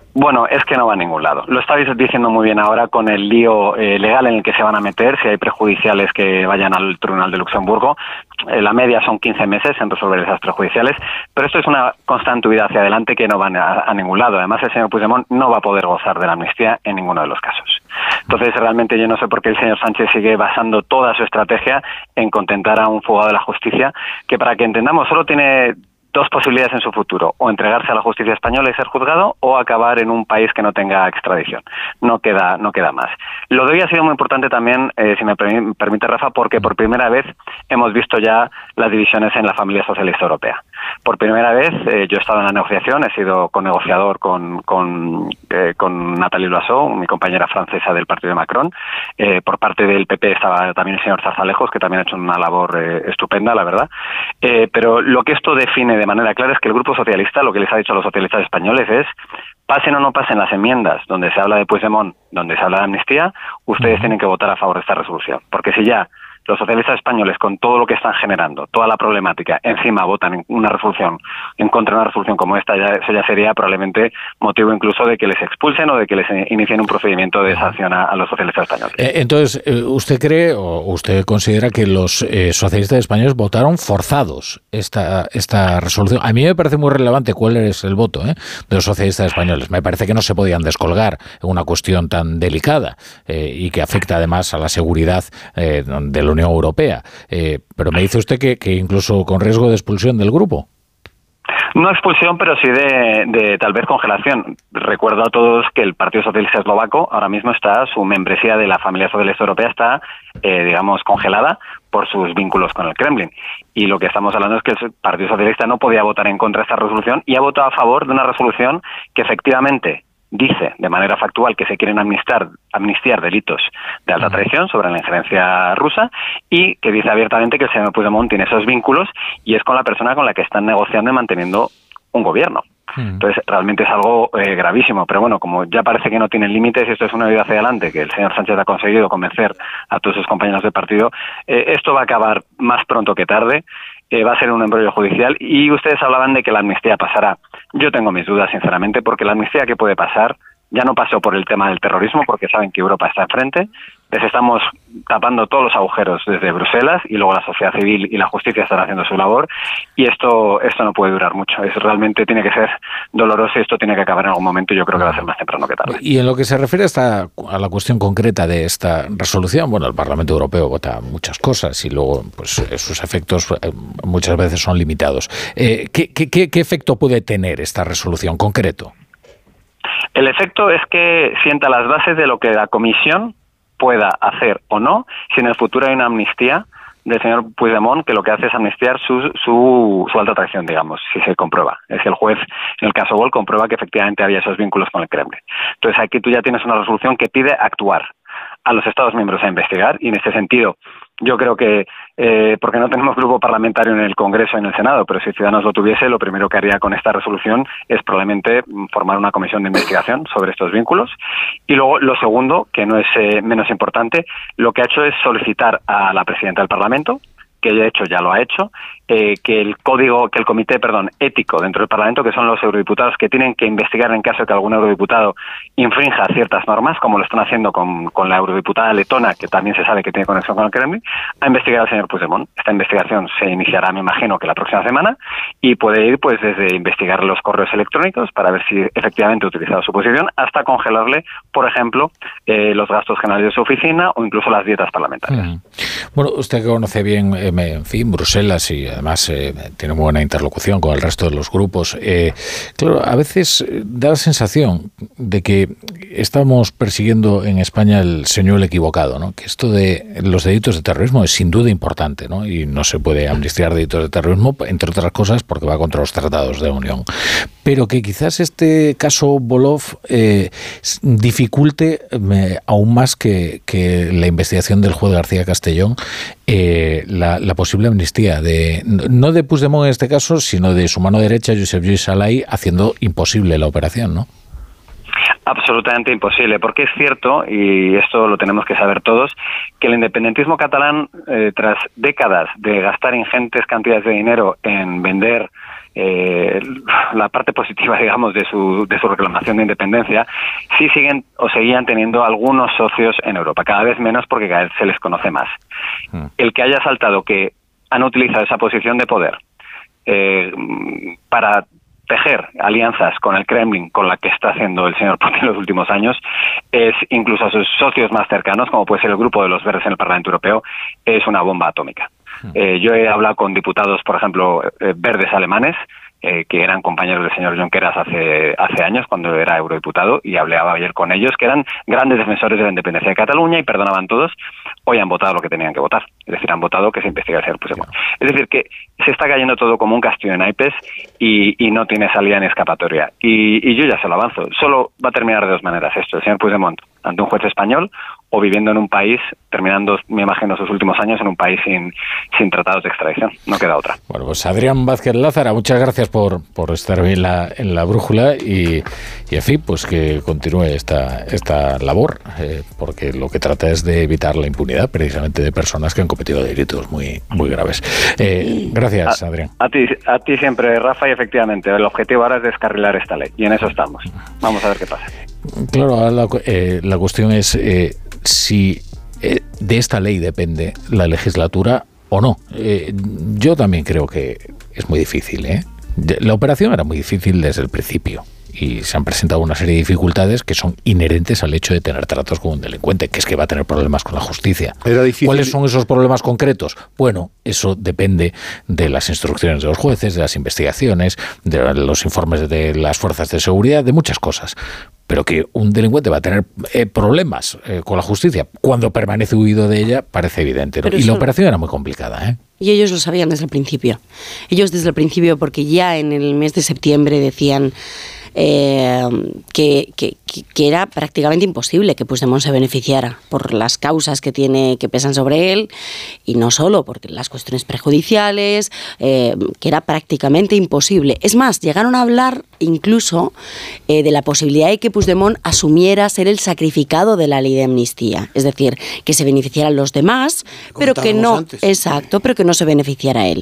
S9: Bueno, es que no va a ningún lado. Lo estáis diciendo muy bien ahora con el lío eh, legal en el que se van a meter, si hay prejudiciales que vayan al Tribunal de Luxemburgo. Eh, la media son quince meses en resolver esas prejudiciales, pero esto es una constante huida hacia adelante que no va a, a ningún lado. Además, el señor Puigdemont no va a poder gozar de la amnistía en ninguno de los casos. Entonces, realmente yo no sé por qué el señor Sánchez sigue basando toda su estrategia en contentar a un fugado de la justicia, que para que entendamos solo tiene dos posibilidades en su futuro: o entregarse a la justicia española y ser juzgado, o acabar en un país que no tenga extradición. No queda, no queda más. Lo de hoy ha sido muy importante también, eh, si me permite, Rafa, porque por primera vez hemos visto ya las divisiones en la familia socialista europea. Por primera vez, eh, yo he estado en la negociación, he sido conegociador con, con, eh, con Nathalie Loiseau, mi compañera francesa del partido de Macron. Eh, por parte del P P estaba también el señor Zarzalejos, que también ha hecho una labor eh, estupenda, la verdad. Eh, pero lo que esto define de manera clara es que el Grupo Socialista, lo que les ha dicho a los socialistas españoles es: pasen o no pasen las enmiendas donde se habla de Puigdemont, donde se habla de amnistía, ustedes uh-huh. tienen que votar a favor de esta resolución. Porque si ya los socialistas españoles, con todo lo que están generando, toda la problemática, encima votan en una resolución, en contra de una resolución como esta, ya, eso ya sería probablemente motivo incluso de que les expulsen o de que les inicien un procedimiento de sanción a, a los socialistas españoles.
S3: Entonces, ¿usted cree o usted considera que los eh, socialistas españoles votaron forzados esta, esta resolución? A mí me parece muy relevante cuál es el voto ¿eh? de los socialistas españoles. Me parece que no se podían descolgar en una cuestión tan delicada eh, y que afecta además a la seguridad eh, de la Unión Europea. Eh, pero me dice usted que, que incluso con riesgo de expulsión del grupo.
S9: No expulsión, pero sí de, de tal vez congelación. Recuerdo a todos que el Partido Socialista Eslovaco ahora mismo está, su membresía de la familia socialista europea está, eh, digamos, congelada por sus vínculos con el Kremlin. Y lo que estamos hablando es que el Partido Socialista no podía votar en contra de esta resolución y ha votado a favor de una resolución que efectivamente dice de manera factual que se quieren amnistiar, amnistiar delitos de alta traición sobre la injerencia rusa, y que dice abiertamente que el señor Puigdemont tiene esos vínculos y es con la persona con la que están negociando y manteniendo un gobierno. Entonces, realmente es algo eh, gravísimo, pero bueno, como ya parece que no tienen límites y esto es una vida hacia adelante, que el señor Sánchez ha conseguido convencer a todos sus compañeros de partido, eh, esto va a acabar más pronto que tarde. Eh, va a ser un embrollo judicial y ustedes hablaban de que la amnistía pasará. Yo tengo mis dudas, sinceramente, porque la amnistía que puede pasar ya no pasó por el tema del terrorismo, porque saben que Europa está enfrente. Les estamos tapando todos los agujeros desde Bruselas y luego la sociedad civil y la justicia están haciendo su labor y esto esto no puede durar mucho. Es realmente tiene que ser doloroso y esto tiene que acabar en algún momento y yo creo que va a ser más temprano que tarde.
S3: Y en lo que se refiere a, esta, a la cuestión concreta de esta resolución, bueno, el Parlamento Europeo vota muchas cosas y luego pues sus efectos muchas veces son limitados. Eh, ¿qué, qué, ¿Qué efecto puede tener esta resolución concreto?
S9: El efecto es que sienta las bases de lo que la Comisión pueda hacer o no, si en el futuro hay una amnistía del señor Puigdemont, que lo que hace es amnistiar su, su, su alta traición, digamos, si se comprueba. Es que el juez, en el caso Gol, comprueba que efectivamente había esos vínculos con el Kremlin. Entonces aquí tú ya tienes una resolución que pide actuar a los Estados miembros a investigar y en este sentido yo creo que, eh, porque no tenemos grupo parlamentario en el Congreso y en el Senado, pero si Ciudadanos lo tuviese, lo primero que haría con esta resolución es probablemente formar una comisión de investigación sobre estos vínculos. Y luego, lo segundo, que no es eh, menos importante, lo que ha hecho es solicitar a la presidenta del Parlamento, que de hecho ya lo ha hecho, eh, que el código, que el comité, perdón, ético dentro del Parlamento, que son los eurodiputados que tienen que investigar en caso de que algún eurodiputado infrinja ciertas normas, como lo están haciendo con, con la eurodiputada letona, que también se sabe que tiene conexión con el Kremlin, a investigar al señor Puigdemont. Esta investigación se iniciará, me imagino, que la próxima semana, y puede ir pues desde investigar los correos electrónicos para ver si efectivamente ha utilizado su posición, hasta congelarle, por ejemplo, eh, los gastos generales de su oficina o incluso las dietas parlamentarias.
S3: Mm. Bueno, usted que conoce bien, eh, en fin, Bruselas y además eh, tiene muy buena interlocución con el resto de los grupos. Eh, claro, a veces da la sensación de que estamos persiguiendo en España el señuelo equivocado, ¿no? Que esto de los delitos de terrorismo es sin duda importante, ¿no? Y no se puede amnistiar delitos de terrorismo, entre otras cosas, porque va contra los tratados de unión. Pero que quizás este caso Volov eh, dificulte eh, aún más que, que la investigación del juez García Castellón eh, la, la posible amnistía de no de Puigdemont en este caso, sino de su mano derecha, Josep Lluís Salai, haciendo imposible la operación, ¿no?
S9: Absolutamente imposible, porque es cierto, y esto lo tenemos que saber todos, que el independentismo catalán, eh, tras décadas de gastar ingentes cantidades de dinero en vender eh, la parte positiva, digamos, de su, de su reclamación de independencia, sí siguen o seguían teniendo algunos socios en Europa, cada vez menos porque cada vez se les conoce más. Mm. El que haya saltado que han utilizado esa posición de poder eh, para tejer alianzas con el Kremlin, con la que está haciendo el señor Putin en los últimos años, es incluso a sus socios más cercanos, como puede ser el Grupo de los Verdes en el Parlamento Europeo, es una bomba atómica. Eh, yo he hablado con diputados, por ejemplo, eh, verdes alemanes, eh, que eran compañeros del señor Junqueras hace hace años, cuando era eurodiputado, y hablaba ayer con ellos, que eran grandes defensores de la independencia de Cataluña y perdonaban todos. Hoy han votado lo que tenían que votar. Es decir, han votado que se investigue al señor Puigdemont. Es decir, que se está cayendo todo como un castillo de naipes y, y no tiene salida ni escapatoria. Y, y yo ya se lo avanzo. Solo va a terminar de dos maneras esto. El señor Puigdemont ante un juez español o viviendo en un país, terminando, me imagino, sus últimos años en un país sin, sin tratados de extradición. No queda otra.
S3: Bueno, pues Adrián Vázquez Lázara, muchas gracias por, por estar hoy en la, en la brújula y, y, en fin, pues que continúe esta, esta labor, eh, porque lo que trata es de evitar la impunidad precisamente de personas que han cometido delitos muy, muy graves. Eh, gracias,
S9: a,
S3: Adrián.
S9: A ti, a ti siempre, Rafa, y efectivamente, el objetivo ahora es descarrilar esta ley, y en eso estamos. Vamos a ver qué pasa.
S3: Claro, ahora la, eh, la cuestión es eh, si eh, de esta ley depende la legislatura o no. Eh, yo también creo que es muy difícil, ¿eh? La operación era muy difícil desde el principio y se han presentado una serie de dificultades que son inherentes al hecho de tener tratos con un delincuente, que es que va a tener problemas con la justicia.
S12: Era difícil.
S3: ¿Cuáles son esos problemas concretos? Bueno, eso depende de las instrucciones de los jueces, de las investigaciones, de los informes de las fuerzas de seguridad, de muchas cosas. Pero que un delincuente va a tener eh, problemas eh, con la justicia cuando permanece huido de ella parece evidente, ¿no? Y la operación era muy complicada, ¿eh?
S7: Y ellos lo sabían desde el principio. Ellos desde el principio, porque ya en el mes de septiembre decían eh, que, que, que era prácticamente imposible que Puigdemont se beneficiara por las causas que tiene, que pesan sobre él, y no solo porque las cuestiones prejudiciales, eh, que era prácticamente imposible. Es más, llegaron a hablar incluso eh, de la posibilidad de que Puigdemont asumiera ser el sacrificado de la ley de amnistía, es decir, que se beneficiaran los demás, pero que no, antes. exacto, pero que no se beneficiara él.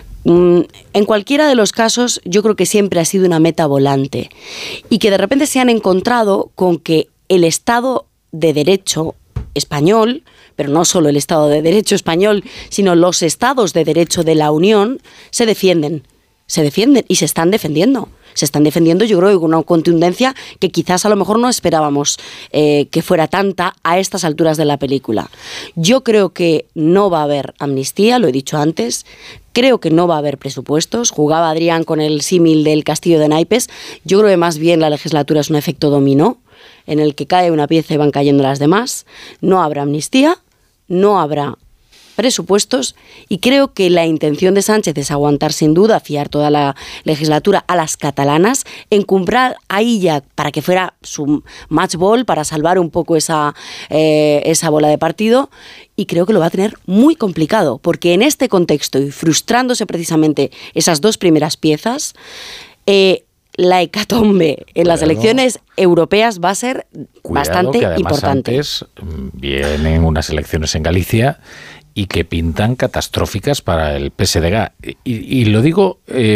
S7: En cualquiera de los casos, yo creo que siempre ha sido una meta volante y que de repente se han encontrado con que el Estado de Derecho español, pero no solo el Estado de Derecho español, sino los Estados de Derecho de la Unión, se defienden, se defienden y se están defendiendo. Se están defendiendo, yo creo, con una contundencia que quizás a lo mejor no esperábamos eh, que fuera tanta a estas alturas de la película. Yo creo que no va a haber amnistía, lo he dicho antes. Creo que no va a haber presupuestos. Jugaba Adrián con el símil del castillo de naipes. Yo creo que más bien la legislatura es un efecto dominó, en el que cae una pieza y van cayendo las demás. No habrá amnistía, no habrá presupuestos, y creo que la intención de Sánchez es aguantar sin duda, fiar toda la legislatura a las catalanas, encumbrar a Illa para que fuera su match ball, para salvar un poco esa, eh, esa bola de partido, y creo que lo va a tener muy complicado, porque en este contexto y frustrándose precisamente esas dos primeras piezas, eh, la hecatombe en las bueno, elecciones europeas va a ser cuidado, bastante
S3: que además
S7: importante.
S3: Antes vienen unas elecciones en Galicia y que pintan catastróficas para el P S D G. Y, y lo digo eh,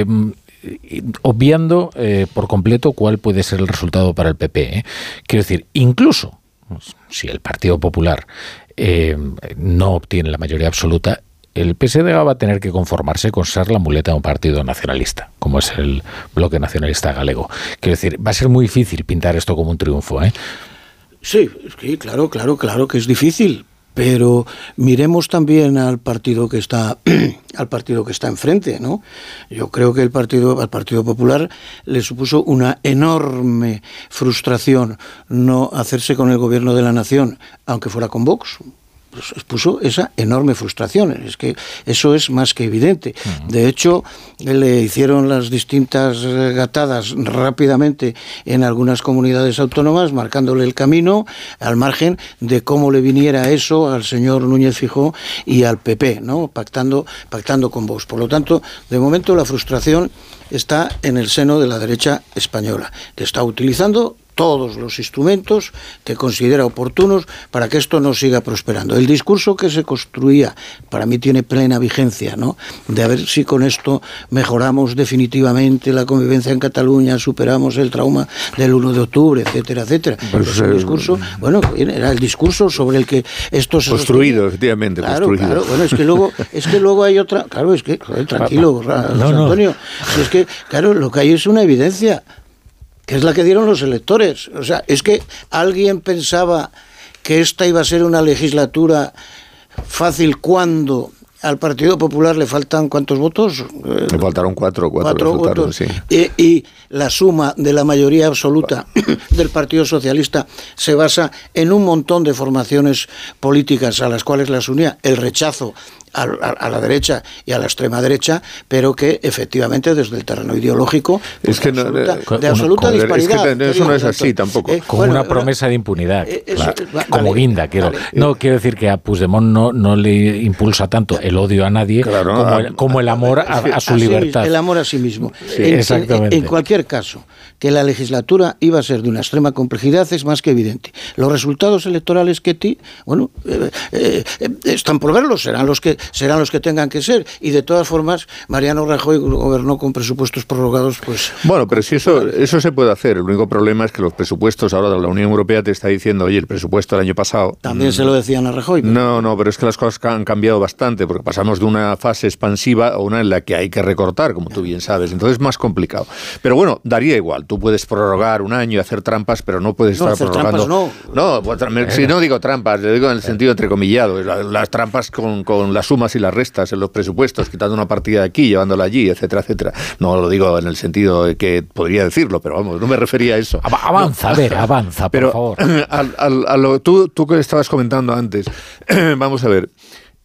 S3: obviando eh, por completo cuál puede ser el resultado para el P P. ¿eh? Quiero decir, incluso si el Partido Popular eh, no obtiene la mayoría absoluta, el P S D G va a tener que conformarse con ser la muleta de un partido nacionalista, como es el Bloque Nacionalista Galego. Quiero decir, va a ser muy difícil pintar esto como un triunfo, ¿eh?
S11: Sí, sí, claro, claro, claro que es difícil. Pero miremos también al partido que está al partido que está enfrente, ¿no? Yo creo que el partido al Partido Popular le supuso una enorme frustración no hacerse con el gobierno de la nación, aunque fuera con Vox. Pues expuso esa enorme frustración. Es que eso es más que evidente. De hecho, le hicieron las distintas gatadas rápidamente en algunas comunidades autónomas, marcándole el camino al margen de cómo le viniera eso al señor Núñez Feijóo y al P P, ¿no? Pactando, pactando con Vox. Por lo tanto, de momento la frustración está en el seno de la derecha española, que está utilizando todos los instrumentos que considera oportunos para que esto no siga prosperando. El discurso que se construía, para mí tiene plena vigencia, ¿no? De a ver si con esto mejoramos definitivamente la convivencia en Cataluña, superamos el trauma del uno de octubre, etcétera, etcétera. Pues es un discurso, bueno, era el discurso sobre el que esto se
S12: construido, sostiene. Efectivamente,
S11: claro,
S12: construido.
S11: Claro, bueno, es que luego, es que luego hay otra, claro, es que, joder, tranquilo, José no, no. Antonio, si es que, claro, lo que hay es una evidencia, que es la que dieron los electores. O sea, es que alguien pensaba que esta iba a ser una legislatura fácil cuando al Partido Popular le faltan ¿cuántos votos?
S12: Le faltaron cuatro, cuatro,
S11: cuatro votos. Sí. Y, y la suma de la mayoría absoluta del Partido Socialista se basa en un montón de formaciones políticas a las cuales las unía el rechazo a, a, a la derecha y a la extrema derecha, pero que efectivamente desde el terreno ideológico pues,
S12: es que
S11: de
S12: no,
S11: absoluta, de absoluta
S12: con,
S11: disparidad.
S12: Es que eso no es así tampoco.
S3: Eh, Como bueno, una promesa de impunidad, eh, eso, claro, vale, como guinda. Quiero. Vale. No quiero decir que a Puigdemont no, no le impulsa tanto el odio a nadie, claro, como, a, el, como el amor a, a su a libertad.
S11: Sí, el amor a sí mismo.
S3: Sí,
S11: en,
S3: exactamente.
S11: En, en cualquier caso, que la legislatura iba a ser de una extrema complejidad es más que evidente. Los resultados electorales que ti, bueno, eh, eh, están por verlos, serán los que serán los que tengan que ser, y de todas formas Mariano Rajoy gobernó con presupuestos prorrogados, pues...
S12: Bueno, pero si eso eso se puede hacer, el único problema es que los presupuestos ahora de la Unión Europea te está diciendo, oye, el presupuesto del año pasado...
S11: También mmm, se lo decían a Rajoy.
S12: Pero... No, no, pero es que las cosas han cambiado bastante, porque pasamos de una fase expansiva a una en la que hay que recortar, como tú bien sabes, entonces es más complicado. Pero bueno, daría igual, tú puedes prorrogar un año y hacer trampas, pero no puedes
S11: no,
S12: estar
S11: hacer
S12: prorrogando...
S11: No,
S12: no, si no digo trampas, le digo en el sentido entrecomillado, las, las trampas con, con las sumas y las restas en los presupuestos, quitando una partida de aquí, llevándola allí, etcétera, etcétera. No lo digo en el sentido de que podría decirlo, pero vamos, no me refería a eso.
S3: Avanza,
S12: no.
S3: a ver, avanza, por
S12: pero,
S3: favor.
S12: A, a, a lo, tú, tú que estabas comentando antes, vamos a ver,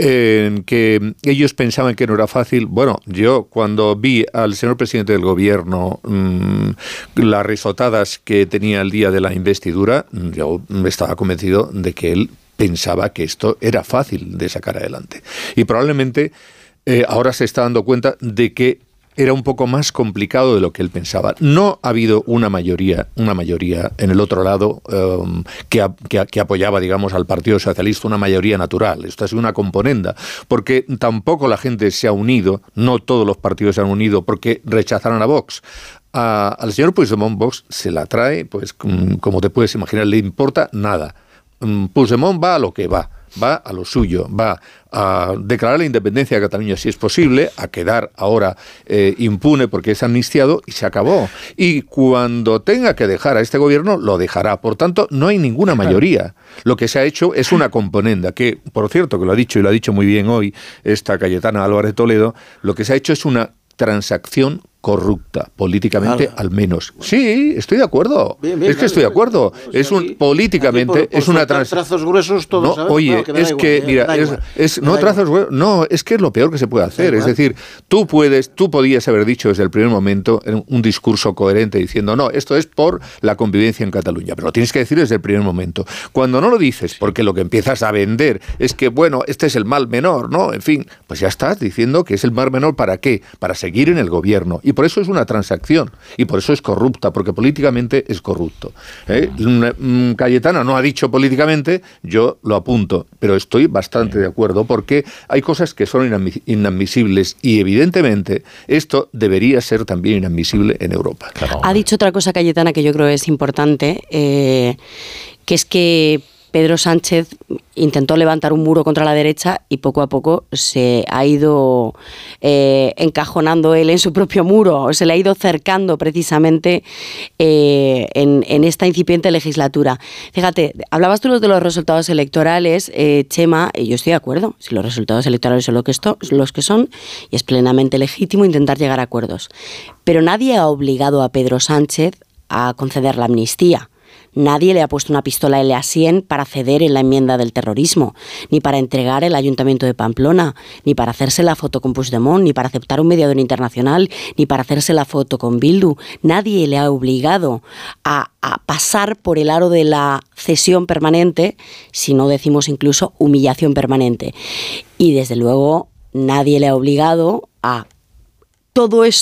S12: en que ellos pensaban que no era fácil. Bueno, yo cuando vi al señor presidente del gobierno mmm, las risotadas que tenía el día de la investidura, yo estaba convencido de que él pensaba que esto era fácil de sacar adelante. Y probablemente eh, ahora se está dando cuenta de que era un poco más complicado de lo que él pensaba. No ha habido una mayoría, una mayoría en el otro lado um, que, que, que apoyaba, digamos, al Partido Socialista, una mayoría natural. Esto ha sido una componenda, porque tampoco la gente se ha unido, no todos los partidos se han unido porque rechazaron a Vox. A, al señor Puigdemont, Vox se la trae, pues como te puedes imaginar, le importa nada. Puigdemont va a lo que va, va a lo suyo, va a declarar la independencia de Cataluña si es posible, a quedar ahora eh, impune porque es amnistiado y se acabó. Y cuando tenga que dejar a este gobierno, lo dejará. Por tanto, no hay ninguna mayoría. Lo que se ha hecho es una componenda, que, por cierto, que lo ha dicho y lo ha dicho muy bien hoy esta Cayetana Álvarez Toledo, lo que se ha hecho es una transacción corrupta, políticamente claro. Al menos. Sí, estoy de acuerdo. Bien, bien, es que claro, estoy de acuerdo. O sea, es un aquí, políticamente aquí por, por es una transacción.
S11: Trazos gruesos todos.
S12: No,
S11: ¿sabes?
S12: oye,
S11: no, que
S12: es
S11: igual,
S12: que mira, es, es no trazos gruesos, no, es que es lo peor que se puede hacer. Es decir, tú puedes, tú podías haber dicho desde el primer momento en un discurso coherente diciendo no, esto es por la convivencia en Cataluña, pero lo tienes que decir desde el primer momento. Cuando no lo dices, porque lo que empiezas a vender es que bueno, este es el mal menor, ¿no? En fin, pues ya estás diciendo que es el mal menor ¿para qué? Para seguir en el gobierno y por eso es una transacción. Acción. Y por eso es corrupta, porque políticamente es corrupto. ¿Eh? Cayetana no ha dicho políticamente, yo lo apunto, pero estoy bastante de acuerdo, porque hay cosas que son inadmisibles y evidentemente esto debería ser también inadmisible en Europa.
S7: Claro. Ha dicho otra cosa Cayetana que yo creo es importante, eh, que es que Pedro Sánchez intentó levantar un muro contra la derecha y poco a poco se ha ido eh, encajonando él en su propio muro, se le ha ido cercando precisamente eh, en, en esta incipiente legislatura. Fíjate, hablabas tú de los resultados electorales, eh, Chema, y yo estoy de acuerdo, si los resultados electorales son lo que esto, los que son, y es plenamente legítimo intentar llegar a acuerdos. Pero nadie ha obligado a Pedro Sánchez a conceder la amnistía. Nadie le ha puesto una pistola L A cien para ceder en la enmienda del terrorismo, ni para entregar el Ayuntamiento de Pamplona, ni para hacerse la foto con Puigdemont, ni para aceptar un mediador internacional, ni para hacerse la foto con Bildu. Nadie le ha obligado a, a pasar por el aro de la cesión permanente, si no decimos incluso humillación permanente. Y desde luego nadie le ha obligado a todo esto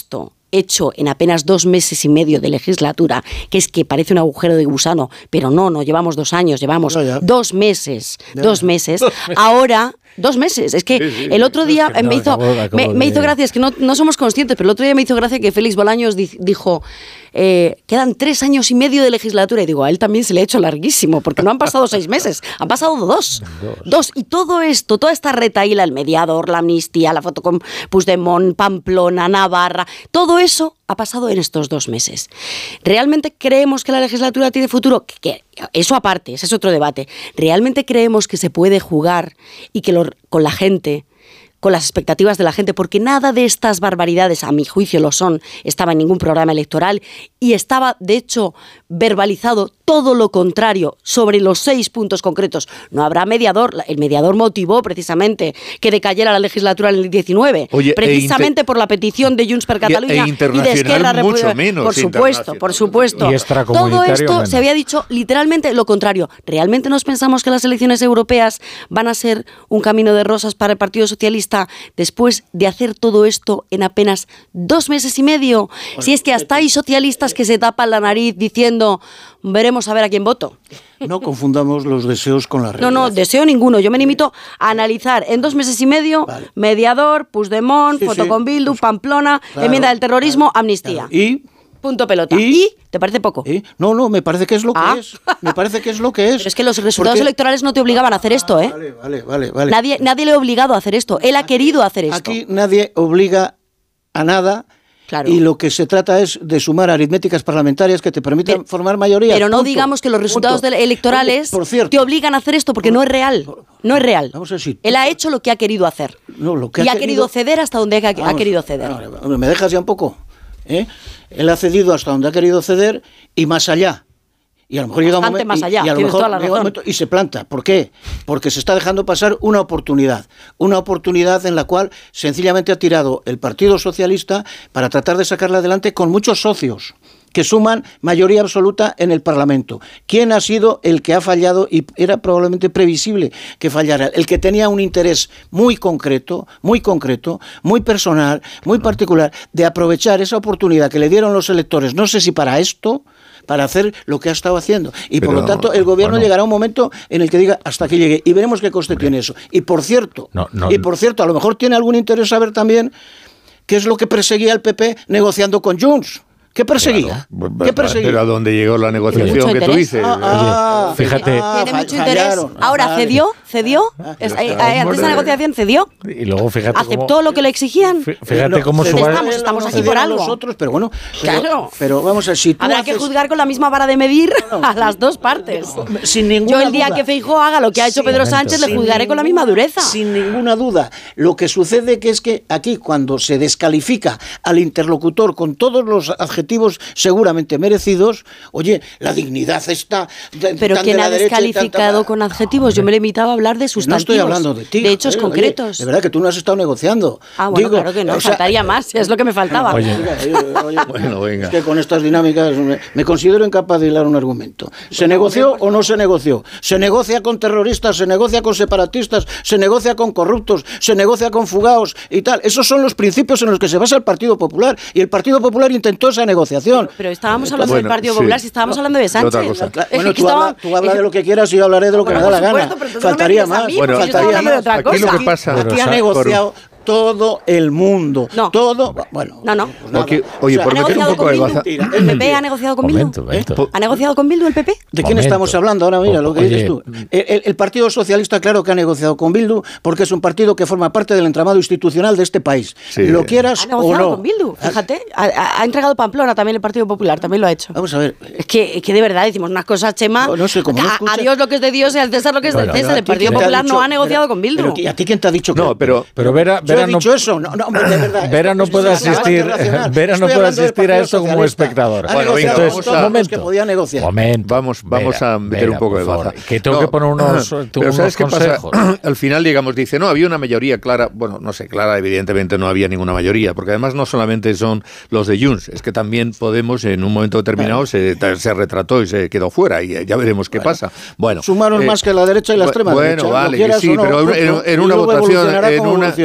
S7: hecho en apenas dos meses y medio de legislatura, que es que parece un agujero de gusano, pero no, no llevamos dos años, llevamos ya, ya. dos meses, ya, dos meses. Dos meses. Ahora, dos meses. Es que sí, sí, el otro día es que no, me, hizo, acabo, acabo me, me hizo gracia, es que no, no somos conscientes, pero el otro día me hizo gracia que Félix Bolaños di, dijo, eh, quedan tres años y medio de legislatura, y digo, a él también se le ha hecho larguísimo, porque no han pasado seis meses, han pasado dos. Dos. dos. Y todo esto, toda esta retaíla, el mediador, la amnistía, la foto con Puigdemont, Pamplona, Navarra, todo eso ha pasado en estos dos meses. ¿Realmente creemos que la legislatura tiene futuro? Que, que, eso aparte, ese es otro debate. ¿Realmente creemos que se puede jugar y que lo, con la gente, con las expectativas de la gente? Porque nada de estas barbaridades, a mi juicio lo son, estaba en ningún programa electoral y estaba, de hecho, verbalizado todo lo contrario sobre los seis puntos concretos. No habrá mediador. El mediador motivó precisamente que decayera la legislatura en el diecinueve, Oye, precisamente e por la petición de Junts per Catalunya
S12: e
S7: y de Esquerra Republicana. Por supuesto, por supuesto.
S3: Y
S7: todo esto
S3: menos.
S7: Se había dicho literalmente lo contrario. ¿Realmente nos pensamos que las elecciones europeas van a ser un camino de rosas para el Partido Socialista después de hacer todo esto en apenas dos meses y medio? Bueno, si es que hasta hay socialistas que se tapan la nariz diciendo veremos a ver a quién voto.
S11: No confundamos los deseos con la realidad.
S7: No, no, deseo ninguno. Yo me limito a analizar en dos meses y medio, vale. mediador, Puigdemont, sí, foto sí. con Bildu, Pamplona, claro, enmienda del terrorismo, claro, amnistía.
S11: Claro. Y...
S7: Punto pelota.
S11: ¿Y?
S7: ¿Y? ¿Te parece poco?
S11: ¿Y? No, no, me parece que es lo que ah. es. Me parece que es lo que es.
S7: Pero es que los resultados Porque... electorales no te obligaban a hacer esto, ¿eh?
S11: Vale, vale, vale. vale.
S7: Nadie, nadie le ha obligado a hacer esto. Él ha
S11: aquí,
S7: querido hacer esto.
S11: Aquí nadie obliga a nada. Claro. Y lo que se trata es de sumar aritméticas parlamentarias que te permitan pero, formar mayoría.
S7: Pero no
S11: punto,
S7: digamos que los resultados
S11: punto.
S7: electorales
S11: por cierto,
S7: te obligan a hacer esto, porque no es real. No es real.
S11: Vamos a decir,
S7: Él ha hecho lo que ha querido hacer.
S11: No, lo que
S7: y
S11: ha,
S7: ha querido, querido ceder hasta donde ha, vamos, ha querido ceder.
S11: ¿Me dejas ya un poco? ¿Eh? Él ha cedido hasta donde ha querido ceder y más allá. Y a lo mejor llega un momento
S7: más allá,
S11: y, y, a lo mejor llega un momento y se planta. ¿Por qué? Porque se está dejando pasar una oportunidad. Una oportunidad en la cual sencillamente ha tirado el Partido Socialista para tratar de sacarla adelante con muchos socios que suman mayoría absoluta en el Parlamento. ¿Quién ha sido el que ha fallado? Y era probablemente previsible que fallara. El que tenía un interés muy concreto, muy concreto, muy personal, muy particular, de aprovechar esa oportunidad que le dieron los electores, no sé si para esto, para hacer lo que ha estado haciendo. Y Pero, por lo tanto, el gobierno bueno. llegará a un momento en el que diga, hasta aquí llegué, y veremos qué coste Hombre. tiene eso. Y por cierto, no, no, y por cierto, a lo mejor tiene algún interés saber también qué es lo que perseguía el P P negociando con Junts. ¿Qué perseguía?
S12: Claro.
S11: ¿Qué perseguía?
S12: Pero ¿a dónde llegó la negociación que tú dices?
S11: Ah, ah,
S3: Oye, fíjate.
S7: Ah, tiene mucho interés. Fallaron. Ahora, ¿cedió? ¿Cedió? Ah, es, eh, eh, antes de la negociación, ¿cedió?
S3: Y luego, fíjate
S7: ¿Aceptó
S3: cómo,
S7: lo que le exigían?
S3: Fíjate
S11: no,
S3: cómo
S7: suba...
S3: suba...
S7: Estamos, estamos
S11: no
S7: aquí por algo.
S11: Nosotros, pero bueno, pero,
S7: claro.
S11: pero vamos a ver, si tú
S7: Habrá
S11: haces...
S7: que juzgar con la misma vara de medir no, no, a las dos partes.
S11: No, sin ninguna
S7: Yo el día
S11: duda.
S7: que Feijóo haga lo que ha hecho
S11: sin,
S7: Pedro Sánchez, le juzgaré con la misma dureza.
S11: Sin ninguna duda. Lo que sucede que es que aquí, cuando se descalifica al interlocutor con todos los adjetivos seguramente merecidos, oye, la dignidad está... De,
S7: pero ¿quién ha descalificado con adjetivos? Yo me limitaba a hablar de sustantivos.
S11: No estoy hablando de ti.
S7: De hechos
S11: eh,
S7: concretos.
S11: Oye, de verdad que tú no has estado negociando.
S7: Ah, bueno, Digo, claro que no, o sea, faltaría más, es lo que me faltaba.
S11: Oye, oye, oye, bueno, venga. Es que con estas dinámicas me, me considero incapaz de hilar un argumento. ¿Se bueno, negoció o no se negoció? ¿Se negocia con terroristas, se negocia con separatistas, se negocia con corruptos, se negocia con fugaos y tal? Esos son los principios en los que se basa el Partido Popular, y el Partido Popular intentó esa negociación.
S7: Pero, pero estábamos hablando bueno, del Partido sí. Popular, si estábamos no, hablando de Sánchez.
S11: Bueno, tú hablas habla de lo que quieras y yo hablaré de lo que bueno, me da la gana. Faltaría
S7: no
S11: más.
S7: Mí, bueno, faltaría más.
S12: Aquí lo que pasa...
S11: Aquí ha negociado... todo el mundo.
S7: No.
S11: Todo. Bueno.
S7: No, no.
S11: Pues nada.
S12: Porque, oye, o sea, por meter un poco de baza.
S7: ¿El P P ha negociado con Bildu?
S3: Momento, momento.
S7: ¿Eh? ¿Ha negociado con Bildu el P P?
S11: ¿De quién
S3: momento.
S11: estamos hablando ahora? Mira, lo que
S3: Oye.
S11: dices tú. El, el, el Partido Socialista, claro que ha negociado con Bildu, porque es un partido que forma parte del entramado institucional de este país. Sí. Lo quieras
S7: ¿Ha negociado
S11: o no.
S7: con Bildu? Fíjate. Ha, ha entregado Pamplona también el Partido Popular, también lo ha hecho.
S11: Vamos a ver.
S7: Es que, es que de verdad decimos unas cosas, Chema.
S11: No, no sé, como no
S7: a, a Dios lo que es de Dios y al César lo que es del César. El Partido Popular no ha negociado con Bildu.
S11: Pero, ¿y a ti quién te ha dicho que
S12: no? Pero,
S3: pero Vera, Vera
S11: yo he dicho
S3: no,
S11: eso. No, no, de verdad.
S3: Vera no puede asistir, Vera no puede asistir a esto como espectadora.
S11: Bueno, venga, entonces, un momento. Que podía negociar.
S3: Momento.
S12: Vamos, vamos Vera, a meter Vera, un poco de baza.
S3: Que tengo no, que poner unos,
S12: pero
S3: unos
S12: ¿sabes qué
S3: consejos?
S12: Pasa? Al final, digamos, dice, no, había una mayoría clara. Bueno, no sé, clara, evidentemente no había ninguna mayoría, porque además no solamente son los de Junts, es que también Podemos en un momento determinado se, se retrató y se quedó fuera, y ya veremos qué bueno, pasa. Bueno,
S11: sumaron eh, más que la derecha y la extrema
S12: bueno,
S11: derecha.
S12: Vale, que sí, no, pero en, en, en una votación, en una, en un,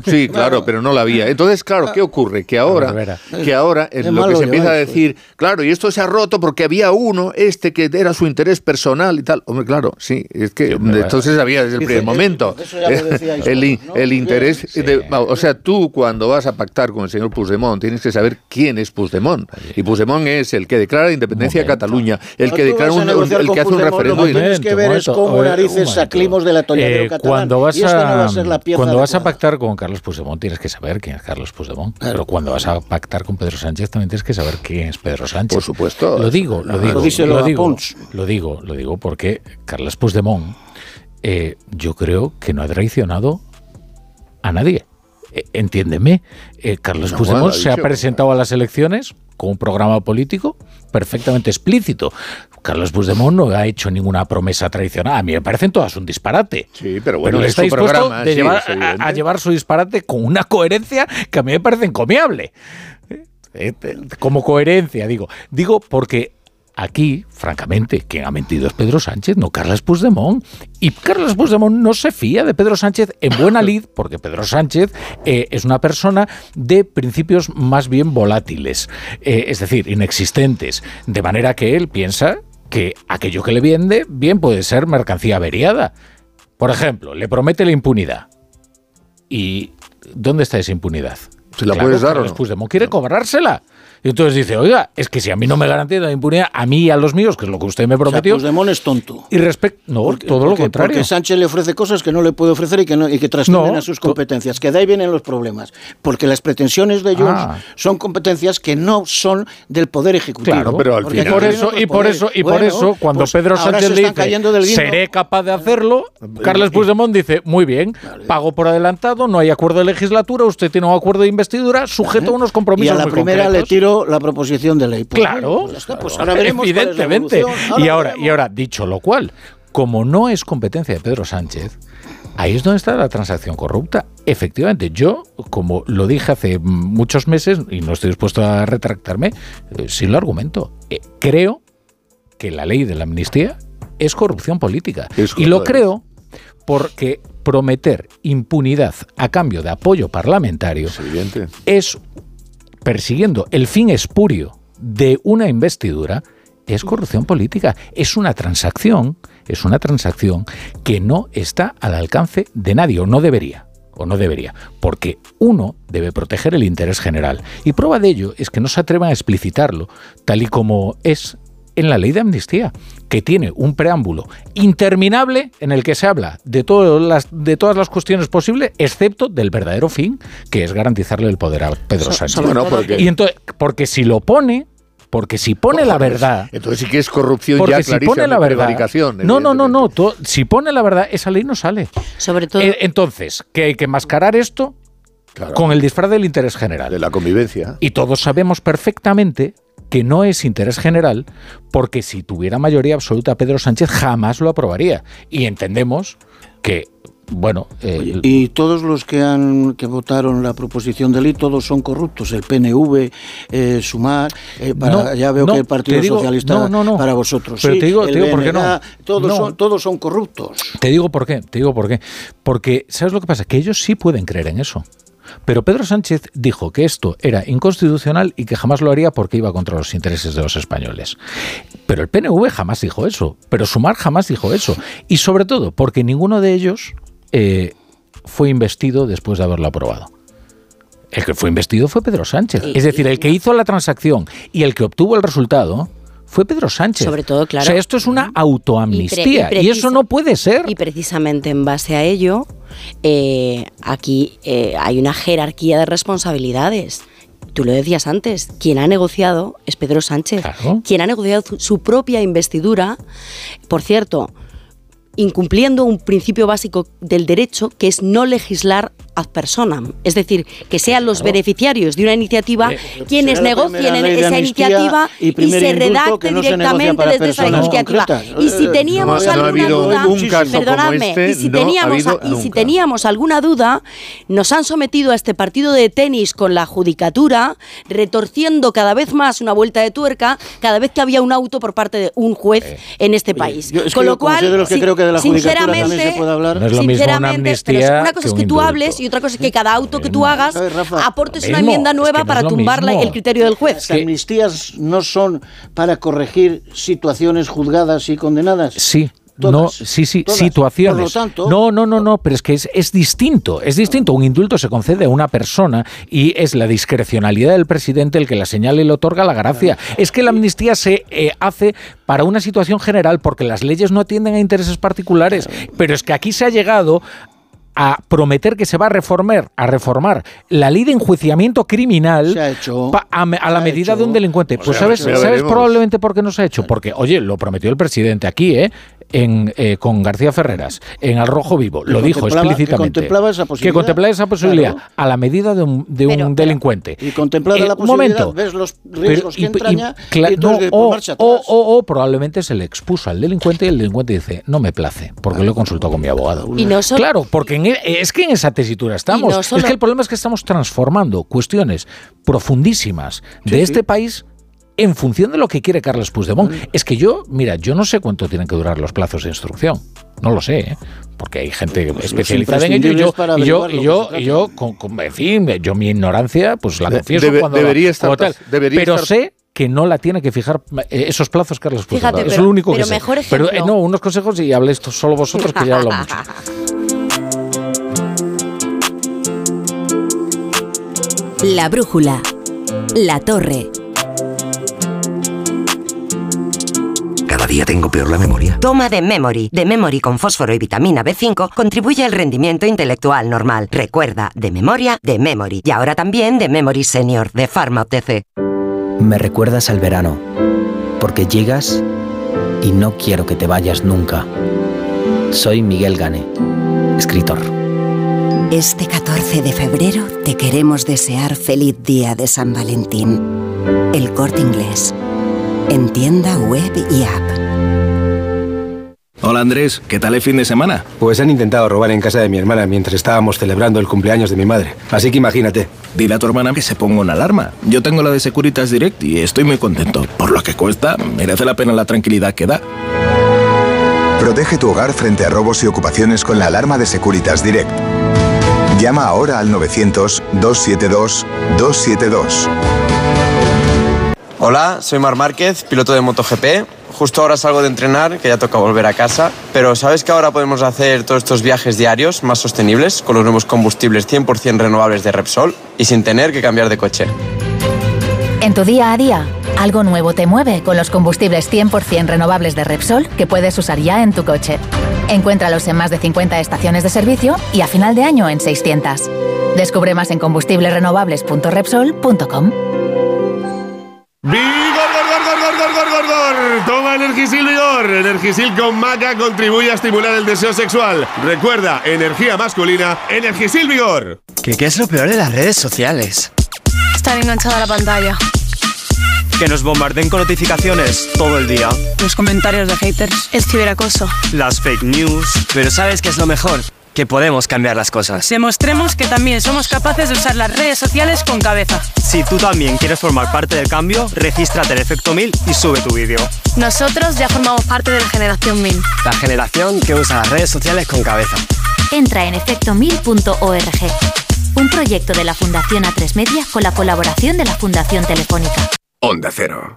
S12: Sí, claro, pero no la había. Entonces, claro, ¿qué ocurre? Que ahora, que ahora es lo que se empieza a decir, claro, y esto se ha roto porque había uno, este que era su interés personal y tal. Hombre, claro, sí, es que entonces había desde el primer momento el, el interés, de, o sea, tú cuando vas a pactar con el señor Puigdemont tienes que saber quién es Puigdemont. Y Puigdemont es el que declara la independencia de Cataluña, el que declara un, el que hace un referéndum.
S11: Lo que tienes que ver es cómo narices saclimos del atolladero
S3: eh,
S11: catalán.
S3: Cuando vas,
S11: y esto
S3: a,
S11: no va a ser la pieza
S3: cuando vas a
S11: adecuada.
S3: pactar con Carlos Puigdemont tienes que saber quién es Carlos Puigdemont. Claro. Pero cuando vas a pactar con Pedro Sánchez también tienes que saber quién es Pedro Sánchez.
S12: Por supuesto.
S3: Lo digo, lo digo,
S11: lo,
S3: lo, digo, lo digo, lo digo porque Carlos Puigdemont eh, yo creo que no ha traicionado a nadie. Eh, entiéndeme, eh, Carlos
S12: No,
S3: Puigdemont
S12: bueno, ha
S3: se ha
S12: dicho,
S3: presentado a las elecciones con un programa político perfectamente explícito. Carlos Puigdemont no ha hecho ninguna promesa traicionada. A mí me parecen todas un disparate.
S12: Sí, pero bueno,
S3: pero
S12: es
S3: está
S12: su
S3: dispuesto
S12: programa,
S3: de
S12: sí,
S3: llevar,
S12: es evidente.
S3: a, a llevar su disparate con una coherencia que a mí me parece encomiable. Eh, eh, Como coherencia, digo. Digo porque aquí, francamente, quien ha mentido es Pedro Sánchez, no Carles Puigdemont. Y Carles Puigdemont no se fía de Pedro Sánchez en buena lid, porque Pedro Sánchez eh, es una persona de principios más bien volátiles, eh, es decir, inexistentes. De manera que él piensa que aquello que le vende bien puede ser mercancía averiada. Por ejemplo, le promete la impunidad. ¿Y dónde está esa impunidad?
S12: ¿Se la
S3: Claro,
S12: puedes dar
S3: Carles
S12: o no?
S3: Puigdemont quiere cobrársela. Y entonces dice, oiga, es que si a mí no me garantiza la impunidad, a mí y a los míos, que es lo que usted me prometió...
S11: O sea, Puigdemont es tonto.
S3: Y respecto... No,
S11: porque,
S3: todo lo
S11: porque,
S3: contrario.
S11: Porque Sánchez le ofrece cosas que no le puede ofrecer y que, no, y que trascienden
S3: No,
S11: a sus competencias. Que de ahí vienen los problemas. Porque las pretensiones de Junts
S3: Ah.
S11: son competencias que no son del Poder Ejecutivo.
S3: Claro, pero al
S11: Porque
S3: final...
S11: aquí
S3: por
S11: vienen
S3: eso,
S11: otros
S3: y por
S11: poderes.
S3: eso, y por
S11: Bueno,
S3: eso, cuando
S11: pues
S3: Pedro
S11: ahora
S3: Sánchez
S11: se
S3: le
S11: están cayendo del
S3: dice,
S11: guindo.
S3: seré capaz de hacerlo, Carles Puigdemont dice, muy bien, pago por adelantado, no hay acuerdo de legislatura, usted tiene un acuerdo de investidura, sujeto a unos
S11: Y
S3: compromisos
S11: a la
S3: muy
S11: primera
S3: concretos.
S11: le tiro la proposición de ley. Pues,
S3: Claro,
S11: pues ya está, pues ahora veremos cuál es la
S3: evidentemente.
S11: evolución. Ahora
S3: Y ahora,
S11: veremos.
S3: y ahora, dicho lo cual, como no es competencia de Pedro Sánchez, ahí es donde está la transacción corrupta. Efectivamente, yo, como lo dije hace muchos meses, y no estoy dispuesto a retractarme, eh, sin lo argumento, eh, creo que la ley de la amnistía es corrupción política.
S12: Es
S3: y lo
S12: correcto.
S3: creo porque prometer impunidad a cambio de apoyo parlamentario
S12: Es evidente.
S3: es, persiguiendo el fin espurio de una investidura, es corrupción política. Es una transacción, es una transacción que no está al alcance de nadie, o no debería, o no debería, porque uno debe proteger el interés general. Y prueba de ello es que no se atrevan a explicitarlo, tal y como es en la ley de amnistía, que tiene un preámbulo interminable en el que se habla de, todas las, de todas las cuestiones posibles, excepto del verdadero fin, que es garantizarle el poder a Pedro
S12: So-
S3: Sánchez.
S12: sobre todo porque-
S3: Y entonces, porque si lo pone, porque si pone la verdad...
S12: Entonces sí que es corrupción
S3: Porque
S12: ya
S3: si
S12: clarísima
S3: pone la
S12: de
S3: verdad...
S12: prevaricación.
S3: No, no, no, no. to- si pone la verdad, esa ley no sale.
S7: Sobre todo...
S3: Eh, entonces, que hay que mascarar esto
S12: Claro.
S3: con el disfraz del interés general.
S12: De la convivencia.
S3: Y todos sabemos perfectamente que no es interés general, porque si tuviera mayoría absoluta Pedro Sánchez jamás lo aprobaría. Y entendemos que, bueno... eh,
S11: Y todos los que han que votaron la proposición de ley, todos son corruptos. El P N V, eh, Sumar, eh, para,
S3: No,
S11: ya veo
S3: no,
S11: que el Partido
S3: te digo-
S11: Socialista
S3: no, no, no.
S11: para vosotros.
S3: Pero
S11: sí,
S3: te digo-
S11: el
S3: te digo por qué no.
S11: B N G, Todos,
S3: No.
S11: son, todos son corruptos.
S3: Te digo por qué, te digo por qué. Porque, ¿sabes lo que pasa? Que ellos sí pueden creer en eso. Pero Pedro Sánchez dijo que esto era inconstitucional y que jamás lo haría porque iba contra los intereses de los españoles. Pero el P N V jamás dijo eso. Pero Sumar jamás dijo eso. Y sobre todo porque ninguno de ellos eh, fue investido después de haberlo aprobado. El que fue investido fue Pedro Sánchez. Es decir, el que hizo la transacción y el que obtuvo el resultado fue Pedro Sánchez.
S7: Sobre todo, claro.
S3: O sea, esto es una autoamnistía.
S7: Y pre- y
S3: Y, eso
S7: precis-
S3: no puede ser.
S7: Y precisamente en base a ello, eh, aquí eh, hay una jerarquía de responsabilidades. Tú lo decías antes, quien ha negociado es Pedro Sánchez.
S3: Claro.
S7: Quien ha negociado su, su propia investidura, por cierto, incumpliendo un principio básico del derecho, que es no legislar ad personam. Es decir, que sean los beneficiarios de una iniciativa
S11: Eh,
S7: quienes
S11: será la
S7: negocien
S11: primera
S7: en
S11: ley de
S7: esa
S11: amnistía
S7: iniciativa
S11: y
S7: y,
S11: primer
S7: se
S11: indulto
S7: redacte
S11: que no se negocia
S7: directamente
S11: para
S7: desde esa
S11: personas
S7: iniciativa.
S11: concretas.
S7: Y si teníamos
S12: No ha- no ha
S7: alguna
S12: habido
S7: duda,
S12: un caso como
S7: perdonadme,
S12: este,
S7: y si
S12: no ha
S7: teníamos
S12: habido
S7: y si
S12: nunca.
S7: teníamos alguna duda, nos han sometido a este partido de tenis con la judicatura, retorciendo cada vez más una vuelta de tuerca cada vez que había un auto por parte de un juez en este país.
S11: Yo, es
S7: Con
S11: que
S7: lo
S11: yo, como
S7: cual,
S11: soy de los que
S7: si-
S11: creo que de la judicatura
S7: sinceramente,
S11: también se puede hablar.
S3: No es lo mismo una
S7: sinceramente,
S3: amnistía
S7: pero una cosa
S3: que
S7: es
S3: un
S7: que tú
S3: indulto.
S7: hables y otra cosa es que cada auto que tú hagas
S11: Rafa,
S7: aportes
S11: mismo,
S7: una enmienda nueva
S11: es que no
S7: para
S11: es lo
S7: tumbar la-
S11: mismo.
S7: el criterio del juez.
S11: Las amnistías no son para corregir situaciones juzgadas y condenadas.
S3: Sí.
S11: Todas,
S3: no, sí, sí,
S11: todas.
S3: situaciones.
S11: Por lo tanto-
S3: no, no, no, no, pero es que es, es distinto, es distinto. Un indulto se concede a una persona y es la discrecionalidad del presidente el que la señala y le otorga la gracia. Es que la amnistía se eh, hace para una situación general porque las leyes no atienden a intereses particulares, pero es que aquí se ha llegado a prometer que se va a reformar, a reformar la ley de enjuiciamiento criminal
S11: Se ha hecho,
S3: pa- a, me- a la
S11: se ha
S3: medida
S11: hecho.
S3: de un delincuente. Pues
S11: Pues ya
S3: sabes,
S11: ve- ya
S3: ¿sabes
S11: veremos.
S3: probablemente por qué no se ha hecho? Porque, oye, lo prometió el presidente aquí, ¿eh? En, eh, con García Ferreras, en Al Rojo Vivo,
S11: Que
S3: lo dijo
S11: contemplaba-
S3: explícitamente.
S11: que contemplaba esa
S3: Que
S11: posibilidad.
S3: contemplaba esa posibilidad
S11: Claro.
S3: a la medida de un, de un
S11: Pero-
S3: delincuente.
S11: Y contemplada
S3: Eh,
S11: la
S3: un
S11: posibilidad,
S3: momento.
S11: ves los
S3: Pero-
S11: riesgos
S3: y-
S11: que
S3: y-
S11: entraña y,
S3: cla-
S11: entonces
S3: no,
S11: de- por
S3: o,
S11: marcha
S3: o-
S11: atrás.
S3: o- o probablemente se le expuso al delincuente y el delincuente dice, no me place, porque lo he consultado con mi abogado.
S7: Y no solo-
S3: Claro, porque en e- es que en esa tesitura estamos.
S7: no solo-
S3: Es que el problema es que estamos transformando cuestiones profundísimas de
S11: Sí,
S3: este
S11: sí.
S3: país en función de lo que quiere Carles Puigdemont. Es que yo, mira, yo no sé cuánto tienen que durar los plazos de instrucción. No lo sé, ¿eh? Porque hay gente especializada en ello y yo,
S11: para
S3: y yo,
S11: averiguar
S3: y
S11: lo
S3: yo,
S11: que se
S3: y yo con, con- en fin, yo mi ignorancia, pues la
S12: De-
S3: confieso
S12: debe-
S3: cuando
S12: debería estar
S3: como tal.
S12: pas- debería
S3: pero
S12: estar-
S3: sé que no la tiene que fijar eh, esos plazos Carles Puigdemont.
S7: Fíjate,
S3: es
S7: pero-
S3: lo único
S7: pero
S3: que sé.
S7: mejor
S3: Pero eh,
S7: ejemplo.
S3: no, unos consejos y habléis esto solo vosotros que ya hablo mucho.
S1: La brújula. La torre.
S13: Cada día tengo peor la memoria.
S17: Toma de Memory. De Memory con fósforo y vitamina B cinco contribuye al rendimiento intelectual normal. Recuerda, de memoria, de Memory. Y ahora también de Memory Senior, de Pharma O T C.
S18: Me recuerdas al verano, porque llegas y no quiero que te vayas nunca. Soy Miguel Gane, escritor.
S15: Este catorce de febrero te queremos desear feliz día de San Valentín. El Corte Inglés. En tienda web y app.
S20: Hola Andrés, ¿qué tal el fin de semana?
S19: Pues han intentado robar en casa de mi hermana mientras estábamos celebrando el cumpleaños de mi madre. Así que imagínate.
S20: Dile a tu hermana que se ponga una alarma. Yo tengo la de Securitas Direct y estoy muy contento. Por lo que cuesta, merece la pena la tranquilidad que da.
S21: Protege tu hogar frente a robos y ocupaciones con la alarma de Securitas Direct. Llama ahora al novecientos, doscientos setenta y dos, doscientos setenta y dos.
S26: Hola, soy Mar Márquez, piloto de MotoGP. Justo ahora salgo de entrenar, que ya toca volver a casa. Pero ¿sabes que ahora podemos hacer todos estos viajes diarios más sostenibles con los nuevos combustibles cien por ciento renovables de Repsol y sin tener que cambiar de coche?
S27: En tu día a día, algo nuevo te mueve con los combustibles cien por ciento renovables de Repsol que puedes usar ya en tu coche. Encuéntralos en más de cincuenta estaciones de servicio y a final de año en seiscientas. Descubre más en combustiblesrenovables punto repsol punto com.
S28: ¡Vigor, gor, gor, gor, gor, gor, gor, gor! Toma Energisil Vigor. Energisil con maca contribuye a estimular el deseo sexual. Recuerda, energía masculina, Energisil Vigor.
S29: ¿Qué, ¿Qué es lo peor de las redes sociales?
S30: Estar enganchada a la pantalla.
S29: Que nos bombarden con notificaciones todo el día.
S30: Los comentarios de haters. El ciberacoso.
S29: Las fake news. Pero ¿sabes qué es lo mejor? Que podemos cambiar las cosas.
S30: Demostremos que también somos capaces de usar las redes sociales con cabeza.
S29: Si tú también quieres formar parte del cambio, regístrate en Efecto Mil y sube tu vídeo.
S30: Nosotros ya formamos parte de la generación mil.
S29: La generación que usa las redes sociales con cabeza.
S25: Entra en efecto mil punto org. Un proyecto de la Fundación A tres Media con la colaboración de la Fundación Telefónica.
S28: Onda Cero.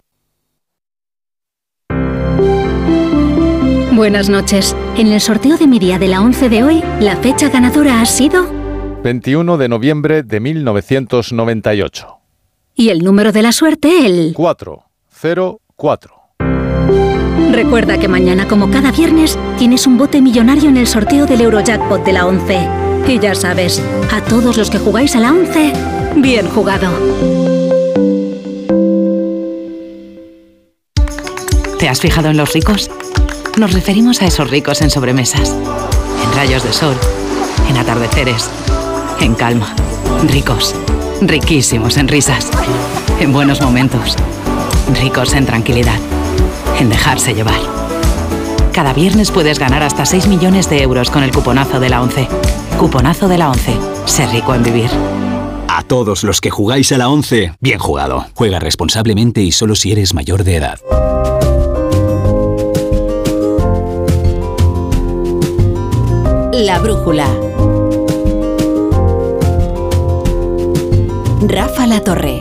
S25: Buenas noches. En el sorteo de mi día de la once de hoy, la fecha ganadora ha sido...
S31: veintiuno de noviembre de mil novecientos noventa y ocho.
S25: Y el número de la suerte, el...
S31: cuatro cero cuatro.
S25: Recuerda que mañana, como cada viernes, tienes un bote millonario en el sorteo del Eurojackpot de la once. Y ya sabes, a todos los que jugáis a la once, bien jugado.
S32: ¿Te has fijado en los ricos? Nos referimos a esos ricos en sobremesas, en rayos de sol, en atardeceres, en calma. Ricos, riquísimos en risas, en buenos momentos, ricos en tranquilidad, en dejarse llevar. Cada viernes puedes ganar hasta seis millones de euros con el cuponazo de la once. Cuponazo de la once. Sé rico en vivir.
S33: A todos los que jugáis a la once, bien jugado. Juega responsablemente y solo si eres mayor de edad.
S1: La brújula.
S15: Rafa La Torre.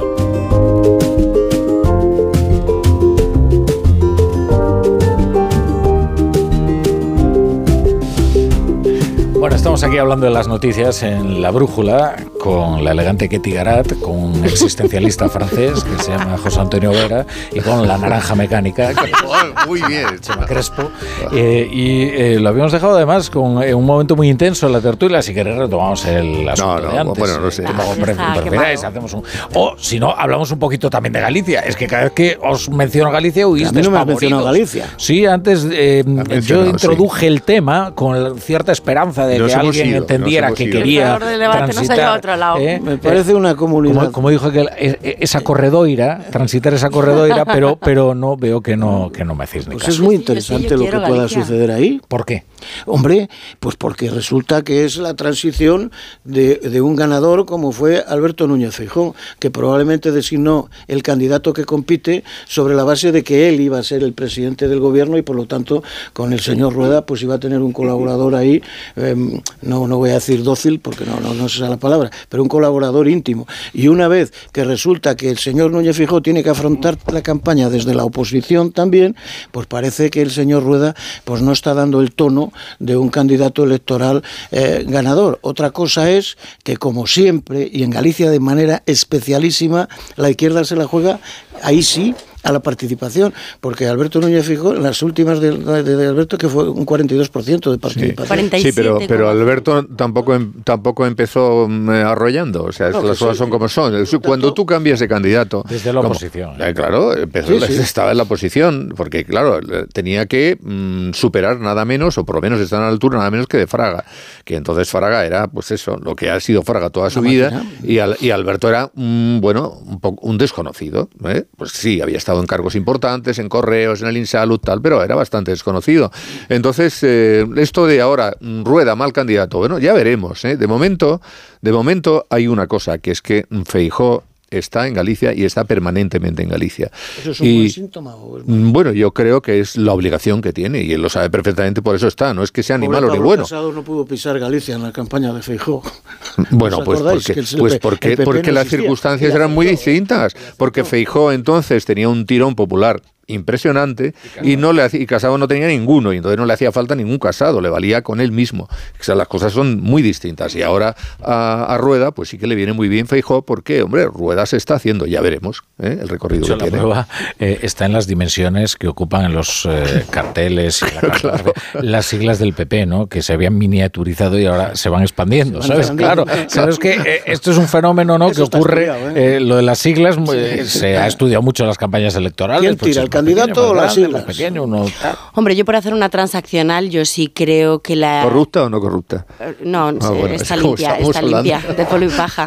S3: Bueno, estamos aquí hablando de las noticias en La Brújula con la elegante Ketty Garat, con un existencialista francés que se llama José Antonio Vera y con la naranja mecánica que
S12: muy bien,
S3: se llama Crespo. Eh, y eh, lo habíamos dejado además con eh, un momento muy intenso en la tertulia. Si queréis retomamos el asunto
S12: no, no,
S3: de antes.
S12: Bueno, no sé.
S3: Eh, como pre preferáis, hacemos un... O si no, hablamos un poquito también de Galicia. Es que cada vez que os menciono Galicia huís
S2: a mí no me has mencionado Galicia.
S3: Sí, antes eh, yo introduje sí. el tema con cierta esperanza de de que alguien ido, entendiera que quería transitar.
S7: Otro lado.
S2: ¿eh? Me parece una comunidad.
S3: Como, como dijo que esa corredoira, transitar esa corredoira, pero, pero no veo que no, que no me hacéis ni
S2: pues
S3: caso.
S2: Es muy interesante sí, lo que Galicia. pueda suceder ahí.
S3: ¿Por qué?
S2: Hombre, pues porque resulta que es la transición de, de un ganador como fue Alberto Núñez Feijóo, que probablemente designó el candidato que compite sobre la base de que él iba a ser el presidente del gobierno y por lo tanto con el señor Rueda pues iba a tener un colaborador ahí, eh, no, no voy a decir dócil porque no, no, no es esa la palabra, pero un colaborador íntimo. Y una vez que resulta que el señor Núñez Feijóo tiene que afrontar la campaña desde la oposición también, pues parece que el señor Rueda pues no está dando el tono de un candidato electoral eh, ganador. Otra cosa es que, como siempre, y en Galicia de manera especialísima, la izquierda se la juega, ahí sí, a la participación, porque Alberto Núñez Feijóo, en las últimas de, de, de Alberto, que fue un cuarenta y dos por ciento de participación.
S12: Sí, sí pero, pero Alberto tampoco tampoco empezó eh, arrollando, o sea, no, las cosas sí, son como son. Cuando tanto, tú cambias de candidato...
S3: Desde la
S12: como,
S3: oposición.
S12: Eh, claro, empezó, sí, sí. estaba en la oposición, porque claro, tenía que mm, superar nada menos, o por lo menos estar a la altura nada menos que de Fraga, que entonces Fraga era, pues eso, lo que ha sido Fraga toda su vida, y, al, y Alberto era, mm, bueno, un, poco, un desconocido, ¿eh? Pues sí, había estado en cargos importantes, en Correos, en el Insalud, tal, pero era bastante desconocido. Entonces, eh, esto de ahora, Rueda, mal candidato, bueno, ya veremos, ¿eh? De momento, de momento hay una cosa, que es que Feijóo está en Galicia y está permanentemente en Galicia.
S2: ¿Eso es un
S12: y,
S2: buen síntoma? ¿O es
S12: bueno, yo creo que es la obligación que tiene y él lo sabe perfectamente, por eso está. No es que sea ni malo ni bueno.
S2: Casado no pudo pisar Galicia en la campaña de Feijóo.
S12: Bueno, pues porque, el, pues porque, porque no las circunstancias eran muy distintas. Porque Feijóo entonces tenía un tirón popular impresionante y no le hacía, y Casado no tenía ninguno y entonces no le hacía falta ningún Casado, le valía con él mismo. O sea, las cosas son muy distintas y ahora a, a Rueda pues sí que le viene muy bien Feijóo porque, hombre, Rueda se está haciendo, ya veremos ¿eh? el recorrido
S3: Yo,
S12: que
S3: la
S12: tiene.
S3: Prueba eh, está en las dimensiones que ocupan en los eh, carteles y la claro. las siglas del P P, ¿no? Que se habían miniaturizado y ahora se van expandiendo, se van ¿sabes? Expandiendo. Claro, sabes que eh, esto es un fenómeno, ¿no? Eso que ocurre, ¿eh? Eh, lo de las siglas eh, sí. se ha estudiado mucho en las campañas electorales.
S2: ¿Quién tira, el candidato o las siglas?
S3: Pequeño, uno...
S7: Hombre, yo por hacer una transaccional, yo sí creo que la...
S12: ¿Corrupta o no corrupta?
S7: No, ah, bueno, está limpia, está hablando. limpia, de polvo y paja.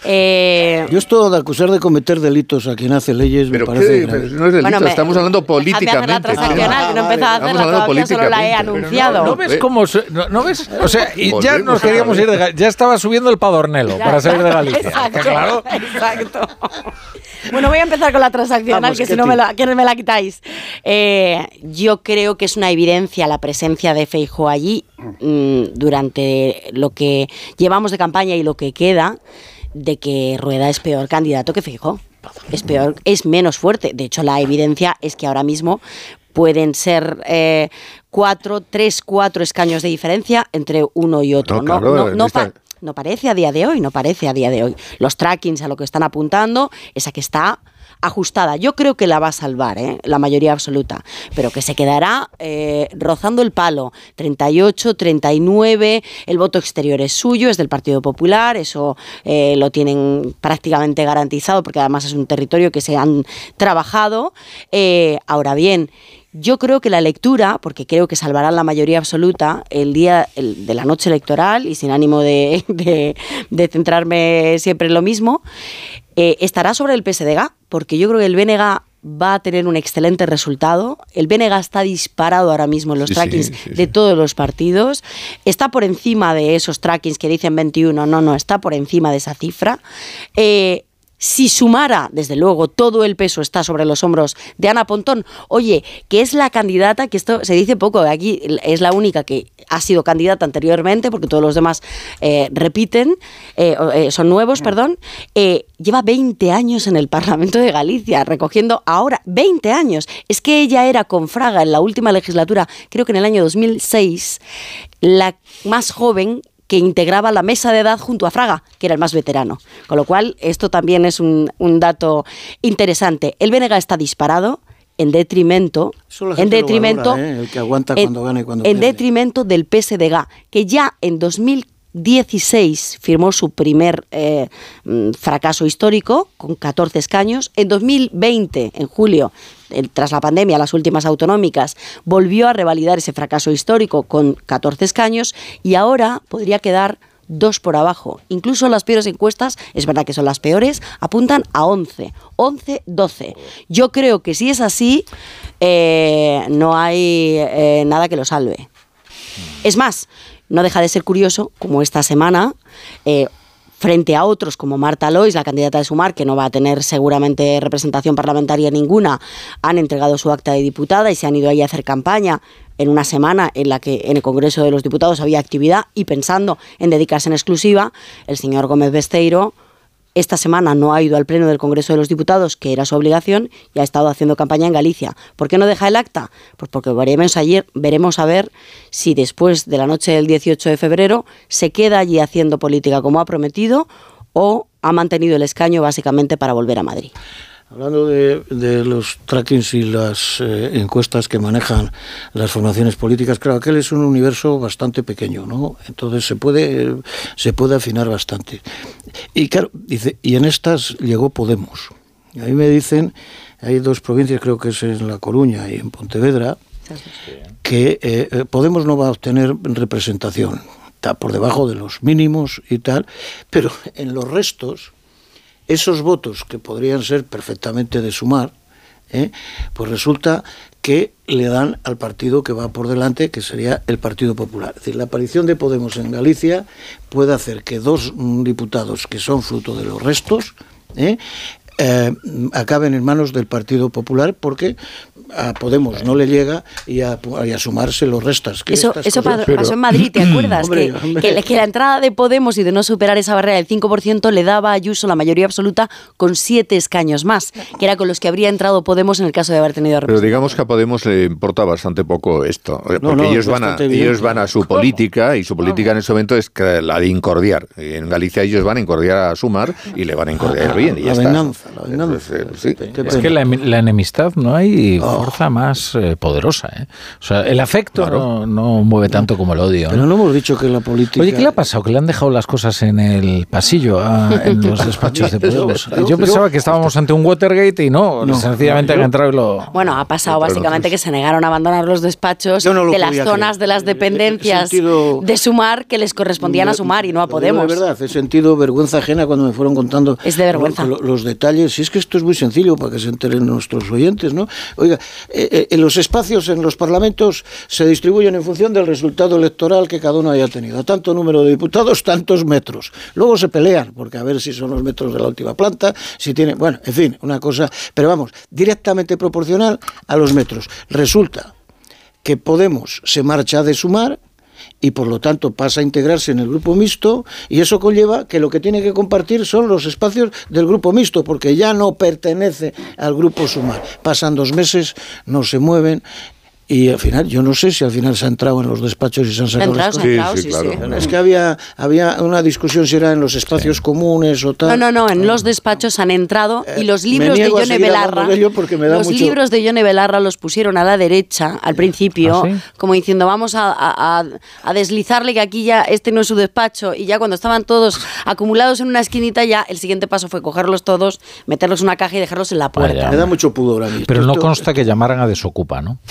S7: Eh...
S2: Yo esto de acusar de cometer delitos a quien hace leyes
S12: ¿Pero
S2: me parece...
S12: Qué? Pero no es delito, bueno, me... estamos hablando políticamente.
S7: De hacer la transaccional, que no he empezado a hacerla todavía, solo la he anunciado.
S3: No, ¿no ves cómo... No, ¿no ves? O sea, y ya nos queríamos ir de... Ya estaba subiendo el Padornelo ya, para salir de Galicia.
S7: Exacto,
S3: claro.
S7: exacto. Bueno, voy a empezar con la transaccional, Vamos, que si no me la, que me la quitáis. Eh, yo creo que es una evidencia la presencia de Feijóo allí mmm, durante lo que llevamos de campaña y lo que queda, de que Rueda es peor candidato que Feijóo. Es peor, es menos fuerte. De hecho, la evidencia es que ahora mismo pueden ser eh, cuatro, tres, cuatro escaños de diferencia entre uno y otro.
S12: No,
S7: no,
S12: claro,
S7: no, no, pa- no parece a día de hoy, no parece a día de hoy. Los trackings a lo que están apuntando es a que está ajustada. Yo creo que la va a salvar, ¿eh? La mayoría absoluta, pero que se quedará eh, rozando el palo. treinta y ocho, treinta y nueve, el voto exterior es suyo, es del Partido Popular, eso eh, lo tienen prácticamente garantizado porque además es un territorio que se han trabajado. Eh, ahora bien, yo creo que la lectura, porque creo que salvarán la mayoría absoluta el día el, de la noche electoral, y sin ánimo de, de, de centrarme siempre en lo mismo, eh, estará sobre el P S D G, porque yo creo que el B N G va a tener un excelente resultado. El B N G está disparado ahora mismo en los sí, trackings sí, sí, de sí. todos los partidos. Está por encima de esos trackings que dicen veintiuno, no, no, está por encima de esa cifra. Eh, Si sumara, desde luego, todo el peso está sobre los hombros de Ana Pontón, oye, que es la candidata, que esto se dice poco, aquí es la única que ha sido candidata anteriormente, porque todos los demás eh, repiten, eh, eh, son nuevos, perdón, eh, lleva veinte años en el Parlamento de Galicia, recogiendo ahora veinte años. Es que ella era con Fraga en la última legislatura, creo que en el año dos mil seis, la más joven que integraba la mesa de edad junto a Fraga, que era el más veterano. Con lo cual, esto también es un, un dato interesante. El B N G está disparado en detrimento, en detrimento,
S2: valora, ¿eh? El que aguanta
S7: en,
S2: cuando gana y cuando
S7: en
S2: pierde.
S7: detrimento del P S D G, que ya en dos mil dieciséis firmó su primer eh, fracaso histórico con catorce escaños. En dos mil veinte, en julio, eh, tras la pandemia, las últimas autonómicas, volvió a revalidar ese fracaso histórico con catorce escaños y ahora podría quedar dos por abajo. Incluso las peores encuestas, es verdad que son las peores, apuntan a once, once, doce. Yo creo que si es así, eh, no hay eh, nada que lo salve. Es más, no deja de ser curioso, como esta semana, eh, frente a otros como Marta Lois, la candidata de Sumar, que no va a tener seguramente representación parlamentaria ninguna, han entregado su acta de diputada y se han ido ahí a hacer campaña en una semana en la que en el Congreso de los Diputados había actividad y pensando en dedicarse en exclusiva, el señor Gómez Besteiro esta semana no ha ido al Pleno del Congreso de los Diputados, que era su obligación, y ha estado haciendo campaña en Galicia. ¿Por qué no deja el acta? Pues porque veremos ayer, veremos a ver si después de la noche del dieciocho de febrero se queda allí haciendo política como ha prometido o ha mantenido el escaño básicamente para volver a Madrid.
S2: Hablando de, de los trackings y las eh, encuestas que manejan las formaciones políticas, claro, aquel es un universo bastante pequeño, ¿no? Entonces se puede, se puede afinar bastante. Y claro, dice, y en estas llegó Podemos. Y ahí me dicen, hay dos provincias, creo que es en La Coruña y en Pontevedra, que eh, Podemos no va a obtener representación. Está por debajo de los mínimos y tal, pero en los restos, esos votos que podrían ser perfectamente de Sumar, ¿eh? pues resulta que le dan al partido que va por delante, que sería el Partido Popular. Es decir, la aparición de Podemos en Galicia puede hacer que dos diputados que son fruto de los restos ¿eh? Eh, acaben en manos del Partido Popular, porque a Podemos no le llega y a, y a Sumar se lo restas.
S7: Eso, eso cosas, pasó pero... en Madrid, ¿te acuerdas? hombre, que, hombre. Que, que la entrada de Podemos y de no superar esa barrera del cinco por ciento le daba a Ayuso la mayoría absoluta con siete escaños más, que era con los que habría entrado Podemos en el caso de haber tenido representación.
S12: Pero digamos que a Podemos le importa bastante poco esto, porque
S2: no, no,
S12: ellos, van a, ellos van a su política y su política en ese momento es la de incordiar. En Galicia ellos van a incordiar a Sumar y le van a incordiar bien. Y
S2: la
S12: ya
S2: venganza,
S12: está.
S2: La venganza.
S12: Entonces, sí.
S3: Es que la, la enemistad no hay fuerza oh. más eh, poderosa. ¿eh? O sea, el afecto claro. no, no mueve tanto como el odio.
S2: Pero
S3: ¿no?
S2: no hemos dicho que la política...
S3: Oye, ¿qué le ha pasado? Que le han dejado las cosas en el pasillo, a, en los despachos de Podemos. Yo pensaba que estábamos ante un Watergate y no, no sencillamente no, han entrado y lo...
S7: Bueno, ha pasado básicamente que se negaron a abandonar los despachos no de las zonas creer. de las dependencias sentido, de Sumar que les correspondían a Sumar y no a Podemos.
S2: De verdad, he sentido vergüenza ajena cuando me fueron contando
S7: es de vergüenza.
S2: Los, los detalles. Si es que esto es muy sencillo para que se enteren nuestros oyentes, ¿no? Oiga, eh, eh, los espacios en los parlamentos se distribuyen en función del resultado electoral que cada uno haya tenido. Tanto número de diputados, tantos metros. Luego se pelean, porque a ver si son los metros de la última planta, si tienen... Bueno, en fin, una cosa... Pero vamos, directamente proporcional a los metros. Resulta que Podemos se marcha de Sumar y por lo tanto pasa a integrarse en el grupo mixto, y eso conlleva que lo que tiene que compartir son los espacios del grupo mixto, porque ya no pertenece al grupo Sumar. Pasan dos meses, no se mueven. Y al final, yo no sé si al final se ha entrado en los despachos y se han sacado las cosas.
S7: Sí, entrado, sí, sí, claro.
S2: sí. Es que había, había una discusión si era en los espacios sí. comunes o tal.
S7: No, no, no, en los despachos han entrado y los libros de Yone Belarra,
S2: de los
S7: mucho... libros de Yone Belarra los pusieron a la derecha al principio, ¿ah, sí? como diciendo vamos a, a, a deslizarle que aquí ya este no es su despacho, y ya cuando estaban todos acumulados en una esquinita, ya el siguiente paso fue cogerlos todos, meterlos en una caja y dejarlos en la puerta.
S2: Vaya, me da mucho pudor a mí.
S3: Pero no consta que llamaran a Desocupa, ¿no?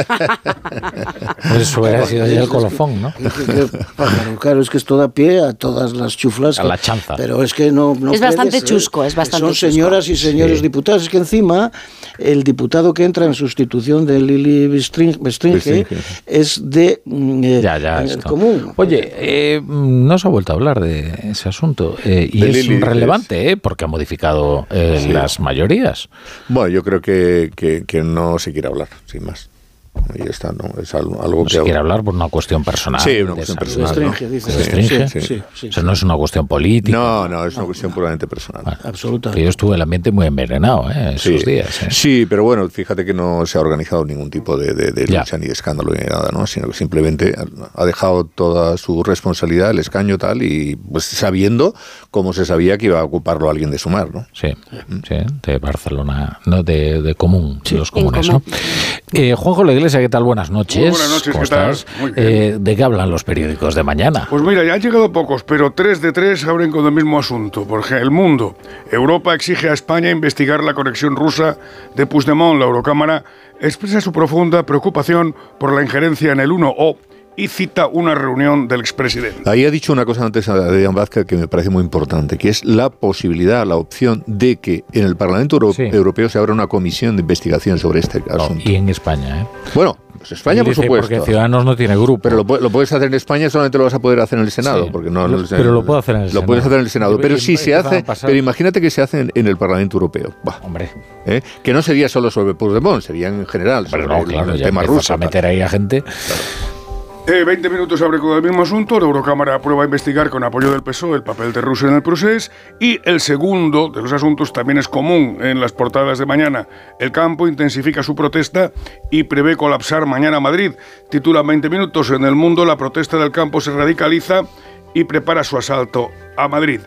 S3: Eso hubiera sido ya el colofón, ¿no?
S2: Claro, claro, es que esto da pie a todas las chuflas.
S3: A la chanza.
S2: Pero es que no, no
S7: es bastante
S2: ser,
S7: chusco, es bastante
S2: Son
S7: chusco.
S2: señoras y señores
S3: sí.
S2: diputados. Es que encima el diputado que entra en sustitución de Lili Bestringe, Bestringe es de eh,
S3: ya, ya,
S2: el común.
S3: Oye, eh, no se ha vuelto a hablar de ese asunto. Eh, y
S12: de
S3: es
S12: Lili,
S3: relevante,
S12: es...
S3: eh, porque ha modificado eh, sí. las mayorías.
S12: Bueno, yo creo que, que, que no se quiere hablar, sin más. Ahí está, ¿no? Es algo, algo
S3: no
S12: que...
S3: se quiere hablar por una cuestión personal.
S12: Sí, una cuestión personal.
S2: Restringe,
S12: ¿no?
S2: dice.
S3: Restringe.
S2: Sí, sí, sí,
S3: o sea, no es una cuestión política.
S12: No, no, es una cuestión puramente personal.
S3: Bueno,
S2: absolutamente.
S3: Yo estuve el ambiente muy envenenado, ¿eh? Esos
S12: sí,
S3: días. ¿eh?
S12: Sí, pero bueno, fíjate que no se ha organizado ningún tipo de, de, de lucha ni de escándalo ni nada, ¿no? Sino que simplemente ha dejado toda su responsabilidad, el escaño tal, y pues sabiendo cómo se sabía que iba a ocuparlo alguien de Sumar, ¿no?
S3: Sí, sí, de Barcelona, no, de, de Común, sí, los comunes, ¿no? Eh, Juanjo La Iglesia, ¿qué tal? Buenas noches.
S4: Muy buenas noches,
S3: ¿Cómo
S4: ¿qué tal?
S3: estás?
S4: Muy bien.
S3: Eh, ¿De qué hablan los periódicos de mañana?
S4: Pues mira, ya han llegado pocos, pero tres de tres abren con el mismo asunto. Porque El Mundo, Europa exige a España investigar la conexión rusa de Puigdemont. La Eurocámara expresa su profunda preocupación por la injerencia en el uno O y cita una reunión del expresidente.
S12: Ahí ha dicho una cosa antes de Adrián Vázquez que me parece muy importante, que es la posibilidad, la opción de que en el Parlamento Euro- sí. Europeo se abra una comisión de investigación sobre este
S3: no,
S12: asunto.
S3: Y en España, ¿eh?
S12: Bueno, pues España, por supuesto.
S3: Porque Ciudadanos no tiene grupo.
S12: Pero lo, lo puedes hacer en España, solamente lo vas a poder hacer en el Senado. Sí, porque no,
S3: lo,
S12: no,
S3: pero lo puedo hacer en el
S12: lo
S3: Senado.
S12: Lo puedes hacer en el Senado. Pero si se hace, pero imagínate que se hace en, en el Parlamento Europeo. Bah,
S3: Hombre.
S12: ¿Eh? Que no sería solo sobre Puigdemont, sería en general sobre
S3: pero no, claro,
S12: el
S3: ya
S12: tema ruso.
S3: A meter ahí a gente...
S12: Claro.
S4: Eh, veinte minutos abre con el mismo asunto. La Eurocámara aprueba investigar con apoyo del P S O E el papel de Rusia en el procés. Y el segundo de los asuntos también es común en las portadas de mañana. El Campo intensifica su protesta y prevé colapsar mañana Madrid. Titula veinte minutos. En El Mundo, la protesta del campo se radicaliza y prepara su asalto a Madrid.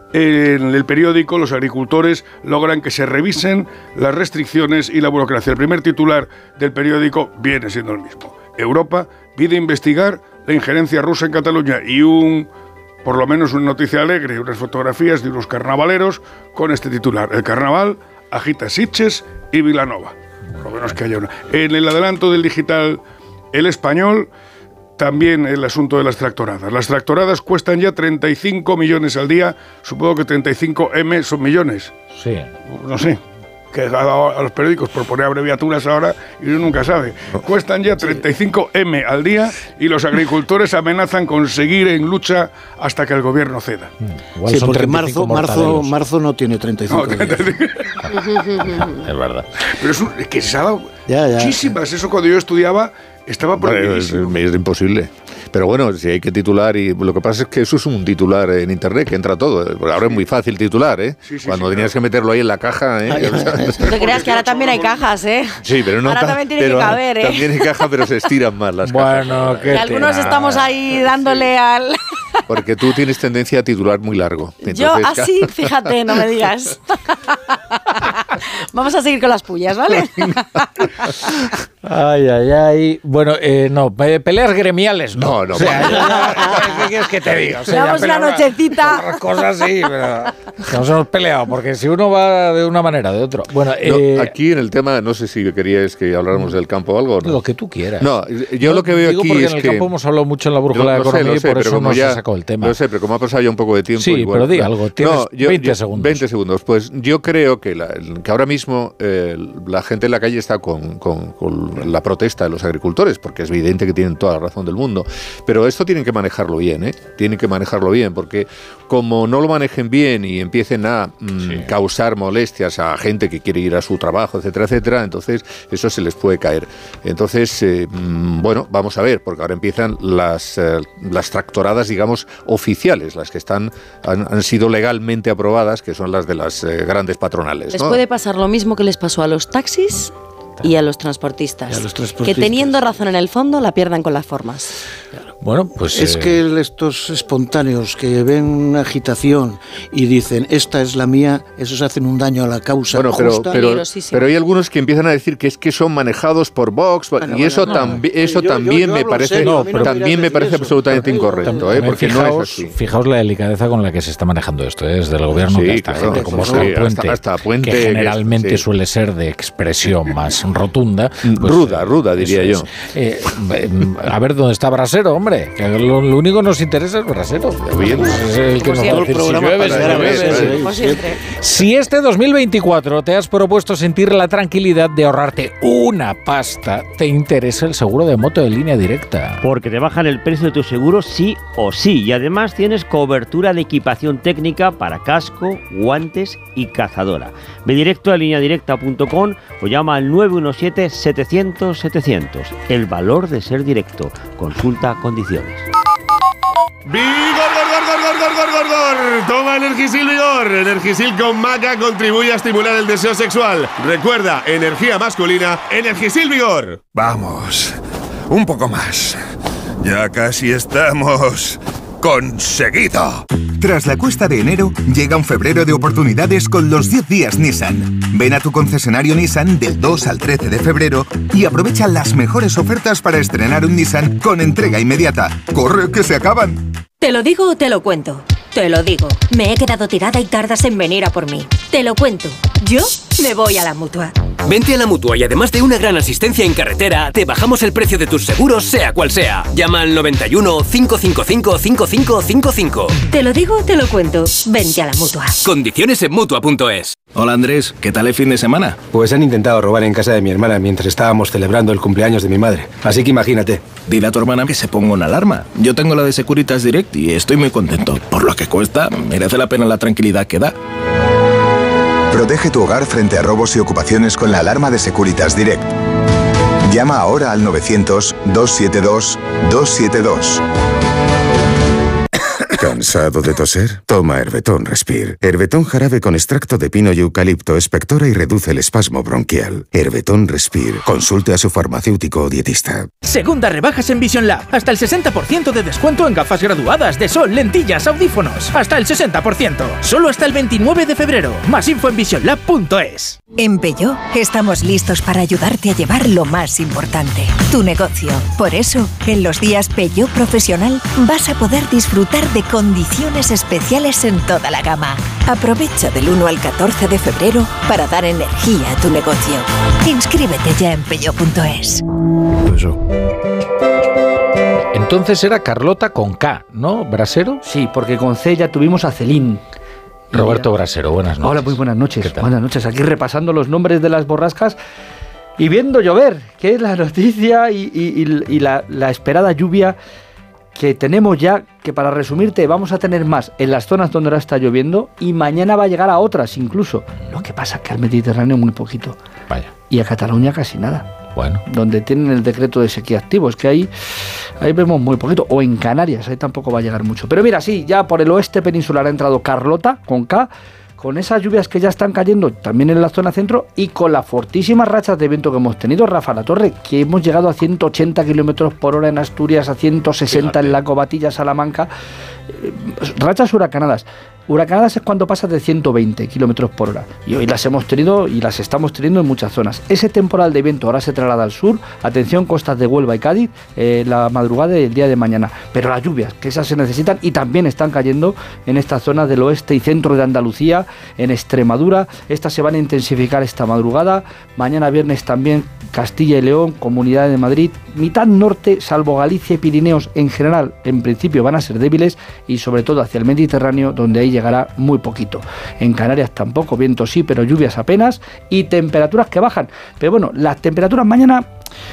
S4: En el periódico, los agricultores logran que se revisen las restricciones y la burocracia. El primer titular del periódico viene siendo el mismo. Europa pide investigar la injerencia rusa en Cataluña y un, por lo menos una noticia alegre, unas fotografías de unos carnavaleros con este titular. El carnaval agita Sitges y Vilanova. Por lo menos que haya una. En el adelanto del digital El Español, también el asunto de las tractoradas. Las tractoradas cuestan ya treinta y cinco millones al día. Supongo que treinta y cinco eme son millones.
S3: Sí.
S4: No sé. Que ha dado a los periódicos por poner abreviaturas ahora y uno nunca sabe. Cuestan ya treinta y cinco eme al día y los agricultores amenazan con seguir en lucha hasta que el gobierno ceda.
S2: Igual sí, porque marzo, marzo, marzo no tiene treinta y cinco
S4: no,
S2: días.
S3: Es verdad.
S4: Pero es, un, es que se ha dado
S2: ya, ya.
S4: muchísimas. Eso cuando yo estudiaba estaba prohibidísimo.
S12: Vale, es, es imposible. Pero bueno, si hay que titular, y lo que pasa es que eso es un titular en internet que entra todo. Ahora es muy fácil titular, ¿eh? Sí, sí, Cuando sí, tenías claro. que meterlo ahí en la caja, ¿eh?
S7: No te creas que ahora también hay cajas, ¿eh?
S12: Sí, pero no.
S7: Ahora
S12: ta-
S7: también tiene
S12: pero
S7: que caber, ¿eh?
S12: También hay caja, pero se estiran más las
S3: bueno,
S12: cajas.
S3: Que
S7: y algunos estamos ahí dándole sí. al...
S12: Porque tú tienes tendencia a titular muy largo. Entonces,
S7: yo así, fíjate, no me digas. Vamos a seguir con las pullas, ¿vale?
S3: Ay, ay, ay. Bueno, eh, no, peleas gremiales no.
S12: No, no.
S3: O sea, yo, yo, ¿qué quieres que te diga? O sea,
S7: damos una nochecita.
S3: Otras cosas sí, pero que nos hemos peleado, porque si uno va de una manera, de otra. Bueno,
S12: no,
S3: eh,
S12: aquí en el tema, no sé si queríais que habláramos del campo o algo. ¿No?
S3: Lo que tú quieras.
S12: No, yo
S3: no,
S12: lo que veo
S3: digo
S12: aquí
S3: porque
S12: es
S3: en el
S12: que
S3: campo hemos hablado mucho en la brújula de economía sé, y por sé, eso no ya, se sacó el tema.
S12: No sé, pero como ha pasado ya un poco de tiempo.
S3: Sí,
S12: igual,
S3: pero di
S12: no,
S3: algo, tienes
S12: no, yo,
S3: veinte
S12: yo,
S3: segundos.
S12: veinte segundos. Pues yo creo que, la, que ahora mismo eh, la gente en la calle está con, con, con la protesta de los agricultores, porque es evidente que tienen toda la razón del mundo. Pero esto tienen que manejarlo bien, ¿eh? Tienen que manejarlo bien, porque como no lo manejen bien y empiecen a mm, sí. causar molestias a gente que quiere ir a su trabajo, etcétera, etcétera, entonces eso se les puede caer. Entonces, eh, mm, bueno, vamos a ver, porque ahora empiezan las, eh, las tractoradas, digamos, oficiales, las que están han, han sido legalmente aprobadas, que son las de las eh, grandes patronales.
S7: Les
S12: ¿no?
S7: puede pasar lo mismo que les pasó a los taxis y a los transportistas,
S2: a los transportistas.
S7: que teniendo razón en el fondo la pierdan con las formas.
S2: Claro.
S3: Bueno, pues...
S2: Es
S3: eh...
S2: que estos espontáneos que ven una agitación y dicen, esta es la mía, esos hacen un daño a la causa
S12: bueno, pero,
S2: justa.
S12: Pero, pero hay algunos que empiezan a decir que es que son manejados por Vox, bueno, y eso, bueno, tambi no, eso yo, también yo, yo me parece, serio, no, pero también me parece absolutamente eso. incorrecto, ¿eh? Porque fijaos, no es así.
S3: Fijaos la delicadeza con la que se está manejando esto, ¿eh? Desde el gobierno,
S12: sí,
S3: que hasta
S12: claro,
S3: gente como
S12: sí,
S3: Oscar Puente,
S12: hasta, hasta Puente,
S3: que generalmente
S12: que,
S3: sí. suele ser de expresión más rotunda.
S12: Pues, ruda, ruda, diría yo.
S3: Eh, a ver, ¿dónde está Brasero, hombre? Que lo, lo único que nos interesa es Brasero. Bien, es el que nos va a decir si llueve, si llueve, si llueve. Si este dos mil veinticuatro te has propuesto sentir la tranquilidad de ahorrarte una pasta, te interesa el seguro de moto de Línea Directa.
S5: Porque te bajan el precio de tu seguro sí o sí. Y además tienes cobertura de equipación técnica para casco, guantes y cazadora. Ve directo a línea directa punto com o llama al nueve uno siete, setecientos, setecientos. El valor de ser directo. Consulta condiciones.
S28: ¡Vigor, gor, gor, gor, gor, gor, gor! Toma Energisil Vigor. Energisil con maca contribuye a estimular el deseo sexual. Recuerda, energía masculina, Energisil Vigor.
S6: Vamos, un poco más. Ya casi estamos... ¡conseguido! Tras la cuesta de enero, llega un febrero de oportunidades con los diez días Nissan. Ven a tu concesionario Nissan del dos al trece de febrero y aprovecha las mejores ofertas para estrenar un Nissan con entrega inmediata. ¡Corre, que se acaban!
S8: ¿Te lo digo o te lo cuento? Te lo digo. Me he quedado tirada y tardas en venir a por mí. Te lo cuento. Yo me voy a la Mutua.
S9: Vente a la Mutua y además de una gran asistencia en carretera, te bajamos el precio de tus seguros, sea cual sea. Llama al noventa y uno, cinco cinco cinco, cinco cinco cinco cinco.
S8: Te lo digo o te lo cuento. Vente a la Mutua.
S9: Condiciones en Mutua punto es.
S20: Hola Andrés, ¿qué tal el fin de semana?
S19: Pues han intentado robar en casa de mi hermana mientras estábamos celebrando el cumpleaños de mi madre. Así que imagínate.
S20: Dile a tu hermana que se ponga una alarma. Yo tengo la de Securitas Direct y estoy muy contento. Por lo que cuesta, merece la pena la tranquilidad que da.
S21: Protege tu hogar frente a robos y ocupaciones con la alarma de Securitas Direct. Llama ahora al novecientos, doscientos setenta y dos, doscientos setenta y dos.
S10: ¿Cansado de toser? Toma Herbetón Respire. Herbetón jarabe con extracto de pino y eucalipto espectora y reduce el espasmo bronquial. Herbetón Respire. Consulte a su farmacéutico o dietista.
S11: Segunda rebajas en Vision Lab. Hasta el sesenta por ciento de descuento en gafas graduadas de sol, lentillas, audífonos. Hasta el sesenta por ciento. Solo hasta el veintinueve de febrero. Más info en vision lab punto es.
S13: En Peugeot estamos listos para ayudarte a llevar lo más importante, tu negocio. Por eso, en los días Peugeot Profesional vas a poder disfrutar de condiciones especiales en toda la gama. Aprovecha del uno al catorce de febrero para dar energía a tu negocio. Inscríbete ya en peugeot punto es.
S3: Entonces era Carlota con K, ¿no? ¿Brasero?
S14: Sí, porque con C ya tuvimos a Celín.
S3: Roberto Brasero, buenas noches.
S14: Hola, muy buenas noches. Buenas noches. Aquí repasando los nombres de las borrascas y viendo llover, que es la noticia y, y, y la, la esperada lluvia que tenemos ya, que para resumirte vamos a tener más en las zonas donde ahora está lloviendo y mañana va a llegar a otras incluso. Lo que pasa es que al Mediterráneo muy poquito.
S3: Vaya.
S14: Y a Cataluña casi nada.
S3: Bueno.
S14: Donde tienen el decreto de sequía activo, es que ahí, ahí vemos muy poquito. O en Canarias, ahí tampoco va a llegar mucho. Pero mira, sí, ya por el oeste peninsular ha entrado Carlota, con K, con esas lluvias que ya están cayendo también en la zona centro y con las fortísimas rachas de viento que hemos tenido, Rafa La Torre, que hemos llegado a ciento ochenta kilómetros por hora en Asturias, a ciento sesenta Fíjate. En la Cobatilla, Salamanca, eh, rachas huracanadas. Huracanadas es cuando pasas de ciento veinte kilómetros por hora. Y hoy las hemos tenido y las estamos teniendo en muchas zonas. Ese temporal de viento ahora se traslada al sur. Atención, costas de Huelva y Cádiz, eh, la madrugada del día de mañana. Pero las lluvias, que esas se necesitan y también están cayendo en estas zonas del oeste y centro de Andalucía, en Extremadura. Estas se van a intensificar esta madrugada. Mañana viernes también Castilla y León, Comunidad de Madrid, mitad norte, salvo Galicia y Pirineos en general, en principio van a ser débiles y sobre todo hacia el Mediterráneo, donde ahí llegará muy poquito. En Canarias tampoco, viento sí, pero lluvias apenas y temperaturas que bajan. Pero bueno, las temperaturas mañana,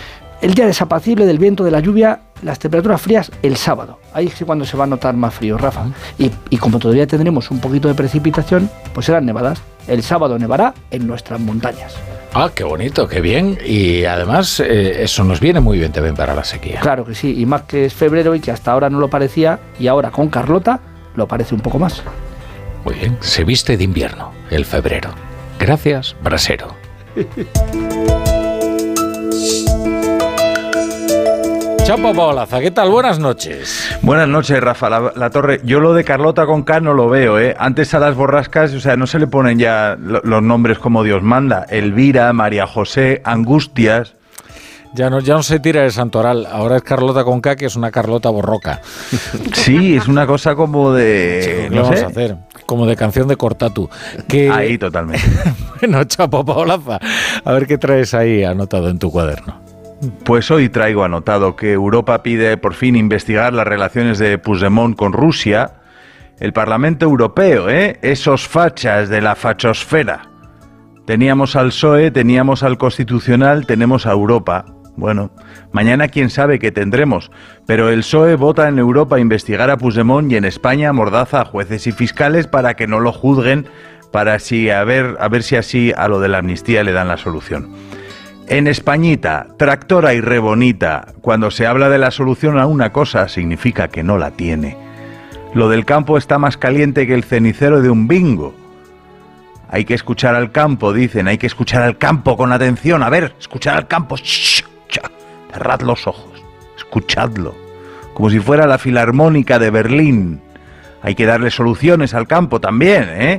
S14: el día desapacible del viento, de la lluvia, las temperaturas frías el sábado. Ahí es cuando se va a notar más frío, Rafa. Y, y como todavía tendremos un poquito de precipitación, pues serán nevadas. El sábado nevará en nuestras montañas.
S3: Ah, qué bonito, qué bien. Y además eh, eso nos viene muy bien también para la sequía.
S14: Claro que sí, y más que es febrero y que hasta ahora no lo parecía, y ahora con Carlota lo parece un poco más.
S3: Muy bien, se viste de invierno el febrero. Gracias, Brasero. Chapo Paolaza, ¿qué tal? Buenas noches.
S16: Buenas noches, Rafa la, la Torre. Yo lo de Carlota con K no lo veo, ¿eh? Antes a las borrascas, o sea, no se le ponen ya lo, los nombres como Dios manda. Elvira, María José, Angustias.
S3: Ya no, ya no se tira el santoral, ahora es Carlota con K, que es una Carlota borroca.
S16: Sí, es una cosa como de...
S3: Sí, ¿qué
S16: no
S3: vamos
S16: sé.
S3: a hacer? Como de canción de Cortatu. Que...
S16: Ahí, totalmente.
S3: Bueno, Chapo Paolaza, a ver qué traes ahí anotado en tu cuaderno.
S16: Pues hoy traigo anotado que Europa pide por fin investigar las relaciones de Puigdemont con Rusia. El Parlamento Europeo, ¿eh? Esos fachas de la fachosfera. Teníamos al P S O E, teníamos al Constitucional, tenemos a Europa. Bueno, mañana quién sabe qué tendremos, pero el P S O E vota en Europa a investigar a Puigdemont y en España amordaza a jueces y fiscales para que no lo juzguen, para así, a ver, a ver si así a lo de la amnistía le dan la solución. En Españita, tractora y rebonita, cuando se habla de la solución a una cosa, significa que no la tiene. Lo del campo está más caliente que el cenicero de un bingo. Hay que escuchar al campo, dicen, hay que escuchar al campo con atención. A ver, escuchar al campo. Shh, shh, cerrad los ojos, escuchadlo, como si fuera la filarmónica de Berlín. Hay que darle soluciones al campo también, ¿eh?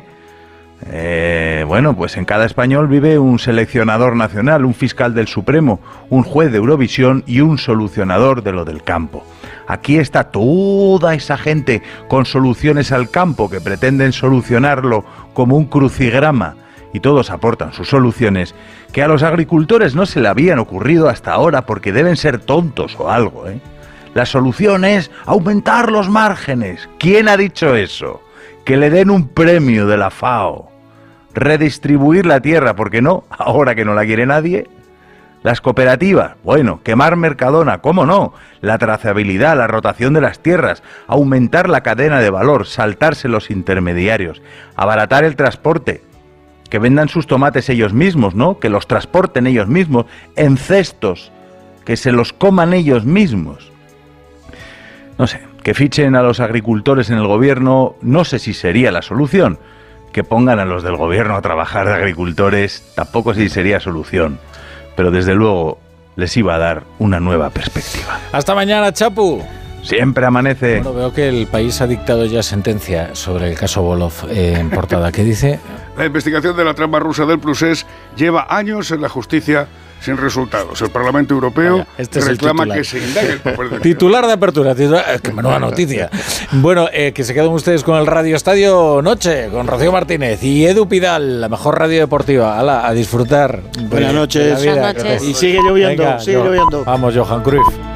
S16: Eh, bueno, pues en cada español vive un seleccionador nacional, un fiscal del Supremo, un juez de Eurovisión y un solucionador de lo del campo. Aquí está toda esa gente con soluciones al campo que pretenden solucionarlo como un crucigrama y todos aportan sus soluciones que a los agricultores no se le habían ocurrido hasta ahora porque deben ser tontos o algo, ¿eh? La solución es aumentar los márgenes. ¿Quién ha dicho eso? Que le den un premio de la FAO. Redistribuir la tierra, ¿por qué no? Ahora que no la quiere nadie. Las cooperativas, bueno, quemar Mercadona, ¿cómo no? La trazabilidad, la rotación de las tierras, aumentar la cadena de valor, saltarse los intermediarios, abaratar el transporte, que vendan sus tomates ellos mismos, ¿no? Que los transporten ellos mismos, en cestos, que se los coman ellos mismos. No sé, que fichen a los agricultores en el gobierno, no sé si sería la solución. Que pongan a los del gobierno a trabajar de agricultores, tampoco sé si sería solución. Pero desde luego les iba a dar una nueva perspectiva.
S3: Hasta mañana, Chapu.
S16: Siempre amanece.
S3: Bueno, veo que el país ha dictado ya sentencia sobre el caso Volov eh, en portada. ¿Qué dice?
S4: La investigación de la trama rusa del Prusés lleva años en la justicia sin resultados. El Parlamento Europeo Vaya, este reclama que se indague el papel del
S3: titular de apertura. Titular, eh, ¡qué menuda noticia! Bueno, eh, que se queden ustedes con el Radio Estadio Noche, con Rocío Martínez y Edu Pidal, la mejor radio deportiva. ¡Hala, a disfrutar!
S2: Buenas noches.
S3: Buenas
S2: noches. Y sigue lloviendo,
S3: Venga,
S2: sigue
S3: yo,
S2: lloviendo.
S3: Vamos, Johan Cruyff.